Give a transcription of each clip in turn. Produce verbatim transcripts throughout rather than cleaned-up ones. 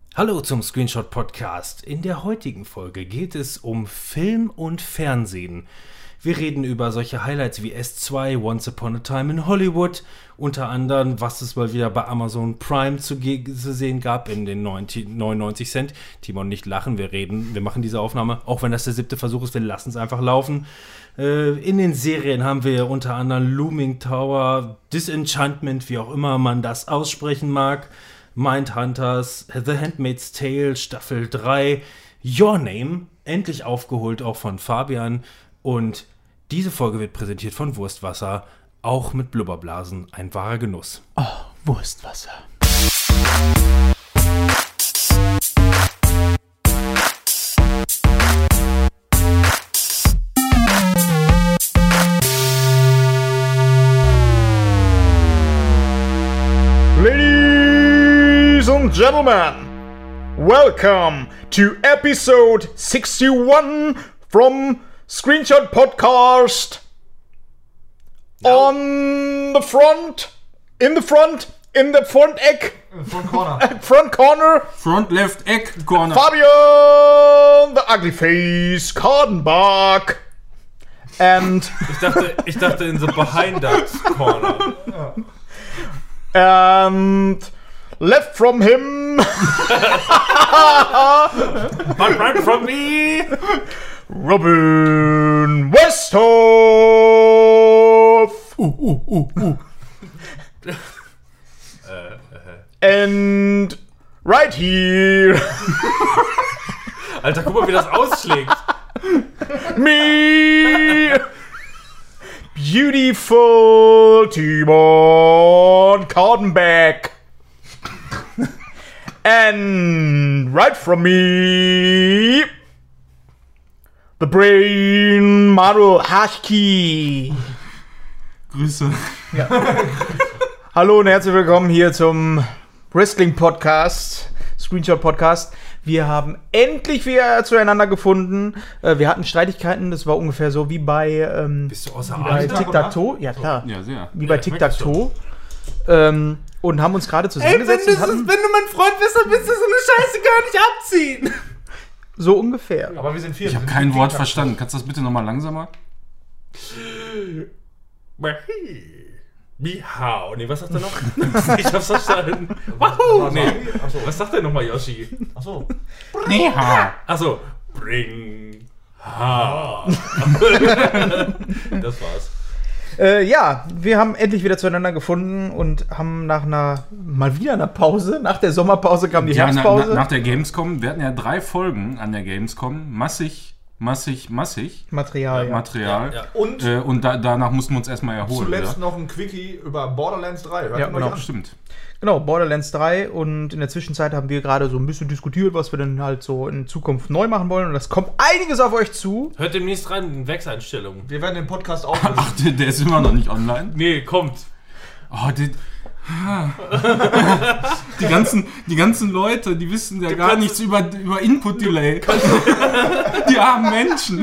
Hallo zum Screenshot Podcast. In der heutigen Folge geht es um Film und Fernsehen. Wir reden über solche Highlights wie S zwei, Once Upon a Time in Hollywood, unter anderem, was es mal wieder bei Amazon Prime zu, ge- zu sehen gab in den neunundneunzig Cent. Timon, nicht lachen, wir reden, wir machen diese Aufnahme, auch wenn das der siebte Versuch ist, wir lassen es einfach laufen. Äh, in den Serien haben wir unter anderem Looming Tower, Disenchantment, wie auch immer man das aussprechen mag, Mindhunters, The Handmaid's Tale, Staffel drei, Your Name, endlich aufgeholt auch von Fabian. Und diese Folge wird präsentiert von Wurstwasser, auch mit Blubberblasen, ein wahrer Genuss. Oh, Wurstwasser. Ladies and gentlemen, welcome to episode sixty-one from Screenshot Podcast. No. On the front, in the front, in the front egg, Front corner. front corner, Front Left Egg Corner. Fabian, the ugly face, Kardenbach, and Ich dachte, ich dachte in the Behind That Corner. and left from him, But right from me! Robin Westhoff. Uh, uh, uh, uh. And right here, Alter, guck mal, wie das ausschlägt. me, beautiful Timon Kardenbeck. And right from me, the brain Maru Hashki. Grüße. Hallo und herzlich willkommen hier zum Wrestling Podcast, Screenshot Podcast. Wir haben endlich wieder zueinander gefunden. Äh, Wir hatten Streitigkeiten, das war ungefähr so wie bei, ähm, Bist du außer wie bei Atem? Tic-Tac-Toe. Ja, klar. Ja, sehr. Wie bei Ja, Tic-Tac-Toe. Ähm, und haben uns gerade zusammengesetzt und hatten wenn du mein Freund bist, dann willst du so eine Scheiße gar nicht abziehen. so ungefähr. Aber wir sind vier. Ich habe kein Wort verstanden. Kannst du das bitte nochmal langsamer? Mihau. Nee, was sagt er noch? Ich hab's verstanden. Wahoo! Nee. Achso. Was sagt er nochmal, Yoshi? Achso. Neha. Achso. Bring. Ha. Das war's. Äh, ja, wir haben endlich wieder zueinander gefunden und haben nach einer, mal wieder einer Pause, nach der Sommerpause kam die Ja, na, Herbstpause. na, nach der Gamescom, wir hatten ja drei Folgen an der Gamescom. Massig, massig, massig. Material, ja. Material. Ja. Und Äh, und da, danach mussten wir uns erstmal erholen. zuletzt Oder? noch ein Quickie über Borderlands drei. Hört Ja, ihn euch genau. an. Stimmt. Genau, Borderlands drei, und in der Zwischenzeit haben wir gerade so ein bisschen diskutiert, was wir denn halt so in Zukunft neu machen wollen, und das kommt einiges auf euch zu. Hört demnächst rein in Werkseinstellungen. Wir werden den Podcast auflösen. Ach, der, der ist immer noch nicht online. Nee, kommt. Oh, die, die, ganzen, die ganzen Leute, die wissen ja gar kannst nichts über, über Input-Delay. Die armen Menschen.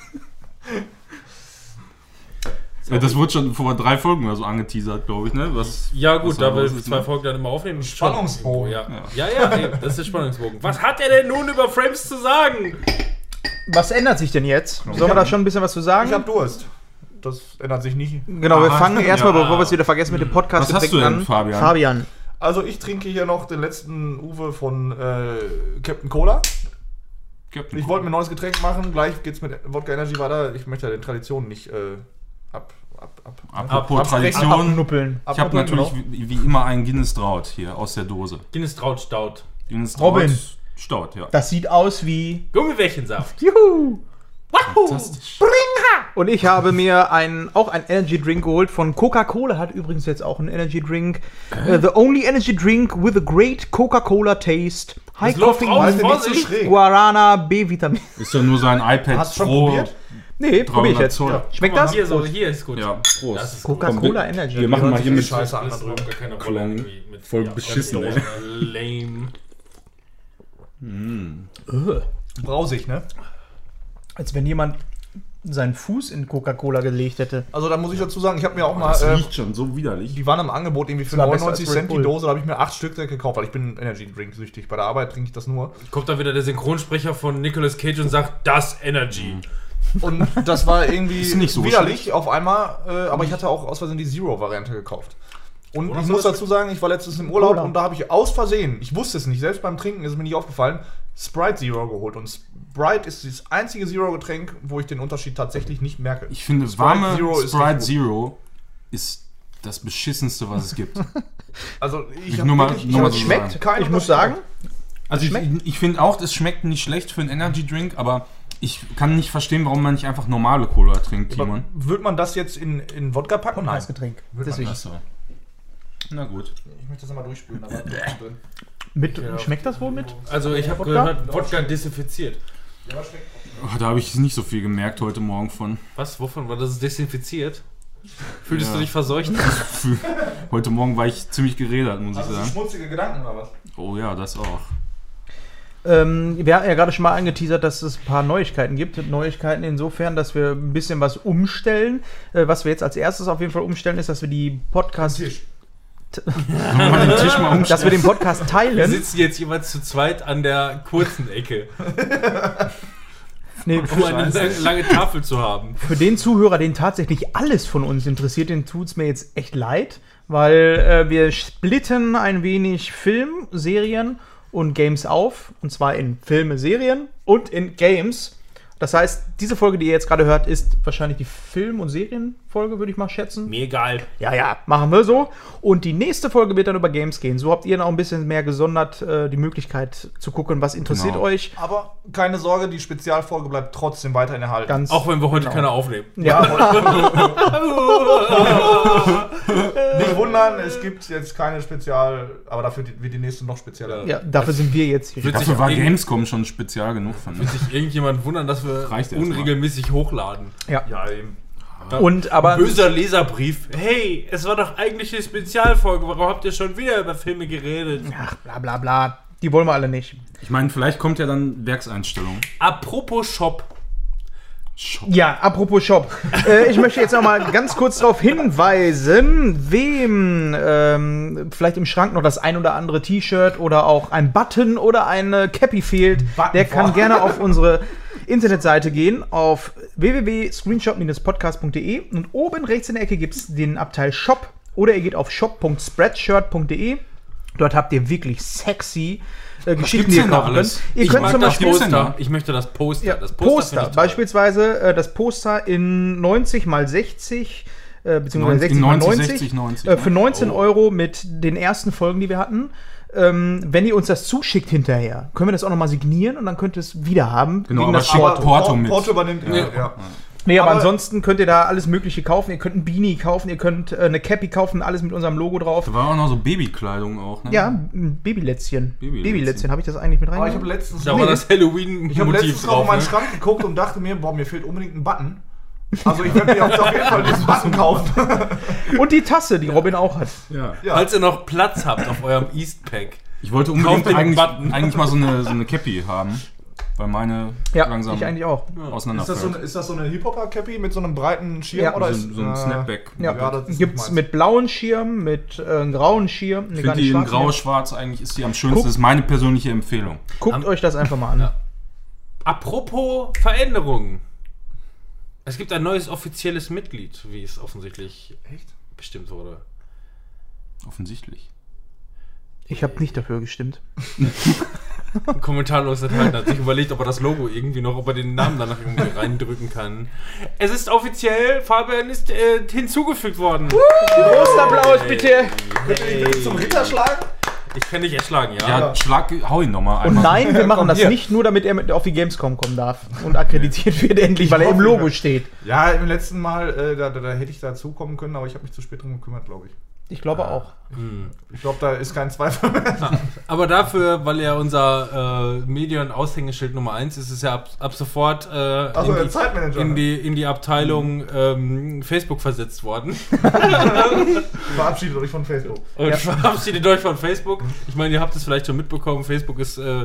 Ja, das wurde schon vor drei Folgen oder so angeteasert, glaube ich, ne? Was, Ja gut, was da wir los ist, zwei ne? Folgen dann immer aufnehmen. ist Spannungsbogen. schon irgendwo, Ja, ja, ja, eben, das ist der Spannungsbogen. Was hat er denn nun über Frames zu sagen? Was ändert sich denn jetzt? Sollen wir da schon ein bisschen was zu sagen? Ich hab Durst. Das ändert sich nicht. Genau, wir Aha, fangen erstmal, ja. bevor wir es wieder vergessen, mit dem Podcast Was hast du denn, an. Fabian? Fabian. Also ich trinke hier noch den letzten Uwe von äh, Captain Cola. Captain Ich wollte mir ein neues Getränk machen. Gleich geht's mit Wodka Energy weiter. Ich möchte ja den Traditionen nicht äh, ab, ab, ab, Apropos absprechen. Tradition. Abnuppeln. Ich habe abnuppeln, natürlich genau. wie, wie immer einen Guinness Draut hier aus der Dose. Guinness Traut Staut. Guinness Robin. Draut Staut, ja. Das sieht aus wie... Gummibärchensaft. Juhu! Fantastisch. Und ich habe mir einen, auch einen Energy Drink geholt von Coca-Cola, hat übrigens jetzt auch einen Energy Drink. Uh, the only energy drink with a great Coca-Cola taste. High Das läuft Coffee, raus, Halt nicht so Vorsicht. schräg. Guarana, B-Vitamin. Ist ja nur sein iPad Hast du schon Pro. probiert? Nee, probier ich dreihundert jetzt. Zoll. Ja. Schmeckt das? Hier, so, hier ist gut. Ja, Das Prost. ist gut. Coca-Cola Komm, wir- Energy. wir machen mal hier mit- Scheiße an da Das ist drüben. überhaupt gar keine Rolle Klon. irgendwie mit- Voll ja, beschissen, ganz ey. Lame. Ugh. Brausig, ne? Als wenn jemand seinen Fuß in Coca-Cola gelegt hätte. Also da muss ich dazu sagen, ich habe mir auch mal, Das äh, riecht schon so widerlich. die waren im Angebot irgendwie für Das war besser neunundneunzig als Red Cent die Bull. Dose, da habe ich mir acht Stück direkt gekauft, weil ich bin Energy Drink süchtig. Bei der Arbeit trinke ich das nur. Kommt da wieder der Synchronsprecher von Nicolas Cage und sagt, das Energy. Und das war irgendwie Ist nicht so widerlich schlecht. auf einmal, äh, aber ich hatte auch aus Versehen die Zero-Variante gekauft. Und Oder ich so muss ist dazu sagen, ich war letztens im Urlaub Cola. und da habe ich aus Versehen, ich wusste es nicht, selbst beim Trinken ist es mir nicht aufgefallen, Sprite Zero geholt. Und Sprite ist das einzige Zero-Getränk, wo ich den Unterschied tatsächlich nicht merke. Ich finde, Sprite warme Zero ist Sprite richtig gut. Zero ist das beschissenste, was es gibt. Also ich Ich hab nur mal- wirklich, nur mal hab so schmeckt sagen. keinen Ich muss Unterschied. sagen, Also ich, Schmeckt. ich finde auch, es schmeckt nicht schlecht für einen Energy Drink, aber ich kann nicht verstehen, warum man nicht einfach normale Cola trinkt, Aber Timon. würde man das jetzt in, in Wodka packen? und Eisgetränk. Würde man Deswegen. das Achso. Na gut. Ich möchte das einmal durchspülen. Da war nichts drin. Mit, schmeckt das wohl mit? Also ich habe Wodka? gehört, Wodka desinfiziert. Ja, schmeckt. Oh, da habe ich nicht so viel gemerkt heute Morgen von. Was? Wovon war das desinfiziert? Fühltest Ja. du dich verseucht? Heute Morgen war ich ziemlich gerädert, muss ich Also so sagen. schmutzige Gedanken oder was? Oh ja, das auch. Ähm, wir hatten ja gerade schon mal angeteasert, dass es ein paar Neuigkeiten gibt. Neuigkeiten insofern, dass wir ein bisschen was umstellen. Äh, was wir jetzt als erstes auf jeden Fall umstellen, ist, dass wir die Podcast, Tisch. Sollen wir mal den Tisch mal umstellen? dass wir den Podcast Wir teilen. sitzen jetzt jeweils zu zweit an der kurzen Ecke, Nee, um für, eine lange, lange Tafel zu haben. für den Zuhörer, den tatsächlich alles von uns interessiert, den tut es mir jetzt echt leid, weil äh, wir splitten ein wenig Film, Serien und Games auf. Und zwar in Filme, Serien und in Games. Das heißt, diese Folge, die ihr jetzt gerade hört, ist wahrscheinlich die Film- und Serienfolge, würde ich mal schätzen. Mir egal. Ja, ja, machen wir so. Und die nächste Folge wird dann über Games gehen. So habt ihr noch ein bisschen mehr gesondert äh, die Möglichkeit zu gucken, was interessiert Genau. euch. Aber keine Sorge, die Spezialfolge bleibt trotzdem weiterhin erhalten. Ganz Auch wenn wir heute Genau. keine aufnehmen. ja, Nicht wundern, es gibt jetzt keine Spezial, aber dafür die- wird die nächste noch spezieller. ja, dafür sind wir jetzt hier. Wird sich Dafür war irgend- Gamescom schon spezial genug von Wird sich irgendjemand wundern, dass wir Reicht erst mal. unregelmäßig hochladen? Ja. Ja, eben. Und aber Böser Leserbrief. Hey, es war doch eigentlich eine Spezialfolge. Warum habt ihr schon wieder über Filme geredet? ach, bla bla bla. Die wollen wir alle nicht. Ich meine, vielleicht kommt ja dann Werkseinstellung. Apropos Shop. Shop. Ja, apropos Shop. äh, ich möchte jetzt noch mal ganz kurz darauf hinweisen, wem ähm, vielleicht im Schrank noch das ein oder andere T-Shirt oder auch ein Button oder eine Cappy fehlt, Button der kann vor. gerne auf unsere Internetseite gehen, auf w w w punkt screenshot dash podcast punkt de und oben rechts in der Ecke gibt es den Abteil Shop oder ihr geht auf shop punkt spreadshirt punkt de. Dort habt ihr wirklich sexy äh, Geschichten, gibt's die ihr denn da kaufen alles? könnt. Ihr Ich könnt mag zum das Beispiel gibt's denn Poster. da? Ich möchte das Poster. Ja, das Poster, Poster finde ich toll. beispielsweise äh, das Poster in neunzig mal sechzig, äh, beziehungsweise neunzig, sechzig mal neunzig, neunzig, sechzig, neunzig, äh, für ne? neunzehn Oh. Euro mit den ersten Folgen, die wir hatten. Ähm, wenn ihr uns das zuschickt hinterher, können wir das auch nochmal signieren und dann könnt ihr es wieder haben. Genau, gegen aber das schickt Porto. Porto Porto, mit. Porto übernimmt. Ja. Ja. Ja. Nee, aber, aber- ansonsten könnt ihr da alles Mögliche kaufen. Ihr könnt ein Beanie kaufen, ihr könnt äh, eine Cappy kaufen, alles mit unserem Logo drauf. Da war auch noch so Babykleidung auch, ne? Ja, ein Babylätzchen. Babylätzchen. Babylätzchen, habe ich das eigentlich mit Aber ich habe reingenommen? letztens, Da war das ich habe Halloween-Motiv letztens noch in drauf. meinen Ne? Schrank geguckt und dachte mir, boah, mir fehlt unbedingt ein Button. Also ich werde mir auf auf jeden Fall diesen Button kaufen. Und die Tasse, die Robin auch hat. Ja. Ja. Falls ihr noch Platz habt auf eurem Eastpack. Ich wollte Kauft unbedingt den eigentlich, Button. eigentlich mal so eine, so eine Cappy haben, weil meine Ja, langsam ich eigentlich auch. Ist das, so auseinanderfällt. eine, ist das so eine Hip-Hopper-Cappy mit so einem breiten Schirm? Ja. oder so, ist, so ein äh, Snapback. Ja, Ja, das ist nicht gibt's meins. mit blauen Schirm, mit äh, grauen Schirm. Nee, Ich gar finde nicht die in schwarz, nee. grau-schwarz eigentlich ist die am schönsten. Guck. Das ist meine persönliche Empfehlung. Guckt Am- euch das einfach mal an. Ja. Apropos Veränderungen. Es gibt ein neues offizielles Mitglied, wie es offensichtlich Echt? bestimmt wurde. Offensichtlich. Ich habe nicht dafür gestimmt. Ein kommentarloser Teil hat sich überlegt, ob er das Logo irgendwie noch, ob er den Namen danach irgendwie reindrücken kann. Es ist offiziell, Fabian ist äh, hinzugefügt worden. Großapplaus, bitte! Bitte zum Ritterschlag? Ich kann dich erschlagen, ja? Ja, schlag, hau ihn nochmal Und einmal. nein, wir machen Komm, das hier. nicht nur, damit er mit auf die Gamescom kommen darf und akkreditiert wird endlich, weil er im hoffe, Logo ja. steht. Ja, im letzten Mal, äh, da, da, da hätte ich dazukommen können, aber ich habe mich zu spät drum gekümmert, glaube ich. Ich glaube auch. Ich glaube, da ist kein Zweifel mehr. Aber dafür, weil er unser äh, Medien-Aushängeschild Nummer eins ist, ist er ab, ab sofort äh, Also in, der die, Zeitmanager. in, die, in die Abteilung ähm, Facebook versetzt worden. Verabschiedet euch von Facebook. Und verabschiedet euch von Facebook. Ich meine, ihr habt es vielleicht schon mitbekommen, Facebook ist äh,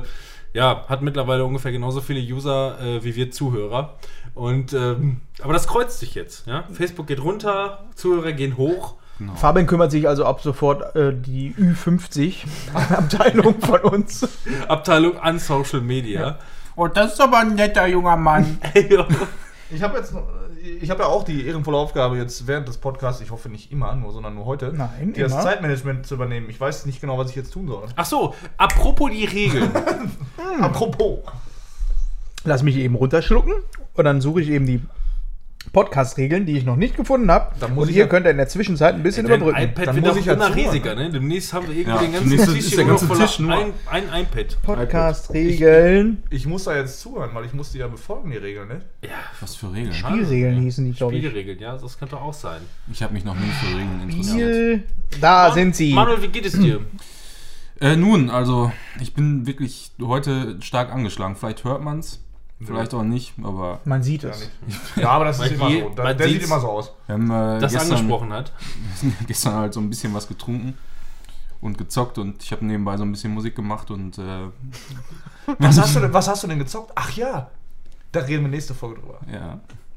ja, hat mittlerweile ungefähr genauso viele User äh, wie wir Zuhörer. Und ähm, aber das kreuzt sich jetzt. Ja? Facebook geht runter, Zuhörer gehen hoch. Genau. Fabian kümmert sich also ab sofort äh, die Ü fünfzig Abteilung von uns. Abteilung an Social Media. Ja. Oh, das ist aber ein netter junger Mann. Ich habe jetzt noch, ich habe ja auch die ehrenvolle Aufgabe jetzt während des Podcasts, ich hoffe nicht immer, nur, sondern nur heute, Nein, das immer. Zeitmanagement zu übernehmen. Ich weiß nicht genau, was ich jetzt tun soll. Ach so, apropos die Regeln. hm. Apropos. Lass mich eben runterschlucken und dann suche ich eben die Podcast-Regeln, die ich noch nicht gefunden habe. Und ihr ja, könnt in der Zwischenzeit ein bisschen dein überbrücken. iPad dann wird muss auch ich ja immer zuhören, riesiger, ne? Demnächst haben wir irgendwie ja, den ganzen Tisch, ist der ganze Tisch nur ein, ein iPad. Podcast-Regeln. Ich, ich muss da jetzt zuhören, weil ich muss die ja befolgen, die Regeln, ne? Ja, was für Regeln? Spielregeln ja. hießen die, glaube ich. Spielregeln, ja, das könnte auch sein. Ich habe mich noch nie für Regeln interessiert. Spiel. Da Man, sind sie. Manuel, wie geht es dir? Äh, nun, also, ich bin wirklich heute stark angeschlagen. Vielleicht hört man's. Vielleicht auch nicht, aber... Man sieht es. Ja, aber das ist Weil immer je, so. Der, der sieht immer so aus. Wir haben, äh, das gestern, angesprochen hat. gestern halt so ein bisschen was getrunken und gezockt und ich habe nebenbei so ein bisschen Musik gemacht und... Äh, was, hast du denn, was hast du denn gezockt? Ach ja, da reden wir nächste Folge drüber. Ja.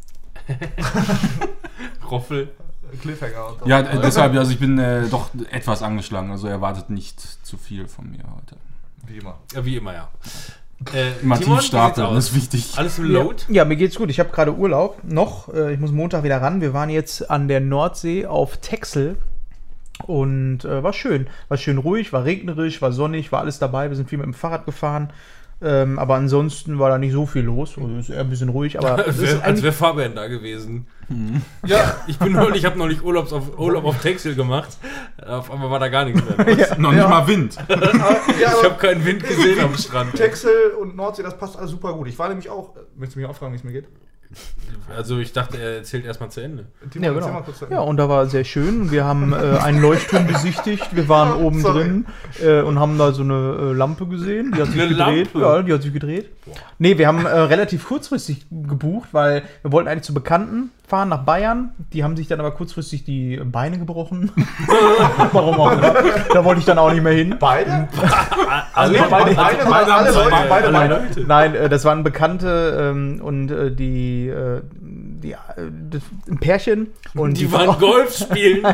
Roffel. Cliffhanger. Und so. Ja, äh, deshalb, also ich bin äh, doch etwas angeschlagen, also erwartet nicht zu viel von mir heute. Wie immer. Ja, wie immer, ja. Äh, Immer tief stapeln, das ist wichtig. Alles im Load? Ja, ja, mir geht's gut. Ich habe gerade Urlaub noch. Ich muss Montag wieder ran. Wir waren jetzt an der Nordsee auf Texel und äh, war schön. War schön ruhig, war regnerisch, war sonnig, war alles dabei. Wir sind viel mit dem Fahrrad gefahren. Ähm, aber ansonsten war da nicht so viel los. Also ist eher ein bisschen ruhig. Aber es wär, als wäre Fabian da gewesen. Hm. Ja, ich bin neulich, ich habe noch nicht Urlaubs auf, Urlaub auf Texel gemacht. Auf einmal war da gar nichts mehr. Ja, noch ja. nicht mal Wind. Ja, ich habe keinen Wind gesehen am Strand. Texel und Nordsee, das passt alles super gut. Ich war nämlich auch. Möchtest du mich auch fragen, wie es mir geht? Also ich dachte, er erzählt erstmal zu Ende. Ja, genau. Mal kurz zu Ende. Ja, und da war sehr schön. Wir haben äh, einen Leuchtturm besichtigt. Wir waren oben Sorry. drin äh, und haben da so eine äh, Lampe gesehen. Die hat sich eine gedreht. Lampe? Ja, die hat sich gedreht. Boah. Nee, wir haben äh, relativ kurzfristig gebucht, weil wir wollten eigentlich zu Bekannten fahren nach Bayern. Die haben sich dann aber kurzfristig die Beine gebrochen. Warum auch immer. Da wollte ich dann auch nicht mehr hin. Beide? Also beide, beide, beide, beide, alle Leute, beide, beide, beide, beide. Nein, äh, das waren Bekannte ähm, und äh, die, äh, die äh, das, ein Pärchen. Und die, die waren Frau, Golf spielen.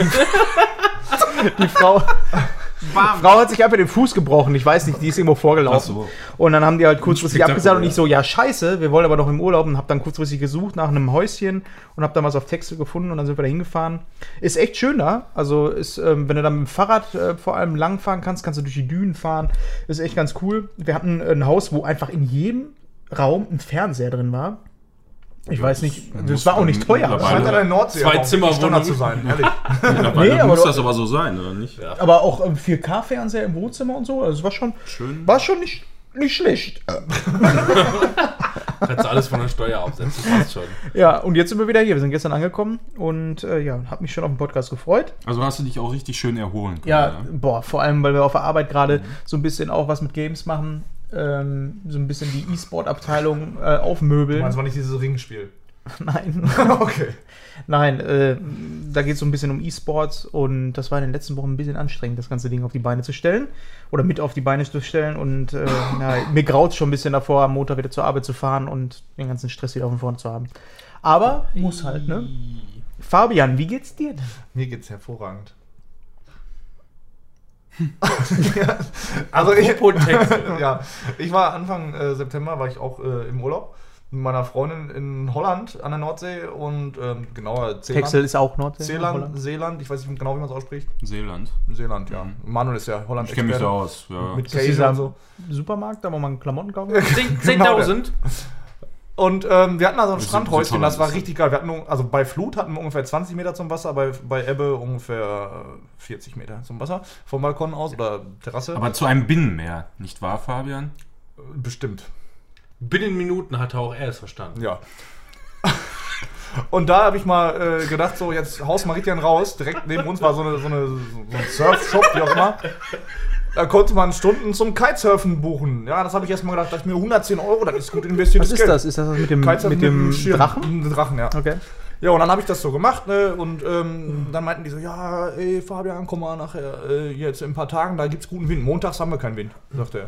Die Frau... Die Frau hat sich einfach den Fuß gebrochen, ich weiß nicht, die ist irgendwo vorgelaufen. So. Und dann haben die halt kurzfristig abgesagt und ich so, ja scheiße, wir wollen aber noch im Urlaub und hab dann kurzfristig gesucht nach einem Häuschen und hab dann was auf Texel gefunden und dann sind wir da hingefahren. Ist echt schön da, also ist, ähm, wenn du dann mit dem Fahrrad äh, vor allem langfahren kannst, kannst du durch die Dünen fahren, ist echt ganz cool. Wir hatten ein Haus, wo einfach in jedem Raum ein Fernseher drin war. Ich weiß nicht, das war auch nicht teuer. Das scheint an der Nordsee Zwei Zimmer zu sein, ehrlich. Nee, aber muss das aber so sein, oder nicht? Ja. Aber auch ähm, vier K-Fernseher im Wohnzimmer und so, also es war schon, Schön. war schon nicht, nicht schlecht. Kannst du alles von der Steuer absetzen, das passt schon. Ja, und jetzt sind wir wieder hier. Wir sind gestern angekommen und äh, ja, hab mich schon auf den Podcast gefreut. Also hast du dich auch richtig schön erholen können. Ja, ja? boah, vor allem, weil wir auf der Arbeit gerade mhm. so ein bisschen auch was mit Games machen. Ähm, so ein bisschen die E-Sport-Abteilung äh, aufmöbeln. Du meinst, war nicht dieses Ringspiel? Nein. Okay. Nein, äh, da geht es so ein bisschen um E-Sports und das war in den letzten Wochen ein bisschen anstrengend, das ganze Ding auf die Beine zu stellen oder mit auf die Beine zu stellen und äh, ja, mir graut schon ein bisschen davor, am Montag wieder zur Arbeit zu fahren und den ganzen Stress wieder von vorne zu haben. Aber muss halt, ne? Fabian, wie geht's dir denn? Mir geht's hervorragend. ja, also ich, ja, ich war Anfang äh, September, war ich auch äh, im Urlaub mit meiner Freundin in Holland an der Nordsee und ähm, genauer Seeland. Texel ist auch Nordsee. Seeland, Seeland, ich weiß nicht genau, wie man es ausspricht. Seeland. Seeland, ja. Mhm. Manuel ist ja Holland. Ich kenne mich da aus. Ja. Mit Case und so. Supermarkt, da wo man Klamotten kaufen kann. zehntausend. Und ähm, wir hatten da so ein das Strandhäuschen, das war richtig geil. Wir hatten, also bei Flut hatten wir ungefähr zwanzig Meter zum Wasser, bei, bei Ebbe ungefähr vierzig Meter zum Wasser vom Balkon aus oder Terrasse. Aber zu einem Binnenmeer, nicht wahr, Fabian? Bestimmt. Binnen Minuten hatte auch er es verstanden. Ja. Und da habe ich mal äh, gedacht, so jetzt haus Maritian raus. Direkt neben uns war so, eine, so, eine, so ein Surfshop, wie auch immer. Da konnte man Stunden zum Kitesurfen buchen. Ja, das habe ich erstmal gedacht, dachte ich mir hundertzehn Euro, das ist gut investiertes Was Geld. Was ist das? Ist das mit dem, mit dem Schirm, Drachen? Mit dem Drachen, ja. Okay. Ja, und dann habe ich das so gemacht, ne, und ähm, dann meinten die so, ja, ey, Fabian, komm mal nachher, äh, jetzt in ein paar Tagen, da gibt's guten Wind. Montags haben wir keinen Wind, sagt er.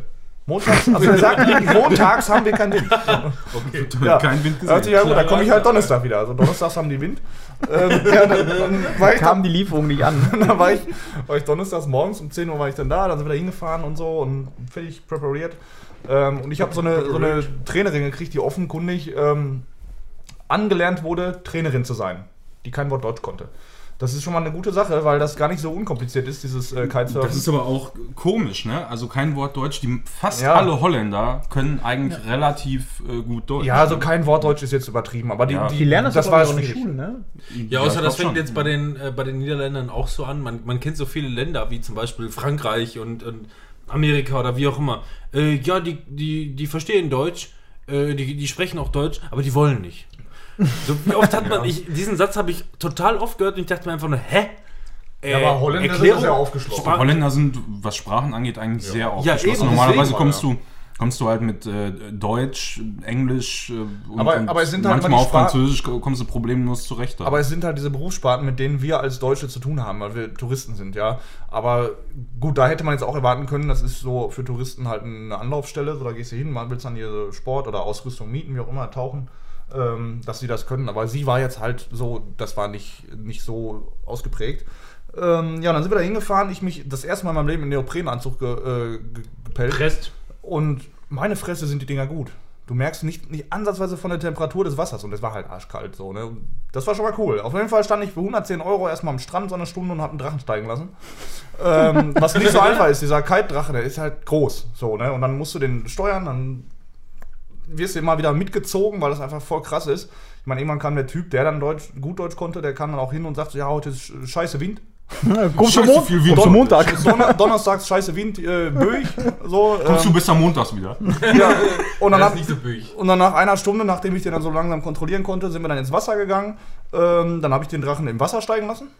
Montags, also er sagt, montags haben wir keinen Wind. Okay, Ja. kein Wind gesehen. Also, ja gut, da komme ich halt Donnerstag wieder. Also donnerstags haben die Wind. Ähm, ja, dann, dann war ich Kam die Lieferung nicht an. dann war ich, war ich donnerstags morgens um zehn Uhr war ich dann da, dann sind wir da hingefahren und so und völlig präpariert. Ähm, und ich habe so eine, so eine Trainerin gekriegt, die offenkundig ähm, angelernt wurde, Trainerin zu sein, die kein Wort Deutsch konnte. Das ist schon mal eine gute Sache, weil das gar nicht so unkompliziert ist, dieses äh, Kitesurfen. Das ist aber auch komisch, ne? Also kein Wort Deutsch. Die, fast Ja. alle Holländer können eigentlich ja. relativ äh, gut Deutsch. Ja, also kein Wort Deutsch ist jetzt übertrieben, aber die, Ja. Die lernen das, das das war auch in der schwierig. Schule, ne? Ja, außer ich das glaub fängt schon. jetzt bei den, äh, bei den Niederländern auch so an. Man, man kennt so viele Länder, wie zum Beispiel Frankreich und, und Amerika oder wie auch immer. Äh, ja, die, die, die verstehen Deutsch, äh, die, die sprechen auch Deutsch, aber die wollen nicht. So, wie oft hat man, ich, diesen Satz habe ich total oft gehört und ich dachte mir einfach nur, hä? Äh, Ja, aber Holländer sind Erklärung? sehr aufgeschlossen. Die Holländer sind, was Sprachen angeht, eigentlich sehr Ja, aufgeschlossen. eben, Normalerweise deswegen, kommst ja. du, kommst du halt mit äh, Deutsch, Englisch äh, und, Aber- und aber es sind halt manchmal immer die auch Sprach- Französisch kommst du problemlos zurecht. Aber es sind halt diese Berufssparten, mit denen wir als Deutsche zu tun haben, weil wir Touristen sind, ja. Aber gut, da hätte man jetzt auch erwarten können, das ist so für Touristen halt eine Anlaufstelle, so da gehst du hin, man willst dann hier Sport oder Ausrüstung mieten, wie auch immer, tauchen, ähm, dass sie das können. Aber sie war jetzt halt so, das war nicht, nicht so ausgeprägt. Ähm, ja, und dann sind wir da hingefahren, ich mich das erste Mal in meinem Leben in Neoprenanzug ge, äh, ge, gepellt. Presst. Und meine Fresse sind die Dinger gut. Du merkst nicht, nicht ansatzweise von der Temperatur des Wassers und es war halt arschkalt so, ne? Und das war schon mal cool. Auf jeden Fall stand ich für hundertzehn Euro erstmal am Strand so eine Stunde und hab einen Drachen steigen lassen. ähm, was nicht so einfach ist, dieser Kite-Drache, der ist halt groß, so, ne? Und dann musst du den steuern, dann wirst du immer wieder mitgezogen, weil das einfach voll krass ist. Ich meine, irgendwann kam der Typ, der dann Deutsch, gut Deutsch konnte, der kam dann auch hin und sagte, ja, heute ist scheiße Wind. Komm zum, Scheiße, Mon viel Wind. komm zum Montag. Donner Donnerstags scheiße Wind, äh, böig, so. Kommst du ähm, bis am Montags wieder? ja, und dann Das hab, ist nicht so büch. Und dann nach einer Stunde, nachdem ich den dann so langsam kontrollieren konnte, sind wir dann ins Wasser gegangen. Ähm, dann habe ich den Drachen im Wasser steigen lassen.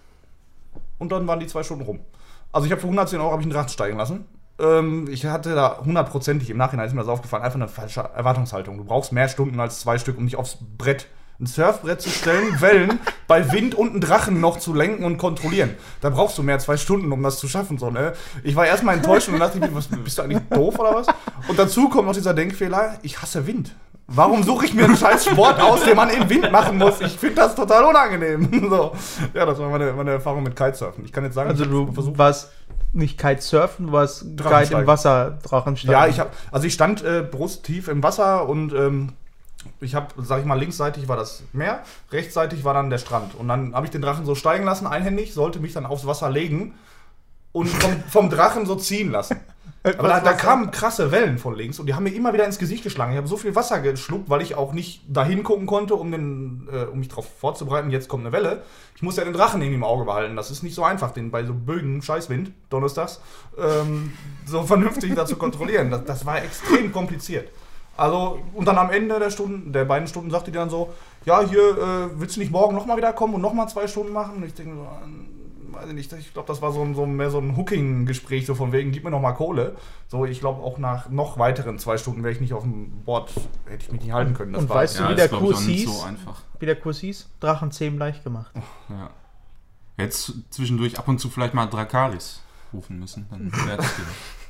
Und dann waren die zwei Stunden rum. Also ich habe für hundertzehn Euro habe ich einen Drachen steigen lassen. Ähm, ich hatte da hundertprozentig, im Nachhinein ist mir das aufgefallen, einfach eine falsche Erwartungshaltung. Du brauchst mehr Stunden als zwei Stück, um dich aufs Brett, ein Surfbrett zu stellen, Wellen, bei Wind und einen Drachen noch zu lenken und kontrollieren. Da brauchst du mehr als zwei Stunden, um das zu schaffen. So, ne? Ich war erstmal enttäuscht und dachte, was, bist du eigentlich doof oder was? Und dazu kommt noch dieser Denkfehler, ich hasse Wind. Warum suche ich mir einen scheiß Sport aus, den man im Wind machen muss? Ich finde das total unangenehm. So. Ja, das war meine, meine Erfahrung mit Kitesurfen. Ich kann jetzt sagen, Also ich hab du versucht. warst nicht Kitesurfen, du warst Kite Drachensteigen. im Wasser, Drachensteigen. Ja, ich habe, also ich stand äh, brusttief im Wasser und ähm, ich habe, sag ich mal, linksseitig war das Meer, rechtsseitig war dann der Strand. Und dann habe ich den Drachen so steigen lassen, einhändig, sollte mich dann aufs Wasser legen und vom, vom Drachen so ziehen lassen. Aber da, da kamen krasse Wellen von links und die haben mir immer wieder ins Gesicht geschlagen. Ich habe so viel Wasser geschluckt, weil ich auch nicht dahin gucken konnte, um, den, äh, um mich darauf vorzubereiten, jetzt kommt eine Welle. Ich muss ja den Drachen irgendwie im Auge behalten. Das ist nicht so einfach, den bei so Bögen, Scheißwind, donnerstags, ähm, so vernünftig da zu kontrollieren. Das, das war extrem kompliziert. Also, und dann am Ende der Stunden, der beiden Stunden sagte die dann so, ja, hier, äh, willst du nicht morgen nochmal wieder kommen und nochmal zwei Stunden machen? Und ich denke so, äh, weiß ich nicht, ich glaube, das war so, ein, so mehr so ein Hooking-Gespräch, so von wegen, gib mir nochmal Kohle. So, ich glaube, auch nach noch weiteren zwei Stunden wäre ich nicht auf dem Board, hätte ich mich nicht halten können. Das Und war, weißt du, Ja, wie ist, der glaub ich, Kurs auch nicht hieß? so einfach. Wie der Kurs hieß? Drachenzähmen leicht gemacht. Ja. Jetzt zwischendurch ab und zu vielleicht mal Drakaris rufen müssen. Dann wäre das wieder.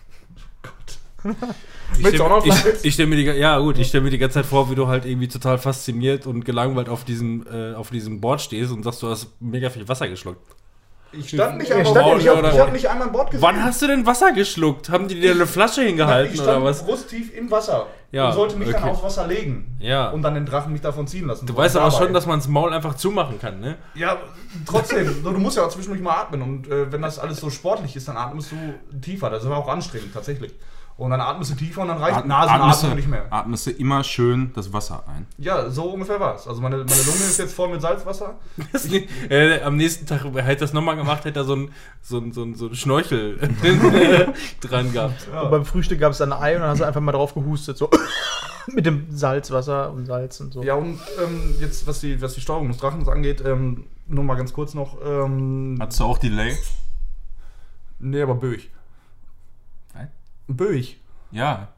Ich Willst du auch noch stelle was? ich, ich stell mir, die ga- ja, gut, ich stell mir die ganze Zeit vor, wie du halt irgendwie total fasziniert und gelangweilt auf diesem, äh, auf diesem Board stehst und sagst, du hast mega viel Wasser geschluckt. Ich stand nicht Er am stand Bord, nicht ich am habe Bord. hab nicht einmal an Bord gesehen. Wann hast du denn Wasser geschluckt? Haben die dir eine Flasche hingehalten ich oder stand was? brusttief im Wasser Ja, und sollte mich dann okay. aufs Wasser legen. Ja. Und dann den Drachen mich davon ziehen lassen. Du So, weißt aber dabei. schon, dass man das Maul einfach zumachen kann, ne? Ja, trotzdem. So, du musst ja auch zwischendurch mal atmen. Und äh, wenn das alles so sportlich ist, dann atmest du tiefer. Das ist aber auch anstrengend, tatsächlich. Und dann atmest du tiefer und dann reicht Nasenatmung nicht mehr. atmest du immer schön das Wasser ein. Ja, so ungefähr war es. Also meine, meine Lunge ist jetzt voll mit Salzwasser. Das, äh, am nächsten Tag hätte das nochmal gemacht, hätte er so ein, so ein, so ein, so ein Schnorchel dran gehabt. Und beim Frühstück gab es dann ein Ei und dann hast du einfach mal drauf gehustet, so mit dem Salzwasser und Salz und so. Ja, und ähm, jetzt, was die, was die Steuerung des Drachens angeht, ähm, nur mal ganz kurz noch. Ähm, Hattest du auch Delay? nee, aber böig. Was? Böig. Ja.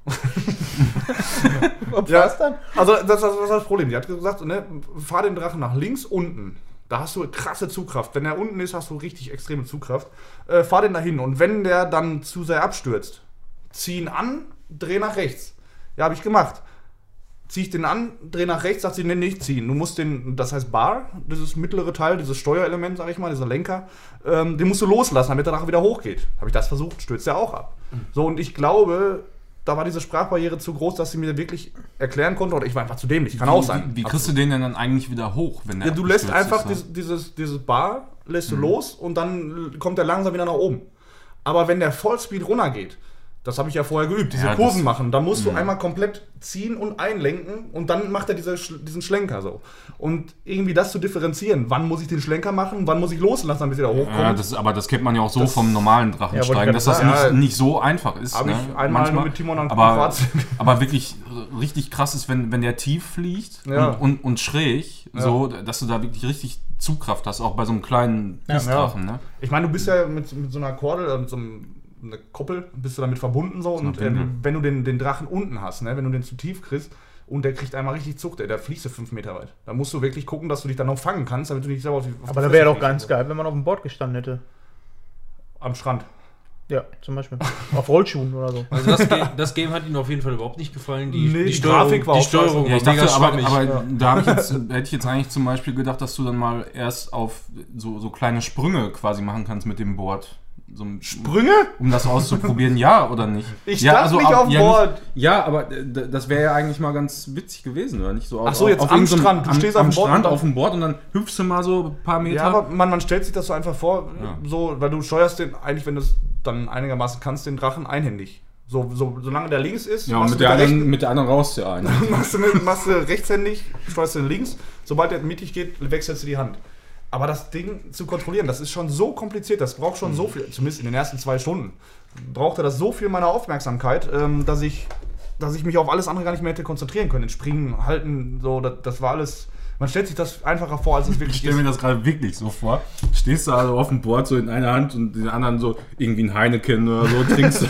Und Ja. was dann? Also, das, das, das ist das Problem. Die hat gesagt, ne, fahr den Drachen nach links unten. Da hast du krasse Zugkraft. Wenn er unten ist, hast du richtig extreme Zugkraft. Äh, fahr den dahin. Und wenn der dann zu sehr abstürzt, zieh ihn an dreh nach rechts. Ja, habe ich gemacht. Zieh ich den an, dreh nach rechts, sagt sie, nee, nicht ziehen. Du musst den, das heißt Bar, dieses mittlere Teil, dieses Steuerelement, sag ich mal, dieser Lenker, ähm, den musst du loslassen, damit der nachher wieder hochgeht. Habe ich das versucht, stürzt der auch ab. Mhm. So, und ich glaube, da war diese Sprachbarriere zu groß, dass sie mir wirklich erklären konnte, oder ich war einfach zu dämlich, kann wie, auch sein. Wie, wie kriegst du den denn dann eigentlich wieder hoch, wenn der ja, du lässt einfach ist, ne? dieses, dieses, dieses Bar, lässt du mhm. los und dann kommt der langsam wieder nach oben. Aber wenn der Vollspeed runtergeht, das habe ich ja vorher geübt, diese ja, Kurven machen, da musst du mh. einmal komplett ziehen und einlenken und dann macht er diese, diesen Schlenker so. Und irgendwie das zu differenzieren, wann muss ich den Schlenker machen, wann muss ich loslassen, damit er da hochkommt. Ja, das, aber das kennt man ja auch so das, vom normalen Drachensteigen, ja, dass das sagen, nicht, nicht so einfach ist. Habe ne? ich einmal Manchmal, nur mit Timon an aber, aber wirklich richtig krass ist, wenn, wenn der tief fliegt ja. und, und, und schräg, ja. so, dass du da wirklich richtig Zugkraft hast, auch bei so einem kleinen Ja, Drachen. ja. Ne? Ich meine, du bist ja mit, mit so einer Kordel, mit so einem eine Koppel, bist du damit verbunden so, und äh, wenn du den, den Drachen unten hast, ne, wenn du den zu tief kriegst und der kriegt einmal richtig Zucht, ey, da fliegst du fünf Meter weit. Da musst du wirklich gucken, dass du dich dann noch fangen kannst, damit du nicht selber auf die auf Aber die da wäre Fresse doch ganz fliegst. geil, wenn man auf dem Board gestanden hätte. Am Strand. Ja, zum Beispiel. Auf Rollschuhen oder so. Also das, Game, das Game hat Ihnen auf jeden Fall überhaupt nicht gefallen. Die, Nee, die, die Steuerung, Grafik war die auch Steuerung Ja, ich war mega dachte, aber, schwammig. aber Ja. da hab ich jetzt, hätte ich jetzt eigentlich zum Beispiel gedacht, dass du dann mal erst auf so, so kleine Sprünge quasi machen kannst mit dem Board. So, Sprünge? um das auszuprobieren, ja oder nicht? Ich ja, stand nicht ab- auf dem ja, Board. Nicht, ja, aber äh, d- das wäre ja eigentlich mal ganz witzig gewesen, oder nicht? So Ach so, jetzt am irgendeinem- Strand. Du am, stehst auf am dem Board Strand und dann- auf dem Board und dann hüpfst du mal so ein paar Meter. Ja, aber man, man stellt sich das so einfach vor, Ja. so, weil du steuerst den, eigentlich, wenn du es dann einigermaßen kannst, den Drachen einhändig. So, so, solange der links ist, ja, und machst mit du der, mit anderen, rechten- mit der anderen raus ja ein. machst, du mit, machst du rechtshändig, steuerst du links, sobald der mittig geht, wechselst du die Hand. Aber das Ding zu kontrollieren, das ist schon so kompliziert, das braucht schon so viel, zumindest in den ersten zwei Stunden, brauchte das so viel meiner Aufmerksamkeit, ähm, dass ich dass ich mich auf alles andere gar nicht mehr hätte konzentrieren können. Springen, halten, so, das, das war alles, man stellt sich das einfacher vor, als es Ich wirklich stelle mir ist. das gerade wirklich so vor. Stehst du also auf dem Board so in einer Hand und in der anderen so irgendwie ein Heineken oder so trinkst.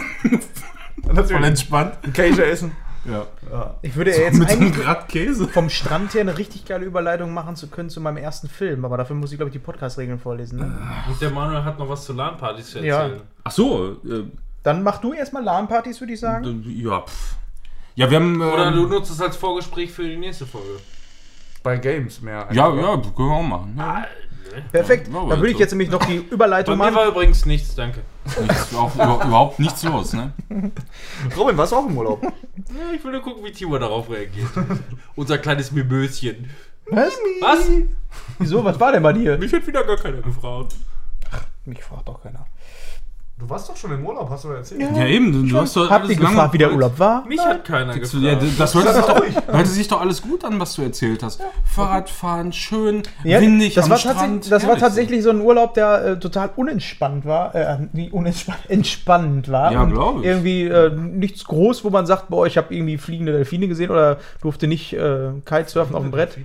Voll entspannt. Ein Käse essen. Ja. Ja. Ich würde ja jetzt Mit so einem eigentlich Grad Käse. vom Strand her eine richtig geile Überleitung machen zu können zu meinem ersten Film, aber dafür muss ich, glaube ich, die Podcast-Regeln vorlesen. Ne? Und der Manuel hat noch was zu LAN-Partys zu Ja. erzählen. Ach so. Äh, Dann mach du erstmal LAN-Partys, würde ich sagen. ja, pff. Ja, wir haben. Oder ähm, du nutzt es als Vorgespräch für die nächste Folge. Bei Games mehr. Ja, eigentlich, ja, oder? können wir auch machen. Ja. Perfekt. Ja, Da würde ich also. jetzt nämlich noch die Überleitung Bei mir machen. war übrigens nichts, danke. Nichts, auch, über, überhaupt nichts los, ne? Robin, warst du auch im Urlaub? Ja, ich will nur gucken, wie Timo darauf reagiert. Unser kleines Mimöschen. Was? Was? Wieso? Was war denn bei dir? Mich hat wieder gar keiner gefragt. Mich fragt doch keiner. Du warst doch schon im Urlaub, hast du ja erzählt. Ja, eben, du, du hast doch Habt ihr alles lange- gefragt, wie der Urlaub war? Mich hat keiner Das, gefragt. ja, das hört sich, doch, hört sich doch alles gut an, was du erzählt hast. Fahrradfahren, schön, Ja, windig das am war Strand. tatsächlich, das war herrlich. tatsächlich so ein Urlaub, der äh, total unentspannt war, äh, nicht unentspannt, entspannend war. Ja, und glaub ich. Irgendwie äh, nichts groß, wo man sagt, boah, ich habe irgendwie fliegende Delfine gesehen oder durfte nicht äh, Kitesurfen auf dem Brett.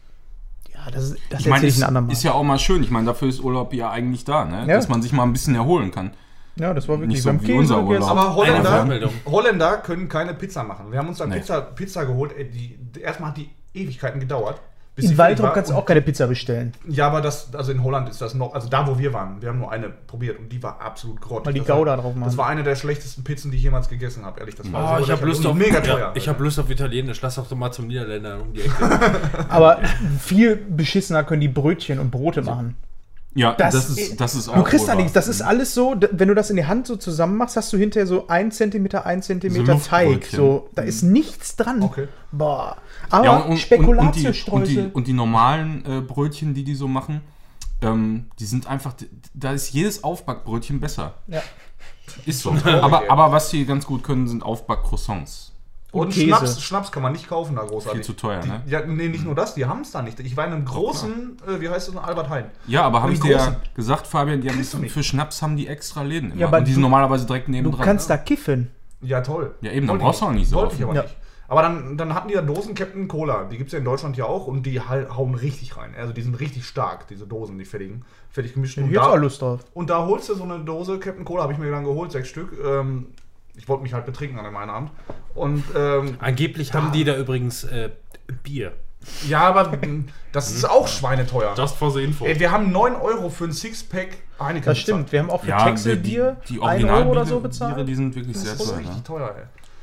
Ja, das, ist- das Ich meine, erzähle ich ist, ein andermal. ist ja auch mal schön. Ich meine, dafür ist Urlaub ja eigentlich da, ne? Ja. Dass man sich mal ein bisschen erholen kann. Ja, das war wirklich Nicht so beim wie Käse unser gegessen. Urlaub. Aber Eine Holländer, Wortmeldung. Holländer können keine Pizza machen. Wir haben uns da Nee. Pizza, Pizza geholt. Ey, die, die, erstmal hat die Ewigkeiten gedauert. bis In sie fertig Waldrop war. kannst du Und- auch keine Pizza bestellen, Ja, aber das, also in Holland ist das noch, also da wo wir waren, wir haben nur eine probiert und die war absolut grottig. weil die Das Gouda war, drauf Das machen. war eine der schlechtesten Pizzen, die ich jemals gegessen habe, ehrlich. Das war Oh, so ich habe lächerlich Lust und auf mega teuer. Ja, ich habe Lust auf Italienisch. Lass doch mal zum Niederländer um die Ecke. Aber viel beschissener können die Brötchen und Brote machen. Ja, Das das, i- ist, das ist auch. Du kriegst da wohl nichts. wahr. Das ist alles so, d- wenn du das in die Hand so zusammen machst, hast du hinterher so ein Zentimeter, ein Zentimeter So Teig. Luftbrötchen. So, da ist nichts dran. Okay. Boah. Aber Ja, und, und, und, die, und, Spekulatiusstreusel. die, und die normalen äh, Brötchen, die die so machen, ähm, die sind einfach, da ist jedes Aufbackbrötchen besser. Ja. Ist so. Traurig, aber, ey. aber was die ganz gut können, sind Aufbackcroissants. Und Käse. Schnaps, Schnaps kann man nicht kaufen da großartig. Viel zu teuer, die, ne? Ja, nee, nicht nur das, die haben es da nicht. Ich war in einem großen, äh, wie heißt das, Albert Heijn. Ja, aber habe Die ich dir ja großen. gesagt, Fabian, die haben Kriegst du nicht. für Schnaps haben die extra Läden immer. Ja, aber und die sind du- normalerweise direkt Du nebendran. kannst da kiffen. Ja, toll. Ja, eben, dann Wollte brauchst du ich auch nicht so Wollte oft. ich aber Ja. nicht. Aber dann, dann hatten die da Dosen Captain Cola. Die gibt es ja in Deutschland ja auch und die hau- hauen richtig rein. Also die sind richtig stark, diese Dosen, die fertigen. Fertig gemischt. Ich Und hab jetzt da, auch Lust drauf. und da holst du so eine Dose Captain Cola, habe ich mir dann geholt, sechs Stück. Ähm, ich wollte mich halt betrinken an dem einen Abend. Und ähm, Angeblich haben die da übrigens äh, Bier. ja, aber mh, das ist auch schweineteuer. Just for the info. Ey, wir haben neun Euro für ein Sixpack Heineken Das stimmt. Wir haben auch für Ja, Texelbier die, die ein Euro oder Originalbiere, so bezahlt. Biere, die sind wirklich sehr Das ist teuer. richtig Ne? teuer, ey.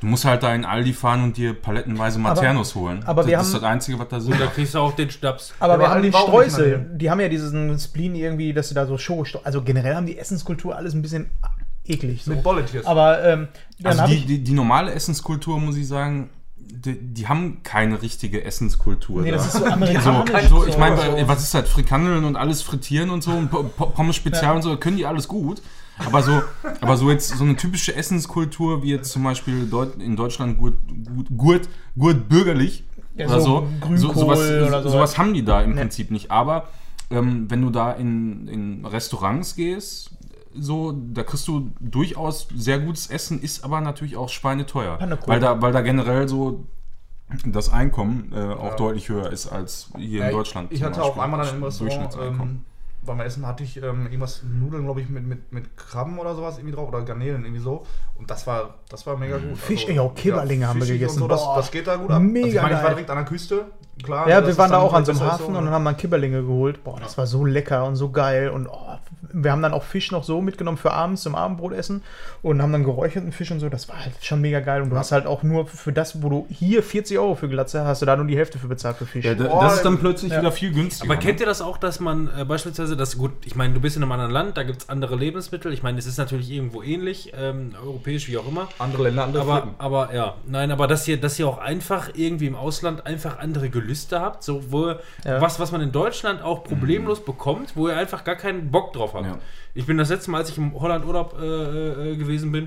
Du musst halt da in Aldi fahren und dir palettenweise Maternus holen. aber das, wir das ist haben- das Einzige, was da so. Da kriegst du auch den Schnaps. Aber Ja, wir aber haben die die Bauern nicht Streusel, mehr die haben ja diesen Spleen irgendwie, dass sie da so Show, also generell haben die Essenskultur alles ein bisschen eklig. So. Mit Bolletiers. Aber ähm, dann Also hab die, ich, die, die normale Essenskultur, muss ich sagen, die, die haben keine richtige Essenskultur. nee, da. das ist so so, amerikanisch. so, ich meine, so. was ist das? Frikandeln und alles frittieren und so und Po- Po- Pommes Spezial und so, können die alles gut. Aber so, aber so jetzt so eine typische Essenskultur, wie jetzt zum Beispiel Deut in Deutschland gut, gut, gut, gut bürgerlich Ja, oder so so, Grünkohl sowas, oder sowas. sowas haben die da im Nee. Prinzip nicht. Aber ähm, wenn du da in, in Restaurants gehst, so, da kriegst du durchaus sehr gutes Essen, ist aber natürlich auch schweineteuer. Pannekuchen. Weil da, weil da generell so das Einkommen äh, auch Ja. deutlich höher ist als hier Ja, in Deutschland. Ich zum hatte auch Beispiel. einmal dann im Restaurant, Durchschnittseinkommen. ähm, beim Essen hatte ich ähm, irgendwas, Nudeln, glaube ich, mit, mit, mit Krabben oder sowas irgendwie drauf oder Garnelen irgendwie so. Und das war, das war mega gut. Fisch, ey, auch Kibberlinge haben wir fischig gegessen. Und so, das, Boah, das geht da gut ab. mega also ich meine, ich war geil. direkt an der Küste. Klar, Ja, das wir ist waren da dann auch an so einem besser Hafen so, und dann haben wir Kibberlinge geholt. Boah, das war so lecker und so geil. Und oh, wir haben dann auch Fisch noch so mitgenommen für abends zum Abendbrotessen und haben dann geräucherten Fisch und so. Das war halt schon mega geil. Und du hast halt auch nur für das, wo du hier vierzig Euro für Glatze hast, du da nur die Hälfte für bezahlt für Fisch. Ja, da, Oh, das ist dann plötzlich ja. wieder viel günstiger. Aber kennt ne? ihr das auch, dass man äh, beispielsweise, das gut, ich meine, du bist in einem anderen Land, da gibt es andere Lebensmittel. Ich meine, es ist natürlich irgendwo ähnlich, ähm, europäisch wie auch immer. Andere Länder, andere Aber, Flippen. aber ja, nein, aber dass ihr, dass ihr auch einfach irgendwie im Ausland einfach andere Gelüste habt, so wo Ja. was, was man in Deutschland auch problemlos bekommt, wo ihr einfach gar keinen Bock drauf habt. Ja. Ich bin das letzte Mal, als ich im Holland Urlaub äh, äh, gewesen bin,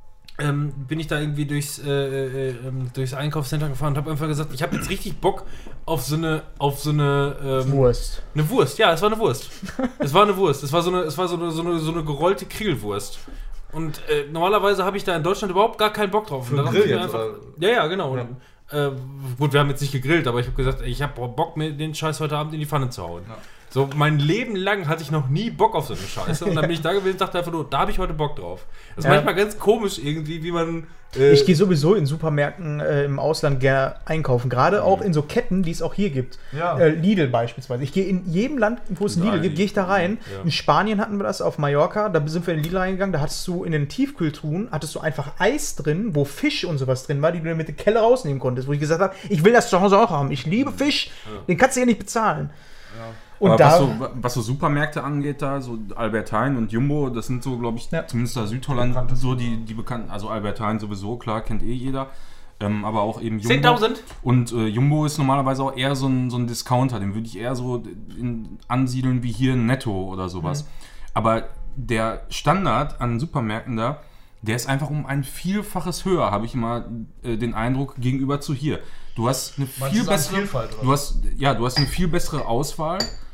ähm, bin ich da irgendwie durchs, äh, äh, ähm, durchs Einkaufscenter gefahren und habe einfach gesagt, ich habe jetzt richtig Bock auf so eine, auf so eine ähm, Wurst. eine Wurst, ja, es war eine Wurst. Es war eine Wurst. Es war so eine, es war so eine, so eine, so eine gerollte Kriegelwurst. Und äh, normalerweise habe ich da in Deutschland überhaupt gar keinen Bock drauf. Für Und da einen dachte ich Grill mir jetzt, einfach, oder? ja, ja, genau. Und, äh, gut, wir haben jetzt nicht gegrillt, aber ich habe gesagt, ey, ich habe Bock, mir den Scheiß heute Abend in die Pfanne zu hauen. Ja. So, mein Leben lang hatte ich noch nie Bock auf so eine Scheiße. Und dann bin ich da gewesen und dachte einfach nur, da habe ich heute Bock drauf. Das ist Ja. manchmal ganz komisch irgendwie, wie man... Äh, Ich gehe sowieso in Supermärkten äh, im Ausland gerne einkaufen. Gerade auch in so Ketten, die es auch hier gibt. Ja. Äh, Lidl beispielsweise. Ich gehe in jedem Land, wo es ein Lidl gibt, gehe ich da rein. Ja. In Spanien hatten wir das, auf Mallorca. Da sind wir in den Lidl reingegangen. Da hattest du in den Tiefkühltruhen hattest du einfach Eis drin, wo Fisch und sowas drin war, die du mit der Kelle rausnehmen konntest. Wo ich gesagt habe, ich will das zu Hause auch haben. Ich liebe Fisch. Den kannst du ja nicht bezahlen. Und Aber da, was, so, was so Supermärkte angeht, da, so Albert Heijn und Jumbo, das sind so, glaube ich, Ja. zumindest da Südholland, so die, die bekannten, also Albert Heijn sowieso, klar, kennt eh jeder, ähm, aber auch eben Jumbo. zehntausend? Und äh, Jumbo ist normalerweise auch eher so ein, so ein Discounter, den würde ich eher so in, ansiedeln wie hier ein Netto oder sowas. Aber der Standard an Supermärkten da, der ist einfach um ein Vielfaches höher, habe ich immer äh, den Eindruck, gegenüber zu hier. Du hast eine Meinst viel du, es ist bessere, an Vielfalt, oder? du hast, ja, du hast eine viel bessere Auswahl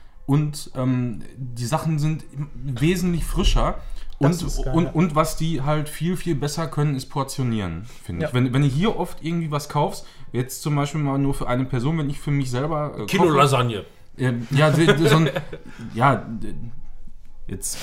und ähm, die Sachen sind wesentlich frischer. Das Und, ist geil, und, ja. und was die halt viel, viel besser können, ist portionieren, finde Ja. ich. Wenn, wenn du hier oft irgendwie was kaufst, jetzt zum Beispiel mal nur für eine Person, wenn ich für mich selber äh, Kilo koche, Lasagne. äh, ja, d- d- so ein, ja, d- jetzt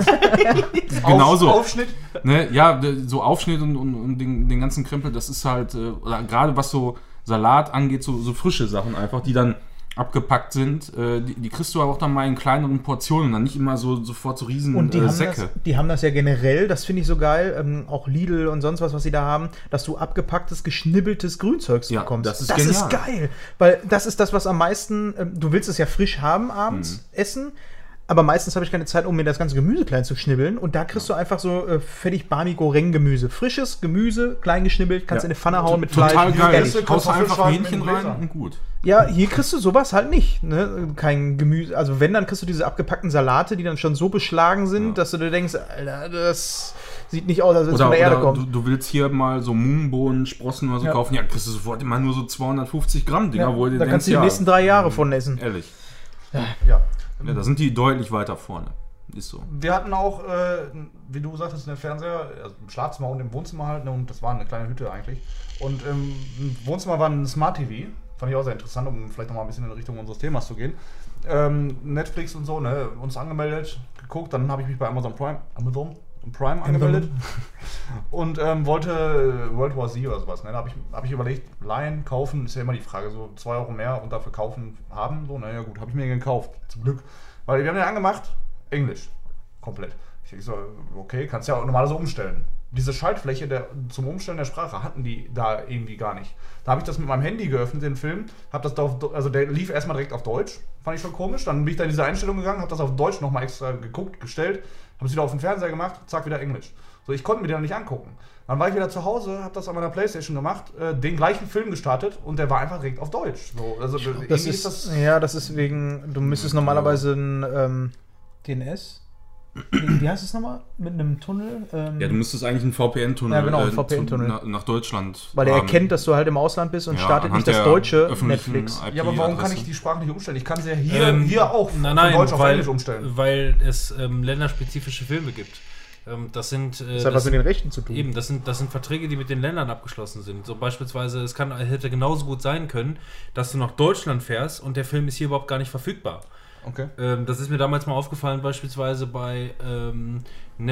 genauso. Auf, Aufschnitt. Ne, ja, d- so Aufschnitt und, und, und den, den ganzen Krempel, das ist halt, äh, oder gerade was so Salat angeht, so, so frische Sachen einfach, die dann abgepackt sind, äh, die, die kriegst du auch dann mal in kleineren Portionen, dann nicht immer so sofort so riesen Und die, äh, haben Säcke. das, die haben das ja generell, das finde ich so geil, ähm, auch Lidl und sonst was, was sie da haben, dass du abgepacktes, geschnibbeltes Grünzeugs Ja, bekommst. das ist das genial. ist geil, weil das ist das, was am meisten, ähm, du willst es ja frisch haben abends, Mhm. essen, aber meistens habe ich keine Zeit, um mir das ganze Gemüse klein zu schnibbeln und da kriegst du einfach so äh, fertig Barmi Goreng-Gemüse. Frisches Gemüse, klein geschnibbelt, kannst Ja. in eine Pfanne hauen mit Total Fleisch. geil. Ehrlich. Ehrlich. Haust du einfach Kartoffelschalen Hähnchen mit rein Gläsern. und gut. Ja, hier kriegst du sowas halt nicht. Ne? Kein Gemüse. Also wenn, dann kriegst du diese abgepackten Salate, die dann schon so beschlagen sind, Ja. dass du dir denkst, Alter, das sieht nicht aus, als wenn es Oder, von der Erde oder kommt. du, du willst hier mal so Mohnbohnen, Sprossen oder so Ja. kaufen, ja, kriegst du sofort immer nur so zweihundertfünfzig Gramm Dinger, Ja, wo du da dir kannst du die denkst, nächsten drei Jahre von essen. Ehrlich. Ja. Ja, da sind die deutlich weiter vorne. Ist so. Wir hatten auch, äh, wie du gesagt hast, einen Fernseher, also im Schlafzimmer und im Wohnzimmer halt, ne, und das war eine kleine Hütte eigentlich. Und ähm, im Wohnzimmer war ein Smart T V, fand ich auch sehr interessant, um vielleicht nochmal ein bisschen in Richtung unseres Themas zu gehen. Ähm, Netflix und so, ne, uns angemeldet, geguckt, dann habe ich mich bei Amazon Prime, Amazon Prime angemeldet und ähm, wollte World War Z oder sowas, ne, da habe ich, hab ich überlegt, leihen, kaufen, ist ja immer die Frage, so zwei Euro mehr und dafür kaufen, haben, so, naja gut, habe ich mir gekauft, zum Glück. Weil wir haben den angemacht, Englisch, komplett. Ich denke so, okay, kannst ja auch normalerweise umstellen. diese Schaltfläche der, zum Umstellen der Sprache hatten die da irgendwie gar nicht. Da habe ich das mit meinem Handy geöffnet, den Film, habe das da auf, also der lief erstmal direkt auf Deutsch, fand ich schon komisch, dann bin ich da in diese Einstellung gegangen, habe das auf Deutsch nochmal extra geguckt, gestellt, habe es wieder auf den Fernseher gemacht, zack, wieder Englisch. So, ich konnte mir den nicht angucken. Dann war ich wieder zu Hause, habe das an meiner Playstation gemacht, äh, den gleichen Film gestartet und der war einfach direkt auf Deutsch. So, also, das ist, ist das ja, das ist wegen, du müsstest normalerweise ein ähm, D N S, wie, wie heißt es nochmal? Mit einem Tunnel? Ähm, ja, du müsstest eigentlich einen V P N-Tunnel ja, genau, einen äh, V P N-Tunnel. nach, nach Deutschland Weil der haben. erkennt, dass du halt im Ausland bist und Ja, startet nicht anhand das der deutsche öffentlichen Netflix. I P Ja, aber warum kann Adresse. ich die Sprache nicht umstellen? Ich kann sie ja hier, Ähm, hier auch nein, von nein, Deutsch auf weil, Englisch umstellen. weil es ähm, länderspezifische Filme gibt. Ähm, das sind, äh, Das hat was mit den Rechten zu tun. Eben, das sind, das sind Verträge, die mit den Ländern abgeschlossen sind. So beispielsweise, es kann, hätte genauso gut sein können, dass du nach Deutschland fährst und der Film ist hier überhaupt gar nicht verfügbar. Okay. Ähm, das ist mir damals mal aufgefallen, beispielsweise bei ähm,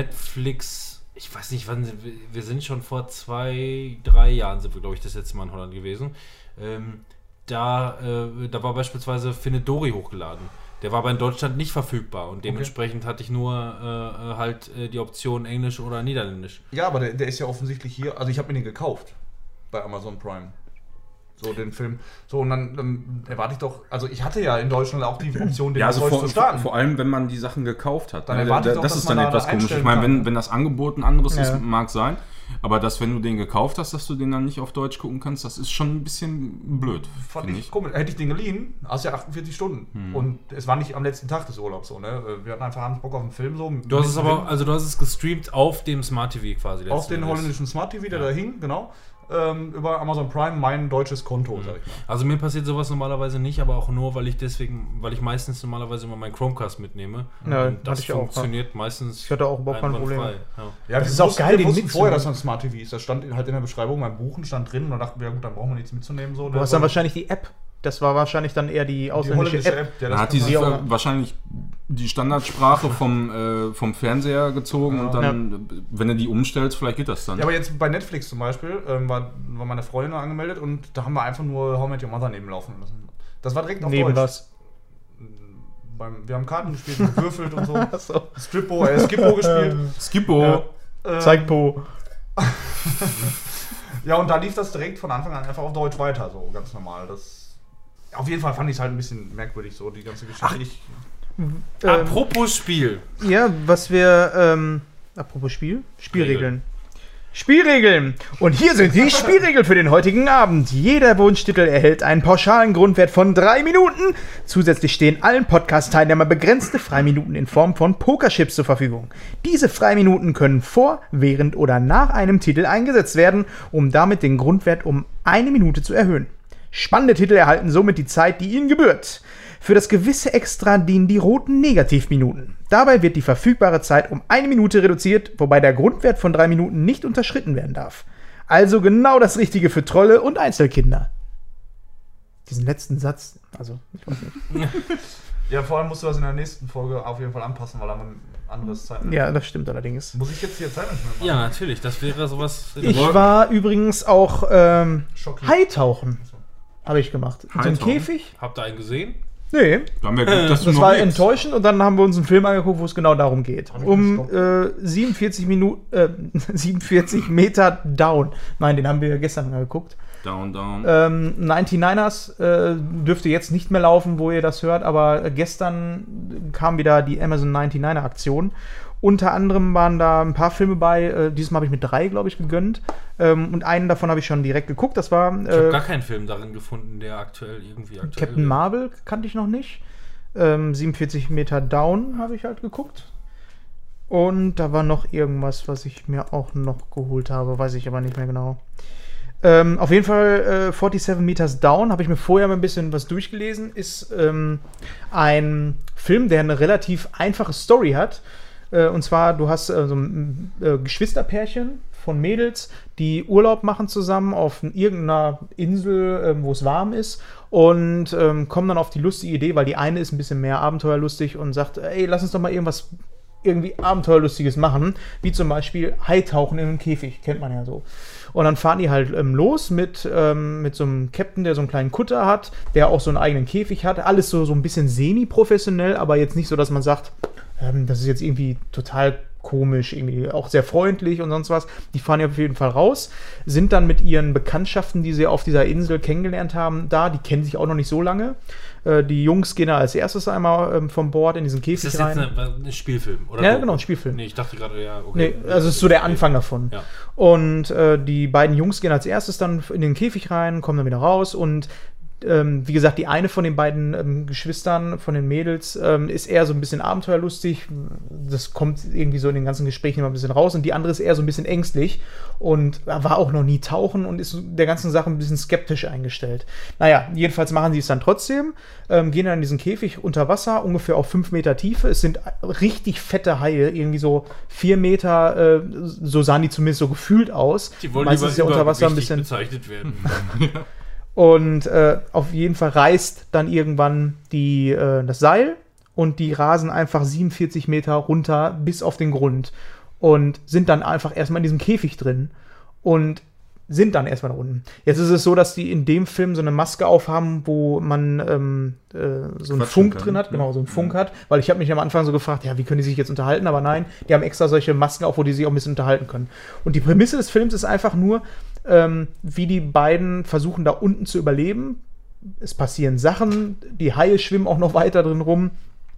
Netflix. Ich weiß nicht, wann sind wir, wir sind schon vor zwei, drei Jahren sind wir, glaube ich, das letzte Mal in Holland gewesen. Ähm, da, äh, da war beispielsweise Findet Dory hochgeladen. Der war aber in Deutschland nicht verfügbar und dementsprechend hatte ich nur äh, halt äh, die Option Englisch oder Niederländisch. Ja, aber der, der ist ja offensichtlich hier, also ich habe mir den gekauft bei Amazon Prime. So, den Film. So, und dann, dann erwarte ich doch, also ich hatte ja in Deutschland auch die Option, den Ja, auf also Deutsch vor, zu starten. vor allem, wenn man die Sachen gekauft hat. Dann ne? erwarte ich Da- doch, das dass ist man dann da etwas komisch. Ich einstellen meine, kann, wenn, ne? wenn das Angebot ein anderes Ja. ist, mag sein. Aber dass, wenn du den gekauft hast, dass du den dann nicht auf Deutsch gucken kannst, das ist schon ein bisschen blöd. Fand finde ich komisch. Hätte ich den geliehen, hast ja achtundvierzig Stunden. Hm. Und es war nicht am letzten Tag des Urlaubs so, ne? Wir hatten einfach abends Bock auf einen Film so. Du hast es mittendrin. aber, also du hast es gestreamt auf dem Smart T V quasi. Auf letzten den Endes. holländischen Smart T V, der Ja. da hing, genau. Ähm, über Amazon Prime mein deutsches Konto, sag ich mal. Also mir passiert sowas normalerweise nicht, aber auch nur, weil ich deswegen, weil ich meistens normalerweise immer meinen Chromecast mitnehme. Ja, und das hatte ich auch, funktioniert meistens. Ich hatte auch überhaupt keine einwandfrei. Probleme. Ja. Ja, Das wir ist auch wussten- geil, wir den wussten mitzunehmen. vorher, dass das ein Smart T V ist. Das stand halt in der Beschreibung, mein Buchen stand drin und dann dachten wir, ja gut, dann brauchen wir nichts mitzunehmen. So, Du hast dann wahrscheinlich die App. Das war wahrscheinlich dann eher die die ausländische holländische App. App. Ja, Dann das hat die kann sich sein. Ja. wahrscheinlich die Standardsprache vom, äh, vom Fernseher gezogen Ja. und dann, wenn du die umstellst, vielleicht geht das dann. Ja, aber jetzt bei Netflix zum Beispiel ähm, war, war meine Freundin angemeldet und da haben wir einfach nur How I Met Your Mother nebenlaufen lassen. Das war direkt auf Neben Deutsch. was? Beim, wir haben Karten gespielt, gewürfelt und so. Achso. Strippo, äh, Skippo gespielt. Skippo! Ja. Ähm, Zeig Po. Ja, und da lief das direkt von Anfang an einfach auf Deutsch weiter, so ganz normal. Das, auf jeden Fall fand ich es halt ein bisschen merkwürdig, so die ganze Geschichte. Ach, ich, Ähm, Apropos Spiel. ja, was wir, ähm, apropos Spiel, Spielregeln. Spielregeln. Und hier sind die Spielregeln für den heutigen Abend. Jeder Wunschtitel erhält einen pauschalen Grundwert von drei Minuten. Zusätzlich stehen allen Podcast-Teilnehmern begrenzte Freiminuten in Form von Pokerchips zur Verfügung. Diese Freiminuten können vor, während oder nach einem Titel eingesetzt werden, um damit den Grundwert um eine Minute zu erhöhen. Spannende Titel erhalten somit die Zeit, die ihnen gebührt. Für das gewisse Extra dienen die roten Negativminuten. Dabei wird die verfügbare Zeit um eine Minute reduziert, wobei der Grundwert von drei Minuten nicht unterschritten werden darf. Also genau das Richtige für Trolle und Einzelkinder. Diesen letzten Satz, also ich weiß nicht. ja, vor allem musst du das in der nächsten Folge auf jeden Fall anpassen, weil da man ein anderes Zeit. Ja, das stimmt allerdings. Muss ich jetzt hier Zeitmanagement machen? Ja, natürlich. Das wäre sowas. Ich war übrigens auch ähm, Schockiert. Haitauchen, habe ich gemacht. In so einem Haitauchen? Käfig? Habt ihr einen gesehen? Nee. Da haben wir Glück, dass du Das noch war lebst. enttäuschend und dann haben wir uns einen Film angeguckt, wo es genau darum geht. Hab ich Um nicht äh, siebenundvierzig Minuten, äh, siebenundvierzig Meter down. Nein, den haben wir gestern angeguckt. Down, down. Ähm, neunundneunzigers äh, dürfte jetzt nicht mehr laufen, wo ihr das hört, aber gestern kam wieder die Amazon neunundneunziger Aktion. Unter anderem waren da ein paar Filme bei, äh, dieses Mal habe ich mit drei, glaube ich, gegönnt. Ähm, und einen davon habe ich schon direkt geguckt, das war Ich habe äh, gar keinen Film darin gefunden, der aktuell irgendwie aktuell Captain Marvel, kannte ich noch nicht. Ähm, siebenundvierzig Meter Down habe ich halt geguckt. Und da war noch irgendwas, was ich mir auch noch geholt habe, weiß ich aber nicht mehr genau. Ähm, auf jeden Fall äh, siebenundvierzig Meters Down, habe ich mir vorher mal ein bisschen was durchgelesen, ist ähm, ein Film, der eine relativ einfache Story hat. Äh, und zwar, du hast äh, so ein äh, Geschwisterpärchen von Mädels, die Urlaub machen zusammen auf irgendeiner Insel, äh, wo es warm ist und ähm, kommen dann auf die lustige Idee, weil die eine ist ein bisschen mehr abenteuerlustig und sagt, ey, lass uns doch mal irgendwas irgendwie Abenteuerlustiges machen, wie zum Beispiel Haitauchen in einem Käfig, kennt man ja so. Und dann fahren die halt ähm, los mit, ähm, mit so einem Captain, der so einen kleinen Kutter hat, der auch so einen eigenen Käfig hat. Alles so, so ein bisschen semi-professionell, aber jetzt nicht so, dass man sagt, ähm, das ist jetzt irgendwie total komisch, irgendwie auch sehr freundlich und sonst was. Die fahren ja auf jeden Fall raus, sind dann mit ihren Bekanntschaften, die sie auf dieser Insel kennengelernt haben, da. Die kennen sich auch noch nicht so lange. Äh, die Jungs gehen da als erstes einmal ähm, vom Bord in diesen Käfig rein. Ist das jetzt ein eine Spielfilm? Oder ja, so? genau, ein Spielfilm. Nee, ich dachte gerade, ja, okay. Nee, also es ist so der Anfang davon. Ja. Und äh, die beiden Jungs gehen als erstes dann in den Käfig rein, kommen dann wieder raus und Ähm, wie gesagt, die eine von den beiden ähm, Geschwistern, von den Mädels, ähm, ist eher so ein bisschen abenteuerlustig. Das kommt irgendwie so in den ganzen Gesprächen immer ein bisschen raus. Und die andere ist eher so ein bisschen ängstlich und war auch noch nie tauchen und ist der ganzen Sache ein bisschen skeptisch eingestellt. Naja, jedenfalls machen sie es dann trotzdem, ähm, gehen dann in diesen Käfig unter Wasser, ungefähr auf fünf Meter Tiefe. Es sind richtig fette Haie, irgendwie so vier Meter, äh, so sahen die zumindest so gefühlt aus. Die wollen Meistens ist ja unter Wasser ein bisschen bezeichnet werden. Und äh, auf jeden Fall reißt dann irgendwann die, äh, das Seil und die rasen einfach siebenundvierzig Meter runter bis auf den Grund und sind dann einfach erstmal in diesem Käfig drin und sind dann erstmal da unten. Jetzt ist es so, dass die in dem Film so eine Maske aufhaben, wo man ähm, äh, so einen Funk kann. drin hat, genau, so einen Funk hat, weil ich habe mich am Anfang so gefragt, ja, wie können die sich jetzt unterhalten, aber nein, die haben extra solche Masken auf, wo die sich auch ein bisschen unterhalten können. Und die Prämisse des Films ist einfach nur, ähm, wie die beiden versuchen, da unten zu überleben. Es passieren Sachen, die Haie schwimmen auch noch weiter drin rum.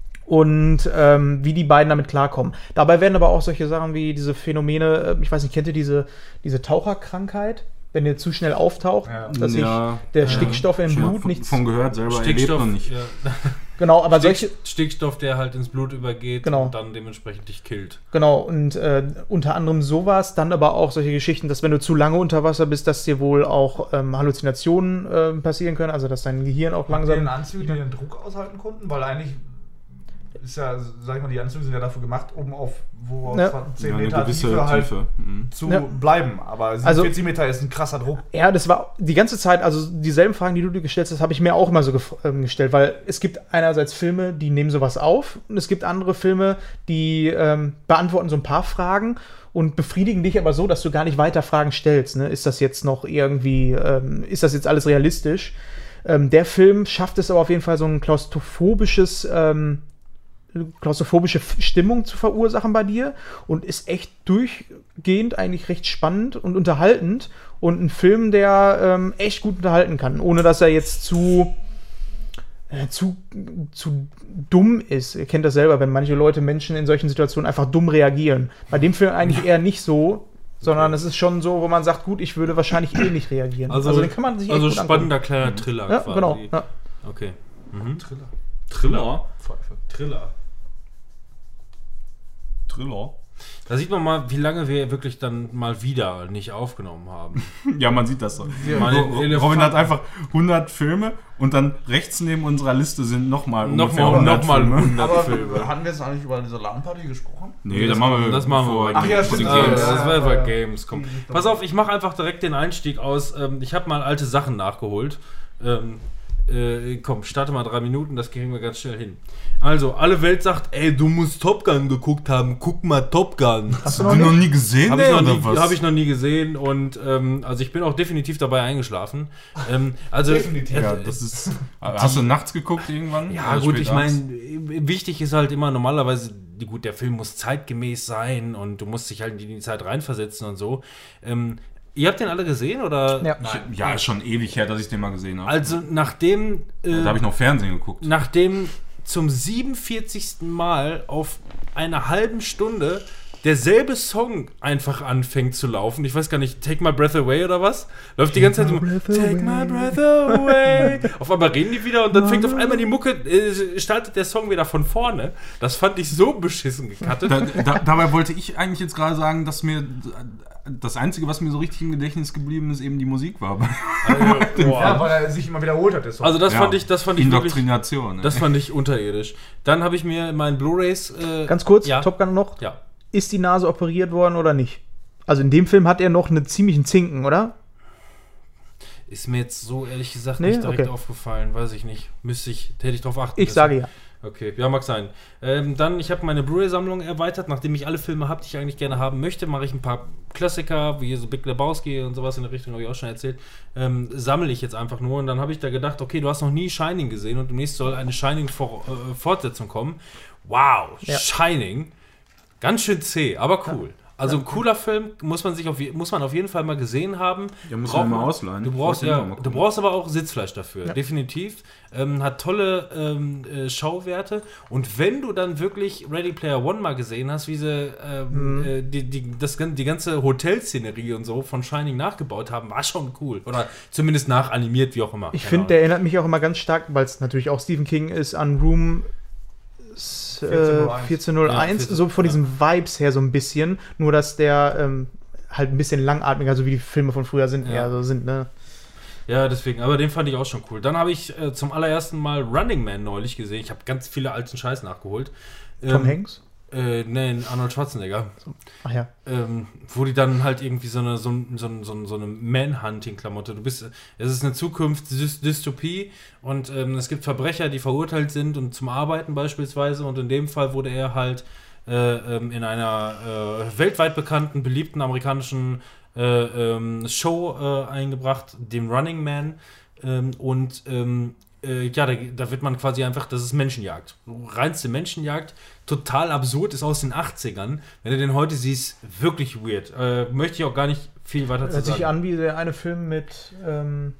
Und ähm, wie die beiden damit klarkommen. Dabei werden aber auch solche Sachen wie diese Phänomene, äh, ich weiß nicht, kennt ihr diese, diese Taucherkrankheit? Wenn ihr zu schnell auftaucht, Ja. dass sich Ja. der Stickstoff im Schon mal Blut von, nichts... von gehört, selber erlebt Stickstoff, noch nicht. ja. Genau, aber Stick, solche... Stickstoff, der halt ins Blut übergeht Genau. und dann dementsprechend dich killt. Genau, und äh, unter anderem sowas, dann aber auch solche Geschichten, dass wenn du zu lange unter Wasser bist, dass dir wohl auch ähm, Halluzinationen äh, passieren können, also dass dein Gehirn auch Langsam. langsam... Den Anzüge, die den Druck aushalten konnten, weil eigentlich ist ja, sag ich mal, die Anzüge sind ja dafür gemacht, um auf wo Ja. auf zehn Ja, eine Meter gewisse Tiefe halt Tiefe. Mhm. zu Ja. bleiben. Aber siebenundvierzig Meter ist ein krasser Druck. Ja, das war die ganze Zeit, also dieselben Fragen, die du dir gestellt hast, habe ich mir auch immer so gef- ähm, gestellt, weil es gibt einerseits Filme, die nehmen sowas auf und es gibt andere Filme, die ähm, beantworten so ein paar Fragen und befriedigen dich aber so, dass du gar nicht weiter Fragen stellst. Ne? Ist das jetzt noch irgendwie, ähm, ist das jetzt alles realistisch? Ähm, der Film schafft es aber auf jeden Fall, so ein klaustrophobisches ähm, klaustrophobische F- Stimmung zu verursachen bei dir und ist echt durchgehend eigentlich recht spannend und unterhaltend und ein Film, der ähm, echt gut unterhalten kann, ohne dass er jetzt zu äh, zu, zu dumm ist. Ihr kennt das selber, wenn manche Leute, Menschen in solchen Situationen einfach dumm reagieren. Bei dem Film eigentlich eher nicht so, sondern es ist schon so, wo man sagt, gut, ich würde wahrscheinlich eh nicht reagieren. Also, den kann man sich echt also gut spannender angucken. kleiner Thriller Ja, quasi. genau. Ja. Okay. Mhm. Triller. Thriller. Pfeife. Thriller. Thriller. Da sieht man mal, wie lange wir wirklich dann mal wieder nicht aufgenommen haben. Ja, man sieht das so. Mal den Ro- Elefant- Robin hat einfach hundert Filme und dann rechts neben unserer Liste sind nochmal ungefähr Nochmal hundert noch mal Filme. hundert Aber Filme. hatten wir jetzt eigentlich über diese LAN-Party gesprochen? Nee, das machen wir. Das machen wir bevor- bei Ach ja, Games. stimmt. Ah, Ja, das ja, war ja, bei ja. Games. Komm. Pass auf, ich mache einfach direkt den Einstieg aus. Ähm, ich habe mal alte Sachen nachgeholt. Ähm, äh, komm, starte mal drei Minuten, das kriegen wir ganz schnell hin. Also, alle Welt sagt, ey, du musst Top Gun geguckt haben, guck mal Top Gun. Hast du Hast du noch nie gesehen, Habe ich, ey, noch oder nie- was? hab ich noch nie gesehen und ähm, also ich bin auch definitiv dabei eingeschlafen. Ähm, also, Definitiv. äh, Ja, das ist. Hast du nachts geguckt irgendwann? ja, Oder gut, spät ich abends? meine, wichtig ist halt immer normalerweise, die- gut, der Film muss zeitgemäß sein und du musst dich halt in die Zeit reinversetzen und so. Ähm, ihr habt den alle gesehen oder? Ja. Ich, ja, ist schon ewig her, dass ich den mal gesehen habe. Also nachdem, äh, Da habe ich noch Fernsehen geguckt. nachdem zum siebenundvierzigsten Mal auf einer halben Stunde derselbe Song einfach anfängt zu laufen. Ich weiß gar nicht, Take My Breath Away oder was? Läuft die ganze Zeit immer Take My Breath Away. Auf einmal reden die wieder und dann fängt auf einmal die Mucke, äh, startet der Song wieder von vorne. Das fand ich so beschissen gecuttet. Da, da, dabei wollte ich eigentlich jetzt gerade sagen, dass mir das Einzige, was mir so richtig im Gedächtnis geblieben ist, eben die Musik war. Also, boah. Ja, weil er sich immer wiederholt hat. Der Song. Also das Ja. fand ich, das fand ich wirklich, Indoktrination. ne? das fand ich unterirdisch. Dann habe ich mir meinen Blu-rays äh, Ganz kurz, ja, Top Gun noch. ja. Ist die Nase operiert worden oder nicht? Also in dem Film hat er noch einen ziemlichen Zinken, oder? Ist mir jetzt so ehrlich gesagt Nee? nicht direkt Okay. aufgefallen, weiß ich nicht. Müsste ich, hätte ich drauf achten Ich müssen. sage ja. Okay, ja, mag sein. Ähm, dann, ich habe meine Blu-ray-Sammlung erweitert. Nachdem ich alle Filme habe, die ich eigentlich gerne haben möchte, mache ich ein paar Klassiker, wie so Big Lebowski und sowas in der Richtung, habe ich auch schon erzählt. Ähm, sammle ich jetzt einfach nur. Und dann habe ich da gedacht, okay, du hast noch nie Shining gesehen und demnächst soll eine Shining-Fortsetzung kommen. Wow, Ja. Shining. Ganz schön zäh, aber cool. Also ein cooler Film, muss man sich auf, muss man auf jeden Fall mal gesehen haben. Ja, muss Braucht man mal ausleihen. Du brauchst, Wollte ich ja, auch mal du gucken. brauchst aber auch Sitzfleisch dafür, Ja. definitiv. Ähm, hat tolle ähm, äh, Schauwerte. Und wenn du dann wirklich Ready Player One mal gesehen hast, wie sie ähm, äh, die, die, das, gan- die ganze Hotelszenerie und so von Shining nachgebaut haben, war schon cool. Oder zumindest nachanimiert, wie auch immer. Ich Keine finde, Ahnung. der erinnert mich auch immer ganz stark, weil es natürlich auch Stephen King ist, an Room s- äh, vierzehn null eins, Ja, so von diesen Vibes her so ein bisschen. Nur, dass der ähm, halt ein bisschen langatmiger, so wie die Filme von früher sind, Ja. eher so sind, ne? Ja, deswegen, aber den fand ich auch schon cool. Dann habe ich äh, zum allerersten Mal Running Man neulich gesehen. Ich habe ganz viele alten Scheiß nachgeholt. Tom Ähm, Hanks? Äh, nein, Arnold Schwarzenegger. Ach ja. Ähm, wo die dann halt irgendwie so eine, so, ein- so, ein- so, ein- so eine Manhunting-Klamotte. Du bist, es ist eine Zukunftsdystopie und ähm, es gibt Verbrecher, die verurteilt sind und zum Arbeiten beispielsweise. Und in dem Fall wurde er halt äh, ähm, in einer äh, weltweit bekannten, beliebten amerikanischen äh, ähm, Show äh, eingebracht, dem Running Man. Ähm, und ähm, äh, ja, da, da wird man quasi einfach, das ist Menschenjagd. Reinste Menschenjagd. Total absurd, ist aus den achtzigern. Wenn du den heute siehst, wirklich weird. Äh, möchte ich auch gar nicht viel weiter zu Hört sich sagen. an wie der eine Film mit, ähm,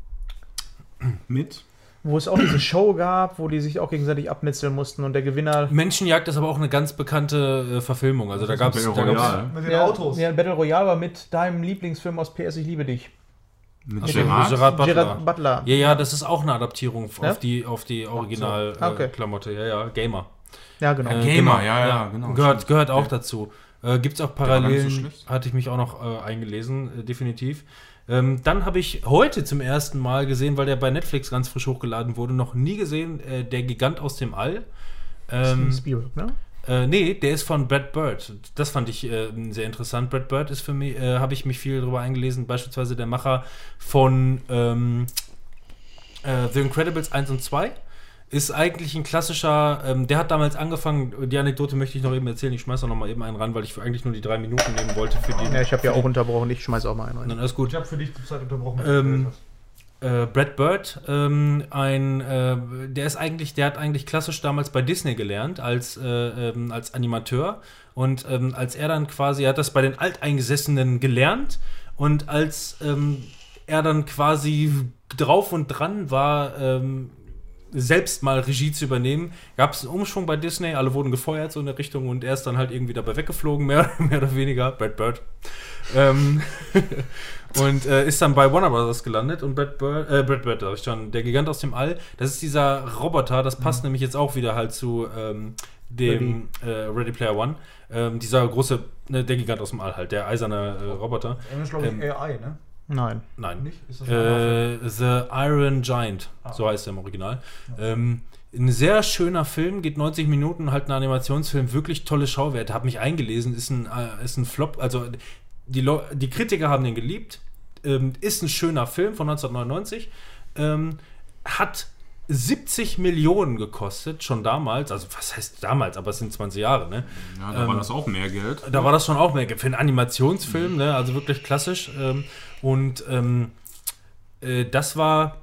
Mit? wo es auch diese Show gab, wo die sich auch gegenseitig abmetzeln mussten und der Gewinner. Menschenjagd ist aber auch eine ganz bekannte äh, Verfilmung. Also da ist gab es. Battle Da gab's, Royale. Mit den Ja, Autos. Ja, Battle Royale war mit deinem Lieblingsfilm aus P S Ich liebe dich. Mit Ach so, Gerard? Gerard Butler. Gerard Butler. Ja, ja, das ist auch eine Adaptierung auf Ja? die, auf die Original-Klamotte. Ah, okay. Äh, Klamotte. ja, ja, Gamer. Ja, genau. Äh, Gamer, ja, ja, genau, Gehört, stimmt. gehört auch Okay. dazu. Äh, Gibt es auch war gar nicht so Parallelen, schlecht. hatte ich mich auch noch äh, eingelesen, äh, definitiv. Ähm, dann habe ich heute zum ersten Mal gesehen, weil der bei Netflix ganz frisch hochgeladen wurde, noch nie gesehen, äh, Der Gigant aus dem All. Ähm, Spielberg, ne? äh, nee, der ist von Brad Bird. Das fand ich äh, sehr interessant. Brad Bird ist für mich, äh, habe ich mich viel darüber eingelesen, beispielsweise der Macher von ähm, äh, The Incredibles eins und zwei. Ist eigentlich ein klassischer, ähm, der hat damals angefangen, die Anekdote möchte ich noch eben erzählen, ich schmeiße auch noch mal eben einen ran, weil ich für eigentlich nur die drei Minuten nehmen wollte für die. Ja, ich habe ja für auch unterbrochen, ich schmeiß auch mal einen die, rein. Dann alles gut. Ich habe für dich die Zeit unterbrochen. Ähm, Äh, Brad Bird, ähm, ein, äh, der ist eigentlich, der hat eigentlich klassisch damals bei Disney gelernt als, äh, ähm, als Animateur und ähm, als er dann quasi, er hat das bei den Alteingesessenen gelernt und als ähm, er dann quasi drauf und dran war, ähm, selbst mal Regie zu übernehmen, gab es einen Umschwung bei Disney, alle wurden gefeuert so in der Richtung und er ist dann halt irgendwie dabei weggeflogen, mehr, mehr oder weniger, Brad Bird. Ähm, und äh, ist dann bei Warner Brothers gelandet und Brad Bird, äh, Brad Bird, sag ich schon, der Gigant aus dem All, das ist dieser Roboter, das passt nämlich jetzt auch wieder halt zu ähm, dem Ready. Äh, Ready Player One, ähm, dieser große, ne, der Gigant aus dem All halt, der eiserne äh, Roboter. Englisch glaube ich ähm, A I, ne? Nein. Nein. Nicht? Ist das ein Äh, The Iron Giant, Ah. so heißt er im Original. Ähm, ein sehr schöner Film, geht neunzig Minuten, halt ein Animationsfilm, wirklich tolle Schauwerte. Hab mich eingelesen, ist ein, äh, ist ein Flop. Also die, Leu- die Kritiker haben den geliebt. Ähm, ist ein schöner Film von neunzehnhundertneunundneunzig. Ähm, hat siebzig Millionen gekostet, schon damals. Also was heißt damals, aber es sind zwanzig Jahre, ne? Ja, da Ähm, war das auch mehr Geld. Da war das schon auch mehr für einen Animationsfilm, ne? Also wirklich klassisch. Ähm, und ähm, äh, das war,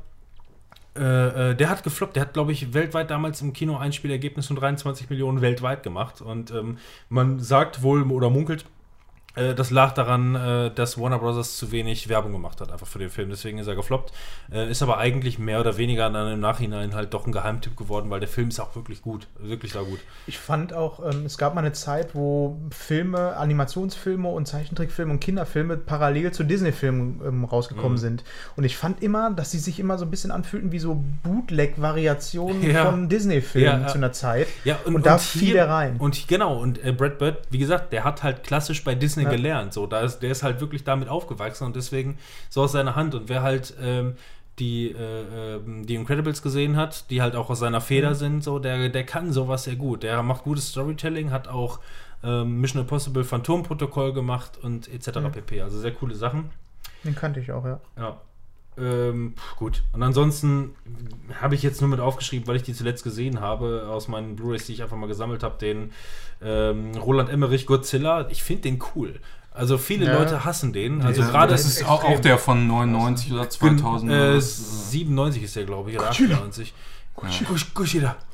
äh, äh, der hat gefloppt. Der hat, glaube ich, weltweit damals im Kino ein Spielergebnis von dreiundzwanzig Millionen weltweit gemacht. Und ähm, man sagt wohl oder munkelt, äh, das lag daran, äh, dass Warner Brothers zu wenig Werbung gemacht hat, einfach für den Film. Deswegen ist er gefloppt. Äh, ist aber eigentlich mehr oder weniger dann im Nachhinein halt doch ein Geheimtipp geworden, weil der Film ist auch wirklich gut. Wirklich da gut. Ich fand auch, ähm, es gab mal eine Zeit, wo Filme, Animationsfilme und Zeichentrickfilme und Kinderfilme parallel zu Disney-Filmen ähm, rausgekommen Mhm. sind. Und ich fand immer, dass sie sich immer so ein bisschen anfühlten wie so Bootleg-Variationen Ja. von Disney-Filmen Ja, zu einer Zeit. Ja, Und da fiel er rein. Und genau, und äh, Brad Bird, wie gesagt, der hat halt klassisch bei Disney Ja. gelernt. So, da ist, der ist halt wirklich damit aufgewachsen und deswegen so aus seiner Hand. Und wer halt ähm, die, äh, ähm, die Incredibles gesehen hat, die halt auch aus seiner Feder Mhm. sind, so, der, der kann sowas sehr gut. Der macht gutes Storytelling, hat auch ähm, Mission Impossible Phantom-Protokoll gemacht und et cetera Mhm. pp. Also sehr coole Sachen. Den kannte ich auch, ja. Ja. Ähm, pf, gut. Und ansonsten habe ich jetzt nur mit aufgeschrieben, weil ich die zuletzt gesehen habe, aus meinen Blu-rays, die ich einfach mal gesammelt habe, den ähm, Roland Emmerich Godzilla. Ich finde den cool. Also viele Ja. Leute hassen den. Also Ja, gerade das ist auch, auch der von neunundneunzig oder zweitausend. äh, oder was. siebenundneunzig ist der, glaube ich, oder achtundneunzig. Ja. Godzilla.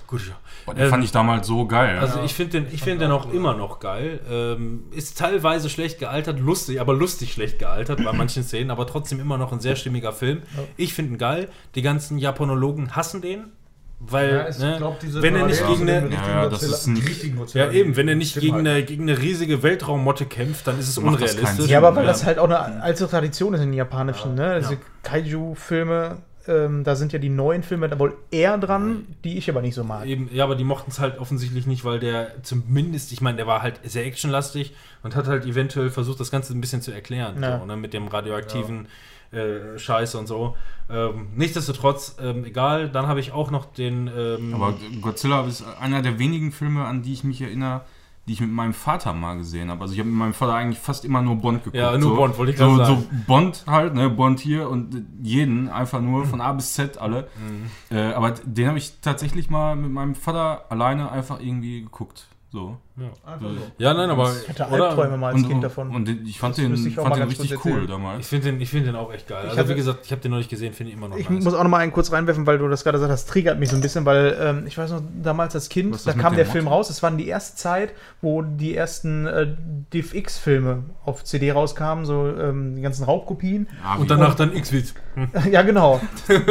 Godzilla. Boah, den Ähm, fand ich damals so geil. Also ich finde den, ich find den auch immer noch geil. Ähm, ist teilweise schlecht gealtert, lustig, aber lustig schlecht gealtert bei manchen Szenen, aber trotzdem immer noch ein sehr stimmiger Film. Ich finde ihn geil. Die ganzen Japanologen hassen den. Weil, Ja, ich ne, glaub, diese wenn er nicht Parallelen gegen zu dem eine, richtigen Ja, das Godzilla- ist ein- richtigen Godzilla, ja eben, wenn er nicht stimmt gegen halt. eine, gegen eine riesige Weltraummotte kämpft, dann ist es Macht das keinen unrealistisch. Sinn. Ja, aber weil Ja. das halt auch eine alte Tradition ist in den japanischen, ne? Diese Kaiju-Filme, ähm, da sind ja die neuen Filme da wohl eher dran, die ich aber nicht so mag. Eben, ja, aber die mochten es halt offensichtlich nicht, weil der zumindest, ich meine, der war halt sehr actionlastig und hat halt eventuell versucht, das Ganze ein bisschen zu erklären. Ja. So, ne, mit dem radioaktiven äh, Scheiß und so. Ähm, nichtsdestotrotz, ähm, egal, dann habe ich auch noch den. Ähm, Aber Godzilla ist einer der wenigen Filme, an die ich mich erinnere, die ich mit meinem Vater mal gesehen habe. Also ich habe mit meinem Vater eigentlich fast immer nur Bond geguckt. Ja, nur so. Bond, wollte ich so, gerade so sagen. Bond halt, ne, Bond hier und jeden, einfach nur von A bis Z alle. Mhm. Äh, aber den habe ich tatsächlich mal mit meinem Vater alleine einfach irgendwie geguckt. So. Einfach so. ja, nein, aber. Ich hatte oder? Albträume mal als Und, Kind und, davon. und den- ich fand Das den, müsste ich auch fand mal den ganz kurz richtig cool erzählen. Ich damals. finde den, ich find den auch echt geil. Ich Also, hatte- wie gesagt, ich habe den noch nicht gesehen, finde ich immer noch Ich nice. muss auch noch mal einen kurz reinwerfen, weil du das gerade gesagt hast, das triggert mich so ein bisschen, weil ähm, ich weiß noch, damals als Kind, Was ist da das mit kam dem der Mod? Film raus, es war die erste Zeit, wo die ersten äh, D F X-Filme auf C D rauskamen, so ähm, die ganzen Raubkopien. Ah, wie- Und danach dann X-Witz. Ja, genau.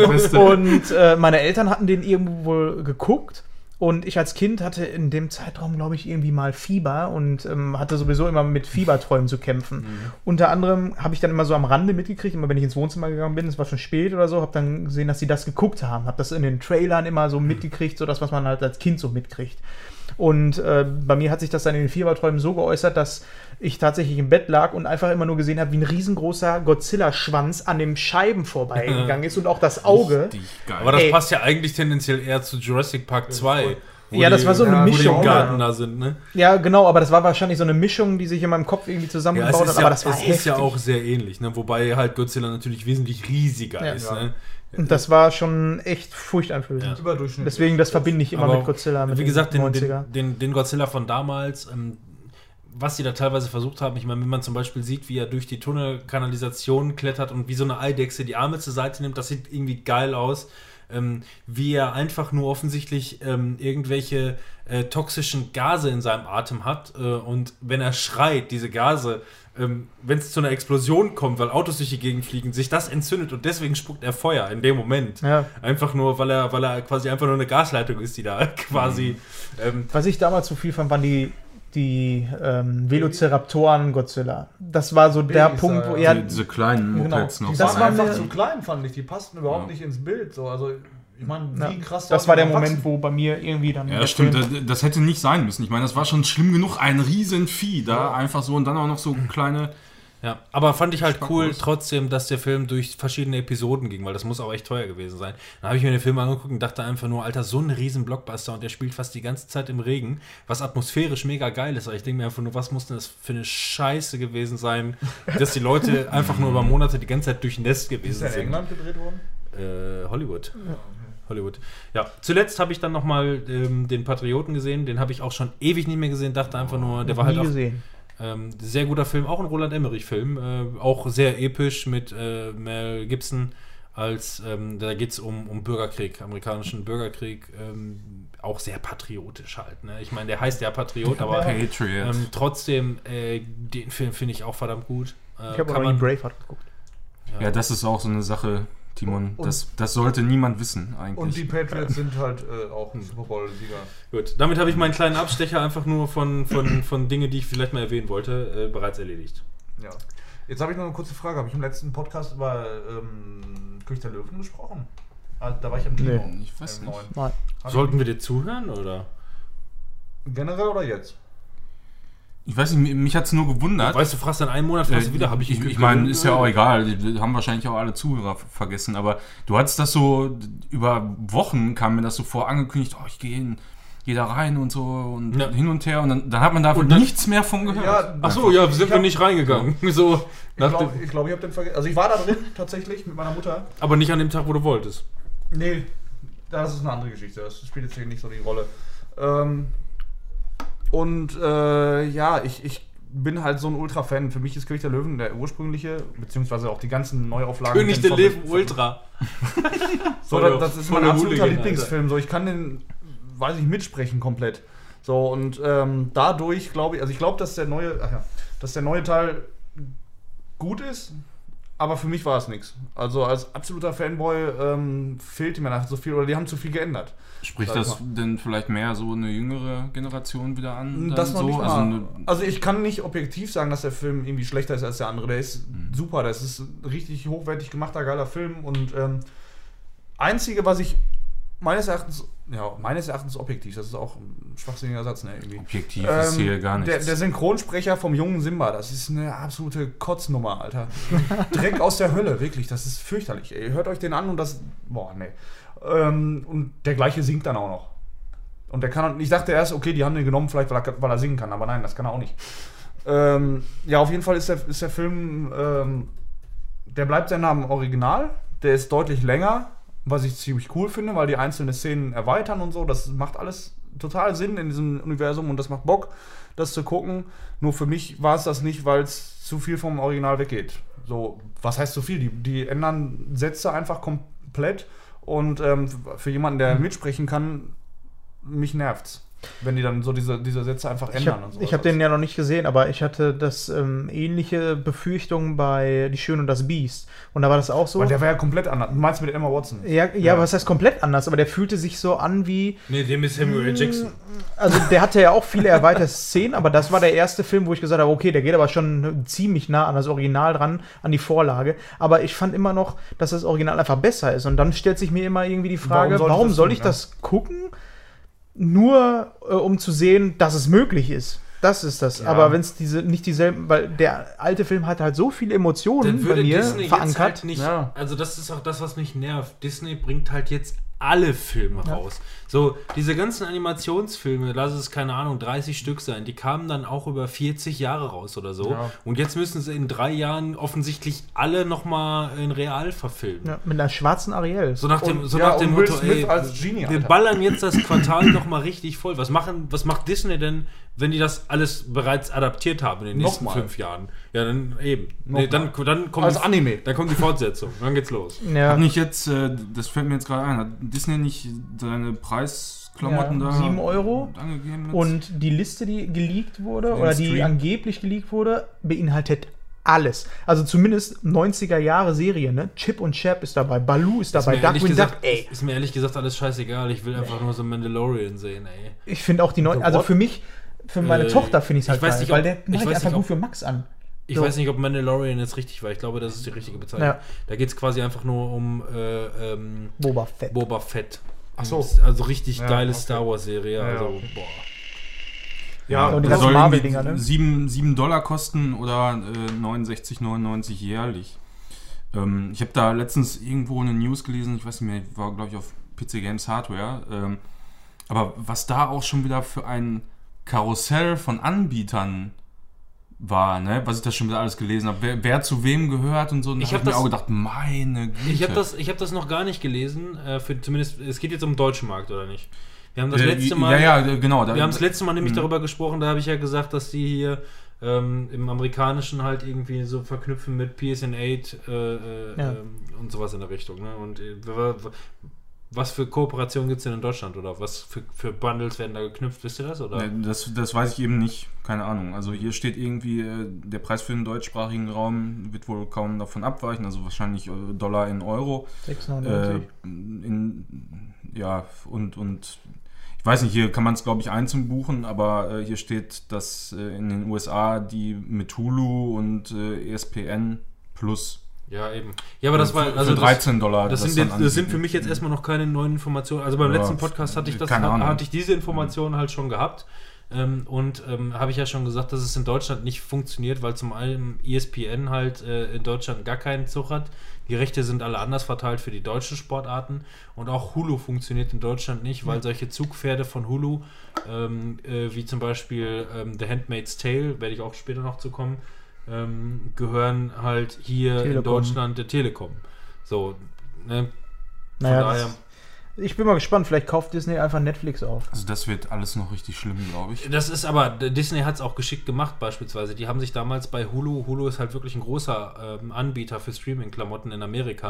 Und äh, meine Eltern hatten den irgendwo wohl geguckt. Und ich als Kind hatte in dem Zeitraum, glaube ich, irgendwie mal Fieber und ähm, hatte sowieso immer mit Fieberträumen zu kämpfen. Unter anderem habe ich dann immer so am Rande mitgekriegt, immer wenn ich ins Wohnzimmer gegangen bin, es war schon spät oder so, habe dann gesehen, dass sie das geguckt haben. Habe das in den Trailern immer so mitgekriegt, so das, was man halt als Kind so mitkriegt. Und äh, bei mir hat sich das dann in den Fieberträumen so geäußert, dass ich tatsächlich im Bett lag und einfach immer nur gesehen habe, wie ein riesengroßer Godzilla-Schwanz an den Scheiben vorbeigegangen ist und auch das Auge. Richtig geil. Aber das Ey. passt ja eigentlich tendenziell eher zu Jurassic Park zwei. wo Ja, das die- war so eine wo die Mischung, im Garten ja. da sind, ne? Ja, genau, aber das war wahrscheinlich so eine Mischung, die sich in meinem Kopf irgendwie Ja, es zusammengebaut ist hat, ja, aber das war es heftig. ist ja auch sehr ähnlich, ne? Wobei halt Godzilla natürlich wesentlich riesiger Ja. ist, Ja. ne? Und das war schon echt furchteinflößend. Überdurchschnittlich. Deswegen, das verbinde ich immer Aber mit Godzilla, mit Wie den gesagt, den, neunziger. den, den, den Godzilla von damals, ähm, was die da teilweise versucht haben, ich meine, wenn man zum Beispiel sieht, wie er durch die Tunnelkanalisation klettert und wie so eine Eidechse die Arme zur Seite nimmt, das sieht irgendwie geil aus. Ähm, wie er einfach nur offensichtlich ähm, irgendwelche äh, toxischen Gase in seinem Atem hat äh, und wenn er schreit, diese Gase, ähm, wenn es zu einer Explosion kommt, weil Autos durch die Gegend fliegen, sich das entzündet und deswegen spuckt er Feuer in dem Moment. Ja. Einfach nur, weil er, weil er quasi einfach nur eine Gasleitung ist, die da quasi ähm, Was ich damals so viel fand, waren die, die ähm, Velociraptoren Godzilla. Das war so der Babys, Punkt, wo ja. er. Die- diese kleinen Genau. Mopeds noch. Die Das waren war einfach mir- zu klein, fand ich. Die passten überhaupt Ja. nicht ins Bild. So. Also, ich meine, wie Ja. krass Das die war der erwachsen- Moment, wo bei mir irgendwie dann. Ja, der stimmt. Film- Das, das hätte nicht sein müssen. Ich meine, das war schon schlimm genug. Ein riesen Vieh da, einfach so. Und dann auch noch so kleine... Ja, aber fand ich halt Spackos. cool trotzdem, dass der Film durch verschiedene Episoden ging, weil das muss auch echt teuer gewesen sein. Dann habe ich mir den Film angeguckt und dachte einfach nur, Alter, so ein riesen Blockbuster und der spielt fast die ganze Zeit im Regen, was atmosphärisch mega geil ist. Aber ich denke mir einfach nur, was muss denn das für eine Scheiße gewesen sein, dass die Leute einfach nur über Monate die ganze Zeit durchnässt Ist gewesen der in sind. England gedreht worden? Äh, Hollywood. Hollywood. Ja, zuletzt habe ich dann nochmal ähm, den Patrioten gesehen, den habe ich auch schon ewig nicht mehr gesehen, dachte einfach nur, der war nie halt auch gesehen. ähm, sehr guter Film, auch ein Roland Emmerich-Film, äh, auch sehr episch mit äh, Mel Gibson, als ähm, da geht es um, um Bürgerkrieg, amerikanischen Bürgerkrieg, ähm, auch sehr patriotisch halt. Ne? Ich meine, der heißt ja Patriot, aber Patriot. ähm, trotzdem, äh, den Film finde ich auch verdammt gut. Äh, Ich habe kann aber nie man, Braveheart geguckt. ja, das ist auch so eine Sache, Timon. Und- Das, das sollte niemand wissen, eigentlich. Und die Patriots sind halt äh, auch ein Super Bowl-Sieger. gut, damit habe ich meinen kleinen Abstecher einfach nur von, von, von Dingen, die ich vielleicht mal erwähnen wollte, äh, bereits erledigt. Ja. Jetzt habe ich noch eine kurze Frage. Habe ich im letzten Podcast über ähm, König der Löwen gesprochen? Ah, da war ich im Kino. Nee. Ich weiß Im nicht. neuen. Nein. Hab Sollten wir dir zuhören, oder? ich, generell oder jetzt? Ich weiß nicht, mich- mich hat es nur gewundert. Weißt du, fragst dann einen Monat, fragst du wieder, habe ich ich, ich meine, ist ja auch egal, die haben wahrscheinlich auch alle Zuhörer f- vergessen, aber du hattest das so, über Wochen kam mir das so vor, angekündigt, oh, ich gehe hin, geh da rein und so und Ja. hin und her und dann, dann hat man da Und dann- nichts mehr von gehört. Ja, Ach so, ja, sind Ich wir hab- nicht reingegangen. So, Ich nach glaube, dem, ich, glaub, ich habe den vergessen. Also ich war da drin tatsächlich mit meiner Mutter. aber nicht an dem Tag, wo du wolltest. Nee, das ist eine andere Geschichte. Das spielt jetzt hier nicht so die Rolle. Ähm, und äh, ja, ich, ich bin halt so ein Ultra-Fan. Für mich ist König der Löwen der ursprüngliche, beziehungsweise auch die ganzen Neuauflagen. König der von- Löwen von- Ultra. So, Voll das, das ist voll mein der absoluter Hooligan, Lieblingsfilm. So, ich kann den weiß ich, mitsprechen komplett. So, und ähm, dadurch glaube ich, also ich glaube, dass der neue, ach ja, dass der neue Teil gut ist, aber für mich war es nichts. Also als absoluter Fanboy ähm, fehlte mir nach so viel, oder die haben zu viel geändert. Spricht das denn vielleicht mehr so eine jüngere Generation wieder an? Das noch so? nicht mal. Also, eine, also ich kann nicht objektiv sagen, dass der Film irgendwie schlechter ist als der andere. Der ist mhm. super, das ist ein richtig hochwertig gemachter, geiler Film. Und ähm, einzige, was ich meines Erachtens, ja, meines Erachtens objektiv, das ist auch ein schwachsinniger Satz, ne, irgendwie. Objektiv ähm, ist hier gar nichts. Der, der Synchronsprecher vom jungen Simba, das ist eine absolute Kotznummer, Alter. Dreck aus der Hölle, wirklich, das ist fürchterlich. Ey. Hört euch den an und das, boah, ne. Ähm, und der gleiche singt dann auch noch. Und der kann, ich dachte erst, okay, die haben den genommen, vielleicht weil er, weil er singen kann, aber nein, das kann er auch nicht. Ähm, ja, auf jeden Fall ist der, ist der Film, ähm, der bleibt sehr nah am Original, der ist deutlich länger, was ich ziemlich cool finde, weil die einzelnen Szenen erweitern und so, das macht alles total Sinn in diesem Universum und das macht Bock, das zu gucken. Nur für mich war es das nicht, weil es zu viel vom Original weggeht. So, was heißt zu viel? Die, die ändern Sätze einfach komplett. Und ähm, für jemanden, der mitsprechen kann, mich nervt's, wenn die dann so diese, diese Sätze einfach ändern. Ich habe und so. Ich habe den ja noch nicht gesehen, aber ich hatte das ähm, ähnliche Befürchtung bei Die Schöne und das Biest. Und da war das auch so. Weil der war ja komplett anders. Du meinst mit Emma Watson? Ja, ja, ja, aber was heißt komplett anders? Aber der fühlte sich so an wie... Nee, dem ist Samuel Jackson. Also der hatte ja auch viele erweiterte Szenen, aber das war der erste Film, wo ich gesagt habe, okay, der geht aber schon ziemlich nah an das Original dran, an die Vorlage. Aber ich fand immer noch, dass das Original einfach besser ist. Und dann stellt sich mir immer irgendwie die Frage, warum, warum soll ich das, soll ich das gucken? Nur äh, um zu sehen, dass es möglich ist. Das ist das. Ja. Aber wenn es diese nicht dieselben, weil der alte Film hat halt so viele Emotionen bei mir Disney verankert. Halt nicht, ja. Also das ist auch das, was mich nervt. Disney bringt halt jetzt alle Filme ja. raus. So, diese ganzen Animationsfilme, lass es, keine Ahnung, dreißig Stück sein, die kamen dann auch über vierzig Jahre raus oder so. Ja. Und jetzt müssen sie in drei Jahren offensichtlich alle nochmal in real verfilmen. Ja, mit einer schwarzen Ariel. So nach dem, und, so ja, nach dem Will Motto, Smith ey, als Genie, wir Alter. ballern jetzt das Quartal nochmal richtig voll. Was machen, was macht Disney denn, wenn die das alles bereits adaptiert haben in den nächsten Nochmal. fünf Jahren? Ja, dann eben. Nee, dann, dann kommt als die, Anime. Dann kommt die Fortsetzung. Dann geht's los. Ja. Hat nicht jetzt, äh, das fällt mir jetzt gerade ein, hat Disney nicht seine Preisklamotten Ja, da sieben Euro. angegeben? Mit? Und die Liste, die geleakt wurde, Den oder die Stream. angeblich geleakt wurde, beinhaltet alles. Also zumindest neunziger Jahre Serie, ne? Chip und Chap ist dabei, Baloo ist dabei, Ist mir, ehrlich Darkwing Duck, gesagt, ey. ist mir ehrlich gesagt alles scheißegal. Ich will einfach nur so Mandalorian sehen, ey. Ich finde auch die neuen, also für mich, für meine Äh, Tochter finde ich es halt ich weiß geil, nicht, weil ob- der ich macht weiß einfach nicht, gut ob- für Max an. Ich So. weiß nicht, ob Mandalorian jetzt richtig war. Ich glaube, das ist die richtige Bezeichnung. Ja. Da geht es quasi einfach nur um äh, ähm, Boba Fett. Boba Fett. Ach so. Also richtig Ja, geile okay. Star Wars Serie. Ja, Also, okay. boah. Ja, und die das ganzen soll Marvel-Dinger, irgendwie ne? sieben, sieben Dollar kosten oder äh, neunundsechzig neunundneunzig jährlich. Ähm, ich habe da letztens irgendwo eine News gelesen, ich weiß nicht mehr, war glaube ich auf P C Games Hardware. Ähm, aber was da auch schon wieder für ein Karussell von Anbietern war, ne? Was ich da schon wieder alles gelesen habe, wer, wer zu wem gehört und so. Und Ich da hab hab ich mir das- auch gedacht, meine Güte. Ich habe das, ich hab das noch gar nicht gelesen. Äh, für zumindest, es geht jetzt um den deutschen Markt, oder nicht? Wir haben das Äh, letzte Mal. Ja, ja, genau. Da, Wir haben das letzte Mal nämlich Mhm. darüber gesprochen, da habe ich ja gesagt, dass die hier ähm, im Amerikanischen halt irgendwie so verknüpfen mit P S N acht äh, äh, Ja. ähm, und sowas in der Richtung. Ne? Und äh, w- w- was für Kooperationen gibt es denn in Deutschland oder was für, für Bundles werden da geknüpft, wisst ihr das? Oder? Ne, Das, das weiß ich eben nicht, keine Ahnung. Also hier steht irgendwie, äh, der Preis für den deutschsprachigen Raum wird wohl kaum davon abweichen, also wahrscheinlich äh, Dollar in Euro. sechs Äh, neunundneunzig. in, ja, und, und ich weiß nicht, hier kann man es glaube ich einzeln buchen, aber äh, hier steht, dass äh, in den U S A die mit Hulu und äh, E S P N Plus Ja, eben. Ja, aber das war. für, Also für dreizehn Dollar. Das, das, sind, jetzt, das sind für mich jetzt erstmal noch keine neuen Informationen. Also beim Ja, letzten Podcast hatte ich das, keine Ahnung. hatte ich diese Informationen halt schon gehabt. Ähm, und ähm, habe ich ja schon gesagt, dass es in Deutschland nicht funktioniert, weil zum einen E S P N halt äh, in Deutschland gar keinen Zug hat. Die Rechte sind alle anders verteilt für die deutschen Sportarten. Und auch Hulu funktioniert in Deutschland nicht, weil solche Zugpferde von Hulu, ähm, äh, wie zum Beispiel ähm, The Handmaid's Tale, werde ich auch später noch zu kommen, ähm, gehören halt hier Telekom. in Deutschland der Telekom. So, ne? Von Naja, daher. das, ich bin mal gespannt, vielleicht kauft Disney einfach Netflix auf. Also das wird alles noch richtig schlimm, glaube ich. Das ist aber, Disney hat es auch geschickt gemacht beispielsweise. Die haben sich damals bei Hulu, Hulu ist halt wirklich ein großer ähm, Anbieter für Streaming-Klamotten in Amerika,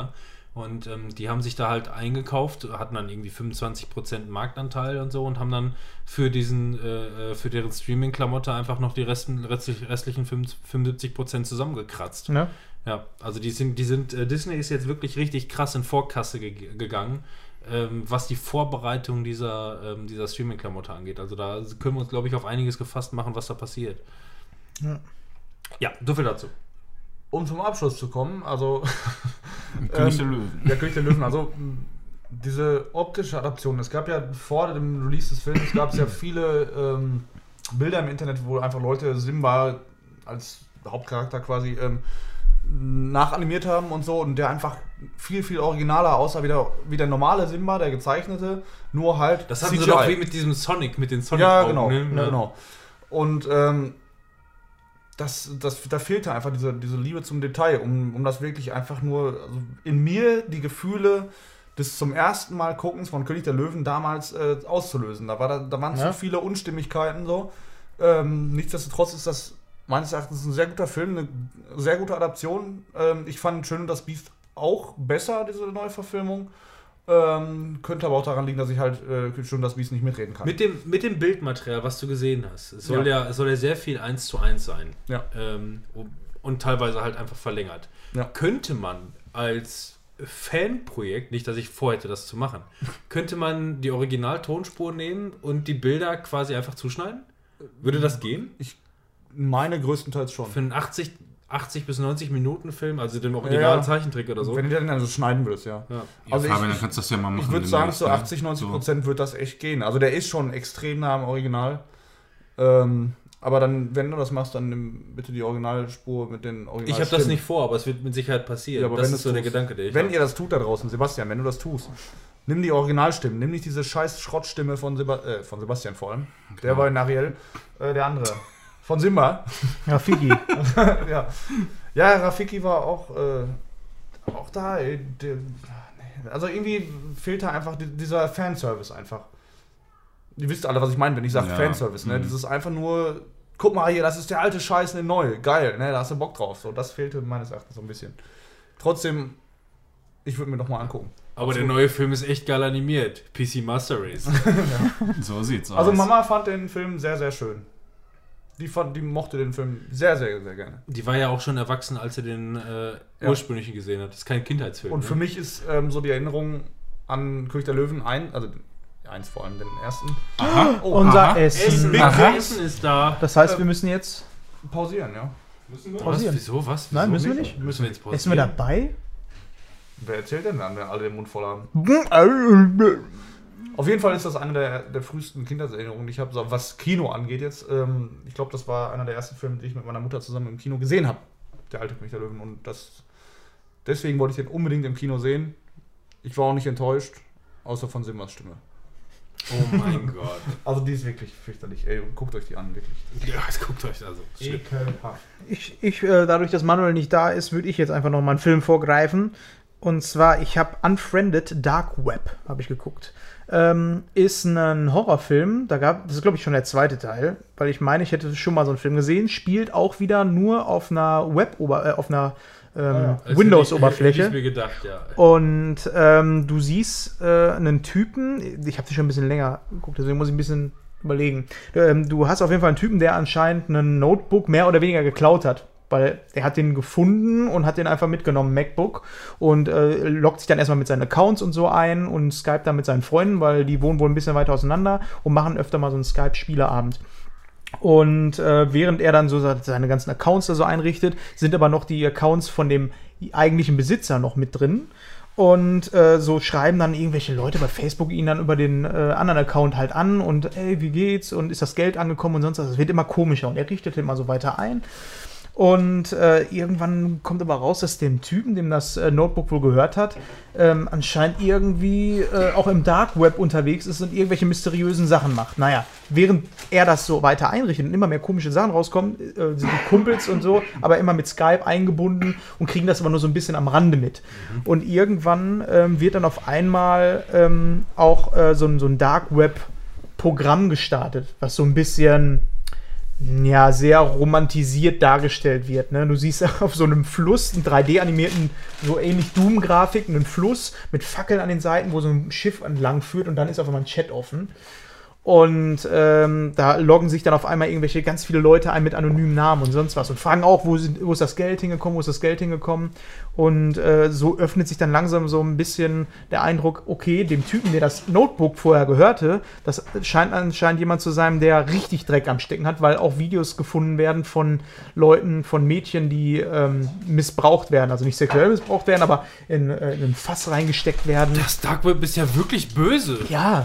Und ähm, die haben sich da halt eingekauft, hatten dann irgendwie fünfundzwanzig Prozent Marktanteil und so und haben dann für diesen, äh, für deren Streaming-Klamotte einfach noch die Resten, restlich, restlichen fünfundsiebzig Prozent zusammengekratzt. Ne? Ja, also die sind, die sind, äh, Disney ist jetzt wirklich richtig krass in Vorkasse ge- gegangen, ähm, was die Vorbereitung dieser, ähm, dieser Streaming-Klamotte angeht. Also da können wir uns, glaube ich, auf einiges gefasst machen, was da passiert. Ja, ja so viel dazu. Um zum Abschluss zu kommen, also König der ähm, Löwen. Der König der Löwen, also m, diese optische Adaption, es gab ja vor dem Release des Films, gab es ja viele ähm, Bilder im Internet, wo einfach Leute Simba als Hauptcharakter quasi ähm, nachanimiert haben und so und der einfach viel, viel originaler aussah wie der, wie der normale Simba, der gezeichnete, nur halt Das hatten C G I. sie doch wie mit diesem Sonic, mit den Sonic Ja, genau, ne? ja, genau. Und ähm, das, das, da fehlte einfach diese, diese Liebe zum Detail, um, um das wirklich einfach nur, also in mir die Gefühle des zum ersten Mal Guckens von König der Löwen damals äh, auszulösen. Da, war da, da waren Ja. zu viele Unstimmigkeiten so. Ähm, nichtsdestotrotz ist das meines Erachtens ein sehr guter Film, eine sehr gute Adaption. Ähm, ich fand Schön und das Biest auch besser, diese Neuverfilmung. Ähm, könnte aber auch daran liegen, dass ich halt äh, Schön und das Biest nicht mitreden kann. Mit dem, mit dem Bildmaterial, was du gesehen hast, es soll Ja. ja, es soll ja sehr viel eins zu eins sein. Ja. Ähm, und teilweise halt einfach verlängert. Ja. Könnte man als Fanprojekt, nicht, dass ich vorhätte, das zu machen, könnte man die Original-Tonspur nehmen und die Bilder quasi einfach zuschneiden? Würde das gehen? Meine größtenteils schon. Für einen achtzig, achtzig bis neunzig Minuten Film, also dem Ja. Original-Zeichentrick oder so? Wenn du den also schneiden würdest, ja. Ja. Ja, Also Fabian, ich- dann kannst du das ja mal machen. Ich würde demnächst, sagen, so ne? achtzig, neunzig Prozent wird das echt gehen. Also der ist schon extrem nah am Original. Ähm, aber dann, wenn du das machst, dann nimm bitte die Originalspur mit den Original. Ich habe das nicht vor, aber es wird mit Sicherheit passieren. Ja, aber das wenn ist du so der tust. Gedanke, der ich Wenn hab. ihr das tut da draußen, Sebastian, wenn du das tust, nimm die Originalstimmen, nimm nicht diese scheiß Schrottstimme von, Seba äh, von Sebastian vor allem. Der war in Ariel, äh, der andere. Von Simba. Ja, Figi. ja. ja, Rafiki war auch, äh, auch da. Ey, der, also irgendwie fehlt da einfach die, dieser Fanservice einfach. Ihr wisst alle, was ich meine, wenn ich sage Ja. Fanservice. Ne? Mhm. Das ist einfach nur, guck mal hier, das ist der alte Scheiß, ne neu. Geil, ne? Da hast du Bock drauf. So, das fehlte meines Erachtens so ein bisschen. Trotzdem, ich würde mir doch mal angucken. Aber der neue Film ist echt geil animiert. P C Master Race. So sieht's aus. Also Mama fand den Film sehr, sehr schön. Die, fand, die mochte den Film sehr, sehr, sehr gerne. Die war ja auch schon erwachsen, als sie den äh, Ja. ursprünglichen gesehen hat. Das ist kein Kindheitsfilm. Und für ne? mich ist ähm, so die Erinnerung an König der Löwen ein, also den- eins vor allem, den ersten. Aha. Oh, Unser aha. Essen. Essen, Big Aha. Essen ist da. Das heißt, wir müssen jetzt. pausieren, ja. Müssen wir? Was? pausieren. Wieso? Was? Nein, Wieso müssen wir nicht. Müssen wir jetzt pausieren? Essen wir dabei? Wer erzählt denn dann, wenn alle den Mund voll haben? Auf jeden Fall ist das eine der, der frühesten Kindheitserinnerungen, die ich habe, so, was Kino angeht jetzt. Ähm, ich glaube, das war einer der ersten Filme, die ich mit meiner Mutter zusammen im Kino gesehen habe. Der alte König der Löwen. Und das, deswegen wollte ich den unbedingt im Kino sehen. Ich war auch nicht enttäuscht, außer von Simbas Stimme. Oh mein Gott. Also die ist wirklich fürchterlich. Ey, guckt euch die an, wirklich. Ja, jetzt guckt euch also. Schlimm. Ekelhaft. Ich, ich äh, dadurch, dass Manuel nicht da ist, würde ich jetzt einfach noch mal einen Film vorgreifen. Und zwar, ich habe Unfriended Dark Web, habe ich geguckt. Ähm, ist ein Horrorfilm, da gab, das ist glaube ich schon der zweite Teil, weil ich meine, ich hätte schon mal so einen Film gesehen, spielt auch wieder nur auf einer Web, äh, auf einer ähm, Also hätte Windows-Oberfläche. ich mir gedacht, ja. Und ähm, du siehst äh, einen Typen, ich habe sie schon ein bisschen länger geguckt, deswegen muss ich ein bisschen überlegen. Ähm, du hast auf jeden Fall einen Typen, der anscheinend ein Notebook mehr oder weniger geklaut hat. Weil er hat den gefunden und hat den einfach mitgenommen, MacBook, und äh, loggt sich dann erstmal mit seinen Accounts und so ein und Skype dann mit seinen Freunden, weil die wohnen wohl ein bisschen weiter auseinander und machen öfter mal so einen Skype-Spieleabend. Und äh, während er dann so seine ganzen Accounts da so einrichtet, sind aber noch die Accounts von dem eigentlichen Besitzer noch mit drin. Und äh, so schreiben dann irgendwelche Leute bei Facebook ihn dann über den äh, anderen Account halt an und ey, wie geht's? Und ist das Geld angekommen und sonst was? Es wird immer komischer und er richtet immer so weiter ein. Und äh, irgendwann kommt aber raus, dass dem Typen, dem das äh, Notebook wohl gehört hat, ähm, anscheinend irgendwie äh, auch im Dark Web unterwegs ist und irgendwelche mysteriösen Sachen macht. Naja, während er das so weiter einrichtet und immer mehr komische Sachen rauskommen, äh, sind die Kumpels und so, aber immer mit Skype eingebunden und kriegen das aber nur so ein bisschen am Rande mit. Mhm. Und irgendwann ähm, wird dann auf einmal ähm, auch äh, so, ein- so ein Dark Web Programm gestartet, was so ein bisschen ja, sehr romantisiert dargestellt wird. Ne? Du siehst auf so einem Fluss, einen drei D-animierten, so ähnlich Doom-Grafik, einen Fluss mit Fackeln an den Seiten, wo so ein Schiff entlang führt und dann ist auf einmal ein Chat offen. Und ähm, da loggen sich dann auf einmal irgendwelche ganz viele Leute ein mit anonymen Namen und sonst was und fragen auch, wo, sind, wo ist das Geld hingekommen, wo ist das Geld hingekommen. Und äh, so öffnet sich dann langsam so ein bisschen der Eindruck, okay, dem Typen, der das Notebook vorher gehörte, das scheint anscheinend jemand zu sein, der richtig Dreck am Stecken hat, weil auch Videos gefunden werden von Leuten, von Mädchen, die ähm, missbraucht werden, also nicht sexuell missbraucht werden, aber in, äh, in ein Fass reingesteckt werden. Das Dark Web ist ja wirklich böse. Ja,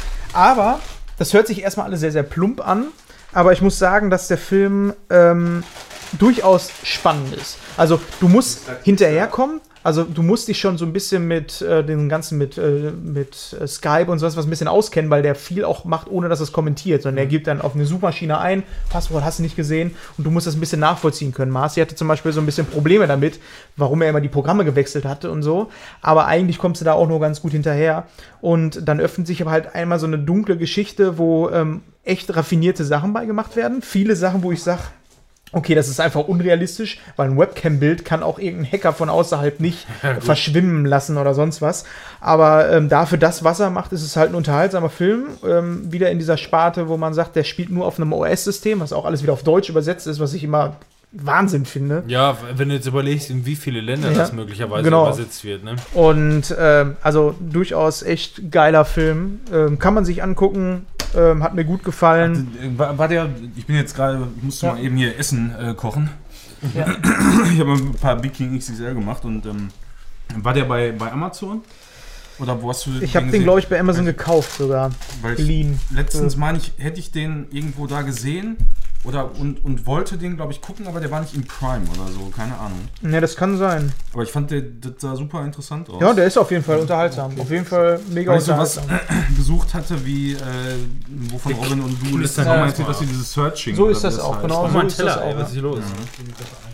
aber das hört sich erstmal alles sehr, sehr plump an, aber ich muss sagen, dass der Film ähm, durchaus spannend ist. Also du musst hinterherkommen, also du musst dich schon so ein bisschen mit äh, den ganzen, mit, äh, mit äh, Skype und sowas was ein bisschen auskennen, weil der viel auch macht, ohne dass es kommentiert, sondern er gibt dann auf eine Suchmaschine ein, Passwort hast du nicht gesehen und du musst das ein bisschen nachvollziehen können. Marci hatte zum Beispiel so ein bisschen Probleme damit, warum er immer die Programme gewechselt hatte und so, aber eigentlich kommst du da auch nur ganz gut hinterher und dann öffnet sich aber halt einmal so eine dunkle Geschichte, wo ähm, echt raffinierte Sachen beigemacht werden. Viele Sachen, wo ich sage, okay, das ist einfach unrealistisch, weil ein Webcam-Bild kann auch irgendein Hacker von außerhalb nicht ja, verschwimmen lassen oder sonst was. Aber ähm, dafür das, was er macht, ist es halt ein unterhaltsamer Film. Ähm, wieder in dieser Sparte, wo man sagt, der spielt nur auf einem O S-System, was auch alles wieder auf Deutsch übersetzt ist, was ich immer Wahnsinn finde. Ja, wenn du jetzt überlegst, in wie viele Länder ja, das möglicherweise genau. übersetzt wird. Ne? Und ähm, also durchaus echt geiler Film. Ähm, kann man sich angucken. Ähm, hat mir gut gefallen. Ach, war, war der, ich bin jetzt gerade, musste ja. mal eben hier Essen äh, kochen. Ja. Ich habe ein paar Big King X X L gemacht und ähm, war der bei, bei Amazon? Oder wo hast du Ich habe den, glaube ich, bei Amazon weil, gekauft sogar. Weil Clean. Letztens meine ich, hätte ich den irgendwo da gesehen oder und, und wollte den, glaube ich, gucken, aber der war nicht im Prime oder so, keine Ahnung. Ja, das kann sein. Aber ich fand, der, das sah super interessant aus. Ja, der ist auf jeden Fall unterhaltsam. Okay. Auf jeden Fall mega weißt unterhaltsam. Weißt du, was äh, gesucht hatte, wie, äh, wovon Robin und du letztes Mal erzählt, dass sie dieses Searching... So ist das auch, das genau. So so ist Teller, das auch, ey, was ist hier los? Ja.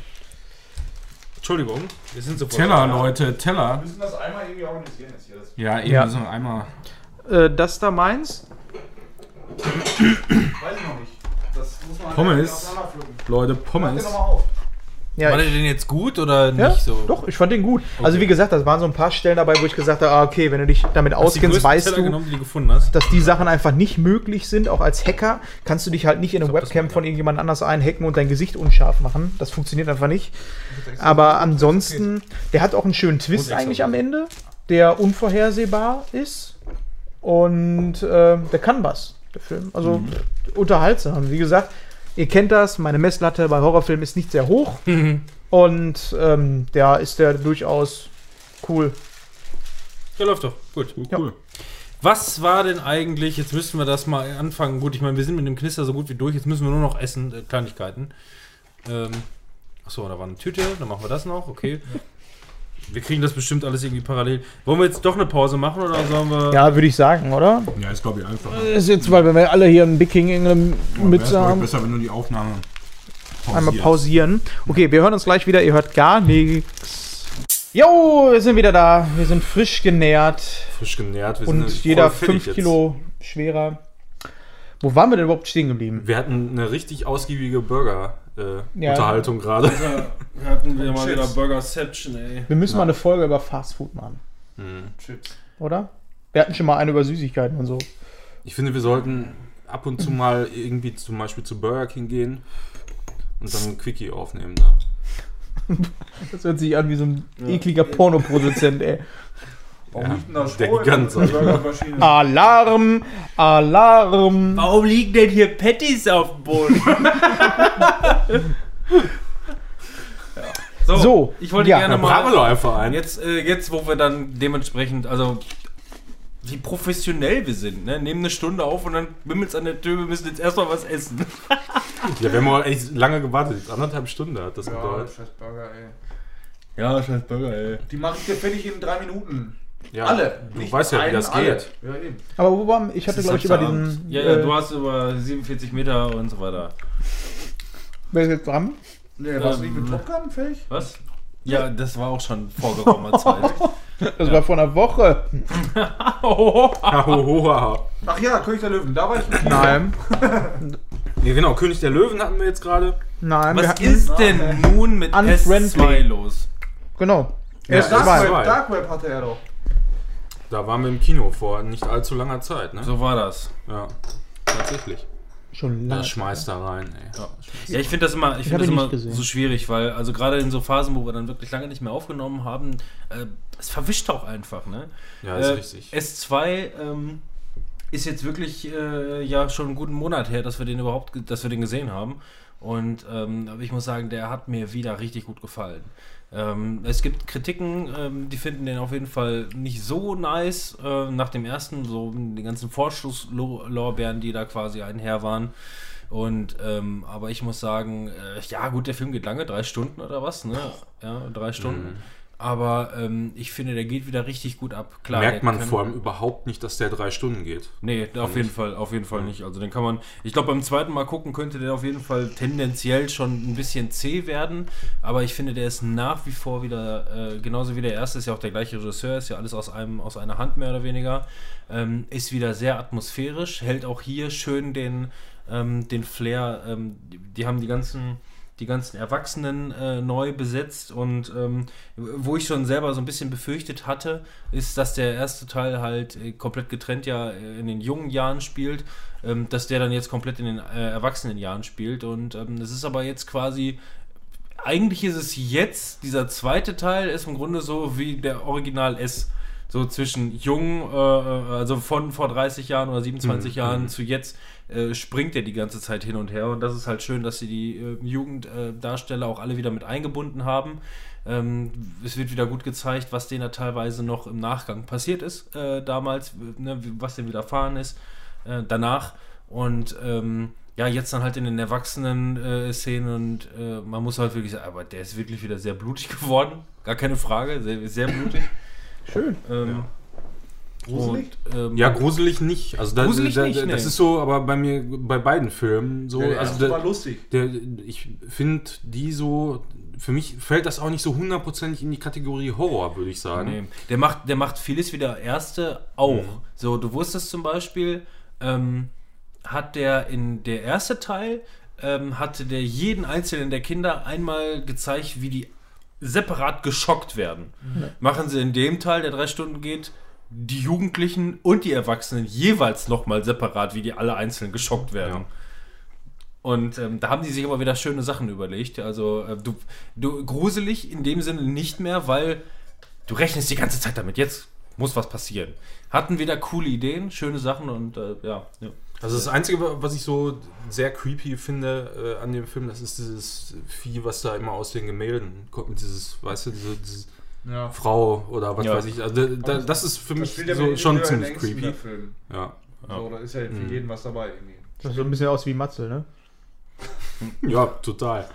Entschuldigung, wir sind sofort... Teller, Leute, Teller. Wir müssen das einmal irgendwie organisieren jetzt hier. Das ja, eben, ja. so einmal... Äh, das da meins? Weiß ich noch nicht. Das muss man Pommes. Leute, Pommes. Ja, war der denn jetzt gut oder ja, nicht so? Doch, ich fand den gut. Okay. Also wie gesagt, das waren so ein paar Stellen dabei, wo ich gesagt habe, ah, okay, wenn du dich damit hast auskennst, weißt Teller du, genommen, die du gefunden hast? dass die Sachen einfach nicht möglich sind. Auch als Hacker kannst du dich halt nicht in eine Webcam von irgendjemand anders einhacken und dein Gesicht unscharf machen. Das funktioniert einfach nicht. Aber ansonsten, der hat auch einen schönen Twist eigentlich am Ende, der unvorhersehbar ist. Und äh, der kann was, der Film. Also mhm. unterhaltsam. Wie gesagt, ihr kennt das, meine Messlatte bei Horrorfilmen ist nicht sehr hoch. Mhm. Und ähm, da ist der durchaus cool. Der läuft doch. Gut. Ja. Cool. Was war denn eigentlich, jetzt müssten wir das mal anfangen. Gut, ich meine, wir sind mit dem Knister so gut wie durch. Jetzt müssen wir nur noch essen, äh, Kleinigkeiten. Ähm, achso, da war eine Tüte, dann machen wir das noch. Okay. Wir kriegen das bestimmt alles irgendwie parallel. Wollen wir jetzt doch eine Pause machen oder sollen wir... Ja, würde ich sagen, oder? Ja, ist glaube ich einfach. Das ist jetzt, weil wir alle hier einen Big King England Mütze haben. Besser, wenn du die Aufnahme pausierst. Einmal pausieren. Okay, wir hören uns gleich wieder. Ihr hört gar nichts. Jo, wir sind wieder da. Wir sind frisch genährt. Frisch genährt. Wir und sind jeder fünf Kilo schwerer. Wo waren wir denn überhaupt stehen geblieben? Wir hatten eine richtig ausgiebige Burger-Unterhaltung äh, ja. gerade. Wir hatten wir mal wieder Burgerception, ey. Wir müssen ja. mal eine Folge über Fastfood machen. Hm. Chips. Oder? Wir hatten schon mal eine über Süßigkeiten und so. Ich finde, wir sollten ab und zu mal irgendwie zum Beispiel zu Burger King gehen und dann ein Quickie aufnehmen da. Das hört sich an wie so ein ja. ekliger Pornoproduzent, ey. Warum liegt denn da der Gigant. Alarm! Alarm! Warum liegen denn hier Patties auf dem Boden? so, so, ich wollte ja, gerne mal... mal... einfach ein. Jetzt, äh, jetzt, wo wir dann dementsprechend, also wie professionell wir sind, ne? Nehmen eine Stunde auf und dann wimmelt's an der Tür, wir müssen jetzt erstmal was essen. Ja, wir haben auch echt lange gewartet. Anderthalb Stunden hat das ja, gedauert. Scheiß Burger, ey. Ja, scheiß Burger, ey. Die mache ich dir fertig in drei Minuten. Ja, alle. Du Nicht weißt ja, wie einen, das alle. geht. Ja, eben. Aber wo war, ich hatte, glaube ich, über diesen... Ja, ja, äh, du hast über siebenundvierzig Meter und so weiter. Wer ist jetzt dran? Nee, warst du nicht mit Top Gun fähig? Was? Ja, das war auch schon vor geraumer Zeit. Das ja. war vor einer Woche. Ach ja, König der Löwen, da war ich nicht. Nein. Ja, genau, König der Löwen hatten wir jetzt gerade. Nein, wir Was hatten, ist denn nun mit S Unfriendly. zwei los? Genau. Ja, S das zwei. war- Dark Web hatte er doch. Da waren wir im Kino vor nicht allzu langer Zeit, ne? So war das. Ja, tatsächlich. Schon lange. Das schmeißt da rein, ey. Ja. Ja, ich finde das immer, ich Ich find hab das ihn immer nicht gesehen. so schwierig, weil, also gerade in so Phasen, wo wir dann wirklich lange nicht mehr aufgenommen haben, äh, es verwischt auch einfach, ne? Ja, ist äh, richtig. S zwei ähm, ist jetzt wirklich äh, ja schon einen guten Monat her, dass wir den überhaupt, ge- dass wir den gesehen haben. Und ähm, aber ich muss sagen, der hat mir wieder richtig gut gefallen. Ähm, es gibt Kritiken, ähm, die finden den auf jeden Fall nicht so nice äh, nach dem ersten, so die ganzen Vorschusslorbeeren, die da quasi einher waren. Und ähm, aber ich muss sagen, äh, ja gut, der Film geht lange, drei Stunden oder was, ne? Ja, drei Stunden. Mhm. Aber ähm, ich finde, der geht wieder richtig gut ab. Klar, Merkt der man kann- vor allem überhaupt nicht, dass der drei Stunden geht. Nee, auf jeden Fall, auf jeden Fall nicht. Also den kann man, ich glaube beim zweiten Mal gucken könnte der auf jeden Fall tendenziell schon ein bisschen zäh werden, aber ich finde, der ist nach wie vor wieder, äh, genauso wie der erste, ist ja auch der gleiche Regisseur, ist ja alles aus einem, aus einer Hand mehr oder weniger, ähm, ist wieder sehr atmosphärisch, hält auch hier schön den, ähm, den Flair, ähm, die, die haben die ganzen die ganzen Erwachsenen äh, neu besetzt und ähm, wo ich schon selber so ein bisschen befürchtet hatte, ist, dass der erste Teil halt äh, komplett getrennt ja äh, in den jungen Jahren spielt, ähm, dass der dann jetzt komplett in den äh, erwachsenen Jahren spielt und ähm, es ist aber jetzt quasi, eigentlich ist es jetzt, dieser zweite Teil ist im Grunde so wie der Original S, so zwischen jung, äh, also von vor dreißig Jahren oder siebenundzwanzig Mhm. Jahren zu jetzt, äh, springt er die ganze Zeit hin und her und das ist halt schön, dass sie die äh, Jugenddarsteller auch alle wieder mit eingebunden haben. Ähm, es wird wieder gut gezeigt, was denen da teilweise noch im Nachgang passiert ist, äh, damals, ne, wie- was denen widerfahren ist, äh, danach und ähm, ja, jetzt dann halt in den Erwachsenen-Szenen und äh, man muss halt wirklich sagen, aber der ist wirklich wieder sehr blutig geworden, gar keine Frage, sehr, sehr blutig. Schön. Ähm, Gruselig? und, ähm, Ja, gruselig nicht. Also da, Gruselig da, nicht, da, das nee. ist so, aber bei mir, bei beiden Filmen so. Der also erste war der, lustig. der, ich finde die so, für mich fällt das auch nicht so hundertprozentig in die Kategorie Horror, würde ich sagen. nee. der, macht, der macht vieles wie der erste auch. Mhm. So, du wusstest zum Beispiel, ähm, hat der in der erste Teil, ähm, hatte der jeden einzelnen der Kinder einmal gezeigt, wie die separat geschockt werden. Machen sie in dem Teil, der drei Stunden geht, die Jugendlichen und die Erwachsenen jeweils nochmal separat, wie die alle einzeln geschockt werden. Ja. Und ähm, da haben die sich aber wieder schöne Sachen überlegt. Also äh, du, du gruselig in dem Sinne nicht mehr, weil du rechnest die ganze Zeit damit. Jetzt muss was passieren. Hatten wieder coole Ideen, schöne Sachen und äh, ja, ja. Also das Einzige, was ich so sehr creepy finde äh, an dem Film, das ist dieses Vieh, was da immer aus den Gemälden kommt, mit dieses, weißt du, diese, diese Ja. Frau oder was Ja. weiß ich. Also da, da, das ist für mich spielt ja so, mit schon Individuellen ziemlich Ängsten, creepy. der Film. Ja. So, da ist ja für Mhm. jeden was dabei irgendwie. Das sieht so ein bisschen aus wie Matzel, ne? Ja, total.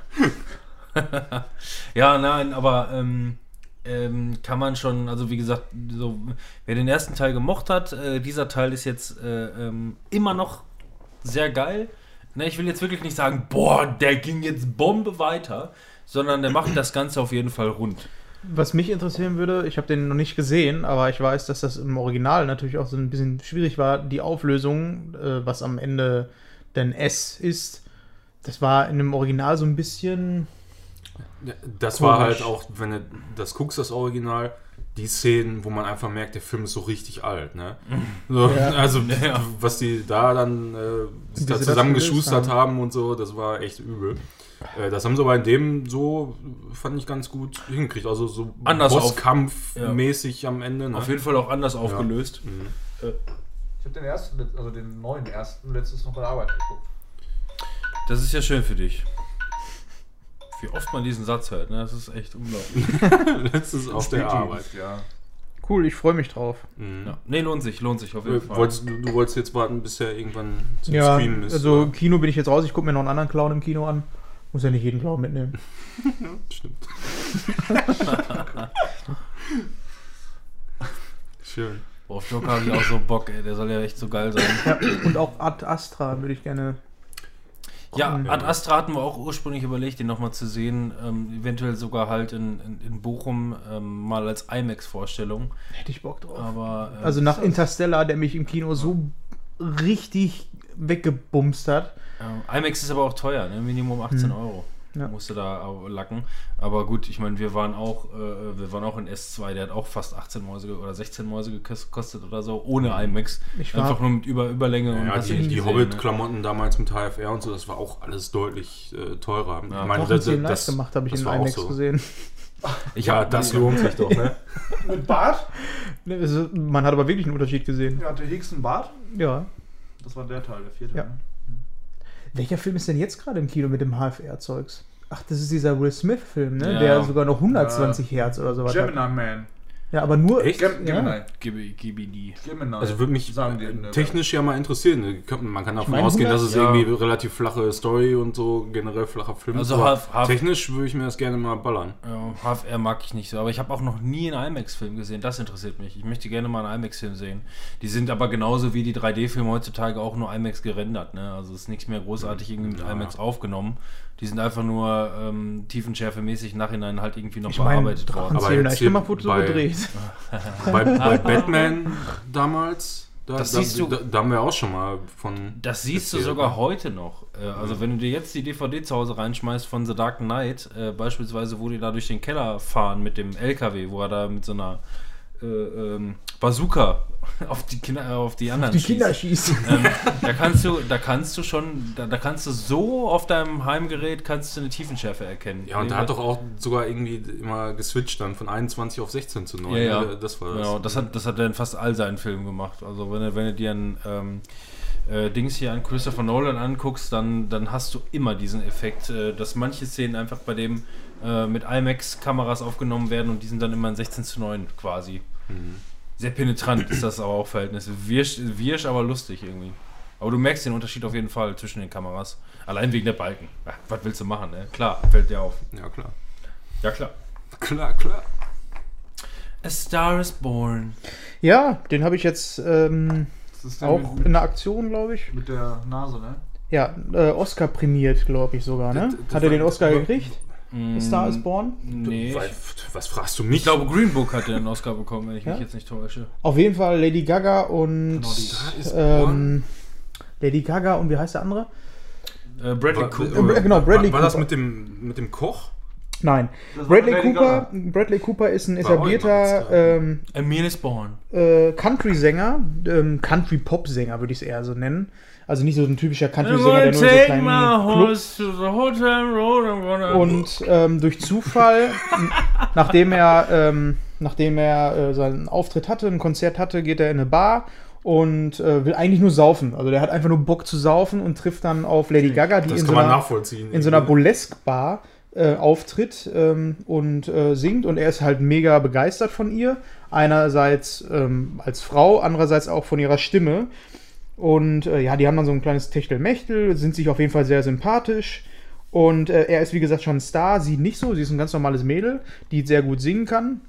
Ja, nein, aber ähm, ähm, kann man schon, also wie gesagt, so, wer den ersten Teil gemocht hat, äh, dieser Teil ist jetzt äh, ähm, immer noch sehr geil. Ne, ich will jetzt wirklich nicht sagen, boah, der ging jetzt Bombe weiter, sondern der macht das Ganze auf jeden Fall rund. Was mich interessieren würde, ich habe den noch nicht gesehen, aber ich weiß, dass das im Original natürlich auch so ein bisschen schwierig war, die Auflösung, äh, was am Ende denn S ist. Das war in dem Original so ein bisschen. Ja, das Komisch. war halt auch, wenn du das guckst, das Original, die Szenen, wo man einfach merkt, der Film ist so richtig alt, ne? So, Ja. Also, Ja. was die da dann äh, sich Wie da sie das zusammengeschustert gelöst haben. haben und so, das war echt übel. Äh, das haben sie aber in dem so, fand ich, ganz gut hingekriegt. Also so Anders auf- Bosskampf-mäßig am Ende. Ne? Auf jeden Fall auch anders aufgelöst. Mhm. Ich habe den ersten, also den neuen ersten letztes noch bei der Arbeit geguckt. Das ist ja schön für dich. Wie oft man diesen Satz hört, ne? Das ist echt unglaublich. Letztes auf der Arbeit. Ja. Cool, ich freue mich drauf. Mhm. Ja. Nee, lohnt sich, lohnt sich auf jeden Äh, Fall. Wolltest, du, du wolltest jetzt warten, bis er irgendwann zum Ja, Streamen ist. also oder? Kino bin ich jetzt raus. Ich gucke mir noch einen anderen Clown im Kino an. Muss ja nicht jeden Clown mitnehmen. Stimmt. Schön. Boah, auf Joker habe ich auch so Bock, ey. Der soll ja echt so geil sein. Ja, und auch Ad Astra würde ich gerne. Ja, gucken. Ad Astra hatten wir auch ursprünglich überlegt, den nochmal zu sehen. Ähm, eventuell sogar halt in, in, in Bochum ähm, mal als IMAX-Vorstellung. Hätte ich Bock drauf. Aber äh, Also nach Interstellar, der mich im Kino so richtig weggebumst hat. Ja, IMAX ist aber auch teuer, ne? Minimum achtzehn Hm. Euro. Ja. Musste da auch lacken. Aber gut, ich meine, wir waren auch, äh, wir waren auch in S zwei, der hat auch fast achtzehn Mäuse ge- oder sechzehn Mäuse gekostet oder so, ohne IMAX. Ich war- Einfach nur mit Über Überlänge und Ja, hast du die, nicht die gesehen, Hobbit-Klamotten damals mit H F R und so, das war auch alles deutlich äh, teurer. Ja. Ich meine, Doch, das, zehn Live das, gemacht, habe ich das in war auch IMAX so. gesehen. ne? Ich Ja, hab- das lohnt sich doch, ne? Mit Bart? Ne, also, man hat aber wirklich einen Unterschied gesehen. Ja, hatte Higgs einen Bart? Ja. Das war der Teil, der vierte. Ja. Ne? Welcher Film ist denn jetzt gerade im Kino mit dem H F R-Zeugs? Ach, das ist dieser Will Smith-Film, ne? Ja. Der sogar noch hundertzwanzig Hertz oder sowas hat. Gemini Man. Ja, aber nur. Echt? Gem Ja. Gemini. Gibi- Gibidi. Gemini. Also würde mich sagen die in der technisch ja mal interessieren. Man kann davon meine, ausgehen, dass es hundert? irgendwie relativ flache Story und so generell flacher Film Also ist. aber Half- Half- technisch würde ich mir das gerne mal ballern. Ja, H F R mag ich nicht so, aber ich habe auch noch nie einen IMAX-Film gesehen. Das interessiert mich. Ich möchte gerne mal einen IMAX-Film sehen. Die sind aber genauso wie die drei D-Filme heutzutage auch nur IMAX gerendert. Ne? Also ist nichts mehr großartig irgendwie mit Ja. IMAX aufgenommen. Die sind einfach nur ähm, tiefenschärfemäßig im Nachhinein halt irgendwie noch Ich meine, bearbeitet worden. Aber Drachenzähmen, jetzt ich hier mal Foto so bei- gedreht. bei, bei Batman damals, da, Das da, siehst du- da, da haben wir auch schon mal von. Das siehst du erzählt, sogar ne? heute noch. Äh, also wenn du dir jetzt die D V D zu Hause reinschmeißt von The Dark Knight, äh, beispielsweise, wo die da durch den Keller fahren mit dem L K W, wo er da mit so einer äh, ähm, Bazooka auf die Kinder, auf die anderen Die schießt. Kinder schießen. ähm, da kannst du, da kannst du schon, da, da kannst du so auf deinem Heimgerät kannst du eine Tiefenschärfe erkennen. Ja, und der hat doch auch sogar irgendwie immer geswitcht dann von einundzwanzig auf sechzehn zu neun. Ja, ja. Ne? Das war das. Genau, das hat, das hat er in fast all seinen Filmen gemacht. Also wenn du, wenn du dir ein ähm, äh, Dings hier an Christopher Nolan anguckst, dann, dann hast du immer diesen Effekt, äh, dass manche Szenen einfach bei dem äh, mit IMAX-Kameras aufgenommen werden und die sind dann immer in sechzehn zu neun quasi. Mhm. Sehr penetrant ist das aber auch Verhältnis. Wirsch, wirsch aber lustig irgendwie. Aber du merkst den Unterschied auf jeden Fall zwischen den Kameras. Allein wegen der Balken. Ja, was willst du machen, ne? Klar, fällt dir auf. Ja, klar. Ja, klar. Klar, klar. A Star is Born. Ja, den habe ich jetzt ähm, Das ist der auch mit, in der Aktion, glaube ich. mit der Nase, ne? Ja, äh, Oscar prämiert, glaube ich sogar, ne? Das- das Hat er war- den Oscar war- gekriegt? A Star is Born? Nee. Weil- Ich, Was fragst du mich? ich glaube, Green Book hat den Oscar bekommen, wenn ich Ja? mich jetzt nicht täusche. Auf jeden Fall Lady Gaga und Genau, die Star is ähm, Born. Lady Gaga und wie heißt der andere? Äh, Bradley War- Cooper. Äh, genau, Bradley war, war das Cooper. mit dem, mit dem Koch? Nein. Das war Bradley Lady Cooper, Gaga. Bradley Cooper ist ein War auch etablierter jemand, ja. ähm, A Man is Born. äh, Country-Sänger, ähm, Country-Pop-Sänger würde ich es eher so nennen. Also nicht so ein typischer Country-Sänger, der nur so kleinen Clubs. to the hotel road. I'm gonna Und ähm, durch Zufall, n- nachdem er, ähm, nachdem er äh, seinen Auftritt hatte, ein Konzert hatte, geht er in eine Bar und äh, will eigentlich nur saufen. Also der hat einfach nur Bock zu saufen und trifft dann auf Lady Gaga, die Das in kann so, man einer, nachvollziehen. in so einer Burlesque-Bar äh, auftritt ähm, und äh, singt. Und er ist halt mega begeistert von ihr. Einerseits ähm, als Frau, andererseits auch von ihrer Stimme. Und äh, ja, die haben dann so ein kleines Techtelmechtel, sind sich auf jeden Fall sehr sympathisch. Und äh, er ist, wie gesagt, schon ein Star, sie nicht so. Sie ist ein ganz normales Mädel, die sehr gut singen kann.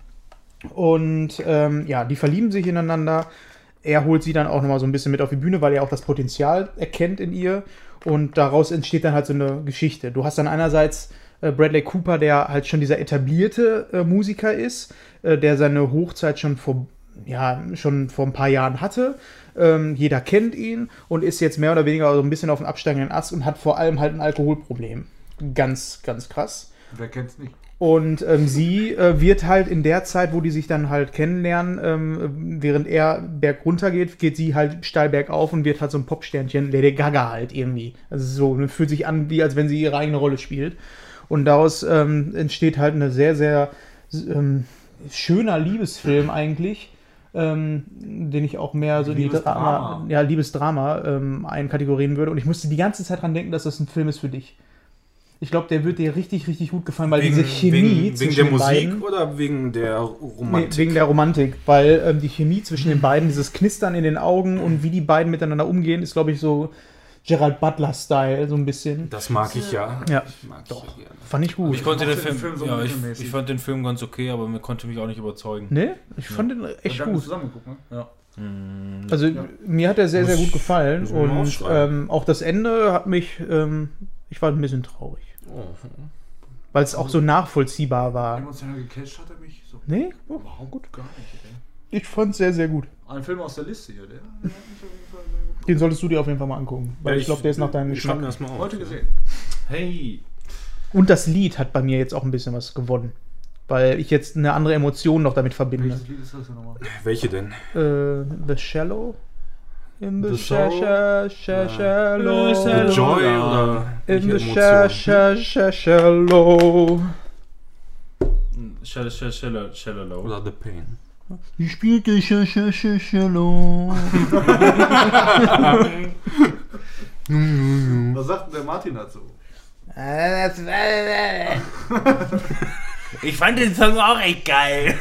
Und ähm, ja, die verlieben sich ineinander. Er holt sie dann auch nochmal so ein bisschen mit auf die Bühne, weil er auch das Potenzial erkennt in ihr. Und daraus entsteht dann halt so eine Geschichte. Du hast dann einerseits äh, Bradley Cooper, der halt schon dieser etablierte äh, Musiker ist, äh, der seine Hochzeit schon vor, ja, schon vor ein paar Jahren hatte. Ähm, jeder kennt ihn und ist jetzt mehr oder weniger so ein bisschen auf dem absteigenden Ast und hat vor allem halt ein Alkoholproblem. Ganz, ganz krass. Wer kennt's nicht? Und ähm, sie äh, wird halt in der Zeit, wo die sich dann halt kennenlernen, ähm, während er bergunter geht, geht sie halt steil bergauf und wird halt so ein Popsternchen, Lady Gaga halt irgendwie. Also so, und fühlt sich an, wie als wenn sie ihre eigene Rolle spielt. Und daraus ähm, entsteht halt eine sehr, sehr ähm, schöner Liebesfilm eigentlich, ähm, den ich auch mehr so in die Liebesdrama. Drama, ja, Liebesdrama ähm, einkategorieren würde. Und ich musste die ganze Zeit dran denken, dass das ein Film ist für dich. Ich glaube, der wird dir richtig, richtig gut gefallen, weil diese Chemie wegen, wegen zwischen der den Musik beiden, oder wegen der nee, Romantik? wegen der Romantik, weil ähm, die Chemie zwischen den beiden, dieses Knistern in den Augen und wie die beiden miteinander umgehen, ist, glaube ich, so Gerald Butler-Style, so ein bisschen. Das mag ich ja. Ja, Ich mag doch. Ich ja gerne. Fand ich gut. Ich konnte mochte den den Film, Film so ja, ich, mittelmäßig. ich fand den Film ganz okay, aber mir konnte mich auch nicht überzeugen. Nee, ich fand den echt Wir haben gut. zusammen geguckt, ne? Ja. Mm, Also Ja. mir hat er sehr, sehr Muss- gut gefallen muss man mal und aufschreiben. ähm, auch das Ende hat mich, ähm, ich war ein bisschen traurig, Oh. weil es auch so nachvollziehbar war. Emotional gecatcht hat er mich so. Nee, oh, Überhaupt gut gar nicht, ey. ich fand es sehr, sehr gut. Ein Film aus der Liste hier, der, der hat mich auf jeden Fall sehr gut Den solltest du dir auf jeden Fall mal angucken. Weil Ja, ich glaube, der ist nach deinem Ich schreibe mir Geschmack. das mal auf. Heute gesehen. Hey. Und das Lied hat bei mir jetzt auch ein bisschen was gewonnen. Weil ich jetzt eine andere Emotion noch damit verbinde. Welches Lied ist das denn nochmal? Welche denn? Äh, The Shallow? In the, The sha Sorrow? sha sha shallow. The Joy oder In welche the sha Emotion? sha sha shallow. Shallow, shallow, shallow, shallow low. Oder The Pain? Ich spielte sha sha sha shallow. Was sagt denn der Martin dazu? Ich fand den Song auch echt geil.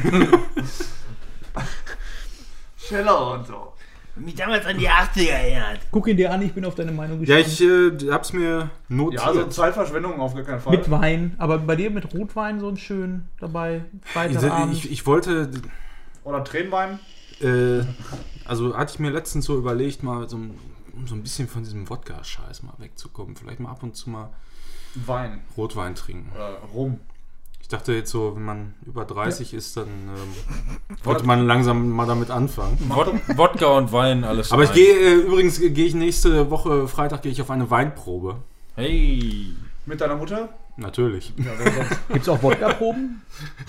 Scheller und so. Mich damals an die achtziger erinnert. Guck ihn dir an, ich bin auf deine Meinung Ja, gespannt. ich äh, hab's mir notiert. Ja, also Zeitverschwendung auf gar keinen Fall. Mit Wein, aber bei dir mit Rotwein so ein schön dabei. Freitagabend. ich, ich, ich wollte, Oder Tränenwein. äh, also hatte ich mir letztens so überlegt, mal so, ein- um so ein bisschen von diesem Wodka-Scheiß mal wegzukommen. Vielleicht mal ab und zu mal Wein. Rotwein trinken. Oder Rum. Ich dachte jetzt so, wenn man über dreißig ist, dann ähm, wollte man langsam mal damit anfangen. Wod- Wodka und Wein, alles Aber ich rein. gehe, äh, übrigens gehe ich nächste Woche, Freitag, gehe ich auf eine Weinprobe. Hey. Mit deiner Mutter? Natürlich. Ja, wer sonst? Gibt's auch Wodka-Proben?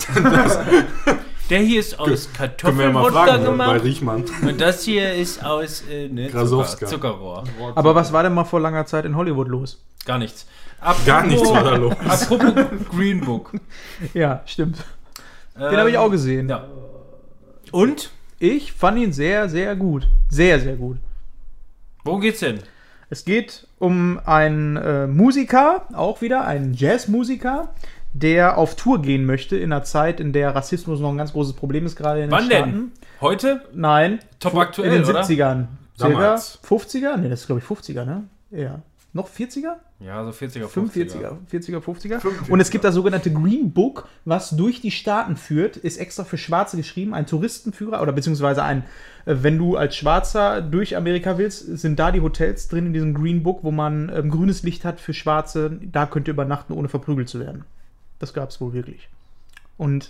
Der hier ist aus Können wir ja mal Kartoffelwodka fragen, bei gemacht. Riechmann. Und das hier ist aus äh, ne, Zucker, Grasowska. Zuckerrohr. Aber was war denn mal vor langer Zeit in Hollywood los? Gar nichts. Apropos, Gar nichts war da los. Apropos Green Book. Ja, stimmt. Den Ähm, habe ich auch gesehen. Ja. Und? Ich fand ihn sehr, sehr gut. Sehr, sehr gut. Worum geht's denn? Es geht um einen äh, Musiker, auch wieder, einen Jazzmusiker, der auf Tour gehen möchte in einer Zeit, in der Rassismus noch ein ganz großes Problem ist, gerade in den Wann Staaten. denn? Heute? Nein. Top vor- aktuell, in den oder? siebzigern. Circa Damals. fünfziger? Ne, das ist glaube ich fünfziger, ne? Ja. Noch vierziger? Ja, so vierziger, fünfundvierziger, vierziger, fünfziger. fünfundvierziger. Und es gibt das sogenannte Green Book, was durch die Staaten führt, ist extra für Schwarze geschrieben, ein Touristenführer oder beziehungsweise ein, äh, wenn du als Schwarzer durch Amerika willst, sind da die Hotels drin in diesem Green Book, wo man ähm, grünes Licht hat für Schwarze, da könnt ihr übernachten, ohne verprügelt zu werden. Das gab es wohl wirklich. Und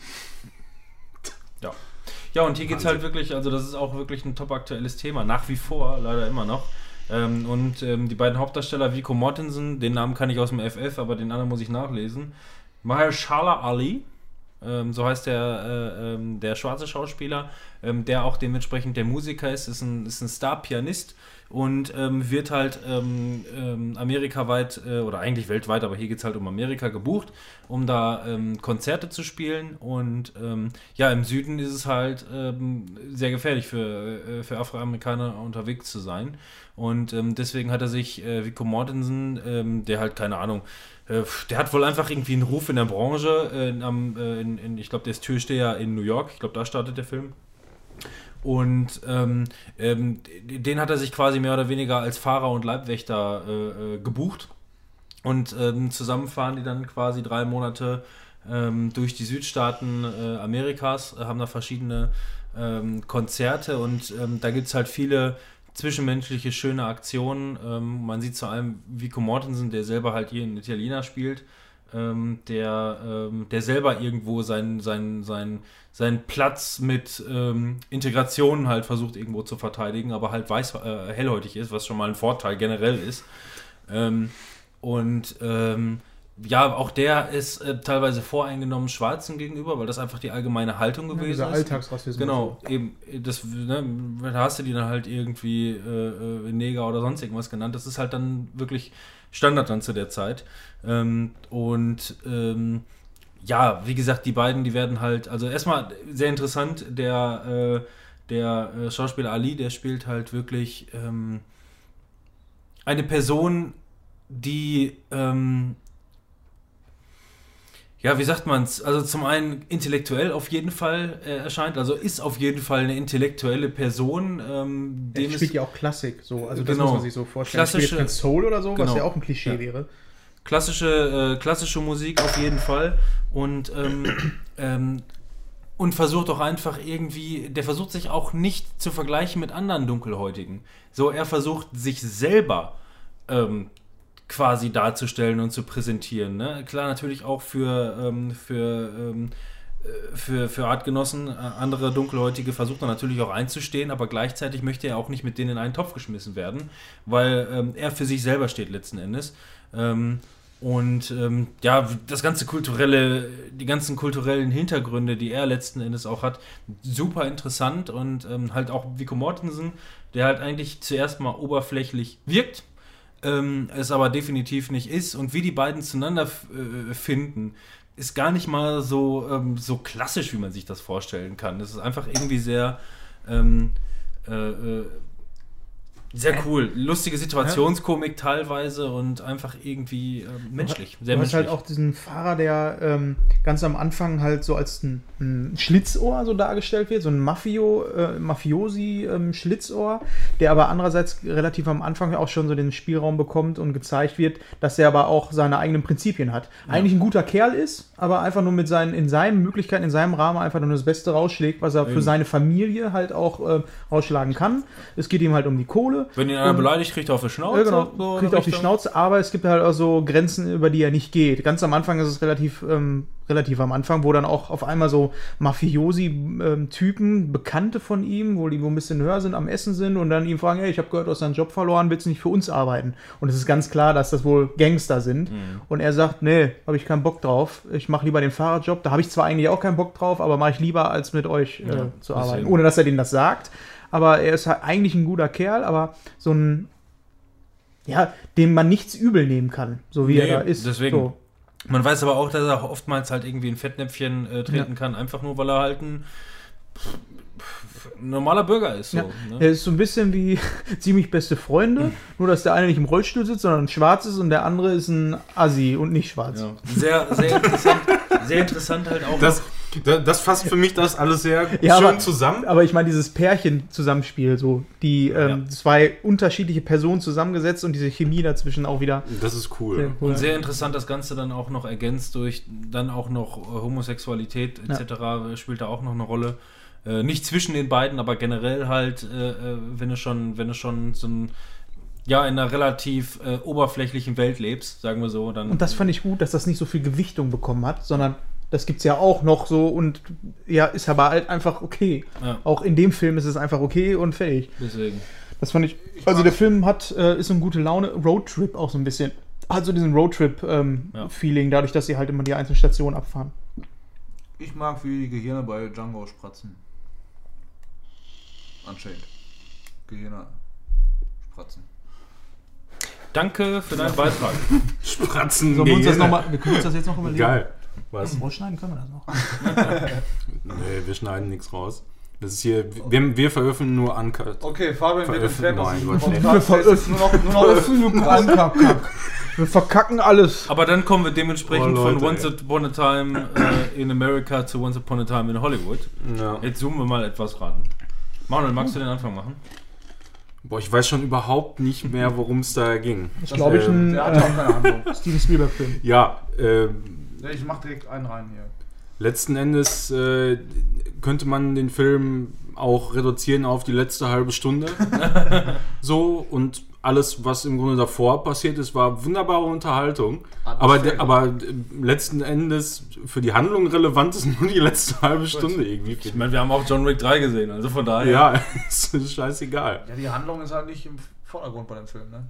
Ja. Ja, und hier geht's halt wirklich, also das ist auch wirklich ein top aktuelles Thema, nach wie vor, leider immer noch. Ähm, und ähm, die beiden Hauptdarsteller, Viggo Mortensen, den Namen kann ich aus dem F F, aber den anderen muss ich nachlesen. Mahershala Ali, ähm, so heißt der, äh, ähm, der schwarze Schauspieler, ähm, der auch dementsprechend der Musiker ist, ist ein, ist ein Star-Pianist und ähm, wird halt ähm, ähm, amerikaweit äh, oder eigentlich weltweit, aber hier geht es halt um Amerika gebucht, um da ähm, Konzerte zu spielen und ähm, ja, im Süden ist es halt ähm, sehr gefährlich für, äh, für Afroamerikaner unterwegs zu sein und ähm, deswegen hat er sich äh, Viggo Mortensen, ähm, der halt, keine Ahnung, äh, der hat wohl einfach irgendwie einen Ruf in der Branche, äh, in, am, äh, in, in, ich glaube, der ist Türsteher in New York, ich glaube, da startet der Film. Und ähm, ähm, den hat er sich quasi mehr oder weniger als Fahrer und Leibwächter äh, äh, gebucht. Und ähm, zusammen fahren die dann quasi drei Monate ähm, durch die Südstaaten äh, Amerikas, äh, haben da verschiedene ähm, Konzerte und ähm, da gibt es halt viele zwischenmenschliche schöne Aktionen. Ähm, man sieht vor allem Viggo Mortensen, der selber halt hier einen Italiener spielt, ähm, der, ähm, der selber irgendwo seinen sein, sein, seinen Platz mit ähm, Integration halt versucht irgendwo zu verteidigen, aber halt weiß, äh, hellhäutig ist, was schon mal ein Vorteil generell ist. Ähm, und ähm, ja, auch der ist äh, teilweise voreingenommen Schwarzen gegenüber, weil das einfach die allgemeine Haltung gewesen dieser ist. Alltagsrassismus. Genau, eben, das, ne, da hast du die dann halt irgendwie äh, äh, Neger oder sonst irgendwas genannt. Das ist halt dann wirklich Standard dann zu der Zeit. Ähm, und ähm, ja, wie gesagt, die beiden, die werden halt, also erstmal sehr interessant, der, äh, der äh, Schauspieler Ali, der spielt halt wirklich ähm, eine Person, die ähm, ja, wie sagt man es? Also zum einen intellektuell auf jeden Fall äh, erscheint, also ist auf jeden Fall eine intellektuelle Person. Ähm, Der dem spielt es ja auch Klassik, so. Also das Genau. muss man sich so vorstellen. Klassische- Spielt kein Soul oder so, was Genau. ja auch ein Klischee Ja. wäre. klassische, äh, klassische Musik auf jeden Fall und ähm, ähm, und versucht auch einfach irgendwie, der versucht sich auch nicht zu vergleichen mit anderen Dunkelhäutigen. So, er versucht sich selber ähm, quasi darzustellen und zu präsentieren. Ne? Klar, natürlich auch für, ähm, für ähm, für, für Artgenossen, äh, andere Dunkelhäutige versucht er natürlich auch einzustehen, aber gleichzeitig möchte er auch nicht mit denen in einen Topf geschmissen werden, weil ähm, er für sich selber steht letzten Endes. Ähm, und ähm, ja, das ganze kulturelle, die ganzen kulturellen Hintergründe, die er letzten Endes auch hat, super interessant und ähm, halt auch Viggo Mortensen, der halt eigentlich zuerst mal oberflächlich wirkt, ähm, es aber definitiv nicht ist, und wie die beiden zueinander f- äh, finden, ist gar nicht mal so, ähm, so klassisch, wie man sich das vorstellen kann. Es ist einfach irgendwie sehr ähm, äh, äh, sehr cool. Lustige Situationskomik teilweise und einfach irgendwie äh, menschlich. Sehr du hast menschlich. halt auch diesen Fahrer, der ähm, ganz am Anfang halt so als ein, ein Schlitzohr so dargestellt wird, so ein Mafio, äh, Mafiosi-Schlitzohr, ähm, der aber andererseits relativ am Anfang auch schon so den Spielraum bekommt und gezeigt wird, dass er aber auch seine eigenen Prinzipien hat. Ja. Eigentlich ein guter Kerl ist, aber einfach nur mit seinen, in seinen Möglichkeiten, in seinem Rahmen einfach nur das Beste rausschlägt, was er Eben. für seine Familie halt auch äh, rausschlagen kann. Es geht ihm halt um die Kohle. Wenn ihn einer Und- beleidigt, kriegt er auf die Schnauze. Ja, genau, so kriegt in auf die Richtung. Schnauze, aber es gibt halt auch so Grenzen, über die er nicht geht. Ganz am Anfang ist es relativ, ähm, relativ am Anfang, wo dann auch auf einmal so Mafiosi-Typen, Bekannte von ihm, wo die wo ein bisschen höher sind, am Essen sind und dann ihm fragen, hey, ich habe gehört, du hast deinen Job verloren, willst du nicht für uns arbeiten? Und es ist ganz klar, dass das wohl Gangster sind. Mhm. Und er sagt, nee, habe ich keinen Bock drauf. Ich mache lieber den Fahrerjob. Da habe ich zwar eigentlich auch keinen Bock drauf, aber mache ich lieber, als mit euch äh, Ja, zu arbeiten. deswegen. Ohne, dass er denen das sagt. Aber er ist halt eigentlich ein guter Kerl, aber so ein ja, dem man nichts übel nehmen kann, so wie Nee, er da ist. deswegen. So. Man weiß aber auch, dass er oftmals halt irgendwie ein Fettnäpfchen äh, treten Ja. kann, einfach nur, weil er halt ein normaler Bürger ist. So, Ja. ne? Er ist so ein bisschen wie ziemlich beste Freunde, nur dass der eine nicht im Rollstuhl sitzt, sondern schwarz ist und der andere ist ein Assi und nicht schwarz. Ja. Sehr, sehr interessant, sehr interessant halt auch. Das, das, das fasst für mich das alles sehr Ja, schön aber- zusammen. Aber ich meine, dieses Pärchen-Zusammenspiel, so die ähm, Ja. zwei unterschiedliche Personen zusammengesetzt und diese Chemie dazwischen auch wieder. Das ist cool. sehr cool. Und sehr interessant, das Ganze dann auch noch ergänzt durch dann auch noch äh, Homosexualität et cetera spielt da auch noch eine Rolle. Äh, nicht zwischen den beiden, aber generell halt, äh, äh, wenn du schon, wenn du schon so ein, ja, in einer relativ äh, oberflächlichen Welt lebst, sagen wir so, dann. Und das fand ich gut, dass das nicht so viel Gewichtung bekommen hat, sondern das gibt's ja auch noch so und ja, ist aber halt einfach okay. Ja. Auch in dem Film ist es einfach okay und fertig. Deswegen. Das fand ich. Also der Film hat, äh, ist so ein gute Laune, Roadtrip auch so ein bisschen. Hat so diesen Roadtrip-Feeling, Ja. dadurch, dass sie halt immer die einzelnen Stationen abfahren. Ich mag, wie die Gehirne bei Django spratzen. Unchained. Gehirne spratzen. Danke für deinen Beitrag. Spratzen. Sollen wir uns das Gehirne. noch mal, wir können uns das jetzt noch überlegen. Geil. Was? Rausschneiden können wir das noch. Nee, wir schneiden nichts raus. Das ist hier, wir, wir veröffentlichen nur Uncut. Okay, Fabian wird Veröffentlichen- entfernt aus diesem Mein Gott, nee. Podcast. Es ist nur noch, nur noch Wir verkacken alles. Aber dann kommen wir dementsprechend Oh, Leute, von Once ey. Upon a Time äh, in America zu Once Upon a Time in Hollywood. Ja. Jetzt zoomen wir mal etwas ran. Manuel, magst du den Anfang machen? Boah, ich weiß schon überhaupt nicht mehr, worum es da ging. Das ist, glaube ich, ein Der hat ja auch keine Handlung. äh, Steven Spielberg-Film. Ja, äh, Ich mach direkt einen rein hier. letzten Endes äh, könnte man den Film auch reduzieren auf die letzte halbe Stunde. So, und alles, was im Grunde davor passiert ist, war wunderbare Unterhaltung. Aber, Atmosphäre. aber äh, letzten Endes für die Handlung relevant ist nur die letzte halbe Stunde irgendwie. Ich meine, wir haben auch John Wick drei gesehen, also von daher. Ja, es ist scheißegal. Ja, die Handlung ist halt nicht im Vordergrund bei dem Film, ne?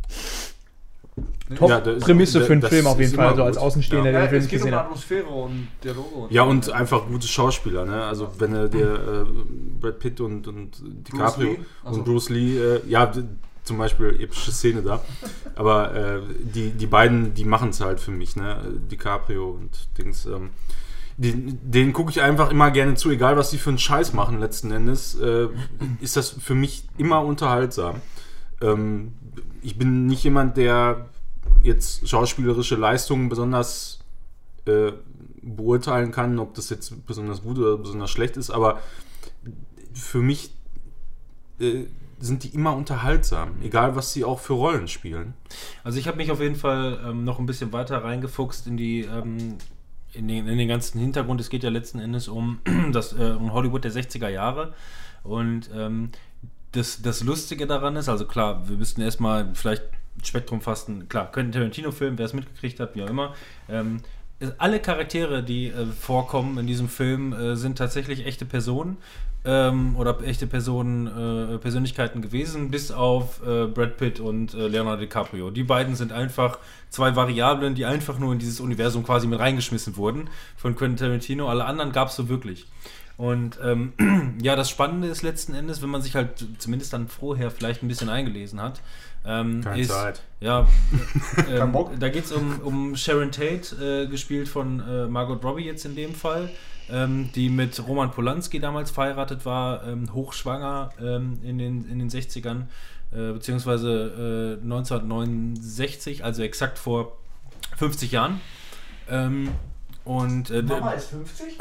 Nee. Top Ja, das- Prämisse für einen das Film auf jeden ist Fall, immer so als gut. Außenstehender, Ja. der Ja, den Film es nicht geht um gesehen hat. Atmosphäre und Dialoge. Und Ja, und einfach gute Schauspieler, ne? Also wenn du dir äh, Brad Pitt und, und DiCaprio Lee? Also- und Bruce Lee, äh, ja, d- zum Beispiel epische Szene da, aber äh, die, die beiden, die machen es halt für mich, ne? DiCaprio und Dings, ähm, den, denen gucke ich einfach immer gerne zu, egal was die für einen Scheiß machen letzten Endes, äh, ist das für mich immer unterhaltsam. Ähm, ich bin nicht jemand, der jetzt schauspielerische Leistungen besonders äh, beurteilen kann, ob das jetzt besonders gut oder besonders schlecht ist, aber für mich äh, sind die immer unterhaltsam, egal was sie auch für Rollen spielen. Also ich habe mich auf jeden Fall ähm, noch ein bisschen weiter reingefuchst in die ähm, in den, in den ganzen Hintergrund. Es geht ja letzten Endes um das äh, um Hollywood der sechziger Jahre und ähm, das, das Lustige daran ist, also klar, wir müssten erstmal vielleicht Spektrum fassen, klar, könnte ein Tarantino-Film, wer es mitgekriegt hat, wie auch immer. Ähm, alle Charaktere, die äh, vorkommen in diesem Film, äh, sind tatsächlich echte Personen ähm, oder echte Personen, äh, Persönlichkeiten gewesen, bis auf äh, Brad Pitt und äh, Leonardo DiCaprio. Die beiden sind einfach zwei Variablen, die einfach nur in dieses Universum quasi mit reingeschmissen wurden von Quentin Tarantino. Alle anderen gab es so wirklich. Und ähm, ja, das Spannende ist letzten Endes, wenn man sich halt zumindest dann vorher vielleicht ein bisschen eingelesen hat, ähm, Keine ist, Zeit. Ja, ähm, Bock. da geht es um, um Sharon Tate, äh, gespielt von äh, Margot Robbie jetzt in dem Fall, ähm, die mit Roman Polanski damals verheiratet war, ähm, hochschwanger ähm, in, den, in den sechzigern, äh, beziehungsweise äh, neunzehnhundertneunundsechzig, also exakt vor fünfzig Jahren. Ähm, und äh, Mama ist fünfzig?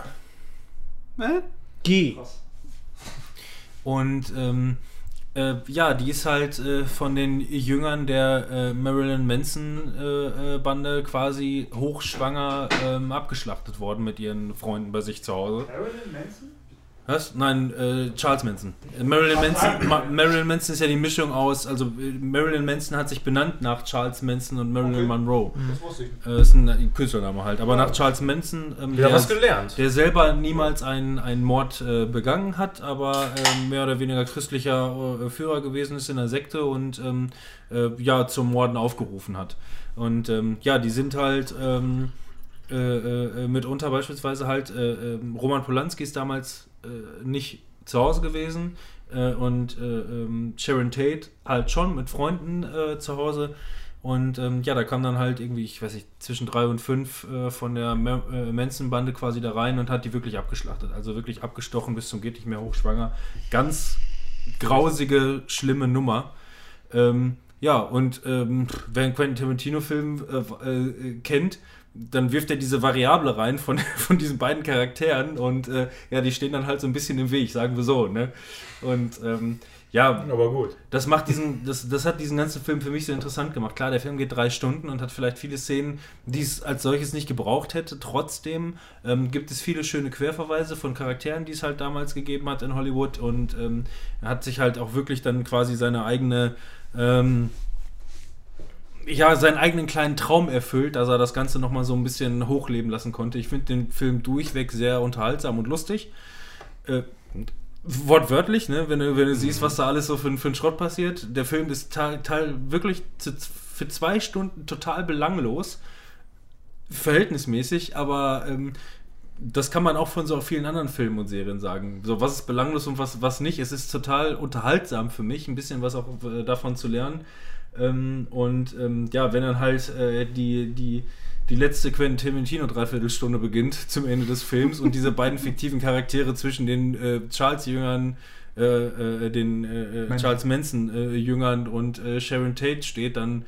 Geh. Und ähm, äh, ja, die ist halt äh, von den Jüngern der äh, Marilyn Manson äh, äh, Bande quasi hochschwanger ähm, abgeschlachtet worden mit ihren Freunden bei sich zu Hause. Marilyn Manson? Was? Nein, äh, Charles Manson. Äh, Marilyn Manson. Ma Marilyn Manson ist ja die Mischung aus, also äh, Marilyn Manson hat sich benannt nach Charles Manson und Marilyn Okay. Monroe. Das wusste ich. Äh, ist ein Künstlername halt, aber nach Charles Manson, ähm, Wieder der, was gelernt. der selber niemals einen, einen Mord äh, begangen hat, aber äh, mehr oder weniger christlicher äh, Führer gewesen ist in der Sekte und ähm, äh, ja, zum Morden aufgerufen hat. Und ähm, ja, die sind halt ähm, äh, äh, mitunter beispielsweise halt, äh, äh, Roman Polanski ist damals äh, nicht zu Hause gewesen äh, und äh, ähm, Sharon Tate halt schon mit Freunden äh, zu Hause. Und ähm, ja, da kam dann halt irgendwie, ich weiß nicht, zwischen drei und fünf äh, von der Ma äh, Manson-Bande quasi da rein und hat die wirklich abgeschlachtet. Also wirklich abgestochen bis zum geht nicht mehr, hochschwanger. Ganz grausige, schlimme Nummer. Ähm, ja, und ähm, wer einen Quentin Tarantino-Film äh, äh, kennt, dann wirft er diese Variable rein von, von diesen beiden Charakteren und äh, ja, die stehen dann halt so ein bisschen im Weg, sagen wir so, ne? Und ähm, ja, Aber gut. das macht diesen, das, das hat diesen ganzen Film für mich so interessant gemacht. Klar, der Film geht drei Stunden und hat vielleicht viele Szenen, die es als solches nicht gebraucht hätte. Trotzdem ähm, gibt es viele schöne Querverweise von Charakteren, die es halt damals gegeben hat in Hollywood und ähm, er hat sich halt auch wirklich dann quasi seine eigene ähm, ja, seinen eigenen kleinen Traum erfüllt, dass er das Ganze nochmal so ein bisschen hochleben lassen konnte. Ich finde den Film durchweg sehr unterhaltsam und lustig. Äh, wortwörtlich, ne? wenn, du, wenn du siehst, was da alles so für, für einen Schrott passiert. Der Film ist teil, teil wirklich zu, für zwei Stunden total belanglos, verhältnismäßig, aber ähm, das kann man auch von so vielen anderen Filmen und Serien sagen. So, was ist belanglos und was, was nicht. Es ist total unterhaltsam für mich, ein bisschen was auch äh, davon zu lernen. Ähm, und ähm, ja, wenn dann halt äh, die, die, die letzte Quentin Tarantino Dreiviertelstunde beginnt zum Ende des Films und diese beiden fiktiven Charaktere zwischen den äh, Charles-Jüngern, äh, äh, den äh, Manson. Charles Manson-Jüngern äh, und äh, Sharon Tate steht, dann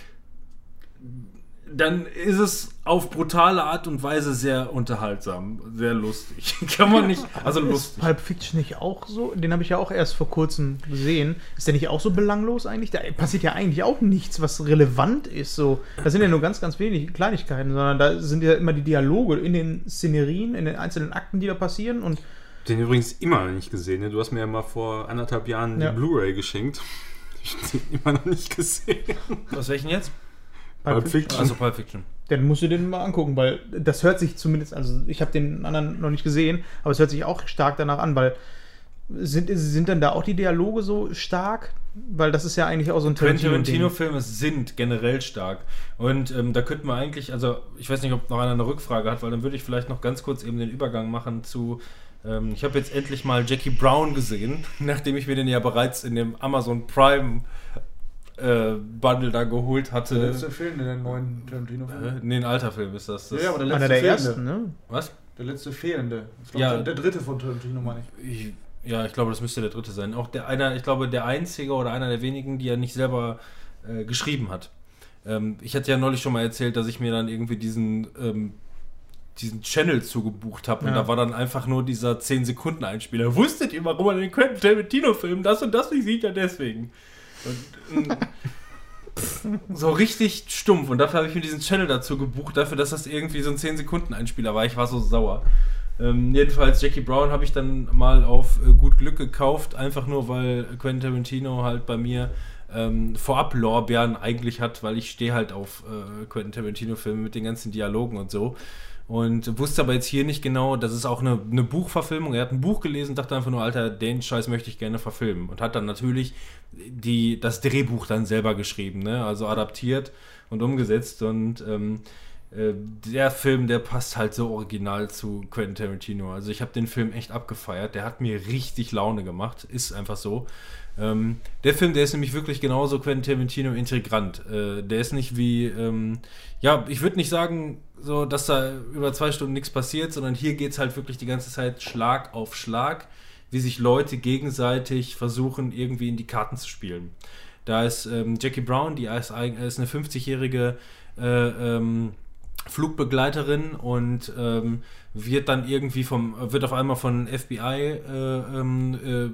dann ist es auf brutale Art und Weise sehr unterhaltsam, sehr lustig. Kann man nicht, also lustig. Ist Pulp Fiction nicht auch so? Den habe ich ja auch erst vor kurzem gesehen. Ist der nicht auch so belanglos eigentlich? Da passiert ja eigentlich auch nichts, was relevant ist. So, da sind ja nur ganz, ganz wenig Kleinigkeiten, sondern da sind ja immer die Dialoge in den Szenerien, in den einzelnen Akten, die da passieren. Und Den übrigens immer noch nicht gesehen. Ne? Du hast mir ja mal vor anderthalb Jahren Ja. die Blu-ray geschenkt. Ich habe den immer noch nicht gesehen. Was welchen jetzt? Pulp Fiction. Also Pulp Fiction. Dann musst du den mal angucken, weil das hört sich zumindest, also ich habe den anderen noch nicht gesehen, aber es hört sich auch stark danach an, weil sind, sind dann da auch die Dialoge so stark? Weil das ist ja eigentlich auch so ein Quentin Tarantino-Ding. Tarantino-Filme sind generell stark. Und ähm, da könnten wir eigentlich, also ich weiß nicht, ob noch einer eine Rückfrage hat, weil dann würde ich vielleicht noch ganz kurz eben den Übergang machen zu, ähm, ich habe jetzt endlich mal Jackie Brown gesehen, nachdem ich mir den ja bereits in dem Amazon Prime äh, Bundle da geholt hatte. Der letzte Film in den neuen Tarantino-Film. Äh, nee, ein alter Film ist das. das Ja, aber der Einer letzte der fehlende. ersten, ne? was? Der letzte fehlende. Ich glaub, Ja. der, der dritte von Tarantino, meine ich. Ich, ja, ich glaube, das müsste der dritte sein. Auch der einer, ich glaube, der einzige oder einer der wenigen, die er nicht selber äh, geschrieben hat. Ähm, ich hatte ja neulich schon mal erzählt, dass ich mir dann irgendwie diesen, ähm, diesen Channel zugebucht habe und Ja. da war dann einfach nur dieser zehn Sekunden Einspieler. Wusstet ihr, warum man den Quentin Tarantino-Film das und das nicht sieht? Ja, deswegen. Und, ähm, so richtig stumpf. Und dafür habe ich mir diesen Channel dazu gebucht, dafür, dass das irgendwie so ein zehn Sekunden Einspieler war. Ich war so sauer. Ähm, jedenfalls, Jackie Brown habe ich dann mal auf äh, gut Glück gekauft, einfach nur, weil Quentin Tarantino halt bei mir ähm, vorab Lorbeeren eigentlich hat, weil ich stehe halt auf äh, Quentin Tarantino-Filme mit den ganzen Dialogen und so. Und wusste aber jetzt hier nicht genau, das ist auch eine, eine Buchverfilmung. Er hat ein Buch gelesen, dachte einfach nur, Alter, den Scheiß möchte ich gerne verfilmen. Und hat dann natürlich die, das Drehbuch dann selber geschrieben, ne? Also adaptiert und umgesetzt. Und ähm, äh, der Film, der passt halt so original zu Quentin Tarantino. Also ich habe den Film echt abgefeiert. Der hat mir richtig Laune gemacht. Ist einfach so. Ähm, der Film, der ist nämlich wirklich genauso Quentin Tarantino integrant. Äh, der ist nicht wie, ähm, ja, ich würde nicht sagen, so, dass da über zwei Stunden nichts passiert, sondern hier geht es halt wirklich die ganze Zeit Schlag auf Schlag, wie sich Leute gegenseitig versuchen, irgendwie in die Karten zu spielen. Da ist ähm, Jackie Brown, die ist, ist eine fünfzigjährige äh, ähm, Flugbegleiterin und ähm, wird dann irgendwie vom, wird auf einmal von F B I äh, ähm, äh,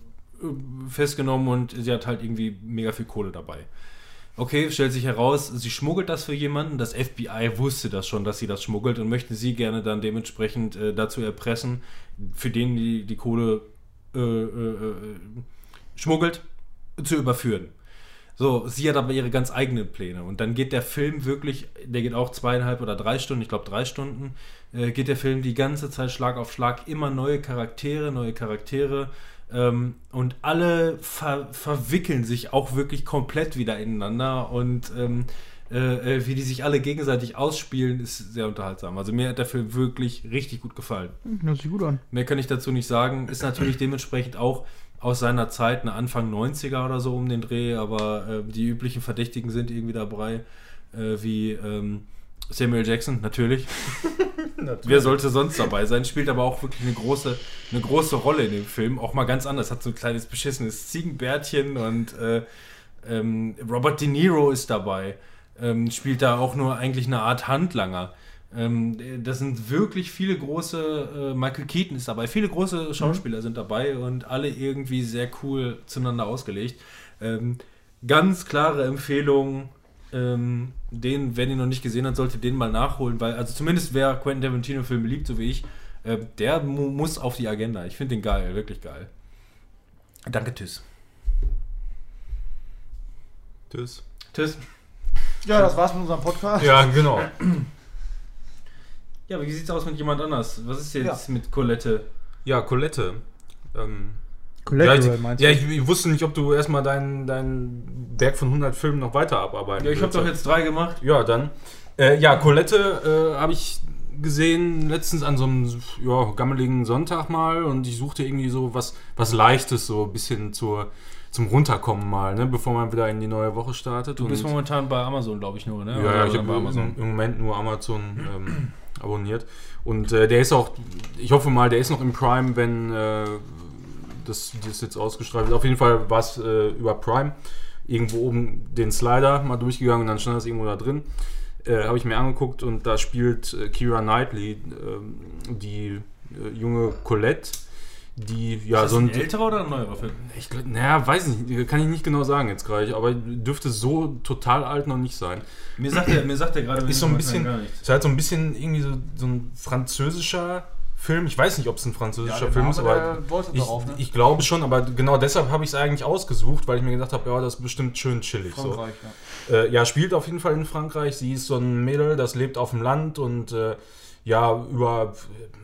festgenommen und sie hat halt irgendwie mega viel Kohle dabei. Okay, stellt sich heraus, sie schmuggelt das für jemanden, das F B I wusste das schon, dass sie das schmuggelt und möchte sie gerne dann dementsprechend äh, dazu erpressen, für den die die Kohle äh, äh, schmuggelt, zu überführen. So, sie hat aber ihre ganz eigenen Pläne und dann geht der Film wirklich, der geht auch zweieinhalb oder drei Stunden, ich glaube drei Stunden, äh, geht der Film die ganze Zeit Schlag auf Schlag, immer neue Charaktere, neue Charaktere, Ähm, und alle ver- verwickeln sich auch wirklich komplett wieder ineinander und ähm, äh, wie die sich alle gegenseitig ausspielen, ist sehr unterhaltsam. Also mir hat der Film wirklich richtig gut gefallen. Hört sich gut an. Mehr kann ich dazu nicht sagen. Ist natürlich dementsprechend auch aus seiner Zeit, eine Anfang neunziger oder so um den Dreh, aber äh, die üblichen Verdächtigen sind irgendwie dabei, äh, wie ähm, Samuel Jackson, natürlich. natürlich. Wer sollte sonst dabei sein? Spielt aber auch wirklich eine große, eine große Rolle in dem Film. Auch mal ganz anders. Hat so ein kleines beschissenes Ziegenbärtchen und äh, ähm, Robert De Niro ist dabei. Ähm, spielt da auch nur eigentlich eine Art Handlanger. Ähm, das sind wirklich viele große, äh, Michael Keaton ist dabei, viele große Schauspieler mhm. sind dabei und alle irgendwie sehr cool zueinander ausgelegt. Ähm, ganz klare Empfehlung. Ähm, den, wenn ihr noch nicht gesehen habt, solltet den mal nachholen, weil, also zumindest wer Quentin Tarantino-Filme liebt, so wie ich, äh, der mu- muss auf die Agenda. Ich finde den geil, wirklich geil. Danke, tschüss. Tschüss. Tschüss. Ja, das war's mit unserem Podcast. Ja, genau. Ja, aber wie sieht's aus mit jemand anders? Was ist jetzt Ja. mit Colette? Ja, Colette. Ähm, Collateral, ja, ich, meinst ja du? ich, ich wusste nicht, ob du erstmal dein, dein Werk von hundert Filmen noch weiter abarbeiten Ja, ich habe willst. doch jetzt drei gemacht. Ja, dann. Äh, ja, Colette äh, habe ich gesehen letztens an so einem ja, gammeligen Sonntag mal und ich suchte irgendwie so was, was Leichtes, so ein bisschen zur, zum Runterkommen mal, ne, bevor man wieder in die neue Woche startet. Du bist und, momentan bei Amazon, glaube ich, nur, ne? ja, Oder ja, ich bei habe Amazon. im Moment nur Amazon ähm, abonniert. Und äh, der ist auch, ich hoffe mal, der ist noch im Prime, wenn äh, das, das jetzt ausgestrahlt wird. Auf jeden Fall war es äh, über Prime. Irgendwo oben den Slider mal durchgegangen und dann stand das irgendwo da drin. Äh, habe ich mir angeguckt und da spielt äh, Keira Knightley, äh, die äh, junge Colette, die ja ist das so ein ein älterer oder ein neuerer Film? ich, glaub- naja, weiß nicht, kann ich nicht genau sagen jetzt gerade, aber dürfte so total alt noch nicht sein. Mir sagt er, mir sagt er gerade, Ist so ein bisschen, gar nichts. ist halt so ein bisschen irgendwie so, so ein französischer Film. Ich weiß nicht, ob es ein französischer der Film Name, ist, aber der deutet ich, darauf, ne? ich glaube schon, aber genau deshalb habe ich es eigentlich ausgesucht, weil ich mir gedacht habe, ja, das ist bestimmt schön chillig. So. Frankreich, ja. Äh, ja, spielt auf jeden Fall in Frankreich. Sie ist so ein Mädel, das lebt auf dem Land und äh, ja, über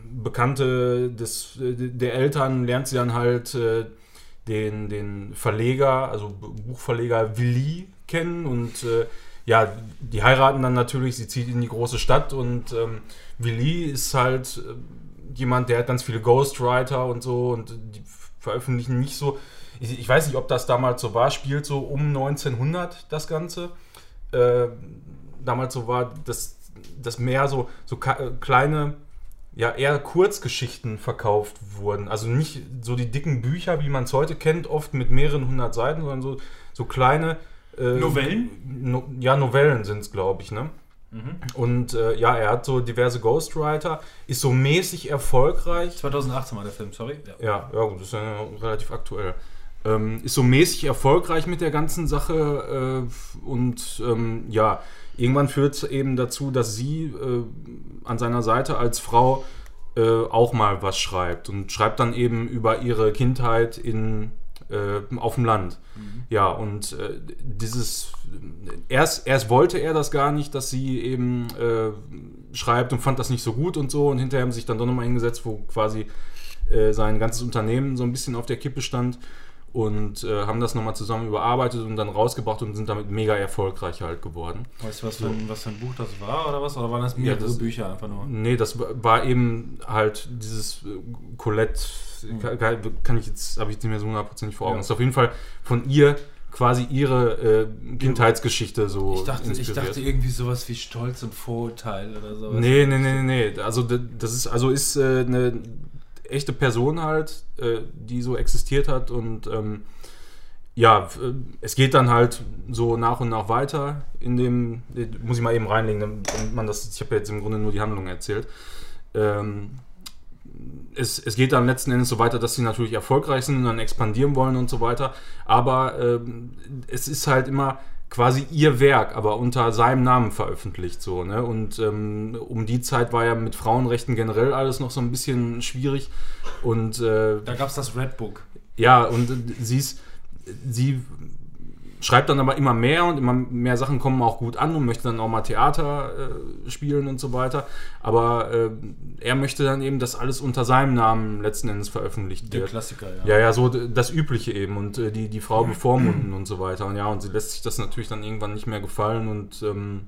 Bekannte des, der Eltern lernt sie dann halt äh, den, den Verleger, also Buchverleger Willy kennen und äh, ja, die heiraten dann natürlich, sie zieht in die große Stadt und ähm, Willy ist halt äh, jemand, der hat ganz viele Ghostwriter und so und die veröffentlichen nicht so. Ich, ich weiß nicht, ob das damals so war, spielt so um neunzehnhundert das Ganze. Äh, damals so war, dass, dass mehr so, so ka- kleine, ja eher Kurzgeschichten verkauft wurden. Also nicht so die dicken Bücher, wie man es heute kennt, oft mit mehreren hundert Seiten, sondern so, so kleine äh, Novellen? No, ja, Novellen sind es, glaube ich, ne? Mhm. Und äh, ja, er hat so diverse Ghostwriter, ist so mäßig erfolgreich. zweitausendachtzehn war der Film, sorry. Ja. Ja, ja gut, das ist ja relativ aktuell. Ähm, ist so mäßig erfolgreich mit der ganzen Sache äh, und ähm, ja, irgendwann führt es eben dazu, dass sie äh, an seiner Seite als Frau äh, auch mal was schreibt und schreibt dann eben über ihre Kindheit in, äh, auf dem Land. Mhm. Ja, und äh, dieses, erst, erst wollte er das gar nicht, dass sie eben äh, schreibt und fand das nicht so gut und so und hinterher haben sie sich dann doch nochmal hingesetzt, wo quasi äh, sein ganzes Unternehmen so ein bisschen auf der Kippe stand. Und äh, haben das nochmal zusammen überarbeitet und dann rausgebracht und sind damit mega erfolgreich halt geworden. Weißt du, was für, ein, was für ein Buch das war oder was? Oder waren das mehrere ja, das, Bücher einfach nur? Nee, das war eben halt dieses äh, Colette, mhm. kann, kann ich jetzt, habe ich jetzt nicht mehr so hundertprozentig vor Augen. Ja. Das ist auf jeden Fall von ihr quasi ihre äh, Kindheitsgeschichte so ich dachte, inspiriert. Ich dachte irgendwie sowas wie Stolz und Vorurteil oder sowas. Nee, nee, nee, nee, nee. Also das ist, also ist äh, eine echte Person halt, äh, die so existiert hat und ähm, ja, äh, es geht dann halt so nach und nach weiter in dem, muss ich mal eben reinlegen, damit man das, ich habe ja jetzt im Grunde nur die Handlung erzählt. Ähm, es, es geht dann letzten Endes so weiter, dass sie natürlich erfolgreich sind und dann expandieren wollen und so weiter, aber ähm, es ist halt immer quasi ihr Werk, aber unter seinem Namen veröffentlicht so, ne? Und ähm, um die Zeit war ja mit Frauenrechten generell alles noch so ein bisschen schwierig und äh, da gab es das Red Book. Ja, und äh, sie ist, sie schreibt dann aber immer mehr und immer mehr Sachen kommen auch gut an und möchte dann auch mal Theater äh, spielen und so weiter. Aber äh, er möchte dann eben, dass alles unter seinem Namen letzten Endes veröffentlicht wird. Der Klassiker, ja. Ja, ja, so das Übliche eben und äh, die, die Frau bevormunden und so weiter. Und ja, und sie lässt sich das natürlich dann irgendwann nicht mehr gefallen und ähm,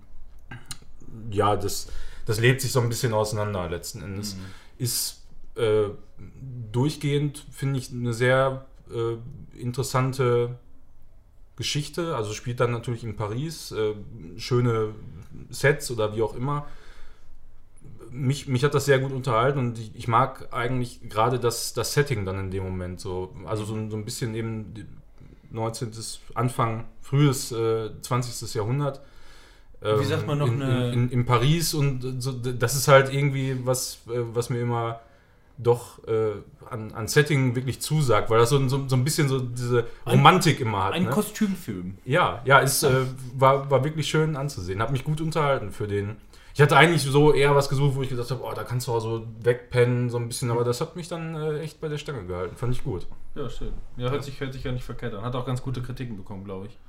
ja, das, das lebt sich so ein bisschen auseinander letzten Endes. Mhm. Ist äh, durchgehend, finde ich, eine sehr äh, interessante Geschichte, also spielt dann natürlich in Paris, äh, schöne Sets oder wie auch immer. Mich, mich hat das sehr gut unterhalten und ich, ich mag eigentlich gerade das, das Setting dann in dem Moment so, also so, so ein bisschen eben neunzehnten. Anfang, frühes äh, zwanzigsten. Jahrhundert. Ähm, wie sagt man noch in, eine... In, in, in Paris und so, das ist halt irgendwie was, äh, was mir immer doch äh, an, an Setting wirklich zusagt, weil das so, so, so ein bisschen so diese Romantik ein, immer hat. Ein ne? Kostümfilm. Ja, ja, es äh, war, war wirklich schön anzusehen. Hat mich gut unterhalten für den. Ich hatte eigentlich so eher was gesucht, wo ich gesagt habe, oh, da kannst du auch so wegpennen, so ein bisschen, aber das hat mich dann äh, echt bei der Stange gehalten. Fand ich gut. Ja, schön. Ja, hört sich, hört sich ja nicht verkehrt an. Hat auch ganz gute Kritiken bekommen, glaube ich.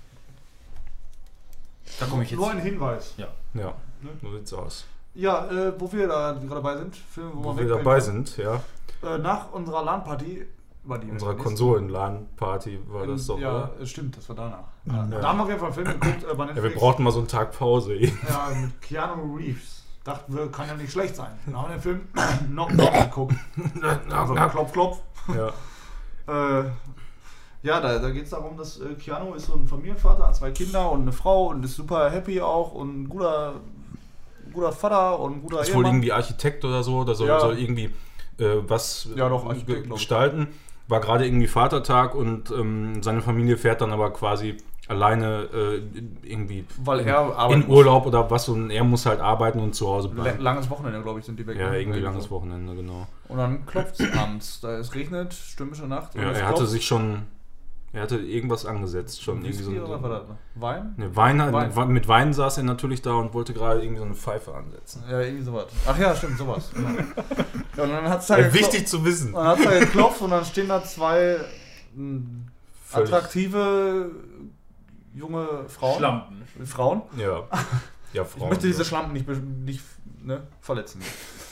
Da komme ich jetzt. Nur ein Hinweis. Ja, ja, ne? So sieht's aus. Ja, äh, wo wir da gerade dabei sind, Filme, wo, wo wir dabei können. sind, ja. Äh, nach unserer LAN-Party, über die unserer Konsolen-LAN-Party war das doch, ja, oder? Stimmt, das war danach. Ja. Ja. Da haben wir auf jeden Fall einen Film geguckt äh, bei Netflix. Ja, wir brauchten mal so einen Tag Pause. Ja, mit Keanu Reeves. Dachten wir, kann ja nicht schlecht sein. Dann haben wir den Film Knock Knock geguckt. Also Klopf, Klopf. Ja. äh, Ja, da, da geht es darum, dass äh, Keanu ist so ein Familienvater, hat zwei Kinder und eine Frau und ist super happy auch und ein guter, guter Vater und ein guter Ehemann. Ist wohl irgendwie Architekt oder so, da soll, ja. soll irgendwie äh, was ja, doch, ge- gestalten. War gerade irgendwie Vatertag und ähm, seine Familie fährt dann aber quasi alleine äh, irgendwie Weil er in Urlaub oder was und er muss halt arbeiten und zu Hause bleiben. Langes Wochenende, glaube ich, sind die weg. Ja, irgendwie langes so. Wochenende, genau. Und dann klopft es abends, da es regnet, stürmische Nacht. Ja, er hatte sich schon... Er hatte irgendwas angesetzt schon. Irgendwie so, oder war das? Wein? Ne, Wein, Wein? Mit Wein saß er natürlich da und wollte gerade irgendwie so eine Pfeife ansetzen. Ja, irgendwie sowas. Ach ja, stimmt, sowas. Genau. Ja, und dann hat's da ja, wichtig zu wissen. Dann hat es da geklopft und dann stehen da zwei m, attraktive junge Frauen. Schlampen. Frauen? Ja. Ja, Frauen. Ich möchte diese Schlampen nicht, nicht ne, verletzen.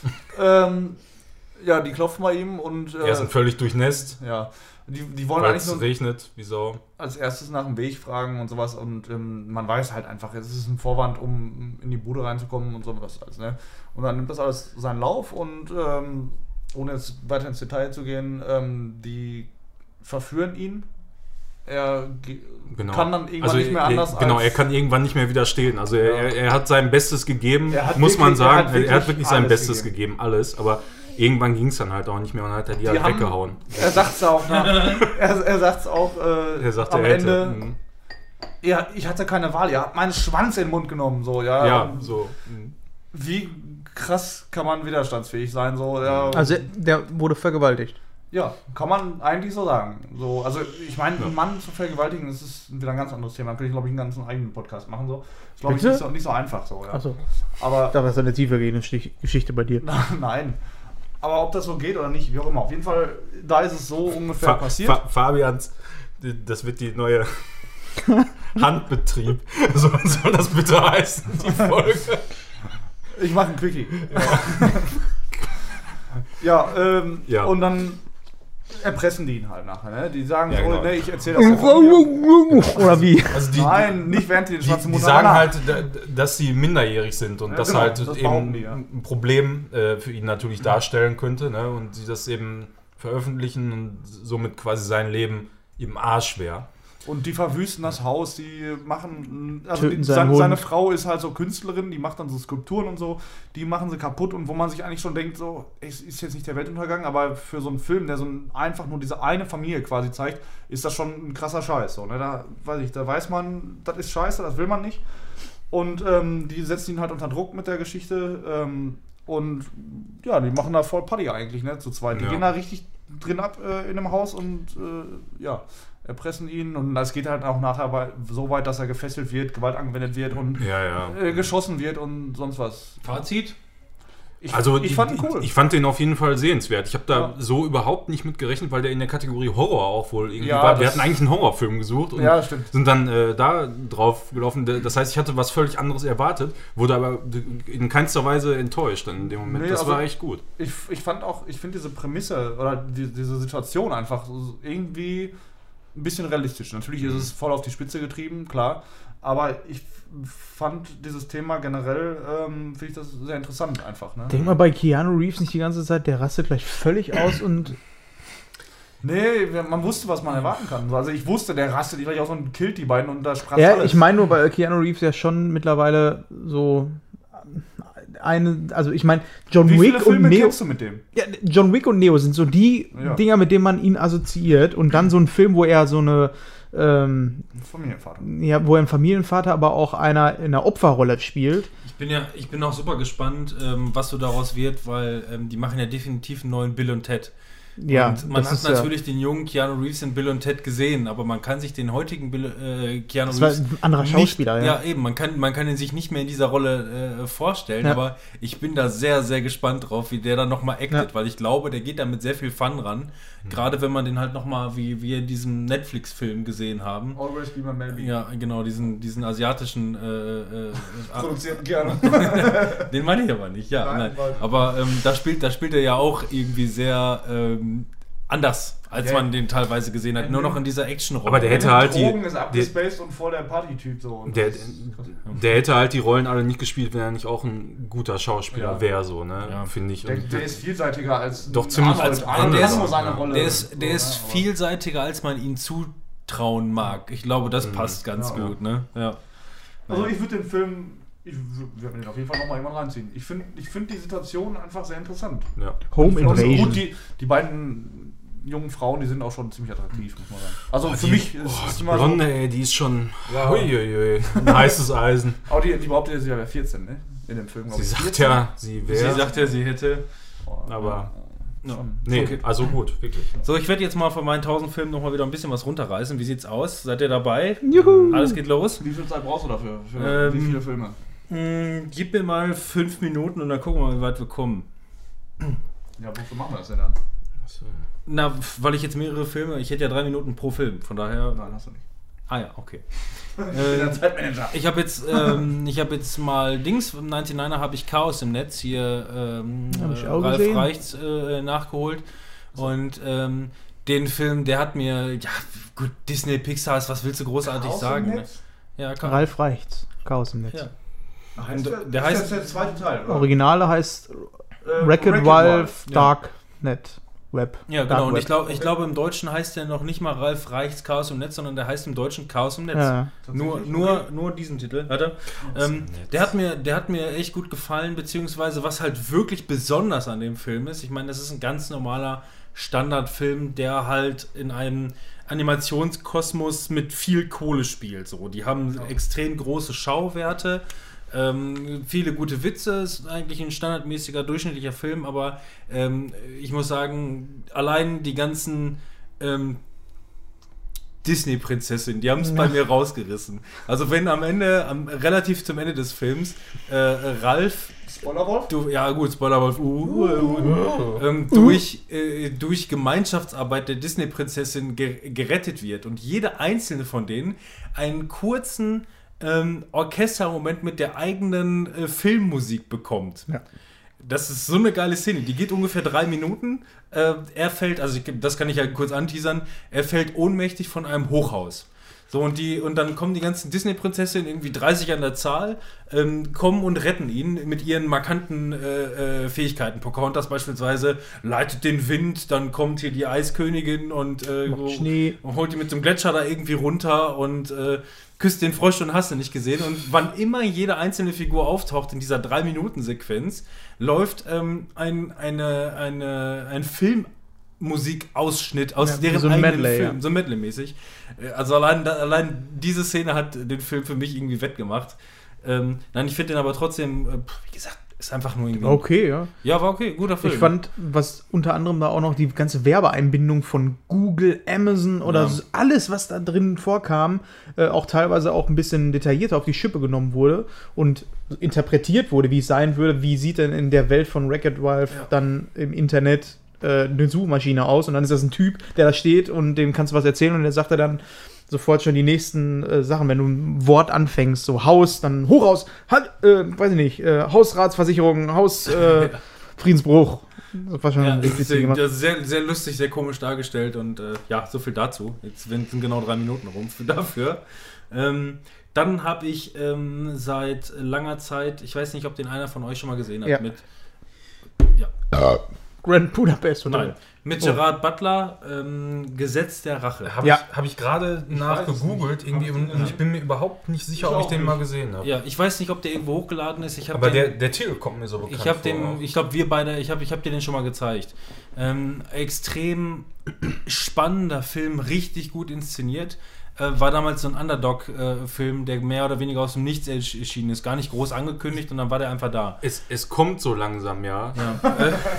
ähm, ja, die klopfen bei ihm und... Äh, er sind völlig durchnässt. Ja. Die, die wollen Weil eigentlich es nur regnet, wie Sau. Als erstes nach dem Weg fragen und sowas und ähm, man weiß halt einfach, es ist ein Vorwand, um in die Bude reinzukommen und sowas alles, ne? Und dann nimmt das alles seinen Lauf und ähm, ohne jetzt weiter ins Detail zu gehen, ähm, die verführen ihn. Er ge- genau. kann dann irgendwann also nicht mehr anders er, Genau, als er kann irgendwann nicht mehr widerstehen. Also er, ja. er, er hat sein Bestes gegeben, muss wirklich, man sagen. Er hat wirklich, er hat wirklich sein Bestes gegeben. gegeben, alles, aber irgendwann ging es dann halt auch nicht mehr und hat er die, die halt haben, weggehauen. Er sagt es auch, ne? er, er sagt es auch äh, er sagt, am er Ende. Hätte, mh. Ja, ich hatte keine Wahl, ihr habt meinen Schwanz in den Mund genommen, so, ja. Ja, so. Mh. Wie krass kann man widerstandsfähig sein, so, ja. Also, der wurde vergewaltigt. Ja, kann man eigentlich so sagen. So, also, ich meine, ja. einen Mann zu vergewaltigen, das ist wieder ein ganz anderes Thema. Da könnte ich, glaube ich, einen ganzen eigenen Podcast machen, so. Ist, glaube ich, nicht so, nicht so einfach, so, ja. Achso. Aber. Da war so eine tiefergehende Geschichte bei dir. Nein. Aber ob das so geht oder nicht, wie auch immer. Auf jeden Fall, da ist es so ungefähr Fa passiert. Fa Fabians, das wird die neue Handbetrieb. So soll das bitte heißen, die Folge. Ich mache ein Quickie. Ja, ja, ähm, Ja. und dann erpressen die ihn halt nachher. Ne? Die sagen Ja, so, genau. nee, ich erzähle das der Familie. Oder wie? Also die, Nein, nicht während die den die, schwarzen die Mutter sagen danach. halt, da- dass sie minderjährig sind und Ja, das genau, halt das eben behaupten die, ja. ein Problem äh, für ihn natürlich darstellen könnte, ne? Und sie das eben veröffentlichen und somit quasi sein Leben im Arsch wäre. Und die verwüsten das Haus, die machen, also Töten die, seinen seine, Hund. seine Frau ist halt so Künstlerin, die macht dann so Skulpturen und so, die machen sie kaputt und wo man sich eigentlich schon denkt, so, es ist jetzt nicht der Weltuntergang, aber für so einen Film, der so ein, einfach nur diese eine Familie quasi zeigt, ist das schon ein krasser Scheiß. So, ne? Da weiß ich, da weiß man, das ist scheiße, das will man nicht. Und ähm, die setzen ihn halt unter Druck mit der Geschichte ähm, und ja, die machen da voll Party eigentlich, ne, zu zweit. Die Ja. gehen da richtig drin ab äh, in dem Haus und äh, ja, erpressen ihn und das geht halt auch nachher bei, so weit, dass er gefesselt wird, Gewalt angewendet wird und Ja, ja. äh, geschossen wird und sonst was. Fazit? Ich, Also ich die, fand ihn cool. Ich, ich fand den auf jeden Fall sehenswert. Ich habe da Ja. so überhaupt nicht mit gerechnet, weil der in der Kategorie Horror auch wohl irgendwie Ja, war. Wir das- hatten eigentlich einen Horrorfilm gesucht und Ja, das stimmt. sind dann äh, da drauf gelaufen. Das heißt, ich hatte was völlig anderes erwartet, wurde aber in keinster Weise enttäuscht dann in dem Moment. Nee, das also- war echt gut. Ich, ich fand auch, ich finde diese Prämisse oder die, diese Situation einfach so irgendwie ein bisschen realistisch. Natürlich ist es voll auf die Spitze getrieben, klar. Aber ich fand dieses Thema generell, ähm, finde ich das sehr interessant einfach. Ne? Denk mal bei Keanu Reeves nicht die ganze Zeit, der rastet gleich völlig aus und Nee, man wusste, was man erwarten kann. Also ich wusste, der rastet gleich aus und killt die beiden und da sprach ja, alles. ich meine nur bei Keanu Reeves ja schon mittlerweile so eine, also ich meine John Wie viele Wick und Filme Neo, kennst du mit dem? ja, John Wick und Neo sind so die Ja. Dinger, mit denen man ihn assoziiert und dann so ein Film, wo er so eine ähm, Familienvater. ja, wo er ein Familienvater, aber auch einer in einer Opferrolle spielt. Ich bin ja, ich bin auch super gespannt, ähm, was so daraus wird, weil ähm, die machen ja definitiv einen neuen Bill und Ted. Ja, und man das hat ist ja- natürlich den jungen Keanu Reeves in Bill und Ted gesehen, aber man kann sich den heutigen Bill, äh, Keanu Das war Reeves ein anderer Schauspieler, nicht, ja. ja. eben, man kann, man kann ihn sich nicht mehr in dieser Rolle äh, vorstellen, Ja. aber ich bin da sehr, sehr gespannt drauf, wie der dann nochmal actet, Ja. weil ich glaube, der geht da mit sehr viel Fun ran, gerade wenn man den halt nochmal, wie wir in diesem Netflix-Film gesehen haben. Always be my maybe. Ja, genau, diesen, diesen asiatischen äh, äh, Produziert gerne. den meine ich aber nicht, ja. Nein, Nein, weil- aber ähm, da, spielt, da spielt er ja auch irgendwie sehr ähm, anders, als Ja. man den teilweise gesehen hat. Nur noch in dieser Actionrolle. Aber der hätte halt die, Drogen ist der, abgespaced und voll der Partytyp so. Und der, das ist krass. der hätte halt die Rollen alle nicht gespielt, wenn er nicht auch ein guter Schauspieler Ja. wäre, so, ne? Ja. Finde ich. Der, Und der ist vielseitiger als Doch ziemlich Arnold. als- Arnold der hat ist- nur seine ja. Rolle. Der ist, der So, ist ne, aber- vielseitiger, als man ihn zutrauen mag. Ich glaube, das passt ganz Ja. gut, ne? Ja. Also ich würde den Film, ich werde mir den auf jeden Fall nochmal irgendwann reinziehen. Ich finde ich find die Situation einfach sehr interessant. ja. Home Und so Invasion. gut, die, die beiden jungen Frauen, die sind auch schon ziemlich attraktiv, muss man sagen. Also Oh, für die, mich ist oh, es die immer Blonde, ey, die ist schon. Ja. Uiuiui, ein heißes Eisen. so. Aber die, die behauptet, sie wäre vierzehn, ne? In dem Film. glaub Sie ich. sagt vierzehn? ja, sie Sie wäre. sagt ja, sie hätte. Oh, aber- Ja. Nee, Okay. also gut, wirklich. So, ich werde jetzt mal von meinen tausend Filmen nochmal wieder ein bisschen was runterreißen. Wie sieht's aus? Seid ihr dabei? Juhu. Alles geht los. Wie viel Zeit brauchst du dafür? Für Ähm, wie viele Filme? Hm, gib mir mal fünf Minuten und dann gucken wir mal, wie weit wir kommen. Ja, wofür machen wir das denn dann? Na, weil ich jetzt mehrere Filme, ich hätte ja drei Minuten pro Film, von daher. Nein, hast du nicht. Ah ja, okay. Ich bin der Zeitmanager. Ich habe jetzt, ähm, ich habe jetzt mal Dings, im neunundneunziger habe ich Chaos im Netz hier ähm, Hab ich äh, auch Ralf gesehen. Reichts äh, nachgeholt. Und ähm, den Film, der hat mir, ja gut, Disney, Pixar, was willst du großartig sagen? Ne? Ja, Chaos. Ralf Reichts. Chaos im Netz. Ja. Heißt der- der, der ist heißt- jetzt der zweite Teil, oder? Originale heißt Äh, Wreck-It Ralph Darknet Web. Ja, Dark genau. Und Web. ich glaube, ich glaube, im Deutschen heißt der noch nicht mal Ralf Reichts Chaos im Netz, sondern der heißt im Deutschen Chaos im Netz. Ja. Nur, Tatsächlich? nur, Okay. nur diesen Titel, warte. Ähm, der, hat mir, der hat mir echt gut gefallen, beziehungsweise was halt wirklich besonders an dem Film ist. Ich meine, das ist ein ganz normaler Standardfilm, der halt in einem Animationskosmos mit viel Kohle spielt. So. Die haben extrem große Schauwerte. Ähm, viele gute Witze, ist eigentlich ein standardmäßiger, durchschnittlicher Film, aber ähm, ich muss sagen, allein die ganzen ähm, Disney-Prinzessin, die haben es bei mir rausgerissen. Also wenn am Ende, am, relativ zum Ende des Films, äh, Ralf, Spoilerwolf? du, ja gut, Spoilerwolf, uh, uh, uh, ähm, durch, äh, durch Gemeinschaftsarbeit der Disney-Prinzessin ge- gerettet wird und jede einzelne von denen einen kurzen ähm, Orchestermoment mit der eigenen äh, Filmmusik bekommt. Ja. Das ist so eine geile Szene. Die geht ungefähr drei Minuten. Äh, er fällt, also ich, das kann ich ja kurz anteasern, er fällt ohnmächtig von einem Hochhaus. So, und die, und dann kommen die ganzen Disney-Prinzessinnen, irgendwie dreißig an der Zahl, ähm, kommen und retten ihn mit ihren markanten äh, äh, Fähigkeiten. Pocahontas beispielsweise leitet den Wind, dann kommt hier die Eiskönigin und äh, Macht Schnee. und holt die mit dem Gletscher da irgendwie runter und äh, küsst den Frosch und hast du nicht gesehen. Und wann immer jede einzelne Figur auftaucht in dieser drei Minuten Sequenz, läuft ähm, ein, eine, eine, ein Filmmusikausschnitt aus Ja, deren so ein eigenen Medley, Film, ja. so Medley-mäßig. Äh, Also allein, da, allein diese Szene hat den Film für mich irgendwie wettgemacht. Ähm, nein, ich finde den aber trotzdem, äh, wie gesagt, ist einfach nur irgendwie... Okay, ja. Ja, war okay, guter Film. Ich fand, was unter anderem da auch noch die ganze Werbeeinbindung von Google, Amazon oder Ja. so, alles, was da drin vorkam, äh, auch teilweise auch ein bisschen detaillierter auf die Schippe genommen wurde und interpretiert wurde, wie es sein würde. Wie sieht denn in der Welt von Wreck-It Ralph Ja. dann im Internet äh, eine Suchmaschine aus? Und dann ist das ein Typ, der da steht und dem kannst du was erzählen und der sagt er dann sofort schon die nächsten äh, Sachen, wenn du ein Wort anfängst, so Haus, dann Hochhaus, halt, äh, weiß ich nicht, äh, Hausratsversicherung, Haus, äh, Friedensbruch. Das war schon Ja, richtig das ist witzig gemacht. sehr, das ist sehr, sehr lustig, sehr komisch dargestellt und äh, ja, so viel dazu. Jetzt sind genau drei Minuten rum für, dafür. Ähm, dann habe ich ähm, seit langer Zeit, ich weiß nicht, ob den einer von euch schon mal gesehen hat, Ja. mit ja, Grand Budapest Hotel. nein, mit Gerard Butler, ähm, Gesetz der Rache. Habe Ja. ich, hab ich gerade weiß es nachgegoogelt nicht. irgendwie und, und ich bin mir überhaupt nicht sicher, Ich ob ich auch den nicht. mal gesehen habe. Ja, ich weiß nicht, ob der irgendwo hochgeladen ist. Ich hab Aber den, der, der Titel kommt mir so bekannt Ich habe vor. den, ich glaube, wir beide, ich habe ich hab dir den schon mal gezeigt. Ähm, extrem spannender Film, richtig gut inszeniert. Äh, war damals so ein Underdog-Film, der mehr oder weniger aus dem Nichts erschienen ist. Gar nicht groß angekündigt und dann war der einfach da. Es, es kommt so langsam, ja. Ja.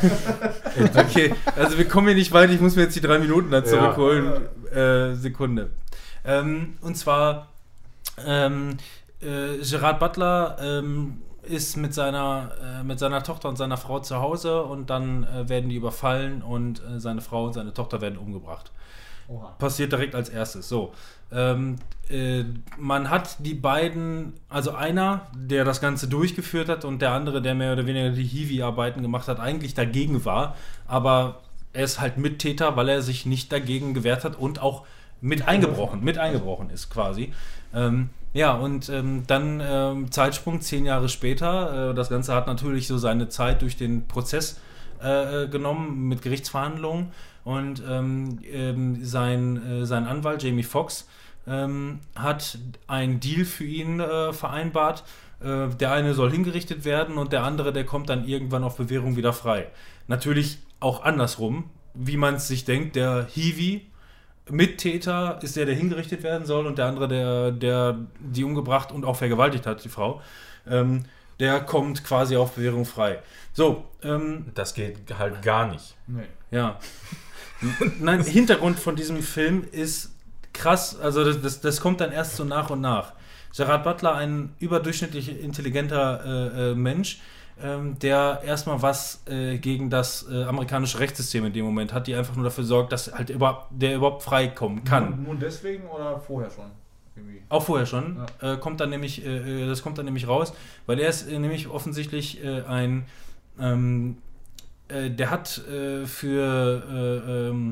äh, okay, also wir kommen hier nicht weit, ich muss mir jetzt die drei Minuten da zurückholen. Äh, Sekunde. Ähm, und zwar ähm, äh, Gerard Butler ähm, ist mit seiner, äh, mit seiner Tochter und seiner Frau zu Hause und dann äh, werden die überfallen und äh, seine Frau und seine Tochter werden umgebracht. Oha. Passiert direkt als erstes. So. Ähm, äh, man hat die beiden, also einer, der das Ganze durchgeführt hat und der andere, der mehr oder weniger die Hiwi-Arbeiten gemacht hat, eigentlich dagegen war, aber er ist halt Mittäter, weil er sich nicht dagegen gewehrt hat und auch mit eingebrochen, mit eingebrochen ist quasi. Ähm, ja, und ähm, dann ähm, Zeitsprung zehn Jahre später. Äh, das Ganze hat natürlich so seine Zeit durch den Prozess äh, genommen mit Gerichtsverhandlungen. Und ähm, ähm, sein, äh, sein Anwalt, Jamie Foxx, ähm, hat einen Deal für ihn äh, vereinbart. Äh, der eine soll hingerichtet werden und der andere, der kommt dann irgendwann auf Bewährung wieder frei. Natürlich auch andersrum, wie man es sich denkt. Der Hiwi, Mittäter, ist der, der hingerichtet werden soll und der andere, der, der die umgebracht und auch vergewaltigt hat, die Frau, ähm, der kommt quasi auf Bewährung frei. So, ähm, Das geht halt gar nicht. Nee. ja. Nein, Hintergrund von diesem Film ist krass, also das, das, das kommt dann erst so nach und nach. Gerard Butler, ein überdurchschnittlich intelligenter äh, äh, Mensch, ähm, der erstmal was äh, gegen das äh, amerikanische Rechtssystem in dem Moment hat, die einfach nur dafür sorgt, dass halt überhaupt, der überhaupt freikommen kann. Nur, nur deswegen oder vorher schon? Irgendwie. Auch vorher schon. Äh, kommt dann nämlich, äh, das kommt dann nämlich raus, weil er ist äh, nämlich offensichtlich äh, ein ähm, äh, der hat äh, für äh, ähm,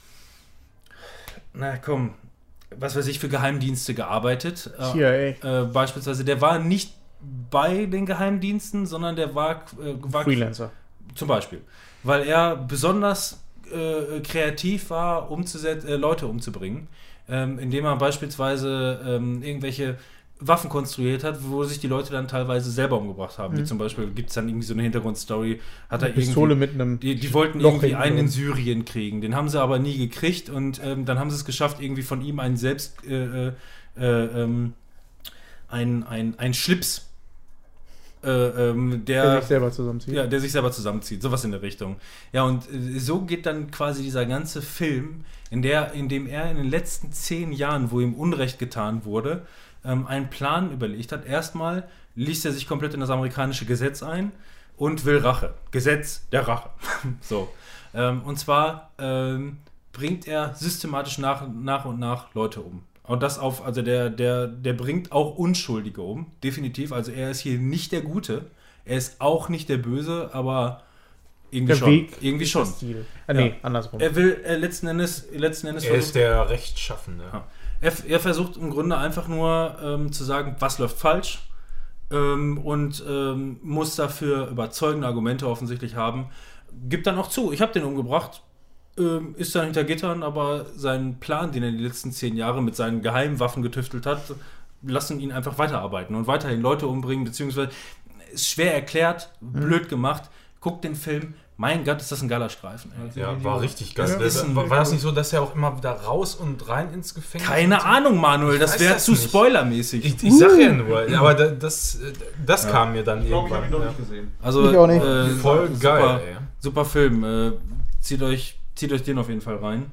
na komm, was weiß ich, für Geheimdienste gearbeitet. C I A. Äh, beispielsweise, der war nicht bei den Geheimdiensten, sondern der war, äh, war Freelancer. zum Beispiel, weil er besonders äh, kreativ war, umzuset- äh, Leute umzubringen, ähm, indem er beispielsweise ähm, irgendwelche Waffen konstruiert hat, wo sich die Leute dann teilweise selber umgebracht haben. Wie zum Beispiel gibt es dann irgendwie so eine Hintergrundstory, hat er Eine Pistole irgendwie, mit einem die, die wollten Loch irgendwie hinten einen in drin. Syrien kriegen, den haben sie aber nie gekriegt und ähm, dann haben sie es geschafft, irgendwie von ihm einen selbst äh, äh, äh, ähm, ein, ein, ein Schlips äh, ähm, der, Der sich selber zusammenzieht. Ja, der sich selber zusammenzieht, sowas in der Richtung. Ja, und äh, so geht dann quasi dieser ganze Film, in, der, in dem er in den letzten zehn Jahren, wo ihm Unrecht getan wurde, ähm, einen Plan überlegt hat. Erstmal liest er sich komplett in das amerikanische Gesetz ein und will Rache. Gesetz der Rache. So. Ähm, und zwar ähm, bringt er systematisch nach, nach und nach Leute um. Und das auf, also der, der, der bringt auch Unschuldige um, definitiv. Also er ist hier nicht der Gute, er ist auch nicht der Böse, aber irgendwie Der schon. Weg irgendwie ist schon. das Ziel. Ah, nee, Ja. andersrum. Er will äh, letzten Endes, letzten Endes Er ist der Rechtschaffende. Ja. er, er versucht im Grunde einfach nur ähm, zu sagen, was läuft falsch ähm, und ähm, muss dafür überzeugende Argumente offensichtlich haben. Gibt dann auch zu, ich habe den umgebracht. Ähm, ist dann hinter Gittern, aber seinen Plan, den er die letzten zehn Jahre mit seinen Geheimwaffen getüftelt hat, lassen ihn einfach weiterarbeiten und weiterhin Leute umbringen, beziehungsweise ist schwer erklärt, blöd gemacht. Guckt den Film, mein Gott, ist das ein geiler Streifen. Ey. Ja, war richtig geil. Das Das ist ein- war, war das nicht so, dass er auch immer wieder raus und rein ins Gefängnis? Keine und so? Ahnung, Manuel, Ich das weiß wäre das zu nicht. spoilermäßig. Ich, ich sag ja nur, aber da- das, das kam mir dann Ich glaube, ich habe ihn irgendwann. noch nicht gesehen. Also, Ich auch nicht. Äh, Voll super, geil, ey. Super Film. Äh, zieht, euch, zieht euch den auf jeden Fall rein.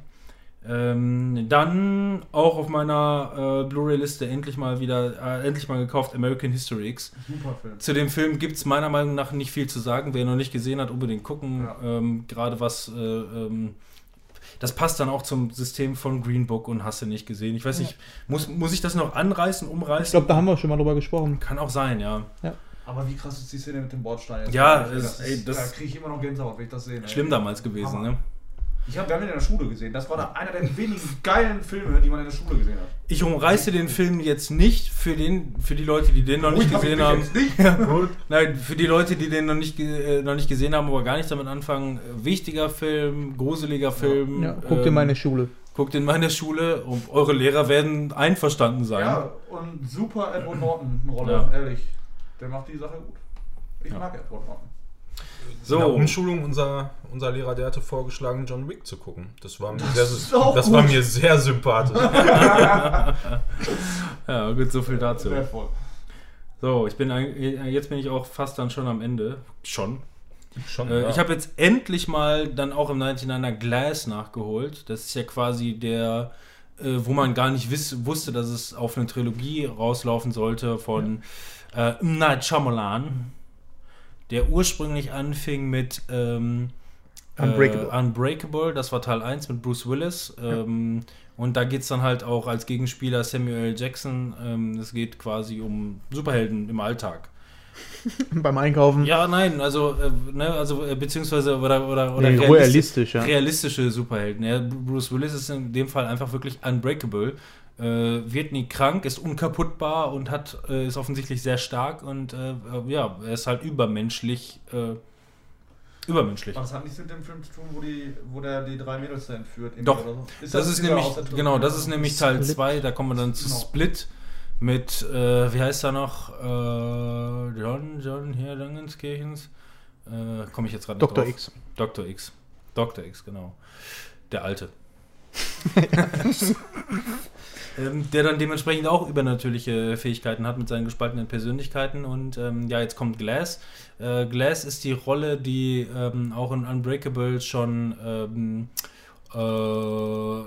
Ähm, dann auch auf meiner äh, Blu-ray-Liste endlich mal wieder, äh, endlich mal gekauft, American History X. Super Film. Zu dem Film gibt es meiner Meinung nach nicht viel zu sagen. Wer ihn noch nicht gesehen hat, unbedingt gucken. Ja. Ähm, Gerade was, äh, ähm, das passt dann auch zum System von Green Book und hast du nicht gesehen. Ich weiß nicht, muss, muss ich das noch anreißen, umreißen? Ich glaube, da haben wir schon mal drüber gesprochen. Kann auch sein, ja. Aber wie krass ist die Szene mit dem Bordstein? jetzt? Ja, das, es- das, ey, das- da kriege ich immer noch Gänsehaut, wenn ich das sehe. ey. Schlimm damals gewesen, Hammer. ne? Ich hab, wir haben ihn in der Schule gesehen. Das war da einer der wenigen geilen Filme, die man in der Schule gesehen hat. Ich umreiße den Film jetzt nicht für, den, für die Leute, die den noch nicht Ruhig hab ich gesehen mich haben. jetzt nicht. Ja, nein, für die Leute, die den noch nicht, ge- äh, noch nicht gesehen haben, aber gar nicht damit anfangen. äh, Wichtiger Film, gruseliger Film. Ja, guckt in ähm, meine Schule. Guckt in meine Schule und eure Lehrer werden einverstanden sein. Ja, und super Edward Norton-Rolle, Ja. ehrlich. Der macht die Sache gut. Ich Ja. mag Edward Norton. So. In der So, Umschulung, unser, unser Lehrer, der hatte vorgeschlagen, John Wick zu gucken. Das war mir, Das ist sehr, auch das gut. war mir sehr sympathisch. ja, gut, so viel dazu. Wertvoll. So, ich bin eigentlich- jetzt bin ich auch fast dann schon am Ende. Schon. Schon, Äh, ja. Ich habe jetzt endlich mal dann auch im neunundneunziger Glass nachgeholt. Das ist ja quasi der, äh, wo man gar nicht wiss, wusste, dass es auf eine Trilogie rauslaufen sollte von äh, M. Night Shyamalan, der ursprünglich anfing mit ähm, Unbreakable. Äh, Unbreakable, das war Teil eins mit Bruce Willis. Ähm, und da geht es dann halt auch als Gegenspieler Samuel L. Jackson. Ähm, es geht quasi um Superhelden im Alltag. Beim Einkaufen. Ja, nein, also, äh, ne, also äh, beziehungsweise oder, oder, oder Nee, realistisch, realistisch, ja. realistische Superhelden. Ja, Bruce Willis ist in dem Fall einfach wirklich unbreakable. Äh, wird nie krank, ist unkaputtbar und hat, äh, ist offensichtlich sehr stark und äh, äh, ja, er ist halt übermenschlich. Äh, übermenschlich. Das hat nichts mit dem Film zu tun, wo, die, wo der die drei Mädels da entführt. irgendwie Doch, oder so. Das, ist dieser nämlich, aus der Türkei? genau, das ist nämlich Teil Split. zwei, da kommen wir dann zu Genau. Split mit, äh, wie heißt er noch? Äh, John, John hier, Langenskirchens. Äh, komme ich jetzt gerade nicht Doktor drauf. X. Doktor X. Doktor X, genau. Der Alte. ähm, der dann dementsprechend auch übernatürliche Fähigkeiten hat mit seinen gespaltenen Persönlichkeiten. Und ähm, ja, jetzt kommt Glass. Äh, Glass ist die Rolle, die ähm, auch in Unbreakable schon ähm, äh,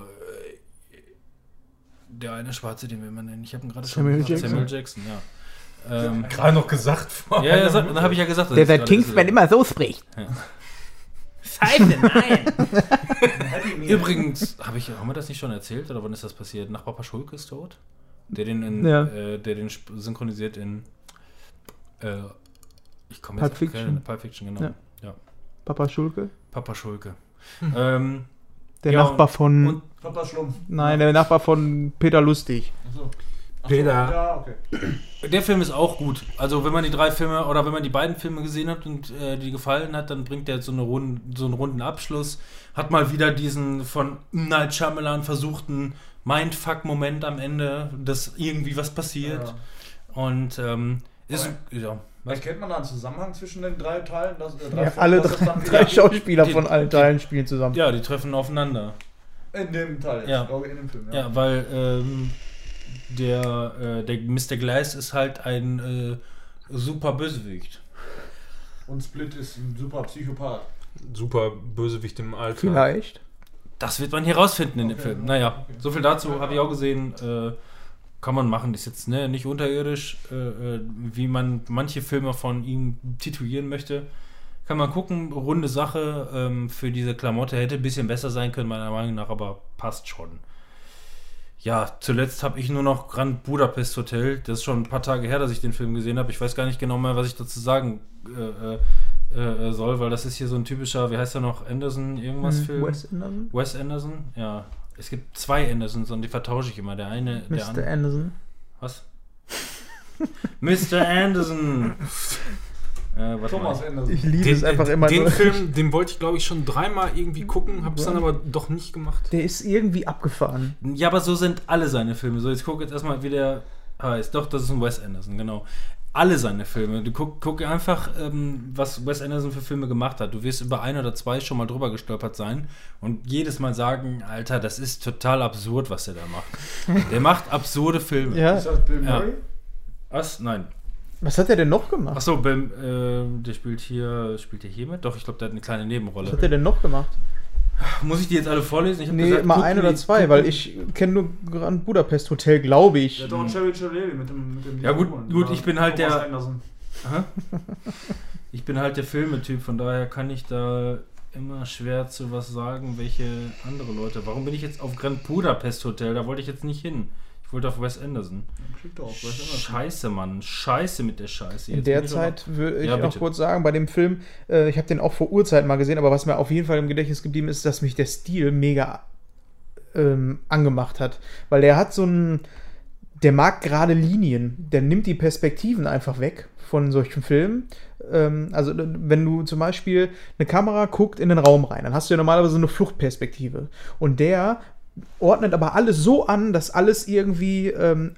der eine Schwarze, den will man nennen. Ich habe ihn gerade schon Samuel gesagt. Jackson. Samuel Jackson, ja. Ähm, Gerade noch gesagt. vor ja, ja, einer sa- Minute. dann habe ich ja gesagt, dass Der ich seit gerade Kingsman ist. immer so spricht. Scheiße, nein! Hätte ich mir- Übrigens, habe ich, haben wir das nicht schon erzählt oder wann ist das passiert? Nach Papa Schulke ist tot? Der den, in, Ja. äh, der den sp- synchronisiert in äh, ich komme Pulp jetzt Fiction. keine- Pulp Fiction, genau. Ja. Ja. Papa Schulke. Papa Schulke. Ähm, Der Ja, Nachbar von. und- Papa Schlumpf. nein, der Nachbar von Peter Lustig. Achso. Ach so, Peter. Ja, okay. der Film ist auch gut. Also wenn man die drei Filme oder wenn man die beiden Filme gesehen hat und äh, die gefallen hat, dann bringt der so, eine Runden, so einen runden Abschluss. Hat mal wieder diesen von M. Night Shyamalan versuchten Mindfuck-Moment am Ende, dass irgendwie was passiert. Und ähm, ist, ja. Erkennt man da einen Zusammenhang zwischen den drei Teilen? Das, äh, drei Ja, Filmen, alle dass das drei, dann drei wieder Schauspieler die- von allen die- Teilen spielen zusammen. Ja, die treffen aufeinander. in dem Teil jetzt, Ja. glaube ich, in dem Film. Ja, weil ähm, der, äh, der Mister Glass ist halt ein super Bösewicht. Und Split ist ein super Psychopath. Super Bösewicht im Alter. Vielleicht. Das wird man hier rausfinden in dem Okay, Film. Naja, okay. so viel dazu habe ich auch gesehen. Äh, kann man machen. Ist jetzt ne, nicht unterirdisch, äh, äh, wie man manche Filme von ihm titulieren möchte. Kann man gucken. Runde Sache. Ähm, für diese Klamotte hätte ein bisschen besser sein können, meiner Meinung nach, aber passt schon. Ja, zuletzt habe ich nur noch Grand Budapest Hotel. Das ist schon ein paar Tage her, dass ich den Film gesehen habe. Ich weiß gar nicht genau mehr, was ich dazu sagen äh, äh, äh, soll, weil das ist hier so ein typischer, wie heißt er noch, Anderson irgendwas Hm, Film? Wes Anderson? Wes Anderson? Ja. Es gibt zwei Andersons und die vertausche ich immer. Der eine, der Mister andere. Anderson. Was? Mister Anderson! Äh, warte Thomas mal. Anderson. Ich liebe es einfach immer Den nur. Film, den wollte ich glaube ich schon dreimal irgendwie gucken, habe es dann aber doch nicht gemacht. Der ist irgendwie abgefahren. Ja, aber so sind alle seine Filme. So, jetzt guck jetzt erstmal, wie der heißt. Doch, das ist ein Wes Anderson, genau. Alle seine Filme. Du guck, guck einfach, ähm, was Wes Anderson für Filme gemacht hat. Du wirst über ein oder zwei schon mal drüber gestolpert sein und jedes Mal sagen, Alter, das ist total absurd, was der da macht. Der macht absurde Filme. Ja. Ist das Bill Ja. Murray? Was? Nein. Was hat er denn noch gemacht? Achso, beim, äh, der spielt hier, spielt der hier mit? Doch, ich glaube, der hat eine kleine Was Nebenrolle. hat er denn noch gemacht? Muss ich die jetzt alle vorlesen? Ich hab Nee, gesagt, mal guck ein die- oder zwei, guck weil die- ich kenne nur Grand Budapest Hotel, glaube ich. Der hat doch Cherry Cherry mit dem, mit dem Ja, gut, Figuren. gut, ich bin halt Thomas der- Anderson. Aha. Ich bin halt der Filmetyp, von daher kann ich da immer schwer zu was sagen, welche andere Leute. Warum bin ich jetzt auf Grand Budapest Hotel? Da wollte ich jetzt nicht hin. Ich wollte auf Wes Anderson. Schick doch auf Wes Anderson. Scheiße, Mann. Scheiße mit der Scheiße. In Jetzt der bin ich Zeit würde ich Ja, auch bitte. kurz sagen, bei dem Film, äh, ich habe den auch vor Urzeiten mal gesehen, aber was mir auf jeden Fall im Gedächtnis geblieben ist, dass mich der Stil mega ähm, angemacht hat. Weil der hat so einen, der mag gerade Linien, der nimmt die Perspektiven einfach weg von solchen Filmen. Ähm, also wenn du zum Beispiel eine Kamera guckt in den Raum rein, dann hast du ja normalerweise eine Fluchtperspektive. Und der ordnet aber alles so an, dass alles irgendwie ähm,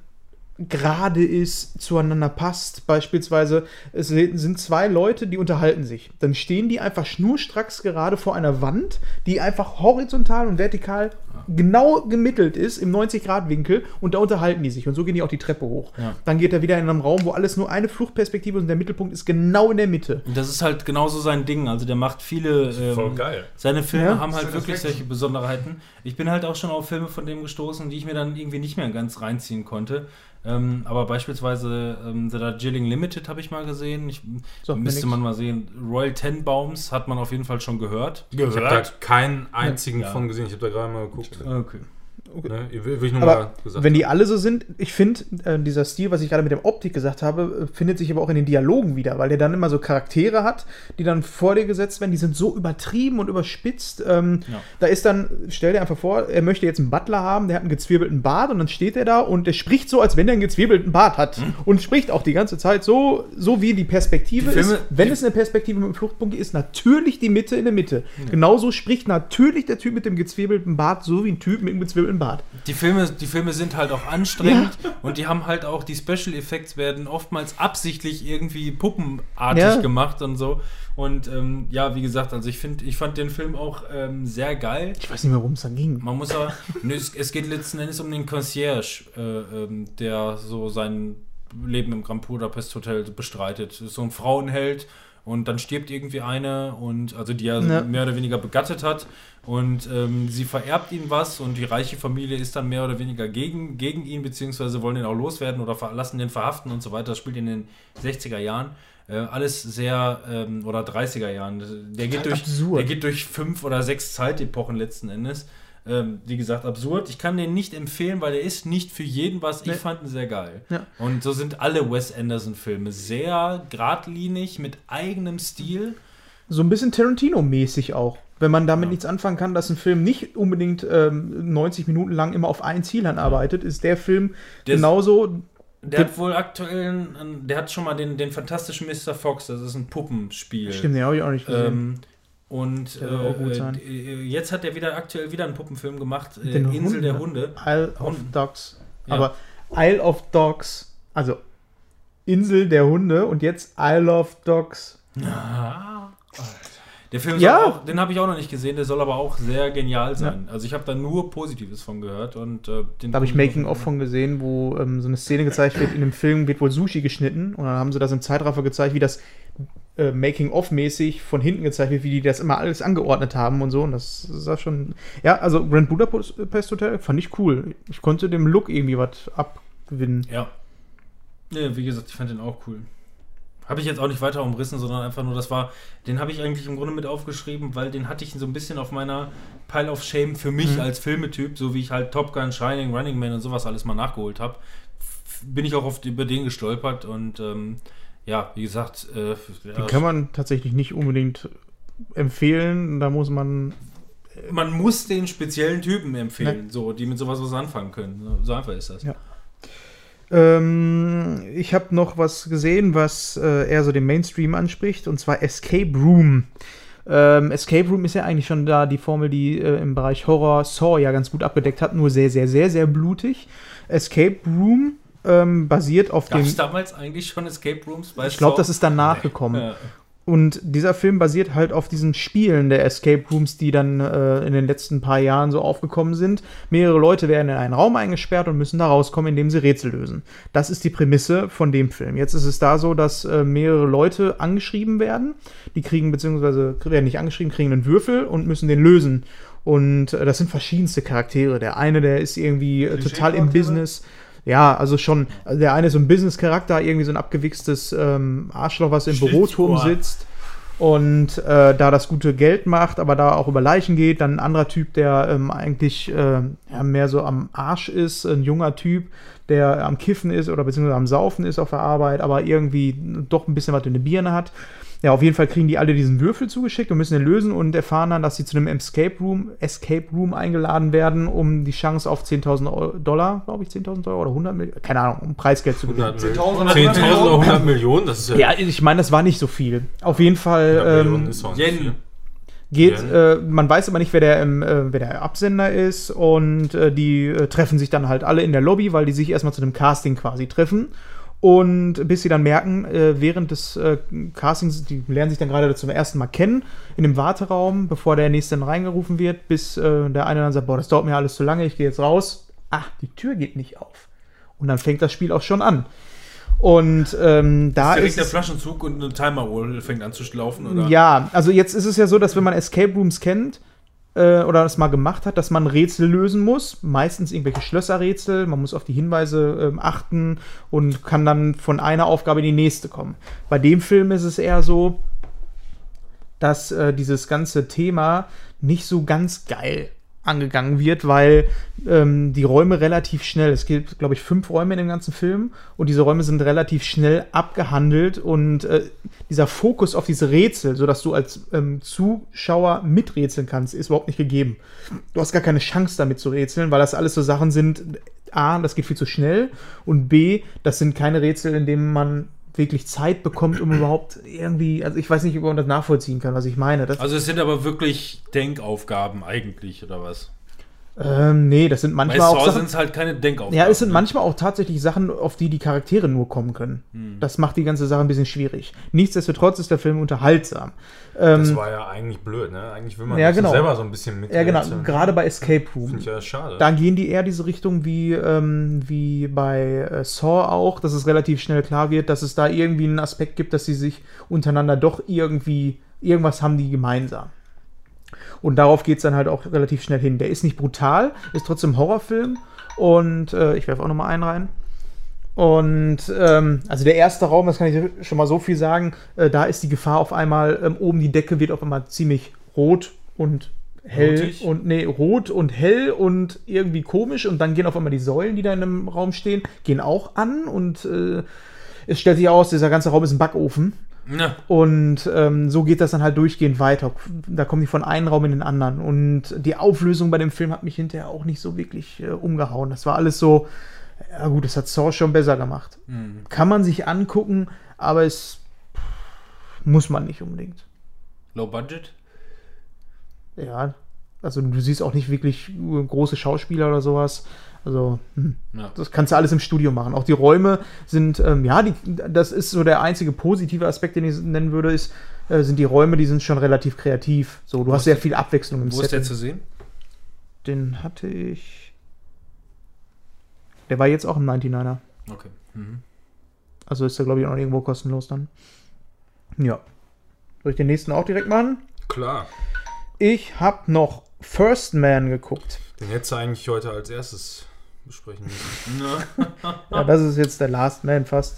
gerade ist, zueinander passt. Beispielsweise, es sind zwei Leute, die unterhalten sich. Dann stehen die einfach schnurstracks gerade vor einer Wand, die einfach horizontal und vertikal genau gemittelt ist, im neunzig-Grad-Winkel, und da unterhalten die sich. Und so gehen die auch die Treppe hoch. Ja. Dann geht er wieder in einen Raum, wo alles nur eine Fluchtperspektive ist und der Mittelpunkt ist genau in der Mitte. Und das ist halt genauso sein Ding. Also der macht viele. Ähm, Voll geil. Seine Filme Ja. haben halt Schöne wirklich Effekte. solche Besonderheiten. Ich bin halt auch schon auf Filme von dem gestoßen, die ich mir dann irgendwie nicht mehr ganz reinziehen konnte. Ähm, aber beispielsweise ähm, The Darjeeling Limited habe ich mal gesehen. Ich, Sagt mir müsste nix. man mal sehen. Royal Tenenbaums hat man auf jeden Fall schon gehört. Ich habe da keinen einzigen Ja. von gesehen. Ich habe da gerade mal geguckt. Okay. Ne? Will, will ich nur Aber mal gesagt wenn die alle so sind, ich finde, äh, dieser Stil, was ich gerade mit der Optik gesagt habe, äh, findet sich aber auch in den Dialogen wieder, weil der dann immer so Charaktere hat, die dann vor dir gesetzt werden, die sind so übertrieben und überspitzt. Ähm, Ja. Da ist dann, stell dir einfach vor, er möchte jetzt einen Butler haben, der hat einen gezwirbelten Bart und dann steht er da und der spricht so, als wenn er einen gezwirbelten Bart hat. Und spricht auch die ganze Zeit so, so wie die Perspektive Die Filme- ist. Wenn die- es eine Perspektive mit einem Fluchtpunkt ist, natürlich die Mitte in der Mitte. Genauso spricht natürlich der Typ mit dem gezwirbelten Bart so wie ein Typ mit einem gezwirbelten Bart. Die Filme, die Filme sind halt auch anstrengend und die haben halt auch, die Special Effects werden oftmals absichtlich irgendwie puppenartig Ja. gemacht und so. Und ähm, ja, wie gesagt, also ich finde, ich fand den Film auch ähm, sehr geil. Ich weiß nicht mehr, worum es da ging. Man muss aber, nö, es, es geht letzten Endes um den Concierge, äh, ähm, der so sein Leben im Grand Budapest Hotel bestreitet. Das ist so ein Frauenheld und dann stirbt irgendwie eine und also die er Ja. mehr oder weniger begattet hat und ähm, sie vererbt ihm was und die reiche Familie ist dann mehr oder weniger gegen, gegen ihn, beziehungsweise wollen ihn auch loswerden oder ver- lassen den verhaften und so weiter. Das spielt in den sechziger Jahren. Äh, alles sehr, ähm, oder dreißiger Jahren. Der geht, halt durch, absurd. der geht durch fünf oder sechs Zeitepochen letzten Endes. Ähm, wie gesagt, absurd. Ich kann den nicht empfehlen, weil der ist nicht für jeden was. Ich Nee. fand ihn sehr geil. Ja. Und so sind alle Wes Anderson-Filme sehr geradlinig, mit eigenem Stil. So ein bisschen Tarantino-mäßig auch. Wenn man damit Ja. nichts anfangen kann, dass ein Film nicht unbedingt ähm, neunzig Minuten lang immer auf ein Ziel hinarbeitet, ist der Film Der ist- genauso. Der hat wohl aktuell, einen, der hat schon mal den, den fantastischen Mister Fox, das ist ein Puppenspiel. Stimmt, den habe ich auch nicht gesehen. Ähm, und Der soll auch gut äh, sein. äh, jetzt hat er wieder aktuell wieder einen Puppenfilm gemacht, äh, Den Insel Hunden, der ne? Hunde. Isle of Hunden. Dogs. Ja. Aber Isle of Dogs, also Insel der Hunde und jetzt Isle of Dogs. Der Film Ja. soll auch, den habe ich auch noch nicht gesehen, der soll aber auch sehr genial sein. Also ich habe da nur Positives von gehört. Und, äh, den Da habe ich Making-of von gesehen, wo ähm, so eine Szene gezeigt wird, in dem Film wird wohl Sushi geschnitten und dann haben sie das im Zeitraffer gezeigt, wie das äh, Making-of-mäßig von hinten gezeigt wird, wie die das immer alles angeordnet haben und so und das sah schon, ja, also Grand Budapest Hotel fand ich cool. Ich konnte dem Look irgendwie was abgewinnen. Ja. Ja, wie gesagt, ich fand den auch cool. Habe ich jetzt auch nicht weiter umrissen, sondern einfach nur, das war, den habe ich eigentlich im Grunde mit aufgeschrieben, weil den hatte ich so ein bisschen auf meiner Pile of Shame für mich Mhm. als Filmetyp, so wie ich halt Top Gun, Shining, Running Man und sowas alles mal nachgeholt habe, bin ich auch auf, über den gestolpert und ähm, ja, wie gesagt, äh, Den ja, kann man tatsächlich nicht unbedingt empfehlen, da muss man man muss den speziellen Typen empfehlen, Ne. so, die mit sowas was anfangen können. So einfach ist das. Ja. Ähm, ich habe noch was gesehen, was äh, eher so den Mainstream anspricht, und zwar Escape Room. Ähm, Escape Room ist ja eigentlich schon da die Formel, die äh, im Bereich Horror Saw ja ganz gut abgedeckt hat, nur sehr, sehr, sehr, sehr blutig. Escape Room ähm, basiert auf Gab dem... es damals eigentlich schon Escape Rooms? Ich glaube, das ist danach gekommen. Ja. Und dieser Film basiert halt auf diesen Spielen der Escape Rooms, die dann äh, in den letzten paar Jahren so aufgekommen sind. Mehrere Leute werden in einen Raum eingesperrt und müssen da rauskommen, indem sie Rätsel lösen. Das ist die Prämisse von dem Film. Jetzt ist es da so, dass äh, mehrere Leute angeschrieben werden. Die kriegen, beziehungsweise werden nicht angeschrieben, kriegen einen Würfel und müssen den lösen. Und äh, das sind verschiedenste Charaktere. Der eine, der ist irgendwie äh, total im Business. Ja, also schon, also der eine ist so ein Business-Charakter, irgendwie so ein abgewichstes ähm, Arschloch, was im Büroturm Schlitzohr. sitzt und äh, da das gute Geld macht, aber da auch über Leichen geht. Dann ein anderer Typ, der ähm, eigentlich äh, ja, mehr so am Arsch ist, ein junger Typ, der am Kiffen ist oder beziehungsweise am Saufen ist auf der Arbeit, aber irgendwie doch ein bisschen was in der Birne hat. Ja, auf jeden Fall kriegen die alle diesen Würfel zugeschickt und müssen den lösen und erfahren dann, dass sie zu einem Escape Room, Escape Room eingeladen werden, um die Chance auf zehntausend Dollar, glaube ich, zehntausend Dollar oder hundert Millionen, keine Ahnung, um Preisgeld zu gewinnen. zehntausend zehntausend oder hundert Millionen, das ist ja. Ja, ich meine, das war nicht so viel. Auf jeden Fall hundert Millionen ähm, ist auch nicht Yen. viel. geht, Yen. äh, man weiß aber nicht, wer der, ähm, äh, wer der Absender ist und äh, die äh, treffen sich dann halt alle in der Lobby, weil die sich erstmal zu einem Casting quasi treffen. Und bis sie dann merken, äh, während des äh, Castings, die lernen sich dann gerade zum ersten Mal kennen, in dem Warteraum, bevor der nächste dann reingerufen wird, bis äh, der eine dann sagt, boah, das dauert mir alles zu lange, ich gehe jetzt raus. Ach, die Tür geht nicht auf. Und dann fängt das Spiel auch schon an. Und ähm, da Direkt ist der es, Flaschenzug und ein Timer-Roll fängt an zu laufen, oder? ja, also jetzt ist es ja so, dass wenn man Escape Rooms kennt, äh, oder das mal gemacht hat, dass man Rätsel lösen muss. Meistens irgendwelche Schlösserrätsel. Man muss auf die Hinweise ähm, achten und kann dann von einer Aufgabe in die nächste kommen. Bei dem Film ist es eher so, dass äh, dieses ganze Thema nicht so ganz geil angegangen wird, weil ähm, die Räume relativ schnell, es gibt, glaube ich, fünf Räume in dem ganzen Film und diese Räume sind relativ schnell abgehandelt und äh, dieser Fokus auf diese Rätsel, sodass du als ähm, Zuschauer miträtseln kannst, ist überhaupt nicht gegeben. Du hast gar keine Chance damit zu rätseln, weil das alles so Sachen sind, A, das geht viel zu schnell und B, das sind keine Rätsel, in denen man wirklich Zeit bekommt, um überhaupt irgendwie, also ich weiß nicht, ob man das nachvollziehen kann, was ich meine. Das, Also es sind aber wirklich Denkaufgaben eigentlich, oder was? ähm, nee, das sind Bei manchmal auch Saw Sachen, sind es halt keine Denkaufgaben. ja, es sind ne? manchmal auch tatsächlich Sachen, auf die die Charaktere nur kommen können. Hm. Das macht die ganze Sache ein bisschen schwierig. Nichtsdestotrotz ist der Film unterhaltsam. Das Ähm, war ja eigentlich blöd, ne? Eigentlich will man Ja, das genau. selber so ein bisschen mit. ja, genau, gerade bei Escape Room. Finde ich ja schade. Da gehen die eher diese Richtung wie, ähm, wie bei äh, Saw auch, dass es relativ schnell klar wird, dass es da irgendwie einen Aspekt gibt, dass sie sich untereinander doch irgendwie, irgendwas haben die gemeinsam. Und darauf geht es dann halt auch relativ schnell hin. Der ist nicht brutal, ist trotzdem ein Horrorfilm. Und äh, ich werfe auch noch mal einen rein. Und ähm, also der erste Raum, das kann ich schon mal so viel sagen, äh, da ist die Gefahr auf einmal, ähm, oben die Decke wird auf einmal ziemlich rot und hell Rotig? und nee, rot und hell und irgendwie komisch und dann gehen auf einmal die Säulen, die da in einem Raum stehen, gehen auch an und äh, es stellt sich aus, dieser ganze Raum ist ein Backofen. Ja. Und ähm, so geht das dann halt durchgehend weiter. Da kommen die von einem Raum in den anderen. Und die Auflösung bei dem Film hat mich hinterher auch nicht so wirklich äh, umgehauen. Das war alles so, ja gut, das hat Saw schon besser gemacht. Hm. Kann man sich angucken, aber es muss man nicht unbedingt. Low Budget? Ja, also du siehst auch nicht wirklich äh, große Schauspieler oder sowas. Also, hm. Ja. Das kannst du alles im Studio machen. Auch die Räume sind, ähm, ja, die, das ist so der einzige positive Aspekt, den ich nennen würde, ist, äh, sind die Räume, die sind schon relativ kreativ. So, du hast sehr viel Abwechslung im Wo ist der Setting. zu sehen? Den hatte ich. Der war jetzt auch im neunundneunziger. Okay. Mhm. Also ist der, glaube ich, auch noch irgendwo kostenlos dann. Ja. Soll ich den nächsten auch direkt machen? Klar. Ich habe noch First Man geguckt. Den hättest du eigentlich heute als erstes besprechen müssen. Ja, das ist jetzt der Last Man fast.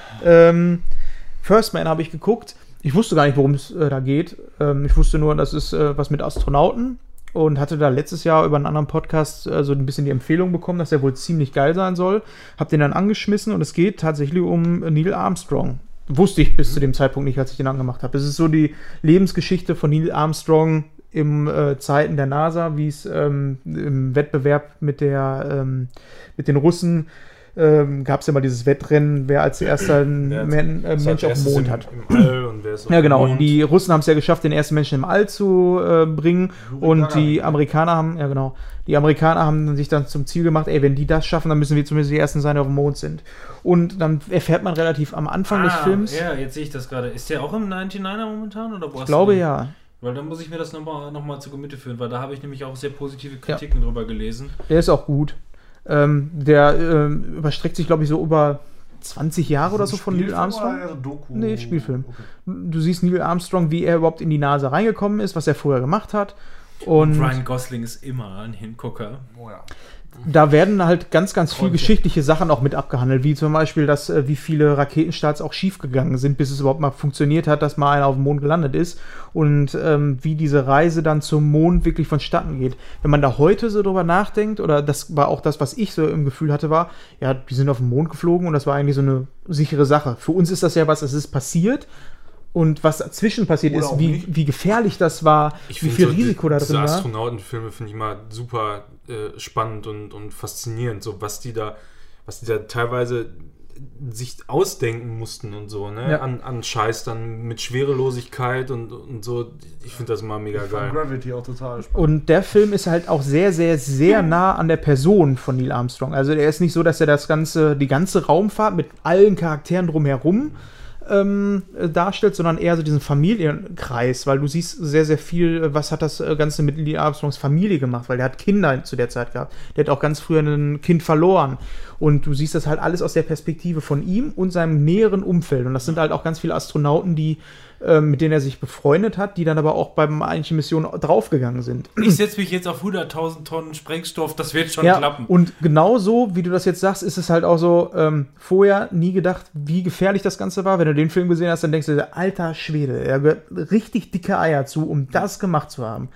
Ähm, First Man habe ich geguckt. Ich wusste gar nicht, worum es äh, da geht. Ähm, ich wusste nur, das ist äh, was mit Astronauten. Und hatte da letztes Jahr über einen anderen Podcast äh, so ein bisschen die Empfehlung bekommen, dass der wohl ziemlich geil sein soll. Hab den dann angeschmissen und es geht tatsächlich um Neil Armstrong. Wusste ich bis zu dem Zeitpunkt nicht, als ich den angemacht habe. Es ist so die Lebensgeschichte von Neil Armstrong im äh, Zeiten der NASA, wie es ähm, im Wettbewerb mit der ähm, mit den Russen ähm, gab es ja mal dieses Wettrennen, wer als erster einen Wer Men äh, als Mensch auf dem erstes Mond im, hat. Im All und wer ist auf Ja, genau. dem Mond. Die Russen haben es ja geschafft, den ersten Menschen im All zu äh, bringen. Und die Amerikaner haben, ja genau, die Amerikaner haben sich dann zum Ziel gemacht, ey, wenn die das schaffen, dann müssen wir zumindest die Ersten sein, die auf dem Mond sind. Und dann erfährt man relativ am Anfang des Films. Ja, jetzt sehe ich das gerade. Ist der auch im neunundneunziger momentan? Oder wo Ich glaube ja. Weil dann muss ich mir das nochmal noch mal zu Gemüte führen, weil da habe ich nämlich auch sehr positive Kritiken drüber gelesen. Der ist auch gut. Ähm, der ähm, überstreckt sich, glaube ich, so über zwanzig Jahre oder so von Neil Armstrong. Oder Doku? Nee, Spielfilm. Okay. Du siehst Neil Armstrong, wie er überhaupt in die NASA reingekommen ist, was er vorher gemacht hat. Und, Und Ryan Gosling ist immer ein Hingucker. Oh ja. da werden halt ganz, ganz viele geschichtliche Sachen auch mit abgehandelt, wie zum Beispiel, dass, äh, wie viele Raketenstarts auch schiefgegangen sind, bis es überhaupt mal funktioniert hat, dass mal einer auf dem Mond gelandet ist und ähm, wie diese Reise dann zum Mond wirklich vonstatten geht. Wenn man da heute so drüber nachdenkt, oder das war auch das, was ich so im Gefühl hatte, war, ja, die sind auf den Mond geflogen und das war eigentlich so eine sichere Sache. Für uns ist das ja was, es ist passiert. Und was dazwischen passiert Oder ist, auch wie, nicht. wie gefährlich das war, Ich wie find viel so Risiko die, da diese drin war. Astronautenfilme finde ich mal super äh, spannend und, und faszinierend, so was die da, was die da teilweise sich ausdenken mussten und so, ne? Ja. An, an Scheiß dann mit Schwerelosigkeit und, und so. Ich finde das immer mega Ich fand geil. Gravity auch total spannend. Und der Film ist halt auch sehr, sehr, sehr nah an der Person von Neil Armstrong. Also er ist nicht so, dass er das ganze, die ganze Raumfahrt mit allen Charakteren drumherum ähm, darstellt, sondern eher so diesen Familienkreis, weil du siehst sehr, sehr viel, was hat das Ganze mit Neil Armstrongs Familie gemacht, weil der hat Kinder zu der Zeit gehabt. Der hat auch ganz früher ein Kind verloren. Und du siehst das halt alles aus der Perspektive von ihm und seinem näheren Umfeld. Und das sind halt auch ganz viele Astronauten, die ähm, mit denen er sich befreundet hat, die dann aber auch beim eigentlichen Mission draufgegangen sind. Ich setze mich jetzt auf hunderttausend Tonnen Sprengstoff, das wird schon Ja, klappen. und genauso, wie du das jetzt sagst, ist es halt auch so, ähm, vorher nie gedacht, wie gefährlich das Ganze war. Wenn du den Film gesehen hast, dann denkst du dir, alter Schwede, er gehört richtig dicke Eier zu, um das gemacht zu haben.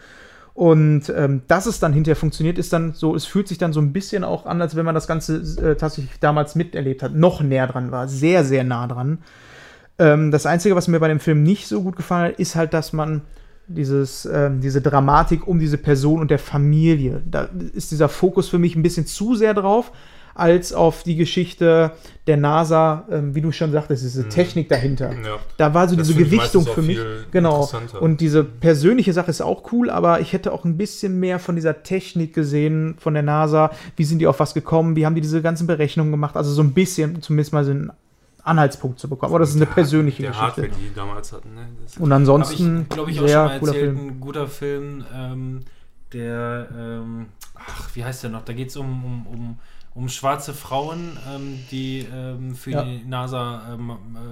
Und ähm, dass es dann hinterher funktioniert, ist dann so, es fühlt sich dann so ein bisschen auch an, als wenn man das Ganze äh, tatsächlich damals miterlebt hat, noch näher dran war, sehr, sehr nah dran. Ähm, das Einzige, was mir bei dem Film nicht so gut gefallen hat, ist halt, dass man dieses, ähm, diese Dramatik um diese Person und der Familie, da ist dieser Fokus für mich ein bisschen zu sehr drauf, als auf die Geschichte der NASA, ähm, wie du schon sagtest, diese Technik dahinter. Ja. Da war so Das diese finde ich Gewichtung meistens auch für mich. viel Genau. interessanter. Und diese persönliche Sache ist auch cool, aber ich hätte auch ein bisschen mehr von dieser Technik gesehen, von der NASA. Wie sind die auf was gekommen? Wie haben die diese ganzen Berechnungen gemacht? Also so ein bisschen, zumindest mal so einen Anhaltspunkt zu bekommen. Aber das ist eine persönliche der Geschichte. Hardware, die die damals hatten. Ne? Das Und Habe ansonsten, ich, glaube ich, auch schon sehr mal cooler erzählt, Film. ein guter Film, ähm, der, ähm, ach, wie heißt der noch? Da geht es um, um, um, um schwarze Frauen, ähm, die ähm, für Ja. die NASA ähm,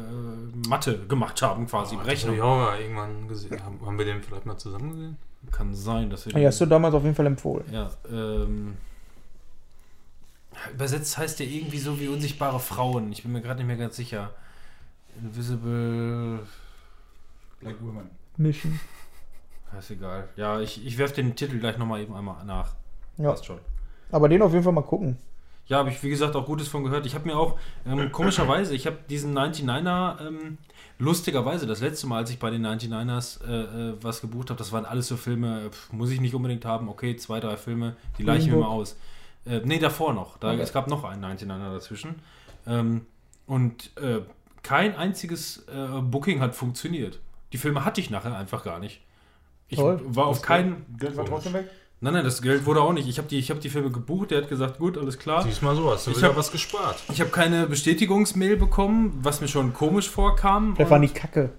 äh, Mathe gemacht haben, quasi, Das habe Berechnung. ich auch mal irgendwann gesehen. Haben, haben wir den vielleicht mal zusammen gesehen? Kann sein, dass wir Ja, hast du damals auf jeden Fall empfohlen. Ja, ähm. Übersetzt heißt der irgendwie so wie unsichtbare Frauen. Ich bin mir gerade nicht mehr ganz sicher. Invisible. Black Woman. Mission. Ist egal. Ja, ich, ich werfe den Titel gleich nochmal eben einmal nach. Ja. Passt schon. Aber den auf jeden Fall mal gucken. Ja, habe ich wie gesagt auch Gutes von gehört. Ich habe mir auch, ähm, komischerweise, ich habe diesen neunundneunziger, ähm, lustigerweise, das letzte Mal, als ich bei den neunundneunzigers äh, äh, was gebucht habe, das waren alles so Filme, pf, muss ich nicht unbedingt haben, okay, zwei, drei Filme, die leiche ich mir mal aus. Äh, nee, davor noch. Da, Okay. Es gab noch einen neunundneunziger dazwischen. Ähm, und äh, kein einziges äh, Booking hat funktioniert. Die Filme hatte ich nachher einfach gar nicht. Ich Toll. war auf keinen... Geld war trotzdem weg? Nein, nein, das Geld wurde auch nicht. Ich habe die, ich hab die Filme gebucht, der hat gesagt, gut, alles klar. Diesmal so, hast du Ich wieder hab- was gespart. Ich habe keine Bestätigungsmail bekommen, was mir schon komisch vorkam. Vielleicht Und- waren die Kacke.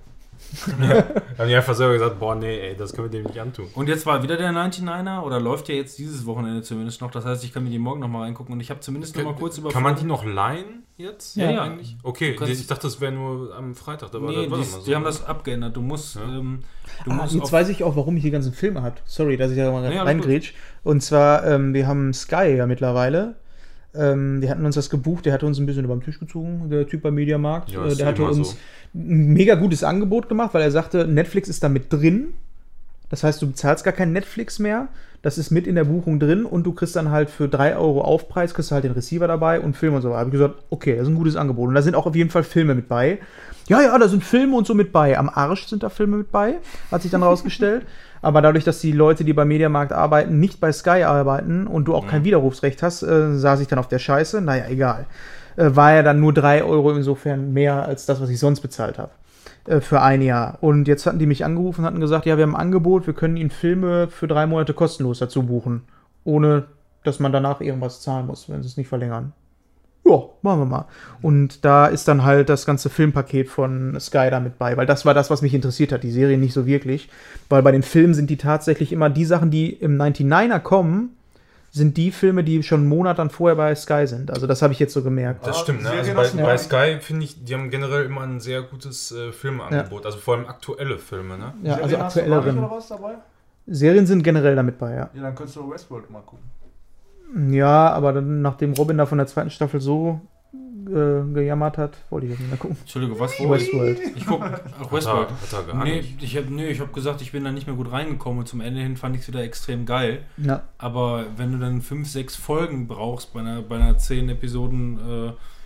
Haben die einfach selber gesagt, boah, nee, ey, das können wir dem nicht antun. Und jetzt war wieder der neunundneunziger oder läuft ja jetzt dieses Wochenende zumindest noch. Das heißt, ich kann mir die morgen noch mal reingucken und ich habe zumindest noch mal kurz über. Kann man die noch leihen jetzt? Ja, ja. Eigentlich? Okay, kannst- ich dachte, das wäre nur am Freitag. Aber Nee, das war die, doch mal so, die haben ne? das abgeändert. Du musst. Ja. Ähm, du Ah, musst jetzt auf- weiß ich auch, warum ich die ganzen Filme hat. Sorry, dass ich da mal Nee, alles reingrätsch. Und zwar, ähm, wir haben Sky ja mittlerweile. Ähm, die hatten uns das gebucht, der hatte uns ein bisschen über den Tisch gezogen, der Typ beim Mediamarkt. Ja, äh, ist der hatte immer uns so. ein mega gutes Angebot gemacht, weil er sagte, Netflix ist da mit drin. Das heißt, du bezahlst gar kein Netflix mehr. Das ist mit in der Buchung drin und du kriegst dann halt für drei Euro Aufpreis, kriegst du halt den Receiver dabei und Film und so. Da habe ich gesagt, okay, das ist ein gutes Angebot. Und da sind auch auf jeden Fall Filme mit bei. Ja, ja, da sind Filme und so mit bei. Am Arsch sind da Filme mit bei, hat sich dann rausgestellt. Aber dadurch, dass die Leute, die beim Mediamarkt arbeiten, nicht bei Sky arbeiten und du auch kein Widerrufsrecht hast, äh, saß ich dann auf der Scheiße. Naja, egal. Äh, war ja dann nur drei Euro insofern mehr als das, was ich sonst bezahlt habe. Äh, für ein Jahr. Und jetzt hatten die mich angerufen und hatten gesagt, ja, wir haben ein Angebot, wir können Ihnen Filme für drei Monate kostenlos dazu buchen. Ohne, dass man danach irgendwas zahlen muss, wenn sie es nicht verlängern. Ja, machen wir mal. Und da ist dann halt das ganze Filmpaket von Sky da mit bei, weil das war das, was mich interessiert hat, die Serie nicht so wirklich. Weil bei den Filmen sind die tatsächlich immer die Sachen, die im neunundneunziger kommen, sind die Filme, die schon einen Monat dann vorher bei Sky sind. Also das habe ich jetzt so gemerkt. Das Ah, stimmt, ne? Serien Also bei, hast du bei ja. Sky finde ich, die haben generell immer ein sehr gutes äh, Filmeangebot. Also vor allem aktuelle Filme, ne? Ja, also Serien hast du noch nicht aktuelleren. oder was dabei? Serien sind generell damit bei, ja. Ja, dann könntest du Westworld mal gucken. Ja, aber dann, nachdem Robin da von der zweiten Staffel so äh, gejammert hat, wollte ich das nicht mehr gucken. Entschuldige, was? Wo? Westworld. Ich guck. Ach, Hat Westworld. er, hat er gar Nee, nicht. ich habe nee, ich hab gesagt, ich bin da nicht mehr gut reingekommen und zum Ende hin fand ich es wieder extrem geil. Ja. Aber wenn du dann fünf, sechs Folgen brauchst bei einer, bei einer zehn Episoden äh,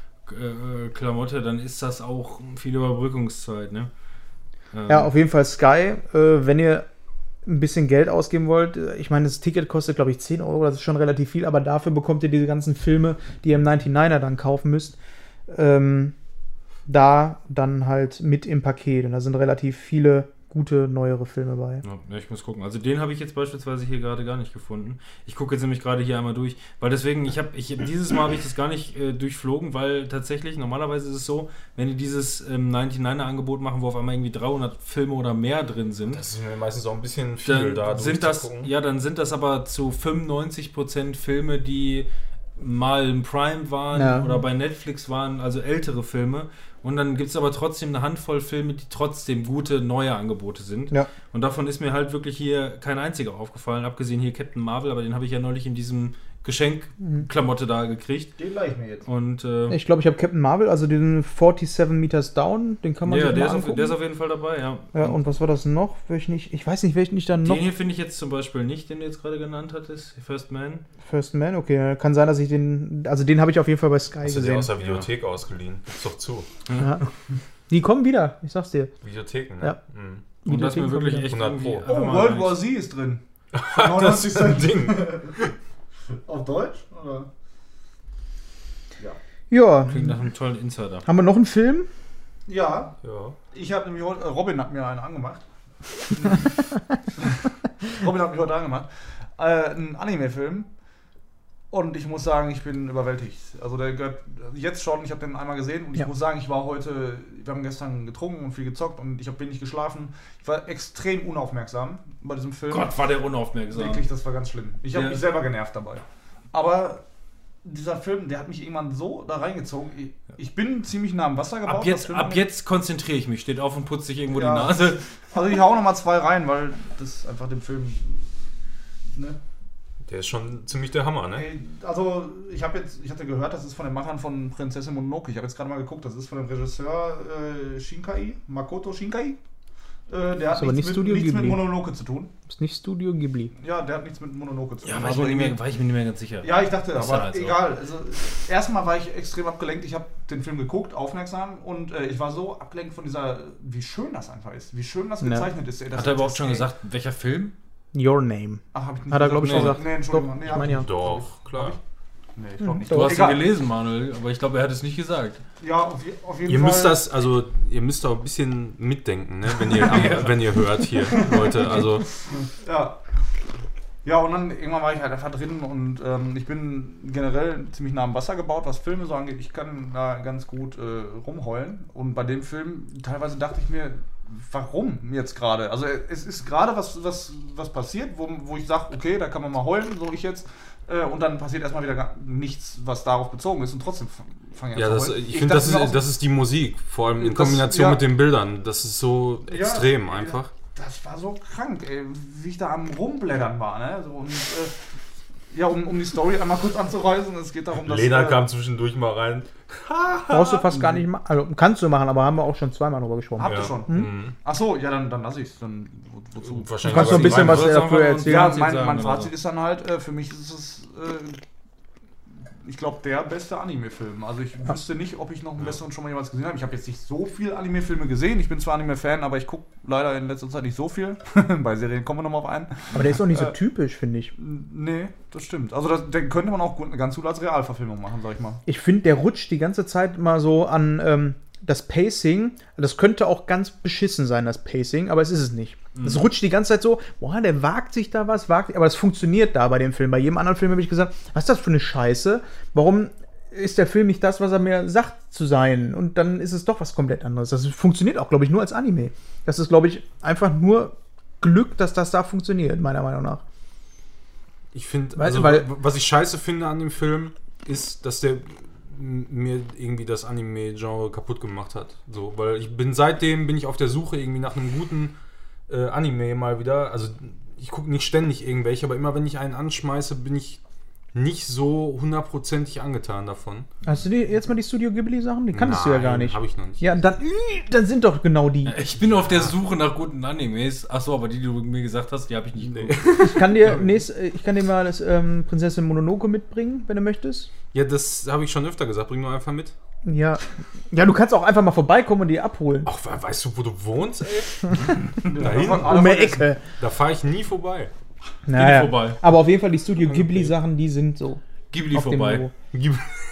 äh, Klamotte, dann ist das auch viel Überbrückungszeit, ne? Ähm, Ja, auf jeden Fall Sky, äh, wenn ihr ein bisschen Geld ausgeben wollt, äh, ich meine, das Ticket kostet, glaube ich, zehn Euro, das ist schon relativ viel, aber dafür bekommt ihr diese ganzen Filme, die ihr im neunundneunziger dann kaufen müsst, ähm, da dann halt mit im Paket. Und da sind relativ viele gute, neuere Filme bei. Ja, ich muss gucken. Also den habe ich jetzt beispielsweise hier gerade gar nicht gefunden. Ich gucke jetzt nämlich gerade hier einmal durch, weil deswegen, ich habe, ich, dieses Mal habe ich das gar nicht äh, durchflogen, weil tatsächlich, normalerweise ist es so, wenn die dieses ähm, neunundneunziger Angebot machen, wo auf einmal irgendwie dreihundert Filme oder mehr drin sind, Das ist mir meistens auch ein bisschen viel dann da sind das, durchzugucken. ja, dann sind das aber zu fünfundneunzig Prozent Filme, die mal im Prime waren Ja. oder bei Netflix waren, also ältere Filme. Und dann gibt es aber trotzdem eine Handvoll Filme, die trotzdem gute neue Angebote sind. Ja. Und davon ist mir halt wirklich hier kein einziger aufgefallen, abgesehen hier Captain Marvel, aber den habe ich ja neulich in diesem Geschenkklamotte da gekriegt. Den leih ich mir jetzt. Und äh, Ich glaube, ich habe Captain Marvel, also den siebenundvierzig Meters Down, den kann man ja, sich der mal ist, auf, angucken. der ist auf jeden Fall dabei, ja. Ja, und was war das noch? Welch nicht, ich weiß nicht, welchen ich dann noch. Den hier finde ich jetzt zum Beispiel nicht, den du jetzt gerade genannt hattest, First Man. First Man, okay. Kann sein, dass ich den. Also den habe ich auf jeden Fall bei Sky Hast du dir gesehen. aus der Videothek ausgeliehen? Ist doch zu. Ja. Die kommen wieder, ich sag's dir. Videotheken, ne? Ja. Mhm. Und das ist mir Videotheken wirklich kommen echt hundert irgendwie Pro. einfach Oh, mal World gar War nichts. Z ist drin. Das ist ein Ding. Auf Deutsch? Oder? Ja. Klingt nach einem tollen Insider. Haben wir noch einen Film? Ja, Ja. ich habe nämlich heute, äh, Robin hat mir einen angemacht. Robin hat mich heute angemacht. Äh, ein Anime-Film. Und ich muss sagen, ich bin überwältigt. Also der gehört jetzt schon, ich habe den einmal gesehen und ich Ja. muss sagen, ich war heute, wir haben gestern getrunken und viel gezockt und ich habe wenig geschlafen. Ich war extrem unaufmerksam bei diesem Film. Gott, war der unaufmerksam. Wirklich, das war ganz schlimm. Ich habe Ja. mich selber genervt dabei. Aber dieser Film, der hat mich irgendwann so da reingezogen. Ich, ich bin ziemlich nah am Wasser gebaut. Ab was jetzt, Film ab angeht. jetzt konzentriere ich mich, steht auf und putzt sich irgendwo Ja. die Nase. Also ich hau noch mal zwei rein, weil das einfach dem Film. Ne? Der ist schon ziemlich der Hammer, ne? Ey, also ich habe jetzt, ich hatte gehört, das ist von den Machern von Prinzessin Mononoke. Ich habe jetzt gerade mal geguckt, das ist von dem Regisseur äh, Shinkai, Makoto Shinkai. Äh, der hat Ist aber nichts, nicht mit, Studio nichts mit Ghibli. Mononoke zu tun. Ist nicht Studio Ghibli. Ja, der hat nichts mit Mononoke zu tun. Ja, war ich, Also mir nicht mehr, irgendwie- war ich mir nicht mehr ganz sicher. Ja, ich dachte, Ist aber ja halt so. egal. Also, erstmal war ich extrem abgelenkt. Ich habe den Film geguckt, aufmerksam, und äh, ich war so abgelenkt von dieser, wie schön das einfach ist, wie schön das Ja. gezeichnet ist. Ey, das Hat er überhaupt das- schon ey. gesagt, welcher Film? Your Name. Ach, hab ich nicht Hat er, glaub ich, Nee, gesagt. Nee, Entschuldigung. Doch, nee, ich hab meine ja. Doch, klar. Nee, ich glaube nicht. Du hast Egal. ihn gelesen, Manuel, aber ich glaube, er hat es nicht gesagt. Ja, auf, je- auf jeden Ihr Fall. müsst das, also ihr müsst auch ein bisschen mitdenken, ne? wenn, ihr, wenn ihr hört hier, Leute. Also Ja. Ja, und dann irgendwann war ich halt einfach drin und ähm, ich bin generell ziemlich nah am Wasser gebaut, was Filme so angeht. Ich kann da ganz gut äh, rumheulen. Und bei dem Film, teilweise dachte ich mir, warum jetzt gerade? Also es ist gerade was, was, was passiert, wo, wo ich sage, okay, da kann man mal heulen, so ich jetzt. Äh, und dann passiert erstmal wieder gar nichts, was darauf bezogen ist. Und trotzdem fange ich Ja, an das, zu heulen. ich finde, das, ist- das ist die Musik, vor allem in Das- Kombination ja. mit den Bildern. Das ist so Ja, extrem ja, einfach. Das war so krank, ey, wie ich da am Rumblättern war. Ne? So, und, äh, ja, um, um die Story einmal kurz anzureißen, es geht darum, dass... Lena äh, kam zwischendurch mal rein. Brauchst du fast gar nicht machen. Also kannst du machen, aber haben wir auch schon zweimal drüber gesprochen. Habt Ja. ihr schon? Mhm. Ach so, ja, dann, dann lass ich's. Dann, wo, wozu? Wahrscheinlich Du kannst noch ein bisschen was Wolltest du dafür einfach erzählen. Ja, Fazit mein, sagen mein oder Fazit so? ist dann halt, äh, für mich ist es, äh, ich glaube, der beste Anime-Film. Also ich wüsste nicht, ob ich noch einen besseren schon mal jemals gesehen habe. Ich habe jetzt nicht so viele Anime-Filme gesehen. Ich bin zwar Anime-Fan, aber ich gucke leider in letzter Zeit nicht so viel. Bei Serien kommen wir nochmal auf einen. Aber der ist doch nicht so Äh, typisch, finde ich. Nee, das stimmt. Also das, den könnte man auch gut, ganz gut als Realverfilmung machen, sag ich mal. Ich finde, der rutscht die ganze Zeit mal so an ähm, das Pacing. Das könnte auch ganz beschissen sein, das Pacing, aber es ist es nicht. Es rutscht die ganze Zeit so, boah, der wagt sich da was, wagt, aber es funktioniert da bei dem Film. Bei jedem anderen Film habe ich gesagt, was ist das für eine Scheiße? Warum ist der Film nicht das, was er mir sagt zu sein? Und dann ist es doch was komplett anderes. Das funktioniert auch, glaube ich, nur als Anime. Das ist, glaube ich, einfach nur Glück, dass das da funktioniert, meiner Meinung nach. Ich finde, Weißt also, du, weil- was ich scheiße finde an dem Film, ist, dass der m- mir irgendwie das Anime-Genre kaputt gemacht hat. So, weil ich bin seitdem bin ich auf der Suche irgendwie nach einem guten äh, Anime mal wieder. Also ich gucke nicht ständig irgendwelche, aber immer wenn ich einen anschmeiße, bin ich nicht so hundertprozentig angetan davon. Hast du die, jetzt mal die Studio Ghibli-Sachen? Die kanntest du ja gar nicht. Habe ich noch nicht. Ja, dann, dann sind doch genau die. Ich bin auf der Suche nach guten Animes. Achso, aber die, die du mir gesagt hast, die habe ich nicht. Nee. Ich kann dir, nächst, ich kann dir mal das ähm, Prinzessin Mononoke mitbringen, wenn du möchtest. Ja, das habe ich schon öfter gesagt. Bring nur einfach mit. Ja. Ja, du kannst auch einfach mal vorbeikommen und die abholen. Ach, we- weißt du, wo du wohnst, ey? da Ja, hinten, alle Um die vergessen. Ecke. da fahre ich nie vorbei. Naja. vorbei. Aber auf jeden Fall die Studio Ghibli-Sachen, die sind so. Ghibli auf dem vorbei. Niveau. Gib-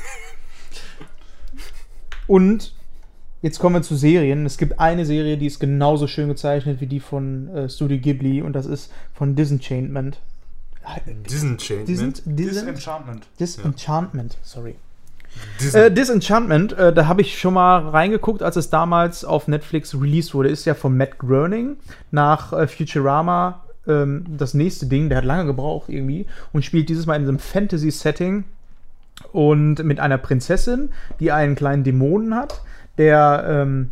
Und jetzt kommen wir zu Serien. Es gibt eine Serie, die ist genauso schön gezeichnet wie die von äh, Studio Ghibli und das ist von Disenchantment. Disenchantment. Disent, Disent, Disenchantment. Disenchantment, sorry. Disen- Äh, Disenchantment, äh, da habe ich schon mal reingeguckt, als es damals auf Netflix released wurde. Ist ja von Matt Groening nach äh, Futurama ähm, das nächste Ding. Der hat lange gebraucht irgendwie und spielt dieses Mal in einem Fantasy-Setting und mit einer Prinzessin, die einen kleinen Dämonen hat, der ähm,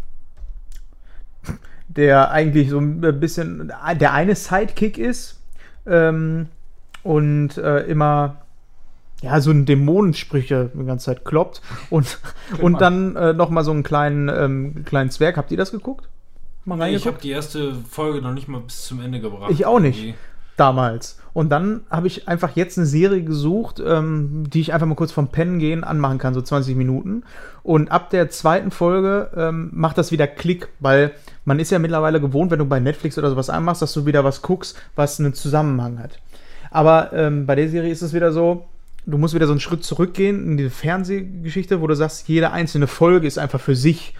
der eigentlich so ein bisschen der eine Sidekick ist ähm, und äh, immer ja, so ein Dämonensprüche die ganze Zeit kloppt und, und dann äh, noch mal so einen kleinen, ähm, kleinen Zwerg. Habt ihr das geguckt? Mal Nee, ich habe reingeguckt? die erste Folge noch nicht mal bis zum Ende gebracht. Ich auch nicht. Irgendwie. Damals. Und dann habe ich einfach jetzt eine Serie gesucht, ähm, die ich einfach mal kurz vom Pennen gehen anmachen kann, so zwanzig Minuten. Und ab der zweiten Folge ähm, macht das wieder Klick, weil man ist ja mittlerweile gewohnt, wenn du bei Netflix oder sowas anmachst, dass du wieder was guckst, was einen Zusammenhang hat. Aber ähm, bei der Serie ist es wieder so, du musst wieder so einen Schritt zurückgehen in diese Fernsehgeschichte, wo du sagst, jede einzelne Folge ist einfach für sich.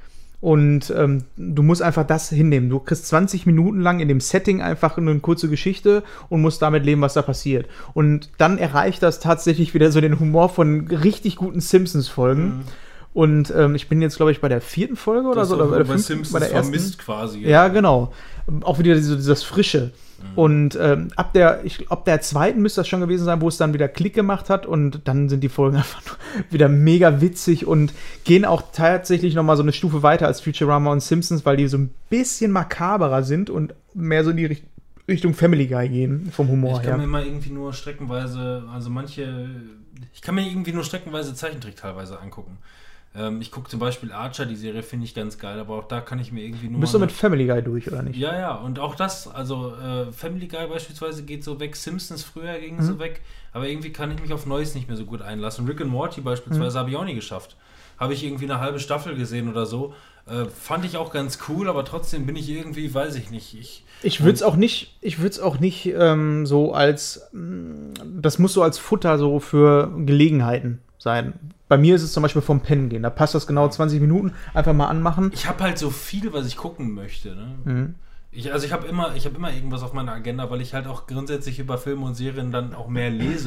Und ähm, du musst einfach das hinnehmen. Du kriegst zwanzig Minuten lang in dem Setting einfach eine kurze Geschichte und musst damit leben, was da passiert. Und dann erreicht das tatsächlich wieder so den Humor von richtig guten Simpsons-Folgen. Mhm. Und ähm, ich bin jetzt, glaube ich, bei der vierten Folge oder Das so. ist Oder auch bei der bei fünften, Simpsons bei der ersten. vermisst quasi. Ja, genau. Auch wieder diese, dieses Frische. Und ähm, ab der, ich, ab der zweiten müsste das schon gewesen sein, wo es dann wieder Klick gemacht hat und dann sind die Folgen einfach nur wieder mega witzig und gehen auch tatsächlich noch mal so eine Stufe weiter als Futurama und Simpsons, weil die so ein bisschen makaberer sind und mehr so in die Richt- Richtung Family Guy gehen, vom Humor Ich kann her. mir mal irgendwie nur streckenweise, also manche, ich kann mir irgendwie nur streckenweise Zeichentrick teilweise angucken. Ähm, ich gucke zum Beispiel Archer, die Serie finde ich ganz geil, aber auch da kann ich mir irgendwie nur. Bist du mal mit Family Guy durch, oder nicht? Ja, ja, und auch das, also äh, Family Guy beispielsweise geht so weg, Simpsons früher ging Mhm. so weg, aber irgendwie kann ich mich auf Neues nicht mehr so gut einlassen. Rick and Morty beispielsweise Mhm. habe ich auch nie geschafft. Habe ich irgendwie eine halbe Staffel gesehen oder so. Äh, fand ich auch ganz cool, aber trotzdem bin ich irgendwie, weiß ich nicht, ich... Ich würde es auch nicht, ich würde es auch nicht ähm, so als, mh, das muss so als Futter so für Gelegenheiten sein. Bei mir ist es zum Beispiel vom Pennen gehen. Da passt das genau zwanzig Minuten. Einfach mal anmachen. Ich habe halt so viel, was ich gucken möchte, ne? Mhm. Ich, also ich habe immer, ich habe immer irgendwas auf meiner Agenda, weil ich halt auch grundsätzlich über Filme und Serien dann auch mehr lese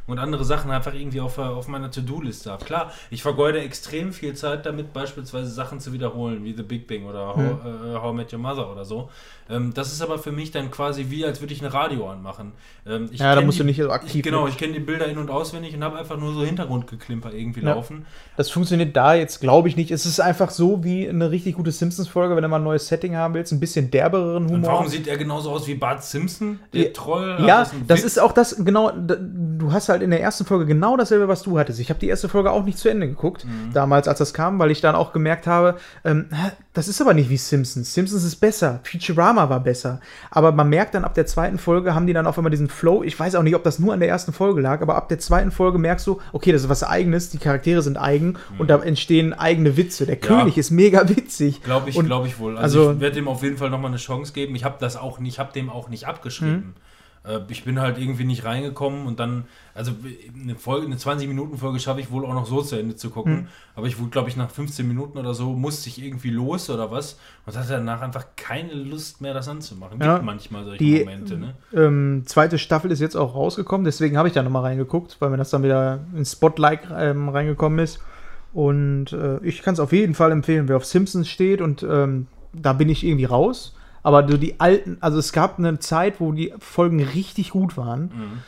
und andere Sachen einfach irgendwie auf, auf meiner To-Do-Liste habe. Klar, ich vergeude extrem viel Zeit damit, beispielsweise Sachen zu wiederholen, wie The Big Bang oder How, Hm. äh, How I Met Your Mother oder so. Ähm, das ist aber für mich dann quasi wie, als würde ich ein Radio anmachen. Ähm, ich Ja, da kenn musst die, du nicht so aktiv Ich, genau, mit. ich kenne die Bilder in- und auswendig und habe einfach nur so Hintergrundgeklimper irgendwie Ja. laufen. Das funktioniert da jetzt, glaube ich, nicht. Es ist einfach so wie eine richtig gute Simpsons-Folge, wenn du mal ein neues Setting haben willst, ein bisschen derbereren Humor. Und warum sieht er genauso aus wie Bart Simpson, der Ja, Troll? Ja, Hat ein das Witz? ist auch das, genau, d- du hast halt in der ersten Folge genau dasselbe, was du hattest. Ich habe die erste Folge auch nicht zu Ende geguckt, Mhm. damals, als das kam, weil ich dann auch gemerkt habe, ähm, hä, das ist aber nicht wie Simpsons. Simpsons ist besser, Futurama war besser. Aber man merkt dann, ab der zweiten Folge haben die dann auf einmal diesen Flow. Ich weiß auch nicht, ob das nur an der ersten Folge lag, aber ab der zweiten Folge merkst du, okay, das ist was Eigenes, die Charaktere sind eigen und da entstehen eigene Witze. Der Mhm. Ja. König ist mega witzig. Glaube ich, Und- glaube ich wohl. Also, also- ich werde dem auf jeden Fall nochmal eine Chance geben. Ich habe das auch nicht, habe dem auch nicht abgeschrieben. Äh, ich bin halt irgendwie nicht reingekommen und dann, also eine Folge, eine zwanzig-Minuten-Folge schaffe ich wohl auch noch so zu Ende zu gucken. Mhm. Aber ich wurde, glaube ich, nach fünfzehn Minuten oder so musste ich irgendwie los oder was und hatte danach einfach keine Lust mehr, das anzumachen. Gibt Ja. manchmal solche Die- Momente, ne? Ähm, zweite Staffel ist jetzt auch rausgekommen, deswegen habe ich da nochmal reingeguckt, weil mir das dann wieder ins Spotlight ähm, reingekommen ist. Und äh, ich kann es auf jeden Fall empfehlen, wer auf Simpsons steht und ähm, da bin ich irgendwie raus. Aber so die alten, also es gab eine Zeit, wo die Folgen richtig gut waren.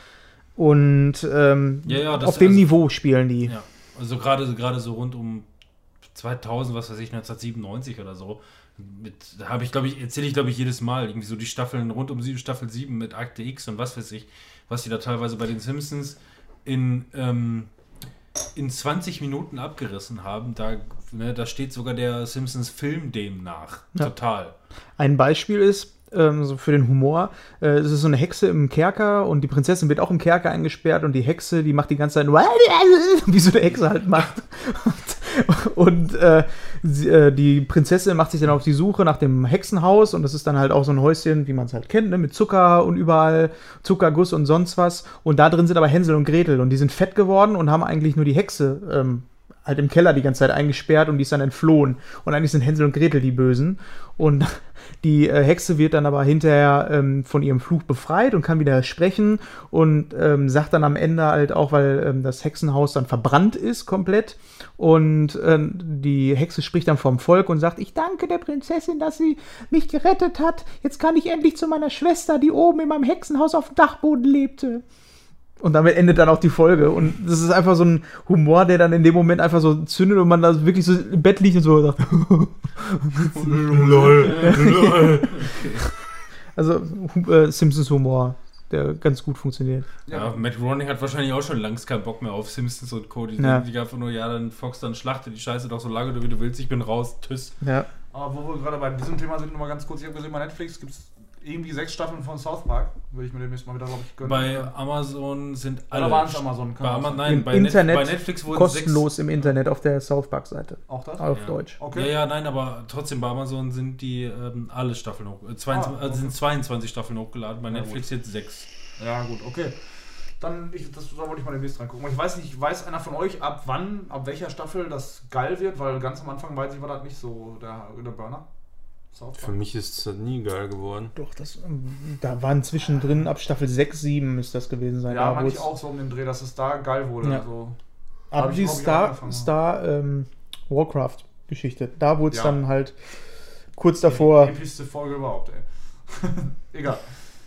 Und ähm, Ja, ja, das- auf dem also- Niveau spielen die. Ja, also gerade gerade so rund um zweitausend, was weiß ich, neunzehnhundertsiebenundneunzig oder so. Mit, da habe ich, glaube ich, erzähle ich, glaube ich, jedes Mal irgendwie so die Staffeln rund um sie- Staffel sieben mit Akte X und was weiß ich, was die da teilweise bei den Simpsons in, ähm, in zwanzig Minuten abgerissen haben. Da, ne, da steht sogar der Simpsons-Film dem nach. Ja. Total. Ein Beispiel ist, ähm, so für den Humor, äh, es ist so eine Hexe im Kerker und die Prinzessin wird auch im Kerker eingesperrt und die Hexe, die macht die ganze Zeit wie so eine Hexe halt macht. Und, und äh, sie, äh, die Prinzessin macht sich dann auf die Suche nach dem Hexenhaus und das ist dann halt auch so ein Häuschen, wie man es halt kennt, ne, mit Zucker und überall Zuckerguss und sonst was. Und da drin sind aber Hänsel und Gretel und die sind fett geworden und haben eigentlich nur die Hexe ähm, halt im Keller die ganze Zeit eingesperrt und die ist dann entflohen. Und eigentlich sind Hänsel und Gretel die Bösen. Und die äh, Hexe wird dann aber hinterher ähm, von ihrem Fluch befreit und kann wieder sprechen und ähm, sagt dann am Ende halt auch, weil ähm, das Hexenhaus dann verbrannt ist komplett. Und ähm, die Hexe spricht dann vom Volk und sagt, ich danke der Prinzessin, dass sie mich gerettet hat. Jetzt kann ich endlich zu meiner Schwester, die oben in meinem Hexenhaus auf dem Dachboden lebte. Und damit endet dann auch die Folge. Und das ist einfach so ein Humor, der dann in dem Moment einfach so zündet und man da wirklich so im Bett liegt und so sagt. Also äh, Simpsons Humor, der ganz gut funktioniert. Ja, Matt Groening hat wahrscheinlich auch schon längst keinen Bock mehr auf Simpsons und Co. Die Ja. denken sich einfach nur, ja, dann Fox, dann schlachte die Scheiße doch so lange, wie du willst, ich bin raus, tschüss. Ja. Aber wo wir gerade bei diesem Thema sind, nochmal ganz kurz, ich habe gesehen, bei Netflix gibt es irgendwie sechs Staffeln von South Park. Würde ich mir demnächst mal wieder, glaube ich, gönnen. Bei Amazon sind alle. Oder waren es Amazon? Kann Bei auch Ama sein. nein, Im bei, Internet Net bei Netflix wurden kostenlos im Internet auf der South Park-Seite. Auch das? Auf Ja. Deutsch. Okay. sechs. Ja, ja, nein, aber trotzdem bei Amazon sind die ähm, alle Staffeln hoch. Äh, zweiundzwanzig, Ah, okay. also sind zweiundzwanzig Staffeln hochgeladen, bei Ja, Netflix jetzt sechs. Ja, gut, okay. Dann, ich, das, da wollte ich mal demnächst reingucken. Aber ich weiß nicht, weiß einer von euch, ab wann, ab welcher Staffel das geil wird? Weil ganz am Anfang, weiß ich, war das nicht so der, der Burner. South Für Park. mich ist das nie geil geworden. Doch, das, ähm, da waren zwischendrin, ab Staffel sechs, sieben müsste das gewesen sein. Ja, da, meine ich wo's- auch so um den Dreh, dass es da geil wurde. Ja. Also, Ab Hab ich, die glaub ich, auch Star, angefangen, ja. Star ähm, Warcraft-Geschichte. Da wurde es Ja. dann halt kurz davor. Die epischste Folge überhaupt, ey. Egal.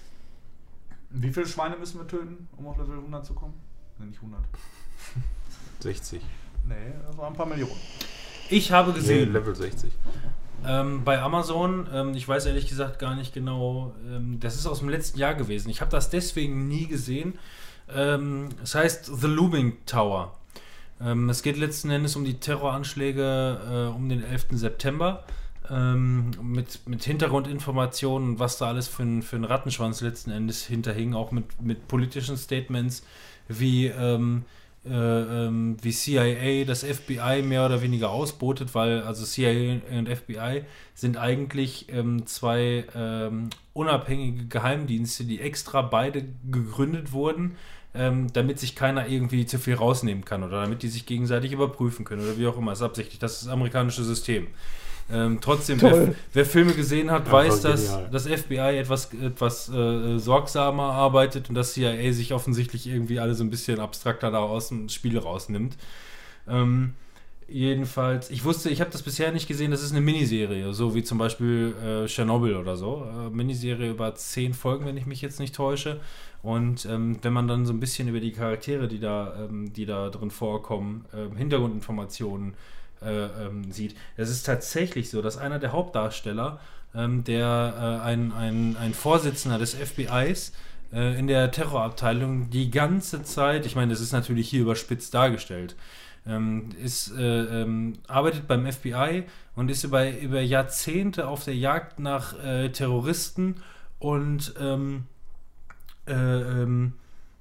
Wie viele Schweine müssen wir töten, um auf Level hundert zu kommen? Ne, nicht hundert. sechzig. Nee, das waren ein paar Millionen. Ich habe Nee, gesehen, Level sechzig. ähm, bei Amazon, ähm, ich weiß ehrlich gesagt gar nicht genau, ähm, das ist aus dem letzten Jahr gewesen. Ich habe das deswegen nie gesehen. Ähm, es heißt The Looming Tower. Ähm, es geht letzten Endes um die Terroranschläge äh, um den elften September. Ähm, mit, mit Hintergrundinformationen, was da alles für ein, für ein Rattenschwanz letzten Endes hinterhing, auch mit, mit politischen Statements, wie, ähm, äh, ähm, wie C I A das F B I mehr oder weniger ausbotet, weil also C I A und F B I sind eigentlich ähm, zwei ähm, unabhängige Geheimdienste, die extra beide gegründet wurden, ähm, damit sich keiner irgendwie zu viel rausnehmen kann oder damit die sich gegenseitig überprüfen können oder wie auch immer, ist absichtlich, das ist das amerikanische System. Ähm, trotzdem, wer, wer Filme gesehen hat, Ja, weiß, voll dass genial. das F B I etwas, etwas äh, sorgsamer arbeitet und das C I A sich offensichtlich irgendwie alle so ein bisschen abstrakter da aus dem Spiel rausnimmt. Ähm, jedenfalls, ich wusste, ich habe das bisher nicht gesehen, das ist eine Miniserie, so wie zum Beispiel äh, Tschernobyl oder so. Äh, Miniserie über zehn Folgen, wenn ich mich jetzt nicht täusche. Und ähm, wenn man dann so ein bisschen über die Charaktere, die da, ähm, die da drin vorkommen, ähm, Hintergrundinformationen äh, ähm, sieht, es ist tatsächlich so, dass einer der Hauptdarsteller, ähm, der äh, ein, ein, ein Vorsitzender des F B Is äh, in der Terrorabteilung die ganze Zeit, ich meine, das ist natürlich hier überspitzt dargestellt, ähm, ist, äh, ähm, arbeitet beim F B I und ist über, über Jahrzehnte auf der Jagd nach äh, Terroristen und ähm, äh, ähm,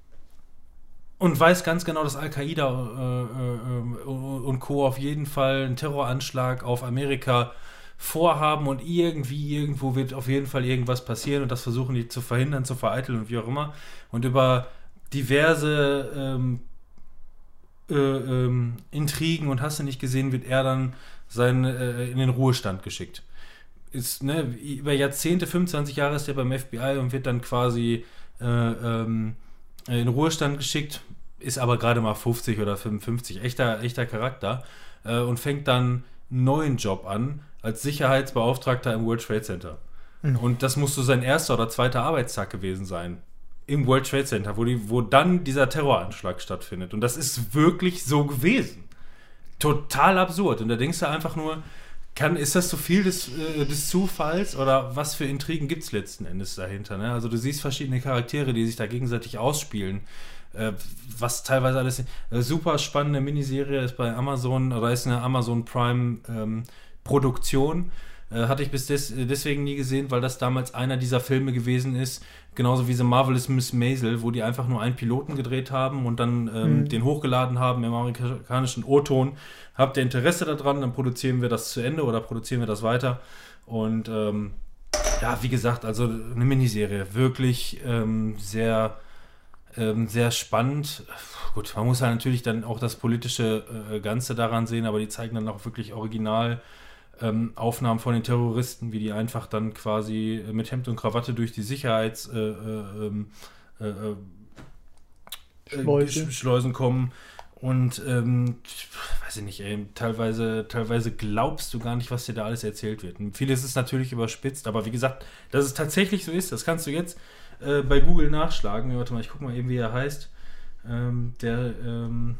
und weiß ganz genau, dass Al-Qaida äh, äh, und Co. auf jeden Fall einen Terroranschlag auf Amerika vorhaben und irgendwie, irgendwo wird auf jeden Fall irgendwas passieren und das versuchen die zu verhindern, zu vereiteln und wie auch immer. Und über diverse ähm, äh, ähm, Intrigen und hast du nicht gesehen, wird er dann sein, äh, in den Ruhestand geschickt. Ist, ne, über Jahrzehnte, fünfundzwanzig Jahre ist er beim F B I und wird dann quasi äh, ähm, in den Ruhestand geschickt, ist aber gerade mal fünfzig oder fünfundfünfzig, echter, echter Charakter, äh, und fängt dann einen neuen Job an als Sicherheitsbeauftragter im World Trade Center. Mhm. Und das muss so sein erster oder zweiter Arbeitstag gewesen sein. Im World Trade Center, wo, die, wo dann dieser Terroranschlag stattfindet. Und das ist wirklich so gewesen. Total absurd. Und da denkst du einfach nur, kann, ist das so viel des, äh, des Zufalls oder was für Intrigen gibt es letzten Endes dahinter? Ne? Also du siehst verschiedene Charaktere, die sich da gegenseitig ausspielen. Äh, was teilweise alles... Äh, super spannende Miniserie ist bei Amazon, oder ist eine Amazon Prime ähm, Produktion. Äh, hatte ich bis des, deswegen nie gesehen, weil das damals einer dieser Filme gewesen ist, genauso wie The Marvelous Miss Maisel, wo die einfach nur einen Piloten gedreht haben und dann ähm, mhm. den hochgeladen haben im amerikanischen O-Ton. Habt ihr Interesse daran, dann produzieren wir das zu Ende oder produzieren wir das weiter. Und ähm, ja, wie gesagt, also eine Miniserie, wirklich ähm, sehr, ähm, sehr spannend. Gut, man muss ja natürlich dann auch das politische äh, Ganze daran sehen, aber die zeigen dann auch wirklich original Ähm, Aufnahmen von den Terroristen, wie die einfach dann quasi mit Hemd und Krawatte durch die Sicherheitsschleusen äh, äh, äh, äh, Schleusen kommen und ähm, weiß ich nicht, ey, teilweise, teilweise glaubst du gar nicht, was dir da alles erzählt wird. Und vieles ist natürlich überspitzt, aber wie gesagt, dass es tatsächlich so ist, das kannst du jetzt äh, bei Google nachschlagen. Warte mal, ich guck mal eben, wie er heißt. Ähm, der ähm,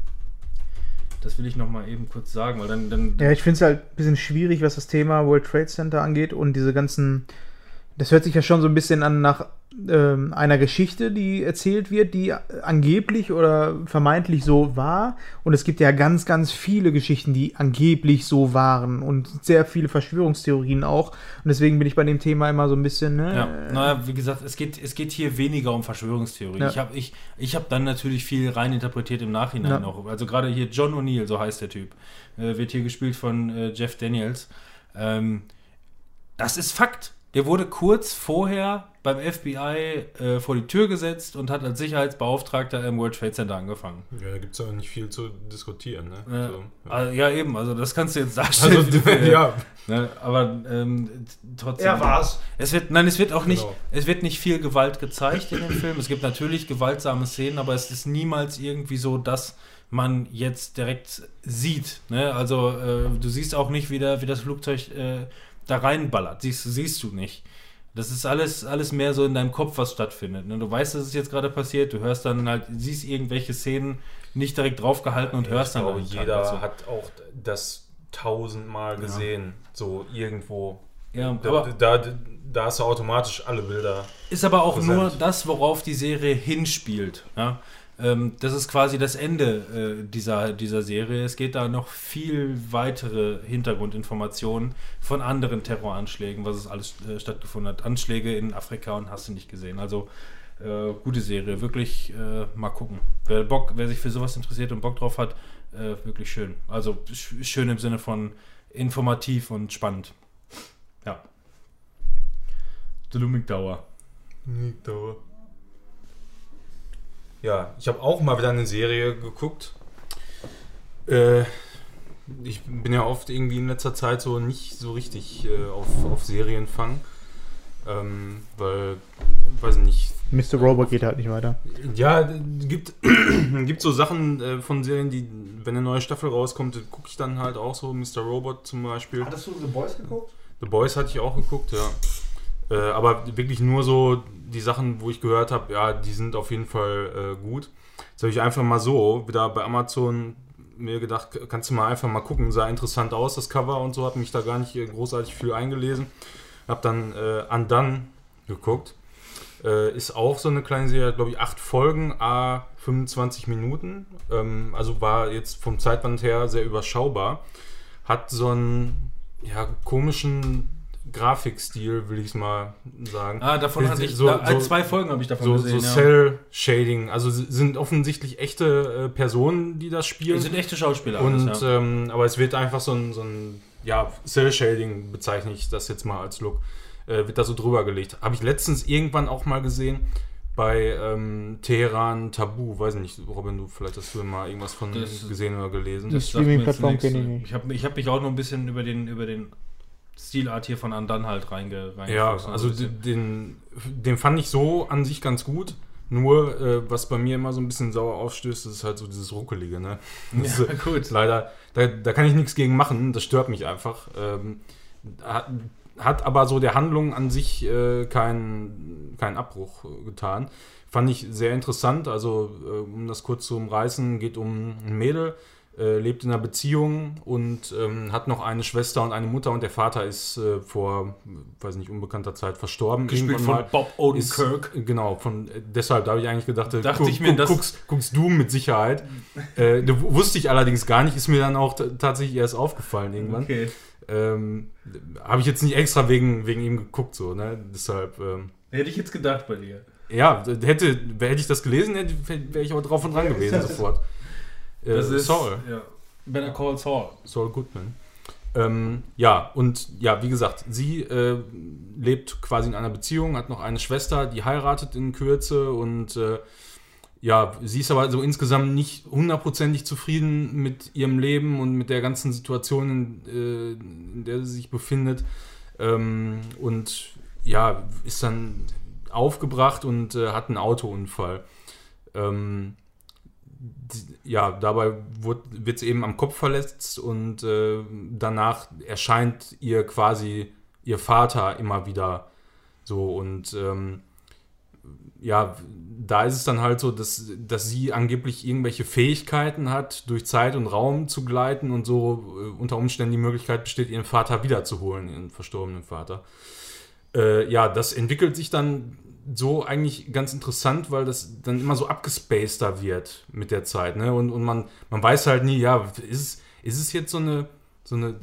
Das will ich noch mal eben kurz sagen, weil dann... dann ja, ich finde es halt ein bisschen schwierig, was das Thema World Trade Center angeht und diese ganzen... Das hört sich ja schon so ein bisschen an nach ähm, einer Geschichte, die erzählt wird, die angeblich oder vermeintlich so war. Und es gibt ja ganz, ganz viele Geschichten, die angeblich so waren und sehr viele Verschwörungstheorien auch. Und deswegen bin ich bei dem Thema immer so ein bisschen... Ne, ja, naja, wie gesagt, es geht, es geht hier weniger um Verschwörungstheorien. Ja. Ich habe ich, ich hab dann natürlich viel rein interpretiert im Nachhinein ja. auch. Also gerade hier John O'Neill, so heißt der Typ, äh, wird hier gespielt von äh, Jeff Daniels. Ähm, das ist Fakt. Der wurde kurz vorher beim F B I äh, vor die Tür gesetzt und hat als Sicherheitsbeauftragter im World Trade Center angefangen. Ja, da gibt es auch nicht viel zu diskutieren. Ne? Äh, so, ja. Also, ja, eben, also das kannst du jetzt darstellen. Also, ja. Ne, aber ähm, trotzdem. Er war's. Es wird, nein, es wird auch nicht, Genau. es wird nicht viel Gewalt gezeigt in dem Film. Es gibt natürlich gewaltsame Szenen, aber es ist niemals irgendwie so, dass man jetzt direkt sieht. Ne? Also äh, du siehst auch nicht, wie, der, wie das Flugzeug äh, da reinballert. Siehst, siehst du nicht. Das ist alles, alles mehr so in deinem Kopf, was stattfindet. Ne? Du weißt, dass es jetzt gerade passiert, du hörst dann halt, siehst irgendwelche Szenen nicht direkt draufgehalten und hörst ich dann glaube, halt jeder dazu. hat auch das tausendmal gesehen, so irgendwo. Ja, da, aber da, da, da hast du automatisch alle Bilder. ist aber auch präsent. nur das, worauf die Serie hinspielt. Ja? Ähm, das ist quasi das Ende äh, dieser, dieser Serie. Es geht da noch viel weitere Hintergrundinformationen von anderen Terroranschlägen, was es alles äh, stattgefunden hat. Anschläge in Afrika und hast du nicht gesehen. Also äh, gute Serie, wirklich äh, mal gucken. Wer Bock, wer sich für sowas interessiert und Bock drauf hat, äh, wirklich schön. Also sch- schön im Sinne von informativ und spannend. Ja. The Looming Tower. Tower. Ja, ich habe auch mal wieder eine Serie geguckt. Äh, ich bin ja oft irgendwie in letzter Zeit so nicht so richtig äh, auf, auf Serienfang. Ähm, weil, weiß ich nicht. Mister Robot geht halt nicht weiter. Ja, gibt, gibt so Sachen äh, von Serien, die, wenn eine neue Staffel rauskommt, gucke ich dann halt auch so. Mister Robot zum Beispiel. Hattest du The Boys geguckt? The Boys hatte ich auch geguckt, ja. Äh, aber wirklich nur so die Sachen, wo ich gehört habe, ja, die sind auf jeden Fall äh, gut. Jetzt habe ich einfach mal so wieder bei Amazon mir gedacht, kannst du mal einfach mal gucken, sah interessant aus, das Cover und so, habe mich da gar nicht großartig viel eingelesen. Hab dann äh, Undone geguckt. Äh, ist auch so eine kleine Serie, glaube ich, acht Folgen, a fünfundzwanzig Minuten. Ähm, also war jetzt vom Zeitband her sehr überschaubar. Hat so einen ja, komischen Grafikstil, will ich es mal sagen. Ah, davon hatte ich, so, da, so, zwei Folgen habe ich davon so, gesehen. So ja. Cell-Shading. Also sind offensichtlich echte äh, Personen, die das spielen. Das sind echte Schauspieler. Und, alles, ja. ähm, aber es wird einfach so ein, so ein ja, Cell-Shading bezeichne ich das jetzt mal als Look, äh, wird da so drüber gelegt. Habe ich letztens irgendwann auch mal gesehen bei ähm, Teheran Tabu. Weiß nicht, Robin, du vielleicht hast du mal irgendwas von Das- gesehen oder gelesen. das- sagt mir jetzt Streaming-Plattform nichts. kenne ich nicht. Ich habe ich hab mich auch noch ein bisschen über den, über den Stilart hier von Undone halt reinge, Ja, reingefuchst, also ein bisschen. den, den fand ich so an sich ganz gut. Nur, äh, was bei mir immer so ein bisschen sauer aufstößt, ist halt so dieses Ruckelige, ne? Das Ja, ist, gut. Leider, da, da kann ich nichts gegen machen, das stört mich einfach. Ähm, hat, hat aber so der Handlung an sich äh, keinen keinen Abbruch äh, getan. Fand ich sehr interessant, also äh, um das kurz zu umreißen, geht um ein Mädel, äh, lebt in einer Beziehung und ähm, hat noch eine Schwester und eine Mutter und der Vater ist äh, vor, weiß nicht, unbekannter Zeit verstorben. Gespielt Irgendwann von Bob Odenkirk. Ist, genau, von, äh, deshalb, da habe ich eigentlich gedacht, äh, Dachte guck, ich mir, guck, das- guckst, guckst du mit Sicherheit. äh, da wusste ich allerdings gar nicht, ist mir dann auch t- tatsächlich erst aufgefallen irgendwann. Okay. Ähm, habe ich jetzt nicht extra wegen, wegen ihm geguckt, so, ne? Deshalb, ähm, Hätte ich jetzt gedacht bei dir. ja, hätte, hätte ich das gelesen, hätte, wäre ich auch drauf und dran gewesen sofort. Äh, Das ist Saul. Ja. Better Call Saul. Saul Goodman. Ähm, ja, und ja, wie gesagt, sie äh, lebt quasi in einer Beziehung, hat noch eine Schwester, die heiratet in Kürze und äh, ja, sie ist aber so insgesamt nicht hundertprozentig zufrieden mit ihrem Leben und mit der ganzen Situation, in, äh, in der sie sich befindet. Ähm, und ja, ist dann aufgebracht und äh, hat einen Autounfall. Ähm, die, ja, dabei wird sie eben am Kopf verletzt und äh, danach erscheint ihr quasi ihr Vater immer wieder so und ähm, ja, da ist es dann halt so, dass, dass sie angeblich irgendwelche Fähigkeiten hat, durch Zeit und Raum zu gleiten und so äh, unter Umständen die Möglichkeit besteht, ihren Vater wiederzuholen, ihren verstorbenen Vater. Äh, ja, das entwickelt sich dann so eigentlich ganz interessant, weil das dann immer so abgespaceder wird mit der Zeit, ne? Und, und man, man weiß halt nie, ja, ist es, ist es jetzt so eine, so eine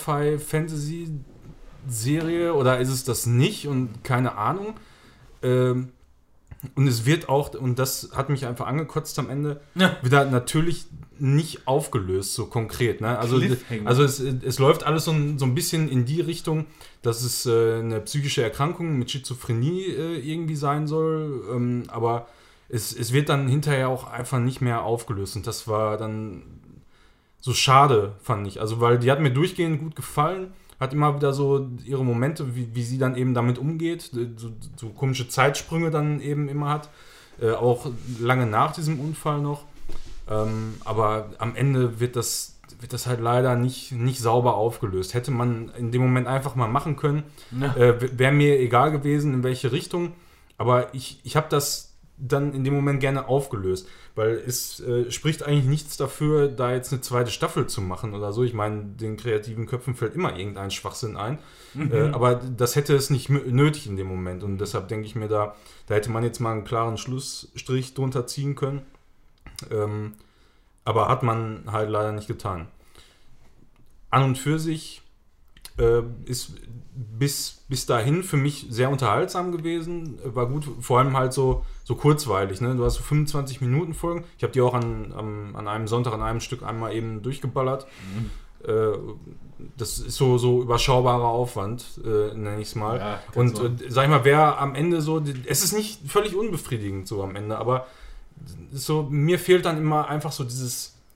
Sci-Fi-Fantasy-Serie oder ist es das nicht und keine Ahnung. Ähm, und es wird auch, und das hat mich einfach angekotzt am Ende, Ja. wieder natürlich nicht aufgelöst, so konkret. Ne? Also, Cliffhanger. also es, es läuft alles so ein, so ein bisschen in die Richtung, dass es äh, eine psychische Erkrankung mit Schizophrenie äh, irgendwie sein soll, ähm, aber es, es wird dann hinterher auch einfach nicht mehr aufgelöst und das war dann so schade, fand ich. Also, weil die hat mir durchgehend gut gefallen, hat immer wieder so ihre Momente, wie, wie sie dann eben damit umgeht, so, so komische Zeitsprünge dann eben immer hat, äh, auch lange nach diesem Unfall noch. Ähm, aber am Ende wird das, wird das halt leider nicht, nicht sauber aufgelöst. Hätte man in dem Moment einfach mal machen können, Ja. äh, wäre mir egal gewesen, in welche Richtung. Aber ich, ich habe das dann in dem Moment gerne aufgelöst, weil es äh, spricht eigentlich nichts dafür, da jetzt eine zweite Staffel zu machen oder so. Ich meine, den kreativen Köpfen fällt immer irgendein Schwachsinn ein, Mhm. äh, aber das hätte es nicht mö- nötig in dem Moment und deshalb denke ich mir da, da hätte man jetzt mal einen klaren Schlussstrich drunter ziehen können, ähm, aber hat man halt leider nicht getan. An und für sich äh, ist bis, bis dahin für mich sehr unterhaltsam gewesen, war gut, vor allem halt so, so kurzweilig, ne? Du hast so fünfundzwanzig Minuten Folgen, ich habe die auch an, an, an einem Sonntag an einem Stück einmal eben durchgeballert. Mhm. Äh, das ist so, so überschaubarer Aufwand, äh, nenne ich es mal. Ja, und so. äh, sag ich mal, wer am Ende so, es ist nicht völlig unbefriedigend so am Ende, aber so, mir fehlt dann immer einfach so dieses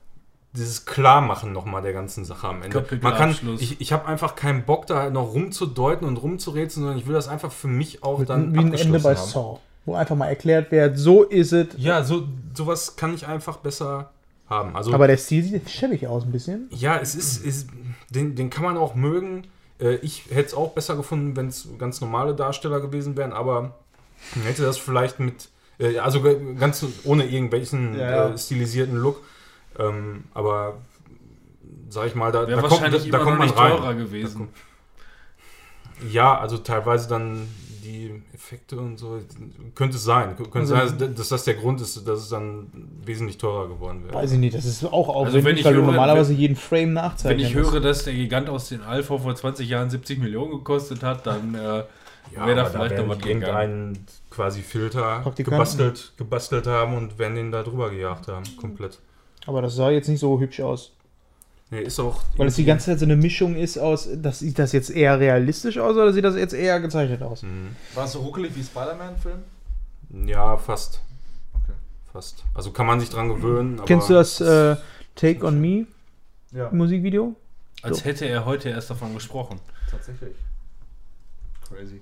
dieses Klarmachen nochmal der ganzen Sache am Ende. Man kann, ich ich habe einfach keinen Bock, da noch rumzudeuten und rumzurätseln, sondern ich will das einfach für mich auch dann wie ein Ende bei haben. Saw, wo einfach mal erklärt wird, so ist es. Ja, so sowas kann ich einfach besser haben. Also, aber der Stil sieht schäbig aus ein bisschen. Ja, es ist, ist den, den kann man auch mögen. Ich hätte es auch besser gefunden, wenn es ganz normale Darsteller gewesen wären, aber man hätte das vielleicht mit, also ganz ohne irgendwelchen ja, ja. Äh, stilisierten Look. Ähm, aber sag ich mal, da, da kommt, da, da kommt man rein. Teurer gewesen. Kommt, ja, also teilweise dann die Effekte und so, könnte es sein. Könnte also, sein, dass das der Grund ist, dass es dann wesentlich teurer geworden wäre. Weiß ich nicht, das ist auch aufwendig, also weil höre, du normalerweise wenn, jeden Frame nachzeichnen Wenn ich höre, dass der Gigant aus den Alpha vor zwanzig Jahren siebzig Millionen gekostet hat, dann äh, ja, wäre da vielleicht noch was irgendeinen quasi Filter gebastelt, gebastelt haben und werden den da drüber gejagt haben, komplett. Aber das sah jetzt nicht so hübsch aus. Nee, ist auch. Weil es die ganze Zeit so eine Mischung ist aus, das, sieht das jetzt eher realistisch aus oder sieht das jetzt eher gezeichnet aus? Mhm. War es so ruckelig wie Spider-Man-Film? Ja, fast. Okay. Fast. Also kann man sich dran gewöhnen. Kennst du das äh, Take on Me ja. Musikvideo? Als so. hätte er heute erst davon gesprochen. Tatsächlich. Crazy.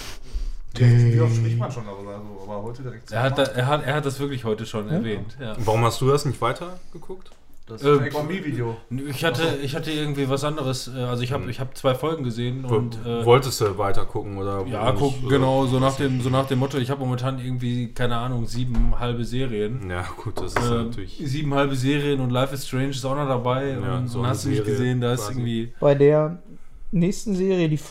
Wie oft spricht man schon darüber, also, aber heute direkt er hat, da, er, hat, er hat das wirklich heute schon ja. erwähnt. Ja. Warum hast du das nicht weiter geguckt? Das ist ein äh, Video. Ich hatte, ich hatte irgendwie was anderes. Also ich habe, ich habe zwei Folgen gesehen und äh, wolltest du weiter gucken oder? Ja, guck, nicht, genau so nach dem, so nach dem Motto. Ich habe momentan irgendwie keine Ahnung sieben halbe Serien. Ja gut, das ist äh, natürlich sieben halbe Serien und Life is Strange ist auch noch dabei. Ja, und, so und hast du nicht gesehen, da ist irgendwie bei der nächsten Serie, die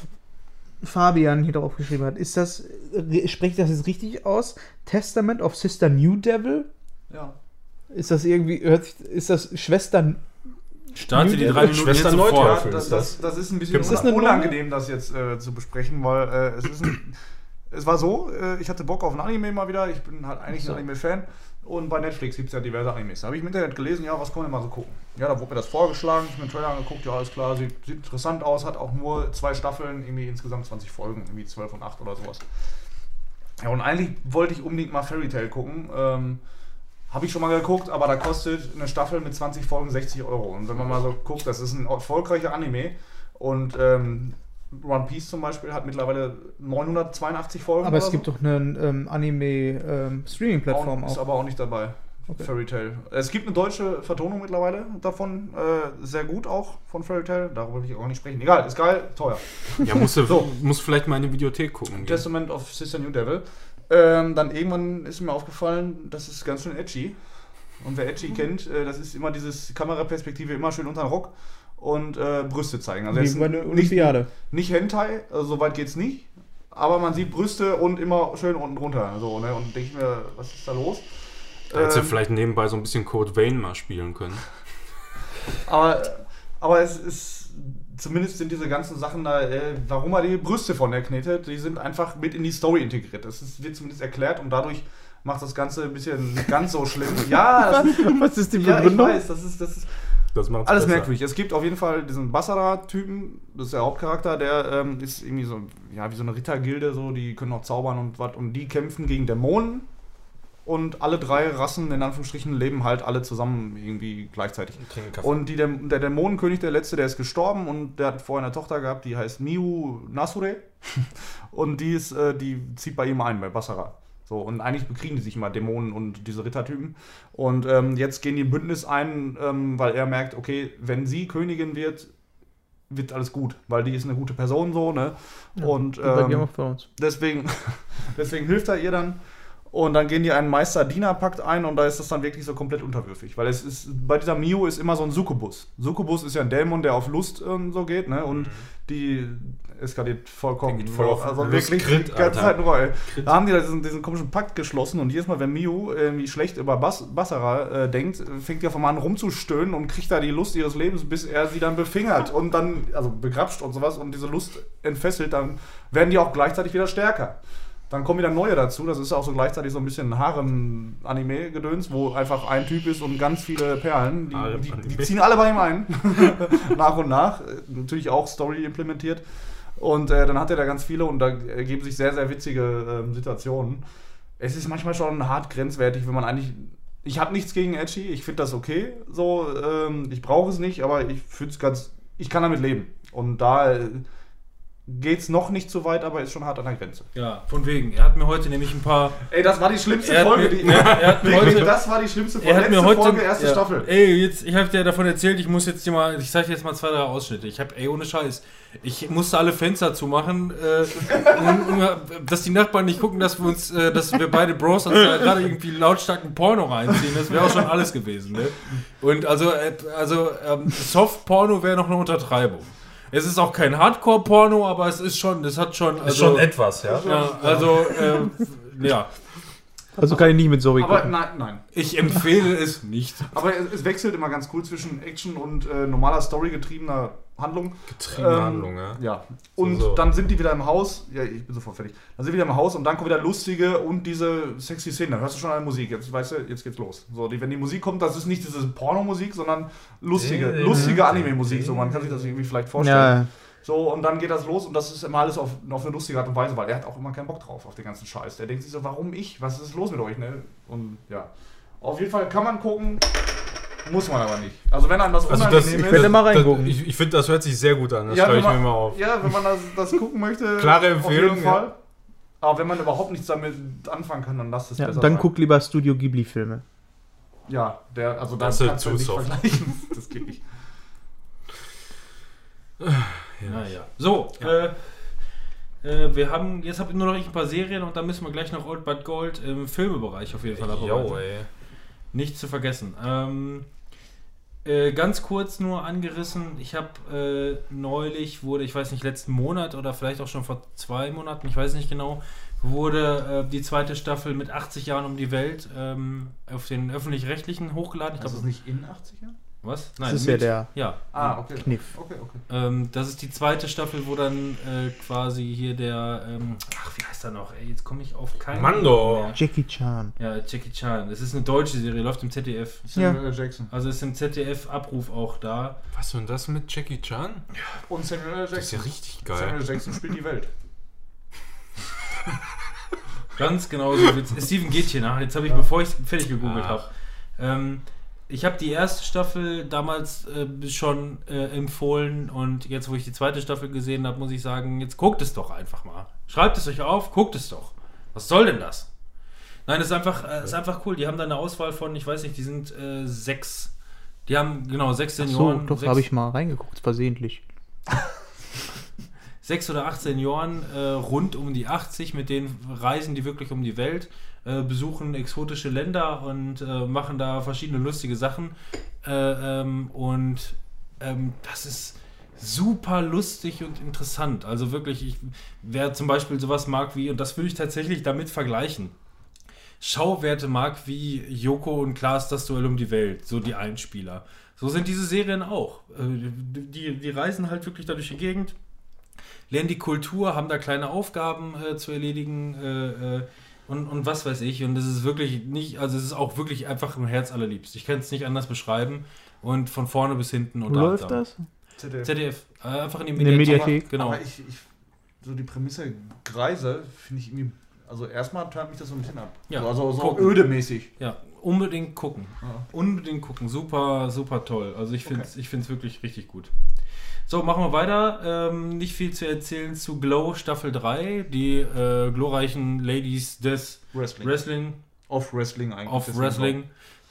Fabian hier drauf geschrieben hat, ist das, spreche ich das jetzt richtig aus? Testament of Sister New Devil? Ja. Ist das irgendwie, ist das Schwestern... Starte die drei Minuten Schwestern Neuteufel. Ja, das, das, das ist ein bisschen ist das unangenehm, das jetzt äh, zu besprechen, weil äh, es ist ein, es war so, äh, ich hatte Bock auf ein Anime mal wieder, ich bin halt eigentlich so. ein Anime-Fan und bei Netflix gibt es ja diverse Animes. Da habe ich im Internet gelesen, ja, was kann man mal so gucken? Ja, da wurde mir das vorgeschlagen, ich habe mir den Trailer angeguckt, ja, alles klar, sieht, sieht interessant aus, hat auch nur zwei Staffeln, irgendwie insgesamt zwanzig Folgen, irgendwie zwölf und acht oder sowas. Ja, und eigentlich wollte ich unbedingt mal Fairy Tail gucken, ähm, habe ich schon mal geguckt, aber da kostet eine Staffel mit zwanzig Folgen sechzig Euro. Und wenn man mal so guckt, das ist ein erfolgreicher Anime. Und ähm, One Piece zum Beispiel hat mittlerweile neunhundertzweiundachtzig Folgen. Aber es gibt so. doch eine ähm, Anime-Streaming-Plattform ähm, auch. Ist aber auch nicht dabei. Okay. Fairy Tail. Es gibt eine deutsche Vertonung mittlerweile davon. Äh, sehr gut auch von Fairy Tail. Darüber will ich auch nicht sprechen. Egal, ist geil, teuer. Ja, musst du so. musst vielleicht mal in die Videothek gucken. Testament of Sister New Devil. Ähm, dann irgendwann ist mir aufgefallen, das ist ganz schön edgy. Und wer edgy mhm. kennt, äh, das ist immer dieses Kameraperspektive, immer schön unter den Rock und äh, Brüste zeigen. Also wie bei der Olympiade. Nicht, nicht Hentai, also so weit geht's nicht. Aber man sieht Brüste und immer schön unten drunter. So, ne? Und denke ich mir, was ist da los? Da hättest ähm, du vielleicht nebenbei so ein bisschen Code Vein mal spielen können. Aber, aber es ist... Zumindest sind diese ganzen Sachen da, äh, warum er die Brüste von der knetet, die sind einfach mit in die Story integriert. Das ist, wird zumindest erklärt und dadurch macht das Ganze ein bisschen nicht ganz so schlimm. Ja, das ist, was ist die Begründung? Ja, ich weiß, das ist, das ist das macht's alles besser. merkwürdig. Es gibt auf jeden Fall diesen Basara-Typen, das ist der Hauptcharakter, der ähm, ist irgendwie so, ja, wie so eine Rittergilde, so, die können auch zaubern und was, und die kämpfen gegen Dämonen. Und alle drei Rassen, in Anführungsstrichen, leben halt alle zusammen irgendwie gleichzeitig. Und die, der Dämonenkönig, der letzte, der ist gestorben und der hat vorher eine Tochter gehabt, die heißt Miu Nasure. Und die, ist, äh, die zieht bei ihm ein, bei Basara. So, und eigentlich bekriegen die sich immer, Dämonen und diese Rittertypen. Und ähm, jetzt gehen die ein Bündnis ein, ähm, weil er merkt, okay, wenn sie Königin wird, wird alles gut, weil die ist eine gute Person so, ne? Ja, und ähm, uns. deswegen, deswegen hilft er ihr dann. Und dann gehen die einen Meister-Diener-Pakt ein und da ist das dann wirklich so komplett unterwürfig. Weil es ist, bei dieser Miu ist immer so ein Succubus. Succubus ist ja ein Dämon, der auf Lust ähm, so geht, ne? Und die eskaliert vollkommen. Geht voll auf also wirklich Krit, die ganze Zeit nur. Da haben die da diesen, diesen komischen Pakt geschlossen und jedes Mal, wenn Miu irgendwie schlecht über Bas Basara äh, denkt, fängt die auf einmal an rumzustöhnen und kriegt da die Lust ihres Lebens, bis er sie dann befingert und dann, also begrapscht und sowas und diese Lust entfesselt, dann werden die auch gleichzeitig wieder stärker. Dann kommen wieder neue dazu, das ist auch so gleichzeitig so ein bisschen Harem-Anime-Gedöns, wo einfach ein Typ ist und ganz viele Perlen, die, die, die ziehen alle bei ihm ein, nach und nach, natürlich auch Story implementiert und äh, dann hat er da ganz viele und da ergeben sich sehr, sehr witzige äh, Situationen. Es ist manchmal schon hart grenzwertig, wenn man eigentlich ich habe nichts gegen Edgy, ich finde das okay. So, ähm, ich brauche es nicht, aber ich finde es ganz. Ich kann damit leben. Und da äh, geht's noch nicht so weit, aber ist schon hart an der Grenze. Ja, von wegen. Er hat mir heute nämlich ein paar. Ey, das war die schlimmste Er hat Folge. mir- Die, er- er hat mir Wirklich, heute- das war die schlimmste Er Folge. hat mir Letzte heute. Folge, erste ja, Staffel. Ey, jetzt, ich habe dir davon erzählt, ich muss jetzt hier mal. Ich zeige jetzt mal zwei, drei Ausschnitte. Ich habe, ey, ohne Scheiß. Ich musste alle Fenster zumachen, äh, um, um, dass die Nachbarn nicht gucken, dass wir uns, äh, dass wir beide Bros uns da gerade irgendwie lautstarken Porno reinziehen. Das wäre auch schon alles gewesen, ne? Und also, äh, also ähm, Soft-Porno wäre noch eine Untertreibung. Es ist auch kein Hardcore-Porno, aber es ist schon, es hat schon. Also, Ist schon etwas, ja. ja, also, äh, ja. Also kann ich nicht mit Zoe Aber gucken. nein, nein. Ich empfehle es nicht. Aber es, es wechselt immer ganz cool zwischen Action und äh, normaler Story-getriebener Handlung. Getriebene Ähm, Handlung, ja. Ja. Und So, so. dann sind die wieder im Haus. Ja, ich bin sofort fertig. Dann sind die wieder im Haus und dann kommen wieder lustige und diese sexy Szenen. Dann hörst du schon an der Musik. Jetzt weißt du, jetzt geht's los. So, die, wenn die Musik kommt, das ist nicht diese Pornomusik, sondern lustige, Äh, lustige äh, Anime-Musik. So, man kann sich das irgendwie vielleicht vorstellen. Ja, So, und dann geht das los und das ist immer alles auf, auf eine lustige Art und Weise, weil er hat auch immer keinen Bock drauf, auf den ganzen Scheiß. Der denkt sich so, warum ich? Was ist los mit euch, ne? Und ja. Auf jeden Fall kann man gucken, muss man aber nicht. Also wenn einem das Also das, unangenehm ich ist, werde mal reingucken. Ich, ich finde, das hört sich sehr gut an. Das Ja, schreibe ich wenn mir man- mal auf. ja, wenn man das, das gucken möchte, Klare Empfehlung, auf jeden Fall. Aber wenn man überhaupt nichts damit anfangen kann, dann lasst es ja, besser dann sein. guck lieber Studio Ghibli-Filme. Ja, der, also da Das ist kannst du zu nicht soft. vergleichen. Das geht nicht. Naja. So, Äh, äh, wir haben, jetzt habe ich nur noch ein paar Serien und dann müssen wir gleich noch Old But Gold im Filmebereich auf jeden Fall abarbeiten. Jo, ey. Nicht zu vergessen. Ähm, äh, ganz kurz nur angerissen, ich habe äh, neulich, wurde, ich weiß nicht, letzten Monat oder vielleicht auch schon vor zwei Monaten, ich weiß nicht genau, wurde äh, die zweite Staffel mit achtzig Jahren um die Welt ähm, auf den Öffentlich-Rechtlichen hochgeladen. Ich Das glaube, ist nicht in achtzig Jahren? was? Das ist ja der Ja. Ah, okay. Kniff. Okay, okay. Ähm, das ist die zweite Staffel, wo dann äh, quasi hier der, ähm, ach, wie heißt er noch? Ey, jetzt komme ich auf keinen Mando. mehr. Jackie Chan. Ja, Jackie Chan. Das ist eine deutsche Serie, läuft im Z D F. Samuel L. Jackson. Also ist im Z D F-Abruf auch da. Was denn das mit Jackie Chan? Und Samuel L. Jackson. Das ist ja richtig geil. Samuel L. Jackson spielt die Welt. Ganz genau so. Jetzt, Steven geht hier nach. Jetzt habe ich, bevor ich fertig gegoogelt Ach. habe. Ähm, ich habe die erste Staffel damals äh, schon äh, empfohlen und jetzt, wo ich die zweite Staffel gesehen habe, muss ich sagen, jetzt guckt es doch einfach mal. Schreibt es euch auf, guckt es doch. Was soll denn das? Nein, es ist einfach, äh, ist einfach cool. Die haben da eine Auswahl von, ich weiß nicht, die sind äh, sechs. Die haben, genau, sechs Ach so, Senioren. doch, sechs, habe ich mal reingeguckt, versehentlich. sechs oder acht Senioren äh, rund um die achtzig, mit denen reisen die wirklich um die Welt, äh, besuchen exotische Länder und äh, machen da verschiedene lustige Sachen. Äh, ähm, und ähm, das ist super lustig und interessant. Also wirklich, ich, wer zum Beispiel sowas mag wie, und das würde ich tatsächlich damit vergleichen, Schauwerte mag wie Joko und Klaas das Duell um die Welt, so die Einspieler. So sind diese Serien auch. Äh, die, die reisen halt wirklich da durch die Gegend, lernen die Kultur, haben da kleine Aufgaben äh, zu erledigen äh, äh, und, und was weiß ich. Und es ist wirklich nicht, also es ist auch wirklich einfach im Herz allerliebst. Ich kann es nicht anders beschreiben. Und von vorne bis hinten Wo läuft unterhaltsam. das? Z D F. Z D F. Äh, einfach in die In der Mediathek. Mediathek. Genau. Aber ich, ich, so die Prämisse Greise finde ich irgendwie, also erstmal turnt mich das so ein bisschen ab. Ja, so, also so gucken. ödemäßig. Ja, unbedingt gucken. Ja. Unbedingt gucken. Super, super toll. Also ich finde es Okay. ich find's wirklich richtig gut. So, machen wir weiter. Ähm, nicht viel zu erzählen zu Glow Staffel drei. Die äh, glorreichen Ladies des Wrestling. Wrestling. Off Wrestling eigentlich. Auf deswegen Wrestling.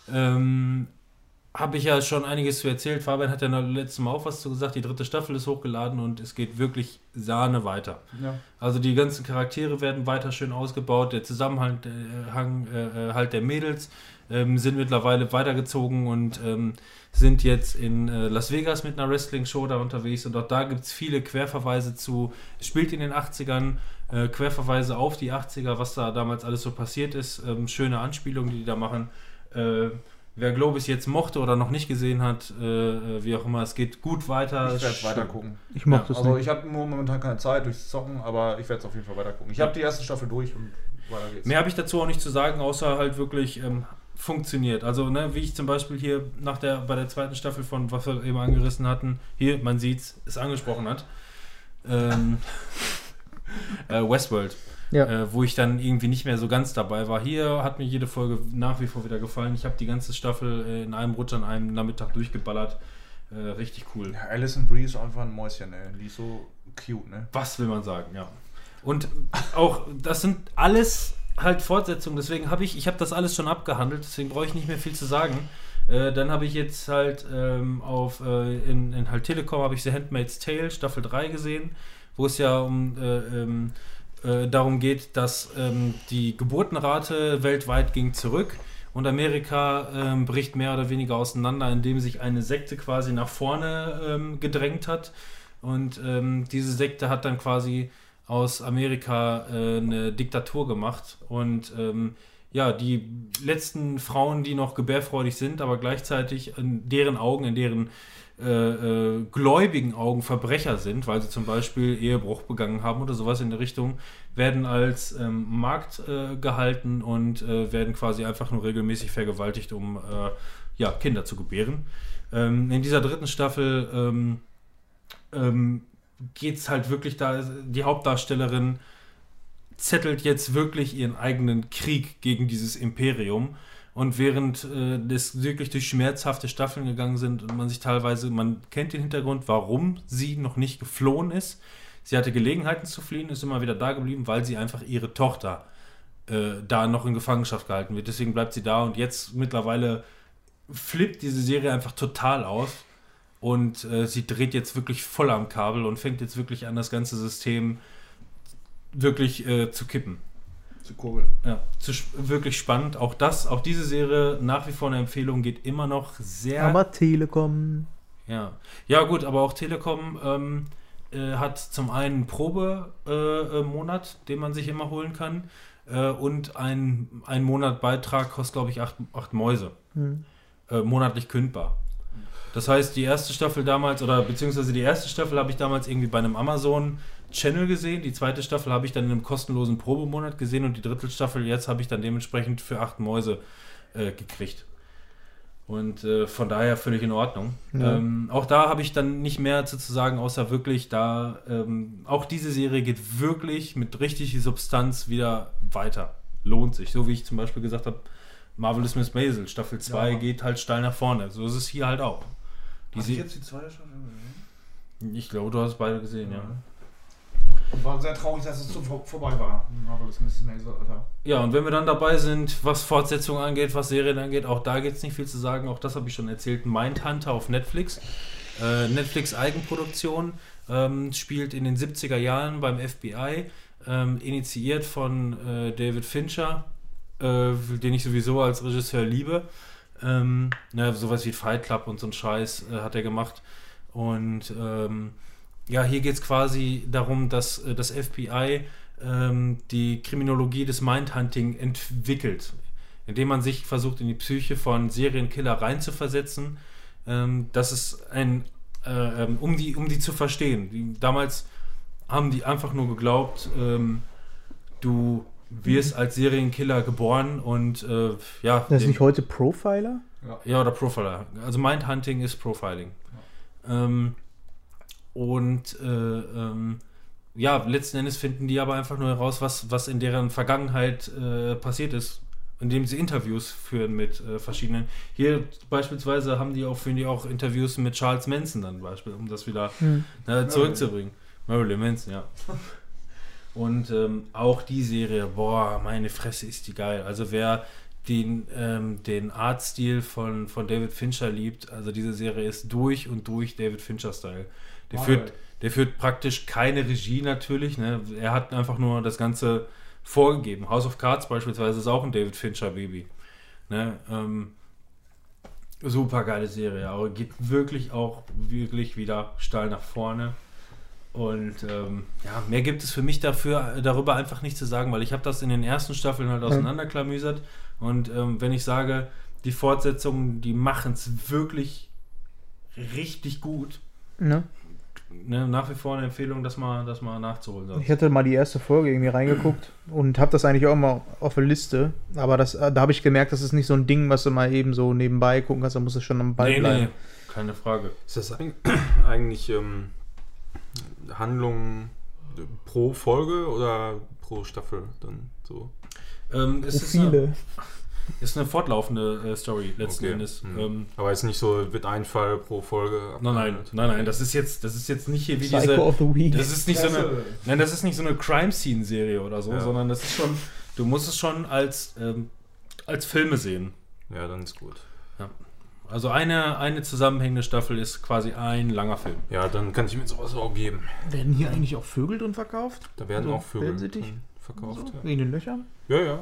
Ähm, habe ich ja schon einiges zu erzählt. Fabian hat ja noch letztes Mal auch was zu gesagt. Die dritte Staffel ist hochgeladen und es geht wirklich Sahne weiter. auch. Ja. Also die ganzen Charaktere werden weiter schön ausgebaut. Der Zusammenhang äh, Hang, äh, halt der Mädels ähm, sind mittlerweile weitergezogen und ähm, sind jetzt in äh, Las Vegas mit einer Wrestling-Show da unterwegs. Und auch da gibt es viele Querverweise zu, es spielt in den achtzigern, äh, Querverweise auf die achtziger, was da damals alles so passiert ist. Ähm, schöne Anspielungen, die die da machen. Äh, wer Globus jetzt mochte oder noch nicht gesehen hat, äh, wie auch immer, es geht gut weiter. Ich werde es Schön. weiter gucken. Ich mochte es Also nicht. ich habe nur momentan keine Zeit durchs Zocken, aber ich werde es auf jeden Fall weiter gucken. Ich habe die erste Staffel durch und weiter geht's. Mehr habe ich dazu auch nicht zu sagen, außer halt wirklich ähm, funktioniert. Also, ne, wie ich zum Beispiel hier nach der, bei der zweiten Staffel von, was wir eben angerissen hatten, hier, man sieht's, es angesprochen hat, ähm, äh, Westworld. Ja. äh, wo ich dann irgendwie nicht mehr so ganz dabei war. Hier hat mir jede Folge nach wie vor wieder gefallen. Ich habe die ganze Staffel äh, in einem Rutsch an einem Nachmittag durchgeballert. Äh, richtig cool. Ja, Alison Brie ist einfach ein Mäuschen, ey. Die ist so cute, ne? Was will man sagen, ja. Und auch, das sind alles halt Fortsetzungen, deswegen habe ich, ich habe das alles schon abgehandelt, deswegen brauche ich nicht mehr viel zu sagen. Äh, dann habe ich jetzt halt ähm, auf, äh, in, in halt Telekom habe ich The Handmaid's Tale Staffel drei gesehen, wo es ja um äh, ähm, äh, darum geht, dass ähm, die Geburtenrate weltweit ging zurück und Amerika ähm, bricht mehr oder weniger auseinander, indem sich eine Sekte quasi nach vorne ähm, gedrängt hat und ähm, diese Sekte hat dann quasi aus Amerika äh, eine Diktatur gemacht und ähm, ja, die letzten Frauen, die noch gebärfreudig sind, aber gleichzeitig in deren Augen, in deren äh, äh, gläubigen Augen Verbrecher sind, weil sie zum Beispiel Ehebruch begangen haben oder sowas in der Richtung, werden als ähm, Markt äh, gehalten und äh, werden quasi einfach nur regelmäßig vergewaltigt, um äh, ja, Kinder zu gebären. Ähm, in dieser dritten Staffel ähm, ähm, geht es halt wirklich da, die Hauptdarstellerin zettelt jetzt wirklich ihren eigenen Krieg gegen dieses Imperium und während äh, das wirklich durch schmerzhafte Staffeln gegangen sind und man sich teilweise, man kennt den Hintergrund, warum sie noch nicht geflohen ist. Sie hatte Gelegenheiten zu fliehen, ist immer wieder da geblieben, weil sie einfach ihre Tochter äh, da noch in Gefangenschaft gehalten wird. Deswegen bleibt sie da und jetzt mittlerweile flippt diese Serie einfach total aus. Und äh, sie dreht jetzt wirklich voll am Kabel und fängt jetzt wirklich an, das ganze System wirklich äh, zu kippen. Zu kurbeln. Ja, zu, wirklich spannend. Auch das, auch diese Serie nach wie vor eine Empfehlung, geht immer noch sehr... Aber Telekom. Ja, ja gut, aber auch Telekom ähm, äh, hat zum einen einen Probemonat, äh, den man sich immer holen kann äh, und ein, ein Monat Beitrag kostet, glaube ich, acht, acht Mäuse. Hm. Äh, monatlich kündbar. Das heißt, die erste Staffel damals, oder beziehungsweise die erste Staffel habe ich damals irgendwie bei einem Amazon-Channel gesehen, die zweite Staffel habe ich dann in einem kostenlosen Probemonat gesehen und die dritte Staffel jetzt habe ich dann dementsprechend für acht Mäuse äh, gekriegt. Und äh, von daher völlig in Ordnung. Ja. Ähm, auch da habe ich dann nicht mehr zu sagen, außer wirklich da, ähm, auch diese Serie geht wirklich mit richtig Substanz wieder weiter. Lohnt sich. So wie ich zum Beispiel gesagt habe, Marvelous Miss Maisel, Staffel zwei Ja. geht halt steil nach vorne. So ist es hier halt auch. Die Hast du Se- jetzt die zweite Staffel gesehen? ich glaube, du hast beide gesehen, ja. Und war sehr traurig, dass es so vor vorbei war. Aber das Misses Maisel, Alter. Ja, und wenn wir dann dabei sind, was Fortsetzungen angeht, was Serien angeht, auch da gibt es nicht viel zu sagen. Auch das habe ich schon erzählt. Mindhunter auf Netflix. Äh, Netflix Eigenproduktion. Ähm, spielt in den siebziger Jahren beim F B I. Ähm, initiiert von äh, David Fincher, äh, den ich sowieso als Regisseur liebe. Ähm, ne, sowas wie Fight Club und so ein Scheiß äh, hat er gemacht. Und ähm, ja, hier geht es quasi darum, dass äh, das F B I ähm, die Kriminologie des Mindhunting entwickelt, indem man sich versucht, in die Psyche von Serienkiller reinzuversetzen. Ähm, das ist ein, äh, ähm, um, die, um die zu verstehen. Die, damals haben die einfach nur geglaubt, ähm, du wirst als Serienkiller geboren und äh, ja. Das ist dem- nicht heute Profiler? ja, oder Profiler. Also Mindhunting ist Profiling. Ähm, und äh, ähm, ja, letzten Endes finden die aber einfach nur heraus, was, was in deren Vergangenheit äh, passiert ist, indem sie Interviews führen mit äh, verschiedenen. Hier beispielsweise haben die auch, führen die auch Interviews mit Charles Manson dann beispielsweise, um das wieder Hm. äh, zurückzubringen. Marilyn Manson, ja. Und ähm, auch die Serie, boah, meine Fresse ist die geil. Also wer den, ähm, den Artstil von, von David Fincher liebt, also diese Serie ist durch und durch David Fincher-Style. Der, Wow. führt, der führt praktisch keine Regie natürlich. Ne? Er hat einfach nur das Ganze vorgegeben. House of Cards beispielsweise ist auch ein David Fincher-Baby. Ne? Ähm, super geile Serie, aber geht wirklich auch wirklich wieder steil nach vorne. Und ähm, ja, mehr gibt es für mich dafür darüber einfach nicht zu sagen, weil ich habe das in den ersten Staffeln halt auseinanderklamüsert. Und ähm, wenn ich sage, die Fortsetzungen, die machen es wirklich richtig gut. Ne? Ne, nach wie vor eine Empfehlung, das mal, das mal nachzuholen. Sonst. Ich hatte mal die erste Folge irgendwie reingeguckt und habe das eigentlich auch mal auf der Liste. Aber das, da habe ich gemerkt, das ist nicht so ein Ding, was du mal eben so nebenbei gucken kannst. Da muss es schon am Ball Nee, bleiben. nee, keine Frage. Ist das eig- eigentlich ähm, Handlung pro Folge oder pro Staffel dann so? Ähm, es So ist, eine, viele. ist eine fortlaufende äh, Story letzten Okay. Endes. Mhm. Ähm, Aber ist nicht so, wird ein Fall pro Folge nein, nein, abgehandelt? nein, nein, das ist jetzt, das ist jetzt nicht hier wie Psycho diese. of the Week. Das ist nicht so eine, nein, das ist nicht so eine Crime-Scene-Serie oder so, Ja. sondern das ist schon, du musst es schon als, ähm, als Filme sehen. Ja, dann ist gut. Also eine, eine zusammenhängende Staffel ist quasi ein langer Film. Ja, dann kann ich mir sowas auch geben. Werden hier eigentlich auch Vögel drin verkauft? Da werden So, auch Vögel wellensittich? drin verkauft. So, Ja. wegen den Löchern? ja, ja.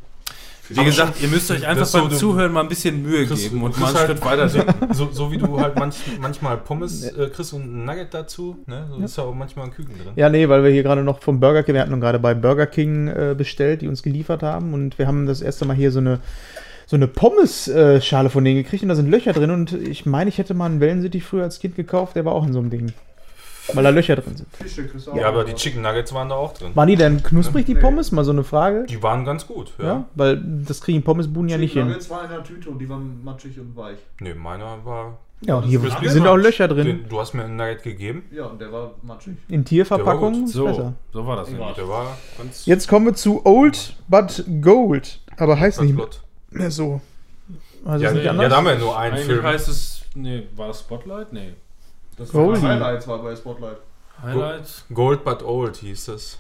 Wie gesagt, ihr müsst euch einfach das so, beim du- Zuhören mal ein bisschen Mühe Chris, geben du und kriegst mal einen halt- Schritt weiter denken. So, so wie du halt manch, manchmal Pommes äh, kriegst und ein Nugget dazu, ne? So ist ja auch manchmal ein Küken drin. Ja, nee, weil wir hier gerade noch vom Burger King, wir hatten gerade bei Burger King äh, bestellt, die uns geliefert haben und wir haben das erste Mal hier so eine so eine Pommes-Schale von denen gekriegt und da sind Löcher drin und ich meine, ich hätte mal einen Wellensittich früher als Kind gekauft, der war auch in so einem Ding. Weil da Löcher drin sind. Fische kriegst du auch. Ja, aber die Chicken Nuggets waren da auch drin. Waren die denn knusprig, die Nee. Pommes? Mal so eine Frage. Die waren ganz gut, ja. Ja, weil das kriegen Pommesbuden ja nicht hin. Nuggets waren in der Tüte und die waren matschig und weich. Nee, meiner war. Ja, und hier Crispy sind auch Crunch. Löcher drin. Den, du hast mir einen Nugget gegeben. Ja, und der war matschig. In Tierverpackungen gut. ist So, besser. so war das nämlich. Der war ganz, Jetzt kommen wir zu Old but Gold. Aber heißt ganz nicht flott. mehr so. Also Ja, ist nicht ja, anders? da haben wir nur einen Eigentlich Film. heißt es, nee, war das Spotlight? Nee. Das Goldie. Highlights war bei Spotlight. Highlight. Gold but old hieß es.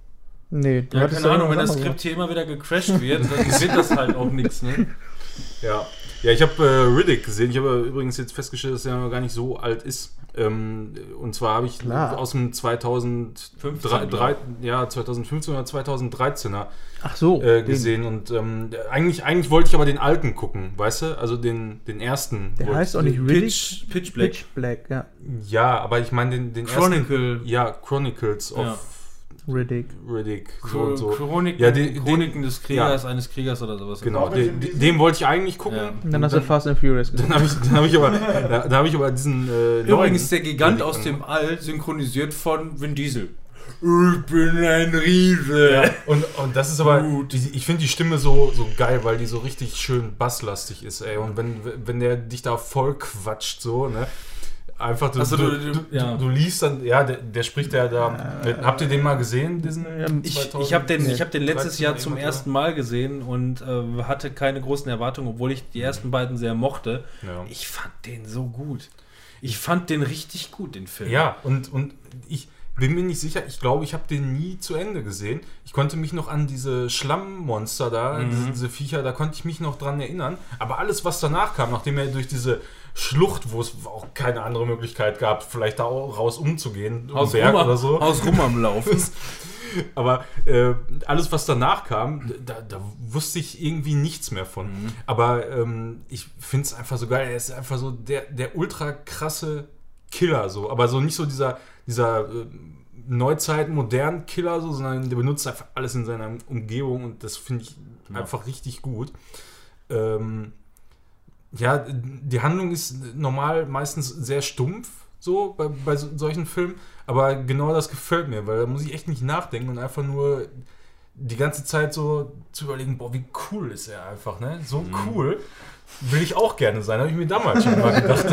Nee, du Ja, hattest keine Ahnung, wenn was das anderes Skript hier immer wieder gecrashed wird, dann wird das halt auch nichts, ne? Ja. Ja, ich habe äh, Riddick gesehen. Ich habe übrigens jetzt festgestellt, dass er noch gar nicht so alt ist. Ähm, und zwar habe ich Klar. aus dem zweitausendfünfzehn, drei, ja, zweitausendfünfzehn oder zweitausenddreizehner Ach so. äh, den. gesehen. Und ähm, eigentlich, eigentlich wollte ich aber den alten gucken, weißt du? Also den, den ersten. Der wollte heißt ich- auch nicht Riddick. Pitch, Pitch Black. Pitch Black, ja. Ja, aber ich meine den, den Chronicle. ersten. Ja, Chronicles of Ja. Riddick. Riddick. So Chro und so. Chronik, Ja, die- Chroniken des Kriegers, ja. eines Kriegers oder sowas. Genau, Auch den, welchen den, den wollte ich eigentlich gucken. Ja. Und dann hast du Fast and Furious gesehen. Dann habe ich, dann hab ich aber, da, da hab ich aber diesen. Äh, Übrigens neuen der Gigant Riddick aus dem angemacht. All synchronisiert von Vin Diesel. Ich bin ein Riese. Ja, und, und das ist aber, Gut. die, ich finde die Stimme so, so geil, weil die so richtig schön basslastig ist, ey. Und wenn, wenn der dich da voll quatscht, so, ne? Einfach, du, Also, du, du- du, du- ja. du liest dann, ja, der, der spricht ja da. Äh, habt ihr den mal gesehen, diesen? Ich, ich habe den, ich hab den letztes Jahr zum irgendwas, ersten Mal gesehen und äh, hatte keine großen Erwartungen, obwohl ich die ersten beiden sehr mochte. Ja. Ich fand den so gut. Ich fand den richtig gut, den Film. Ja, und, und ich bin mir nicht sicher, ich glaube, ich habe den nie zu Ende gesehen. Ich konnte mich noch an diese Schlammmonster da, Mhm. diese, diese Viecher, da konnte ich mich noch dran erinnern. Aber alles, was danach kam, nachdem er durch diese Schlucht, wo es auch keine andere Möglichkeit gab, vielleicht da auch raus umzugehen, um Haus Berg rum, oder so. Haus rum am Laufen. Aber äh, alles, was danach kam, da, da wusste ich irgendwie nichts mehr von. Mhm. Aber ähm, ich finde es einfach so geil. Er ist einfach so der, der ultra krasse Killer, so. Aber so nicht so dieser, dieser äh, Neuzeit, modern Killer, so, sondern der benutzt einfach alles in seiner Umgebung und das finde ich Ja. einfach richtig gut. Ähm, ja, die Handlung ist normal meistens sehr stumpf, so bei, bei so, solchen Filmen, aber genau das gefällt mir, weil da muss ich echt nicht nachdenken und einfach nur die ganze Zeit so zu überlegen, boah, wie cool ist er einfach, ne? So Mhm. cool will ich auch gerne sein, habe ich mir damals schon mal gedacht.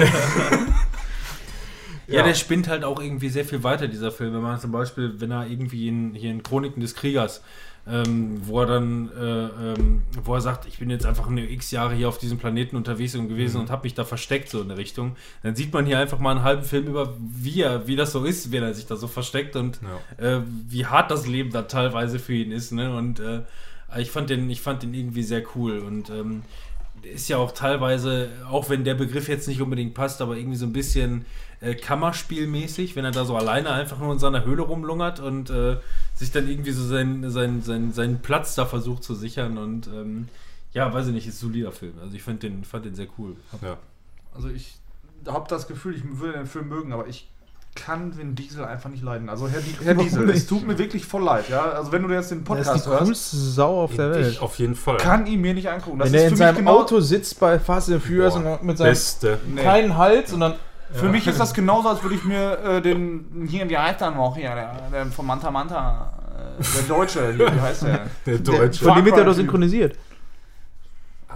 Ja, der spinnt halt auch irgendwie sehr viel weiter, dieser Film. Wenn man zum Beispiel, wenn er irgendwie in, hier in Chroniken des Kriegers, ähm, wo er dann, äh, ähm, wo er sagt, ich bin jetzt einfach eine x Jahre hier auf diesem Planeten unterwegs und gewesen Mhm. und habe mich da versteckt, so in der Richtung. Dann sieht man hier einfach mal einen halben Film über, wie er, wie das so ist, wenn er sich da so versteckt und Ja. äh, wie hart das Leben da teilweise für ihn ist, ne? Und äh, ich fand den, ich fand den irgendwie sehr cool und ähm, ist ja auch teilweise, auch wenn der Begriff jetzt nicht unbedingt passt, aber irgendwie so ein bisschen äh, Kammerspielmäßig, wenn er da so alleine einfach nur in seiner Höhle rumlungert und äh, sich dann irgendwie so seinen, seinen, seinen, seinen Platz da versucht zu sichern und ähm, ja, weiß ich nicht, ist ein solider Film. Also ich fand den, fand den sehr cool. Ja. Also ich habe das Gefühl, ich würde den Film mögen, aber ich kann Vin Diesel einfach nicht leiden. Also Herr, Di- Herr Warum Diesel, nicht? es tut mir wirklich voll leid. Ja? Also wenn du jetzt den Er ist Podcast die hörst, coolste Sau auf der Welt. Ich auf jeden Fall. kann ihn mir nicht angucken. Das Wenn er in für mich seinem genau- Auto sitzt bei Fast and Furious Boah, und mit seinem Beste. Nee. kleinen Hals und dann Für mich ist das genauso, als würde ich mir äh, den, hier, wie heißt der noch hier, der, der von Manta Manta, äh, der Deutsche, hier, wie heißt der? Der der, Deutsche. von dem wird er Far doch Cry synchronisiert. Ach,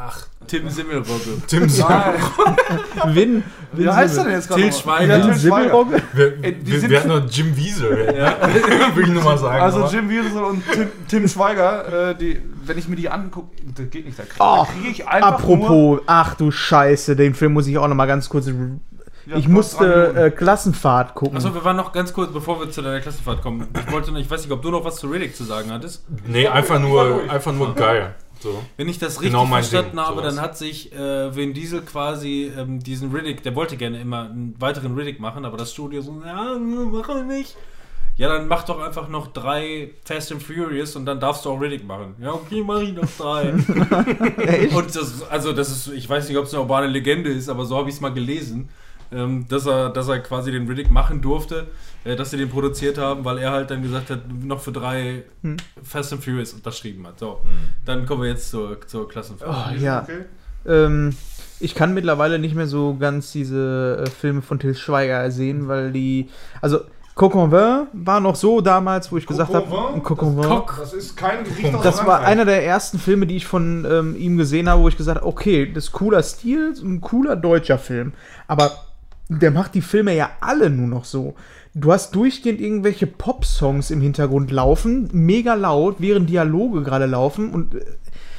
Tim Simmelrogge. Tim Simmelrogge. Win, Win Wie heißt er denn jetzt gerade? Till noch? Schweiger. Ja, Till Simmelrogge? Wir, Ey, die wir, sind- wir hatten noch Jim Wiesel. Ja. Will ich nur mal sagen. Also aber- Jim Wiesel und Tim, Tim Schweiger, äh, die, wenn ich mir die angucke, das geht nicht. Da kriege Ach, krieg ich einfach nur... apropos, ach du Scheiße, den Film muss ich auch noch mal ganz kurz. Ja, Ich drei musste Minuten. äh, Klassenfahrt gucken. Achso, wir waren noch ganz kurz, bevor wir zu deiner Klassenfahrt kommen. Ich wollte noch, ich weiß nicht, ob du noch was zu Riddick zu sagen hattest. Nee, einfach nur, einfach nur geil. So. Wenn ich das richtig Genau mein verstanden Ding, habe, sowas. dann hat sich äh, Vin Diesel quasi ähm, diesen Riddick, der wollte gerne immer einen weiteren Riddick machen, aber das Studio so, ja, mach ich nicht. Ja, dann mach doch einfach noch drei Fast and Furious und dann darfst du auch Riddick machen. Ja, okay, mach ich noch drei. Und das, also das ist, ich weiß nicht, ob es eine urbane Legende ist, aber so habe ich es mal gelesen, ähm, dass er, dass er quasi den Riddick machen durfte, äh, dass sie den produziert haben, weil er halt dann gesagt hat, noch für drei Hm. Fast and Furious unterschrieben hat. So, dann kommen wir jetzt zur, zur Klassenfahrt. Oh, ja. Okay. Ähm, ich kann mittlerweile nicht mehr so ganz diese äh, Filme von Till Schweiger sehen, weil die. Also, Coq au vin war noch so damals, wo ich gesagt habe. au vin? Coq au vin. Coq. Das ist kein Gericht aus Das war Frankreich. einer der ersten Filme, die ich von ähm, ihm gesehen habe, wo ich gesagt habe, okay, das ist cooler Stil, ein cooler deutscher Film. Aber der macht die Filme ja alle nur noch so. Du hast durchgehend irgendwelche Pop-Songs im Hintergrund laufen, mega laut, während Dialoge gerade laufen und äh,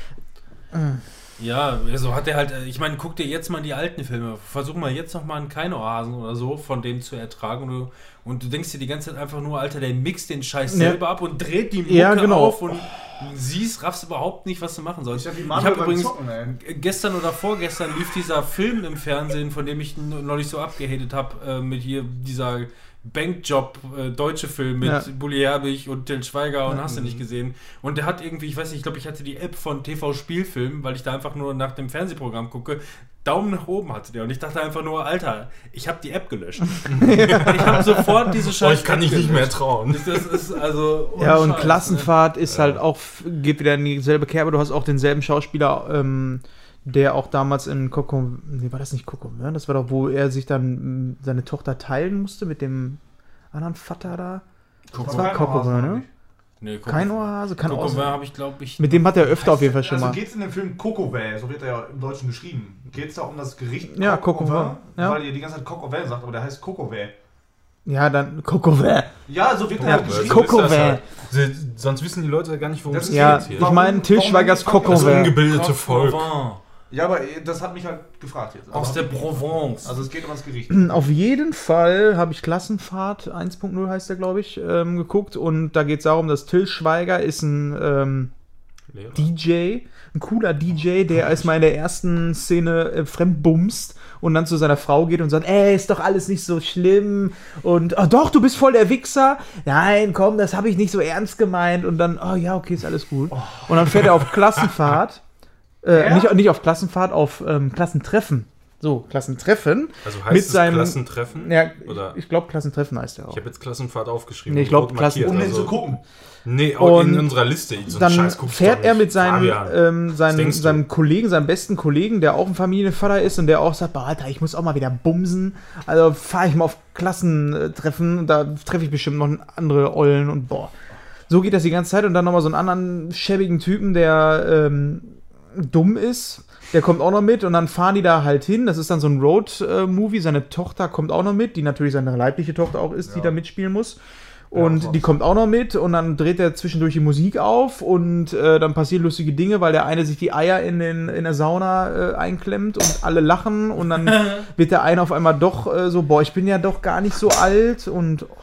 Ja, so hat er halt, ich meine, guck dir jetzt mal die alten Filme, versuch mal jetzt noch mal einen Keinohasen oder so von dem zu ertragen und du, und du denkst dir die ganze Zeit einfach nur, Alter, der mixt den Scheiß Ja. selber ab und dreht die Mucke Ja, genau. auf und siehst, raffst überhaupt nicht, was du machen sollst. Ich hab die Ich Manuel habe beim übrigens Zocken, ey. gestern oder vorgestern lief dieser Film im Fernsehen, von dem ich n- neulich so abgehatet habe, äh, mit hier dieser Bankjob, äh, deutsche Film mit Ja. Bulli Herbig und Till Schweiger und hast du nicht gesehen. Und der hat irgendwie, ich weiß nicht, ich glaube, ich hatte die App von T V Spielfilm, weil ich da einfach nur nach dem Fernsehprogramm gucke. Daumen nach oben hatte der und ich dachte einfach nur, Alter, ich habe die App gelöscht. Ich habe sofort diese Oh, Scheiße. ich kann dich nicht mehr trauen. Das ist also ja, ohne und Scheiß, Klassenfahrt ist halt auch, geht wieder in dieselbe Kerbe. Du hast auch denselben Schauspieler, ähm, der auch damals in Coco, nee, war das nicht Coco, ne? Das war doch, wo er sich dann mh, seine Tochter teilen musste mit dem anderen Vater da. Das war Coco, ne? Nee, Coco- Kein Ohrhase, kann auch Coco sein. habe ich, glaube ich. Mit dem hat er öfter auf jeden Fall schon Also mal. geht es in dem Film Cocovin, so wird er ja im Deutschen geschrieben. Geht es da um das Gericht Ja, Coq au vin? Cocovin, ja. Weil ihr die ganze Zeit Coq au vin sagt, aber der heißt Cocovin. Ja, dann Coco Vin. Ja, so wird er Ja, halt geschrieben. Coco So ist das Vin. halt. Sie- Sonst wissen die Leute gar nicht, worum Das es ist Ja, geht ich hier. meine, Till Warum- Schweigers warum- Coco Das Vin. ungebildete Coq au Volk. vin. Ja, aber äh, das hat mich halt gefragt jetzt. Aus Aber- der Provence. Also es geht um das Gericht. Auf jeden Fall habe ich Klassenfahrt eins Punkt null heißt der, glaube ich, ähm, geguckt. Und da geht es darum, dass Till Schweiger ist ein ähm, Lehrer. D J, ein cooler D J, der erstmal in der ersten Szene äh, fremdbumst und dann zu seiner Frau geht und sagt, ey, ist doch alles nicht so schlimm und, oh doch, du bist voll der Wichser. Nein, komm, das habe ich nicht so ernst gemeint. Und dann, oh ja, okay, ist alles gut. Und dann fährt er auf Klassenfahrt, äh, Ja? nicht, nicht auf Klassenfahrt, auf ähm, Klassentreffen. So, Klassentreffen. Also heißt Mit es seinem- Klassentreffen? Ja, Oder? ich, ich glaube, Klassentreffen heißt er auch. Ich habe jetzt Klassenfahrt aufgeschrieben. Nee, ich und glaub, rot markiert, Klassen- Um den also- zu gucken. Nee, auch in Und unserer Liste. So einen Dann Scheiß guck ich fährt doch er nicht. mit seinem, Fabian, ähm, was seinem, denkst du? seinem Kollegen, seinem besten Kollegen, der auch ein Familienvater ist und der auch sagt, boah, Alter, ich muss auch mal wieder bumsen. Also fahre ich mal auf Klassentreffen und da treffe ich bestimmt noch andere Ollen und boah. So geht das die ganze Zeit und dann nochmal so einen anderen schäbigen Typen, der ähm, dumm ist. Der kommt auch noch mit und dann fahren die da halt hin. Das ist dann so ein Road-Movie. Seine Tochter kommt auch noch mit, die natürlich seine leibliche Tochter auch ist, die da mitspielen muss. Und Ja, die kommt auch noch mit und dann dreht er zwischendurch die Musik auf und äh, dann passieren lustige Dinge, weil der eine sich die Eier in, den, in der Sauna äh, einklemmt und alle lachen und dann wird der eine auf einmal doch äh, so, boah, ich bin ja doch gar nicht so alt und oh,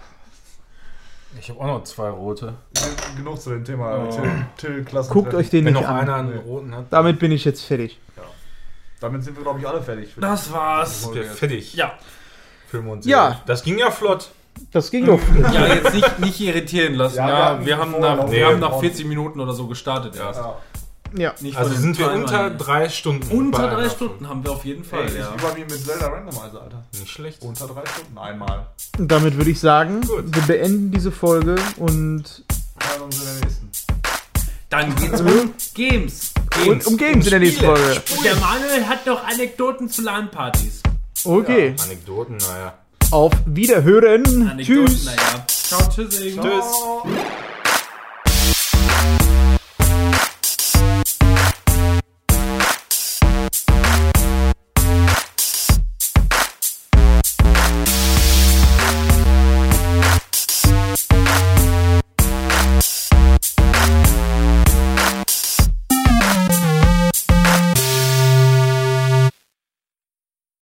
Ich habe auch noch zwei rote. Genug zu dem Thema. Oh. Till, Till Klassen. guckt euch den Wenn nicht noch an. einer einen roten hat, Damit bin ich jetzt fertig. Damit sind wir, glaube ich, alle fertig. für Das die- war's. ist der fertig. Ja. Film und Ja. Serie. Das ging ja flott. Das ging doch. Ja, jetzt nicht, nicht irritieren lassen. Ja, Ja, wir hatten wir, haben vorher nach, noch- wir Nee. haben nach vierzig Minuten oder so gestartet erst. Ja. Ja. Nicht Also von den sind wir Timern. unter drei Stunden. Unter bei drei einer Stunden haben wir auf jeden Fall, Ey, ist ja. wie bei mir mit Zelda Randomizer, Alter. Folge. Nicht schlecht. Unter drei Stunden einmal. Und damit würde ich sagen, Gut. wir beenden diese Folge und Ja, uns in der nächsten. Dann geht's um Games. Und um Games in der nächsten Folge. Und der Manuel hat noch Anekdoten zu LAN-Partys. Okay, Anekdoten, naja. auf Wiederhören. Anekdoten, Tschüss. naja. Ciao, tschüssing. Tschüss.